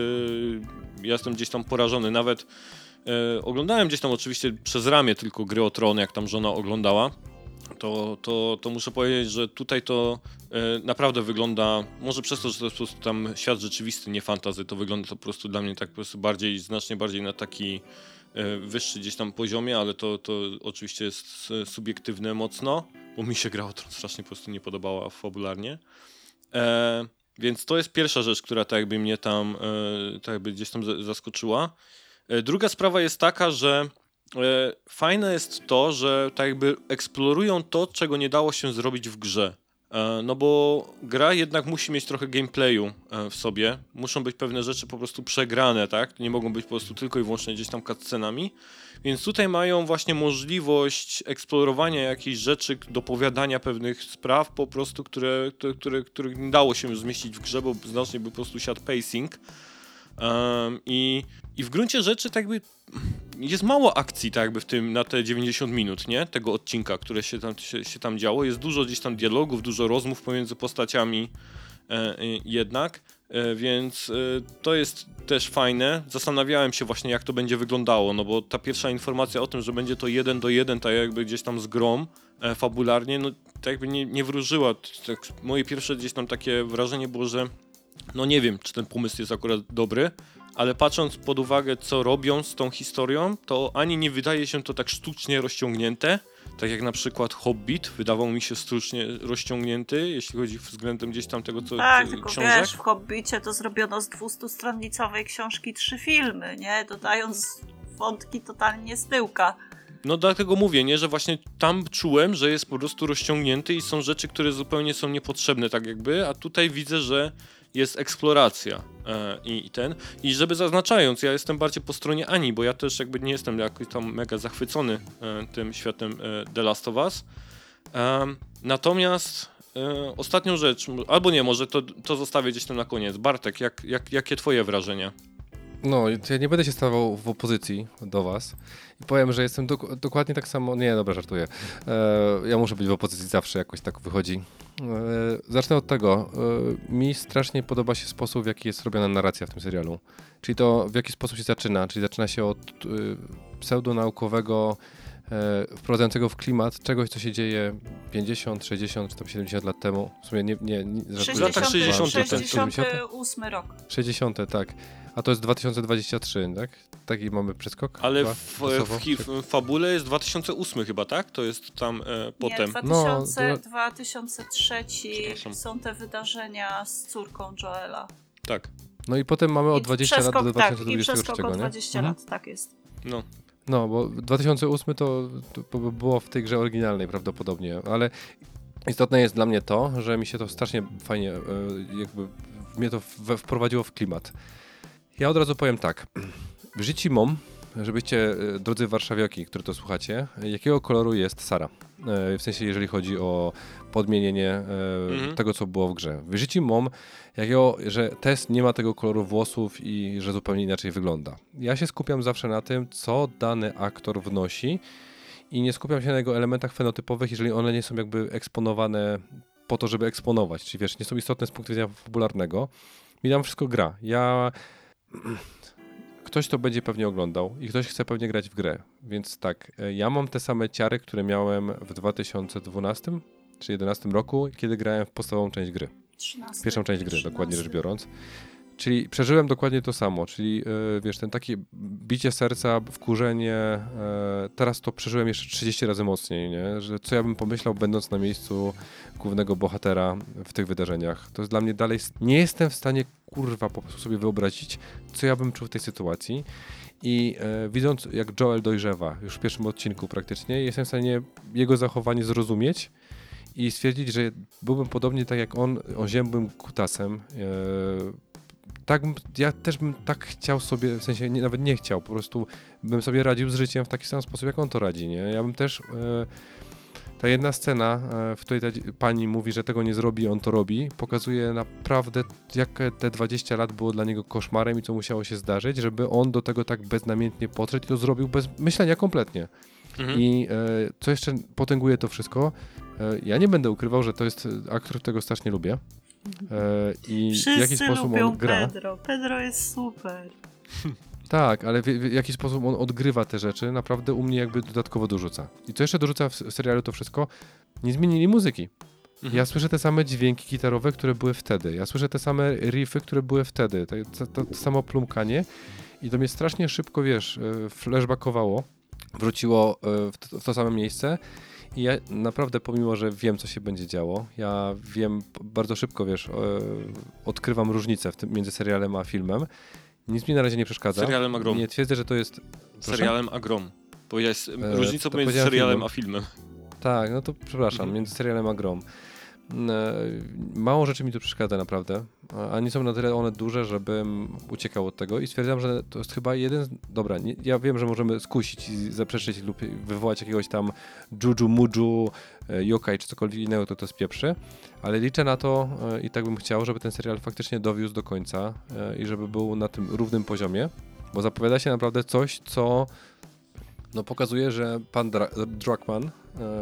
ja jestem gdzieś tam porażony. Nawet e, oglądałem gdzieś tam oczywiście przez ramię tylko Gry o Tron, jak tam żona oglądała. To, to, to muszę powiedzieć, że tutaj to e, naprawdę wygląda, może przez to, że to jest po prostu tam świat rzeczywisty, nie fantasy, to wygląda to po prostu dla mnie tak po prostu bardziej, znacznie bardziej na taki e, wyższy gdzieś tam poziomie, ale to, to oczywiście jest subiektywne mocno, bo mi się Gra o Tron strasznie po prostu nie podobała fabularnie. E, więc to jest pierwsza rzecz, która tak jakby mnie tam e, tak jakby gdzieś tam zaskoczyła. E, druga sprawa jest taka, że fajne jest to, że tak jakby eksplorują to, czego nie dało się zrobić w grze. No bo gra jednak musi mieć trochę gameplayu w sobie. Muszą być pewne rzeczy po prostu przegrane, tak? Nie mogą być po prostu tylko i wyłącznie gdzieś tam cutscenami. Więc tutaj mają właśnie możliwość eksplorowania jakichś rzeczy, dopowiadania pewnych spraw po prostu, które, które, które, których nie dało się już zmieścić w grze, bo znacznie by po prostu siadł pacing. Um, i, I w gruncie rzeczy tak jakby jest mało akcji tak jakby w tym na te dziewięćdziesiąt minut, nie? Tego odcinka, które się tam, się, się tam działo. Jest dużo gdzieś tam dialogów, dużo rozmów pomiędzy postaciami e, jednak, e, więc e, to jest też fajne. Zastanawiałem się właśnie, jak to będzie wyglądało, no bo ta pierwsza informacja o tym, że będzie to jeden do jeden, tak jakby gdzieś tam z grą e, fabularnie, no tak jakby nie, nie wróżyła. Tak, moje pierwsze gdzieś tam takie wrażenie było, że no nie wiem, czy ten pomysł jest akurat dobry, ale patrząc pod uwagę, co robią z tą historią, to ani nie wydaje się to tak sztucznie rozciągnięte, tak jak na przykład Hobbit wydawał mi się sztucznie rozciągnięty, jeśli chodzi względem gdzieś tam tego, co tak, co, tylko książek. Wiesz, w Hobbicie to zrobiono z dwustustronicowej książki trzy filmy, nie? Dodając wątki totalnie z tyłka. No dlatego mówię, nie, że właśnie tam czułem, że jest po prostu rozciągnięty i są rzeczy, które zupełnie są niepotrzebne tak jakby, a tutaj widzę, że jest eksploracja e, i, i ten. I żeby zaznaczając, ja jestem bardziej po stronie Ani, bo ja też jakby nie jestem jakoś tam mega zachwycony e, tym światem e, The Last of Us. E, natomiast e, ostatnią rzecz, albo nie, może to, to zostawię gdzieś tam na koniec. Bartek, jak, jak, jakie twoje wrażenia? No, ja nie będę się stawał w opozycji do was i powiem, że jestem dok- dokładnie tak samo, nie, dobra, żartuję. E, ja muszę być w opozycji zawsze, jakoś tak wychodzi. E, zacznę od tego, e, mi strasznie podoba się sposób, w jaki jest robiona narracja w tym serialu. Czyli to, w jaki sposób się zaczyna, czyli zaczyna się od e, pseudonaukowego e, wprowadzającego w klimat czegoś, co się dzieje pięćdziesiąt, sześćdziesiąt czy tam siedemdziesiąt lat temu. W sumie nie... nie, nie W latach sześćdziesiątych. sześćdziesiąty ósmy rok. sześćdziesiąte, tak. A to jest dwa tysiące dwudziesty trzeci, tak? Taki mamy przeskok? Ale Chyba, w, w, czasowo? hi- w fabule jest dwa tysiące ósmy chyba, tak? To jest tam e, potem. Nie, dwa tysiące, No, dwa tysiące trzeci Przepraszam. są te wydarzenia z córką Joela. Tak, No i potem mamy od I dwudziestu lat do przeskok, dwa tak, tysiące i dwudziestego przeskok trzeciego, o nie? dwadzieścia Mhm. lat, tak jest. no. No, bo dwa tysiące ósmy to, to było w tej grze oryginalnej prawdopodobnie, ale istotne jest dla mnie to, że mi się to strasznie fajnie, e, jakby mnie to w, wprowadziło w klimat. Ja od razu powiem tak. Życi mom, żebyście, e, drodzy warszawiaki, którzy to słuchacie, jakiego koloru jest Sara? E, w sensie, jeżeli chodzi o podmienienie e, Mhm. tego, co było w grze. Życi mom, jakiego, że Tess nie ma tego koloru włosów i że zupełnie inaczej wygląda. Ja się skupiam zawsze na tym, co dany aktor wnosi i nie skupiam się na jego elementach fenotypowych, jeżeli one nie są jakby eksponowane po to, żeby eksponować. Czyli wiesz, nie są istotne z punktu widzenia fabularnego. Mi tam wszystko gra. Ja... Ktoś to będzie pewnie oglądał i ktoś chce pewnie grać w grę. Więc tak, e, ja mam te same ciary, które miałem w dwa tysiące dwunastym czy jedenastym roku, kiedy grałem w podstawową część gry. trzynasty, Pierwszą część gry, trzynasty. dokładnie rzecz biorąc. Czyli przeżyłem dokładnie to samo, czyli e, wiesz, ten takie bicie serca, wkurzenie, e, teraz to przeżyłem jeszcze trzydzieści razy mocniej, nie? Że co ja bym pomyślał, będąc na miejscu głównego bohatera w tych wydarzeniach. To jest dla mnie dalej, nie jestem w stanie, kurwa, po prostu sobie wyobrazić, co ja bym czuł w tej sytuacji. I e, widząc, jak Joel dojrzewa, już w pierwszym odcinku praktycznie, jestem w stanie jego zachowanie zrozumieć i stwierdzić, że byłbym podobnie tak jak on, oziębłym kutasem. E, tak, bym- ja też bym tak chciał sobie, w sensie nie, nawet nie chciał, po prostu bym sobie radził z życiem w taki sam sposób, jak on to radzi, nie? Ja bym też, e, ta jedna scena, e, w której ta dzi- pani mówi, że tego nie zrobi, on to robi, pokazuje naprawdę, jak te dwadzieścia lat było dla niego koszmarem i co musiało się zdarzyć, żeby on do tego tak beznamiętnie podszedł i to zrobił bez myślenia kompletnie. Mhm. I e, co jeszcze potęguje to wszystko, e, ja nie będę ukrywał, że to jest aktor, którego strasznie lubię. E, I w Wszyscy jaki sposób lubią on gra. Pedro. Pedro jest super. Tak, ale w, w jaki sposób on odgrywa te rzeczy, naprawdę u mnie jakby dodatkowo dorzuca. I co jeszcze dorzuca w s- serialu to wszystko? Nie zmienili muzyki. Mhm. Ja słyszę te same dźwięki gitarowe, które były wtedy. Ja słyszę te same riffy, które były wtedy. To, to, to, to samo plumkanie. I to mnie strasznie szybko, wiesz, e, flashbackowało. Wróciło e, w to, w to samo miejsce. I ja naprawdę, pomimo że wiem, co się będzie działo, ja wiem p- bardzo szybko, wiesz, e, odkrywam różnicę w tym, między serialem a filmem. Nic mi na razie nie przeszkadza. Serialem a grą. Nie twierdzę, że to jest... Proszę? Serialem a grom. Powiedziałeś E, różnicą to pomiędzy powiedziałem serialem filmem. a filmem. Tak, no to przepraszam, Mhm. między serialem a grą. E, Mało rzeczy mi tu przeszkadza naprawdę, a a nie są na tyle one duże, żebym uciekał od tego i stwierdzam, że to jest chyba jeden z... Dobra, nie, ja wiem, że możemy skusić i zaprzeczyć lub wywołać jakiegoś tam juju, muju, e, yokai czy cokolwiek innego, to to spieprzy, ale liczę na to e, i tak bym chciał, żeby ten serial faktycznie dowiózł do końca e, i żeby był na tym równym poziomie, bo zapowiada się naprawdę coś, co no, pokazuje, że pan Dra- Druckmann e,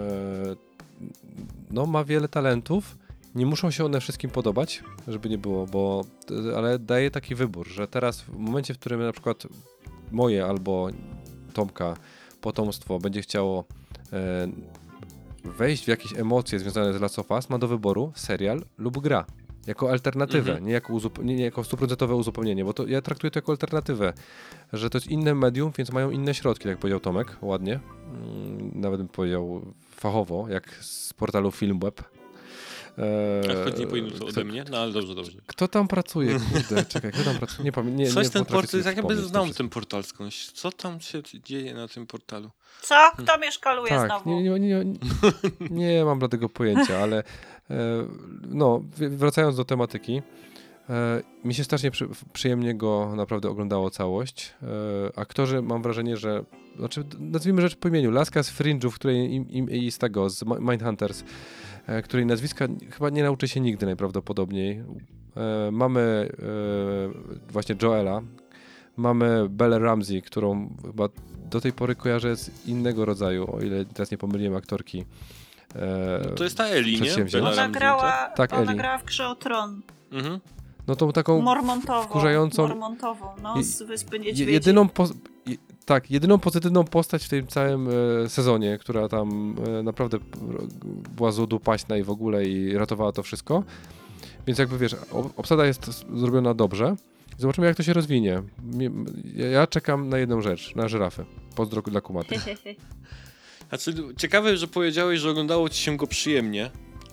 no, ma wiele talentów. Nie muszą się one wszystkim podobać, żeby nie było, bo ale daje taki wybór, że teraz w momencie, w którym na przykład moje albo Tomka potomstwo będzie chciało e, wejść w jakieś emocje związane z Last of Us, ma do wyboru serial lub gra. Jako alternatywę, Mhm. nie, jako uzup- nie, nie jako stuprocentowe uzupełnienie, bo to ja traktuję to jako alternatywę, że to jest inne medium, więc mają inne środki, tak jak powiedział Tomek, ładnie. Mm, nawet bym powiedział fachowo, jak z portalu Filmweb. Eee, Jak chodzi nie powinno to kto, ode mnie, no ale dobrze, dobrze. kto tam pracuje? Kurde, czekaj, kto tam pracuje? Nie pamiętam. Nie, Coś nie ten potrafię portal, sobie tak jakby przypomnieć znam to ten portal skądś. Co tam się dzieje na tym portalu? Co? Kto mnie szkaluje Tak, znowu? nie, nie, nie, nie, nie mam żadnego pojęcia, ale e, no, w- wracając do tematyki, e, mi się strasznie przy, przyjemnie go naprawdę oglądało całość. E, aktorzy, mam wrażenie, że, znaczy nazwijmy rzecz po imieniu, laska z Fringe'u, której im, im, i z tego, z Mi- Mindhunters, e, której nazwiska chyba nie nauczy się nigdy najprawdopodobniej. E, mamy e, właśnie Joela, mamy Belle Ramsey, którą chyba do tej pory kojarzę z innego rodzaju, o ile teraz nie pomyliłem aktorki. E, No to jest ta Eli, nie? Przedsięwzięć. Bella Ona Ramsey, grała, Tak, ona Eli. grała w grze o Tron. Mhm. no tą taką Mormontową. wkurzającą- Mormontową, no, z Wyspy je- Niedźwiedzi. jedyną, po, je- Tak, jedyną pozytywną postać w tym całym e, sezonie, która tam e, naprawdę była złodupaśna i w ogóle i ratowała to wszystko. Więc jakby wiesz, obsada jest zrobiona dobrze. Zobaczymy, jak to się rozwinie. Ja czekam na jedną rzecz, na żyrafę. Pozdro dla kumaty. Znaczy, ciekawe, że powiedziałeś, że oglądało ci się go przyjemnie,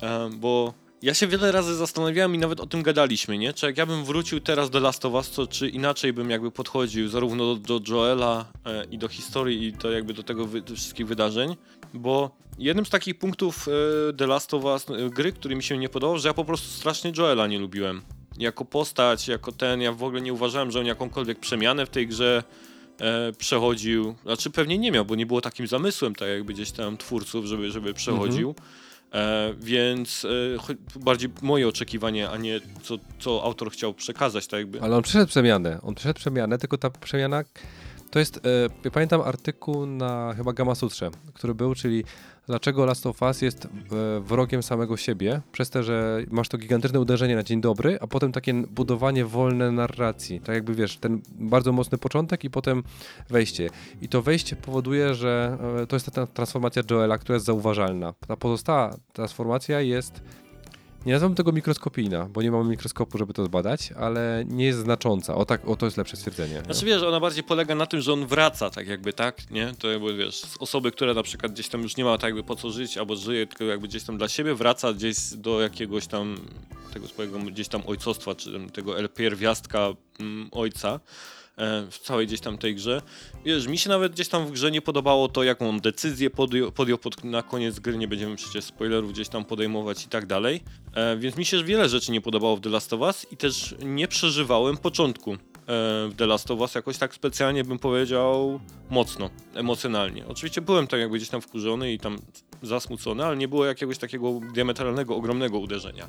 bo ja się wiele razy zastanawiałem i nawet o tym gadaliśmy, nie? Czy jak ja bym wrócił teraz do Last of Us, to czy inaczej bym jakby podchodził zarówno do, do Joela e, i do historii i do jakby do tego wy, do wszystkich wydarzeń, bo jednym z takich punktów e, The Last of Us e, gry, który mi się nie podobał, że ja po prostu strasznie Joela nie lubiłem. Jako postać, jako ten, ja w ogóle nie uważałem, że on jakąkolwiek przemianę w tej grze e, przechodził. Znaczy pewnie nie miał, bo nie było takim zamysłem, tak jakby gdzieś tam twórców, żeby, żeby przechodził. Mhm. E, więc e, bardziej moje oczekiwanie, a nie co, co autor chciał przekazać, tak jakby. Ale on przeszedł przemianę, on przeszedł przemianę, tylko ta przemiana to jest, e, ja pamiętam artykuł na chyba Gamma Sutrze, który był, czyli dlaczego Last of Us jest e, wrogiem samego siebie, przez to, że masz to gigantyczne uderzenie na dzień dobry, a potem takie budowanie wolne narracji, tak jakby wiesz, ten bardzo mocny początek i potem wejście. I to wejście powoduje, że e, to jest ta transformacja Joela, która jest zauważalna. Ta pozostała transformacja jest, nie nazywam tego mikroskopijna, bo nie mamy mikroskopu, żeby to zbadać, ale nie jest znacząca. O tak, o to jest lepsze stwierdzenie. Znaczy wiesz, ona bardziej polega na tym, że on wraca tak jakby, tak, nie? To jakby wiesz, z osoby, która na przykład gdzieś tam już nie ma tak jakby po co żyć, albo żyje tylko jakby gdzieś tam dla siebie, wraca gdzieś do jakiegoś tam tego swojego gdzieś tam ojcostwa, czy tego pierwiastka mm, ojca. W całej gdzieś tam tej grze. Wiesz, mi się nawet gdzieś tam w grze nie podobało to, jaką on decyzję podjął, podjął pod, na koniec gry, nie będziemy przecież spoilerów gdzieś tam podejmować i tak dalej, e, więc mi się wiele rzeczy nie podobało w The Last of Us i też nie przeżywałem początku e, w The Last of Us jakoś tak specjalnie, bym powiedział, mocno, emocjonalnie. Oczywiście byłem tak jakby gdzieś tam wkurzony i tam zasmucony, ale nie było jakiegoś takiego diametralnego, ogromnego uderzenia.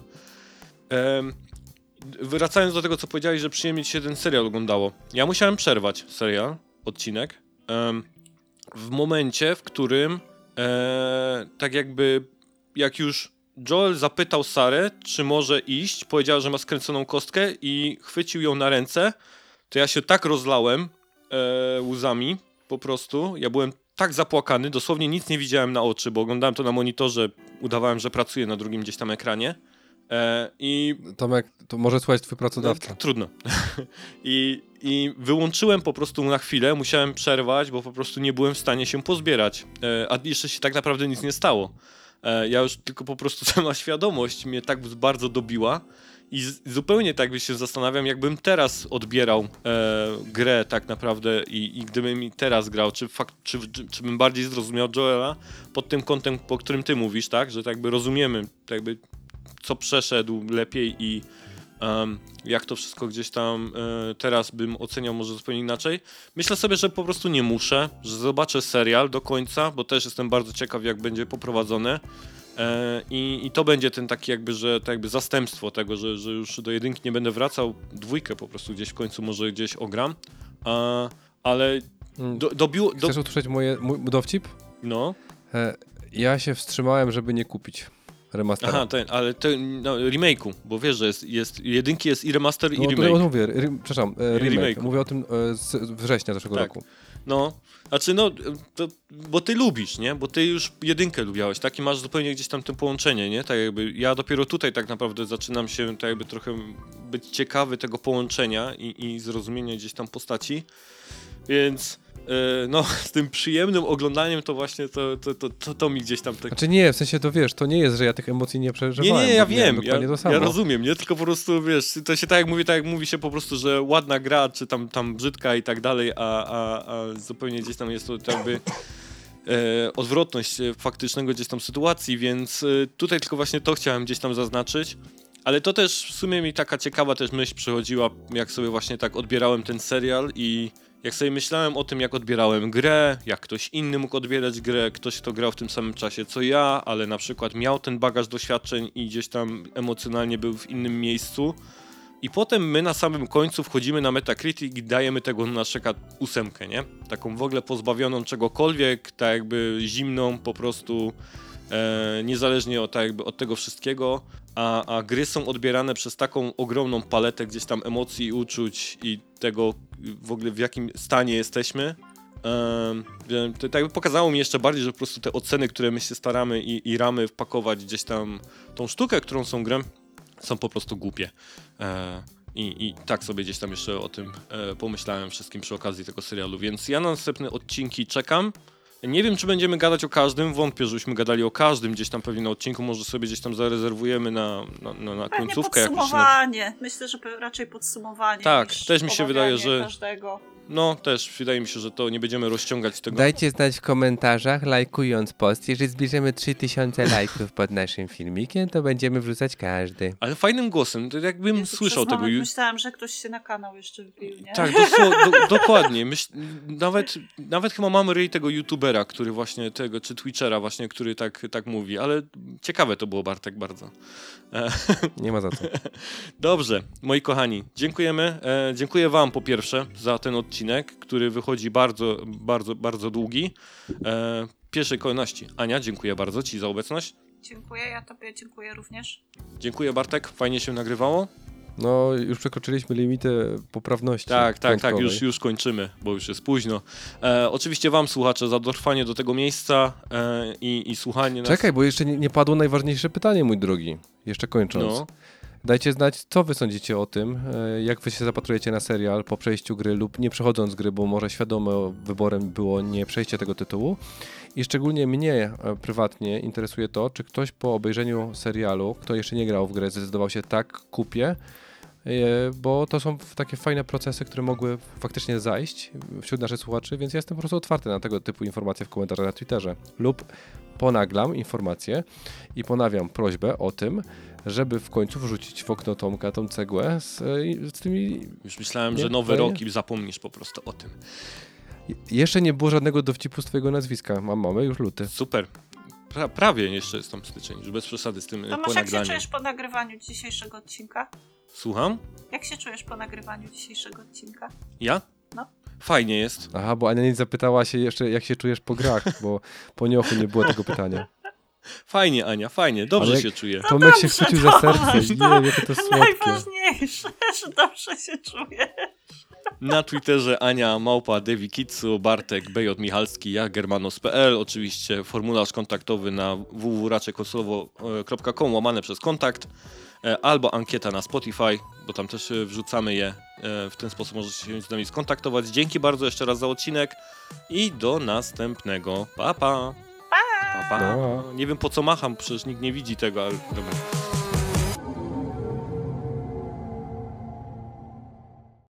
E, Wracając do tego, co powiedziałeś, że przyjemnie ci się ten serial oglądało. Ja musiałem przerwać serial, odcinek, em, w momencie, w którym e, tak jakby jak już Joel zapytał Sarę, czy może iść, powiedziała, że ma skręconą kostkę i chwycił ją na ręce, to ja się tak rozlałem e, łzami po prostu. Ja byłem tak zapłakany, dosłownie nic nie widziałem na oczy, bo oglądałem to na monitorze, udawałem, że pracuję na drugim gdzieś tam ekranie. E, I Tomek, to może słuchać twój pracodawca. No, trudno. I, I wyłączyłem po prostu na chwilę, musiałem przerwać, bo po prostu nie byłem w stanie się pozbierać. E, a jeszcze się tak naprawdę nic nie stało. E, ja już tylko po prostu sama świadomość mnie tak bardzo dobiła i z, zupełnie tak się zastanawiam, jakbym teraz odbierał e, grę tak naprawdę i, i gdybym teraz grał, czy, fakt, czy, czy, czy bym bardziej zrozumiał Joela pod tym kątem, po którym ty mówisz, tak? Że tak jakby rozumiemy, tak jakby co przeszedł lepiej i um, jak to wszystko gdzieś tam e, teraz bym oceniał może zupełnie inaczej. Myślę sobie, że po prostu nie muszę, że zobaczę serial do końca, bo też jestem bardzo ciekaw, jak będzie poprowadzone e, i, i to będzie ten taki jakby, że tak jakby zastępstwo tego, że, że już do jedynki nie będę wracał, dwójkę po prostu gdzieś w końcu może gdzieś ogram, a, ale do, dobiło... Do... Chcesz usłyszeć moje, mój dowcip? No. E, ja się wstrzymałem, żeby nie kupić remastera. Aha, ten, ale ten no, remake'u, bo wiesz, że jest, jest jedynki jest i remaster, no, i remake. No, mówię, re, przepraszam, e, remake. remake. Mówię o tym e, z września zeszłego tak. roku. No, znaczy no, to, bo ty lubisz, nie? Bo ty już jedynkę lubiałeś, tak? I masz zupełnie gdzieś tam to połączenie, nie? Tak jakby ja dopiero tutaj tak naprawdę zaczynam się tak jakby trochę być ciekawy tego połączenia i, i zrozumienia gdzieś tam postaci, więc... no, z tym przyjemnym oglądaniem to właśnie to, to, to, to, to mi gdzieś tam... Tak... Znaczy nie, w sensie to wiesz, to nie jest, że ja tych emocji nie przeżywałem. Nie, nie, ja wiem, ja, to samo. ja rozumiem, nie? Tylko po prostu, wiesz, to się tak jak mówi, tak jak mówi się po prostu, że ładna gra, czy tam, tam brzydka i tak dalej, a, a, a zupełnie gdzieś tam jest to jakby... E, odwrotność faktycznego gdzieś tam sytuacji, więc e, tutaj tylko właśnie to chciałem gdzieś tam zaznaczyć. Ale to też w sumie mi taka ciekawa też myśl przychodziła, jak sobie właśnie tak odbierałem ten serial i jak sobie myślałem o tym, jak odbierałem grę, jak ktoś inny mógł odbierać grę, ktoś, kto grał w tym samym czasie co ja, ale na przykład miał ten bagaż doświadczeń i gdzieś tam emocjonalnie był w innym miejscu. I potem my na samym końcu wchodzimy na Metacritic i dajemy tego na przykład ósemkę, nie? Taką w ogóle pozbawioną czegokolwiek, tak jakby zimną po prostu, e, niezależnie od, tak jakby od tego wszystkiego, a, a gry są odbierane przez taką ogromną paletę gdzieś tam emocji, uczuć i tego w ogóle w jakim stanie jesteśmy, Ehm, wiem, to tak jakby pokazało mi jeszcze bardziej, że po prostu te oceny, które my się staramy i, i ramy wpakować gdzieś tam tą sztukę, którą są grę, są po prostu głupie. E, i, I tak sobie gdzieś tam jeszcze o tym e, pomyślałem wszystkim przy okazji tego serialu, więc ja na następne odcinki czekam. Nie wiem, czy będziemy gadać o każdym, wątpię, żebyśmy gadali o każdym gdzieś tam pewnie na odcinku, może sobie gdzieś tam zarezerwujemy na, na, na, na Pewnie końcówkę. Jakoś na... podsumowanie. Myślę, że raczej podsumowanie. Tak, niż też mi się wydaje, że- każdego. No, też wydaje mi się, że to nie będziemy rozciągać tego. Dajcie znać w komentarzach, lajkując post. Jeżeli zbierzemy trzy tysiące lajków pod naszym filmikiem, to będziemy wrzucać każdy. Ale fajnym głosem, to jakbym Jezu, słyszał przez tego. moment Ju- myślałam, że ktoś się na kanał jeszcze wbił, nie? Tak, dosło- do, dokładnie. Myśl, nawet, nawet chyba mamy ryj tego youtubera, który właśnie tego, czy twitchera właśnie, który tak, tak mówi, ale ciekawe to było, Bartek, bardzo. E, Nie ma za co. Dobrze, moi kochani, dziękujemy. E, dziękuję wam po pierwsze za ten odcinek, który wychodzi bardzo, bardzo, bardzo długi. E, w pierwszej kolejności Ania, dziękuję bardzo ci za obecność. Dziękuję, ja tobie dziękuję również. Dziękuję, Bartek, fajnie się nagrywało. No, już przekroczyliśmy limity poprawności. Tak, tak, tak, piątkowej. już, już kończymy, bo już jest późno. E, oczywiście wam, słuchacze, za dotrwanie do tego miejsca e, i, i słuchanie nas. Czekaj, bo jeszcze nie, nie padło najważniejsze pytanie, mój drogi. Jeszcze kończąc. No. Dajcie znać, co wy sądzicie o tym, e, jak wy się zapatrujecie na serial po przejściu gry lub nie przechodząc gry, bo może świadomym wyborem było nie przejście tego tytułu. I szczególnie mnie e, prywatnie interesuje to, czy ktoś po obejrzeniu serialu, kto jeszcze nie grał w grę, zdecydował się tak, kupię, e, bo to są takie fajne procesy, które mogły faktycznie zajść wśród naszych słuchaczy, więc ja jestem po prostu otwarty na tego typu informacje w komentarzach na Twitterze. Lub ponaglam informacje i ponawiam prośbę o tym, żeby w końcu wrzucić w okno Tomka tą cegłę z, z tymi... Już myślałem, Nie, że nowy to nie. rok i zapomnisz po prostu o tym. Jeszcze nie było żadnego dowcipu z twojego nazwiska. Mam, mamy już luty. Super. Pra, prawie jeszcze jest tam styczeń, już bez przesady z tym To e, może jak się ponaglaniem. czujesz po nagrywaniu dzisiejszego odcinka? Słucham? Jak się czujesz po nagrywaniu dzisiejszego odcinka? Ja? No. Fajnie jest. Aha, bo Ania nie zapytała się jeszcze, jak się czujesz po grach, bo po niochu nie było tego pytania. Fajnie, Ania, fajnie. Dobrze Ale- się czuję. Tomek się dobrze, chwycił za serce. Tomasz, Nie, to jakie to słodkie. Najważniejsze, że dobrze się czuję. Na Twitterze Ania Małpa, Devi Kitsu, Bartek, B J Michalski, ja Germanos kropka p l. Oczywiście formularz kontaktowy na w w w kropka raczej konsolowo kropka com łamane przez kontakt. E, albo ankieta na Spotify, bo tam też e, wrzucamy je. E, w ten sposób możecie się z nami skontaktować. Dzięki bardzo jeszcze raz za odcinek i do następnego. Pa, pa. Pa, pa. Pa. Nie wiem po co macham, przecież nikt nie widzi tego, ale dobra.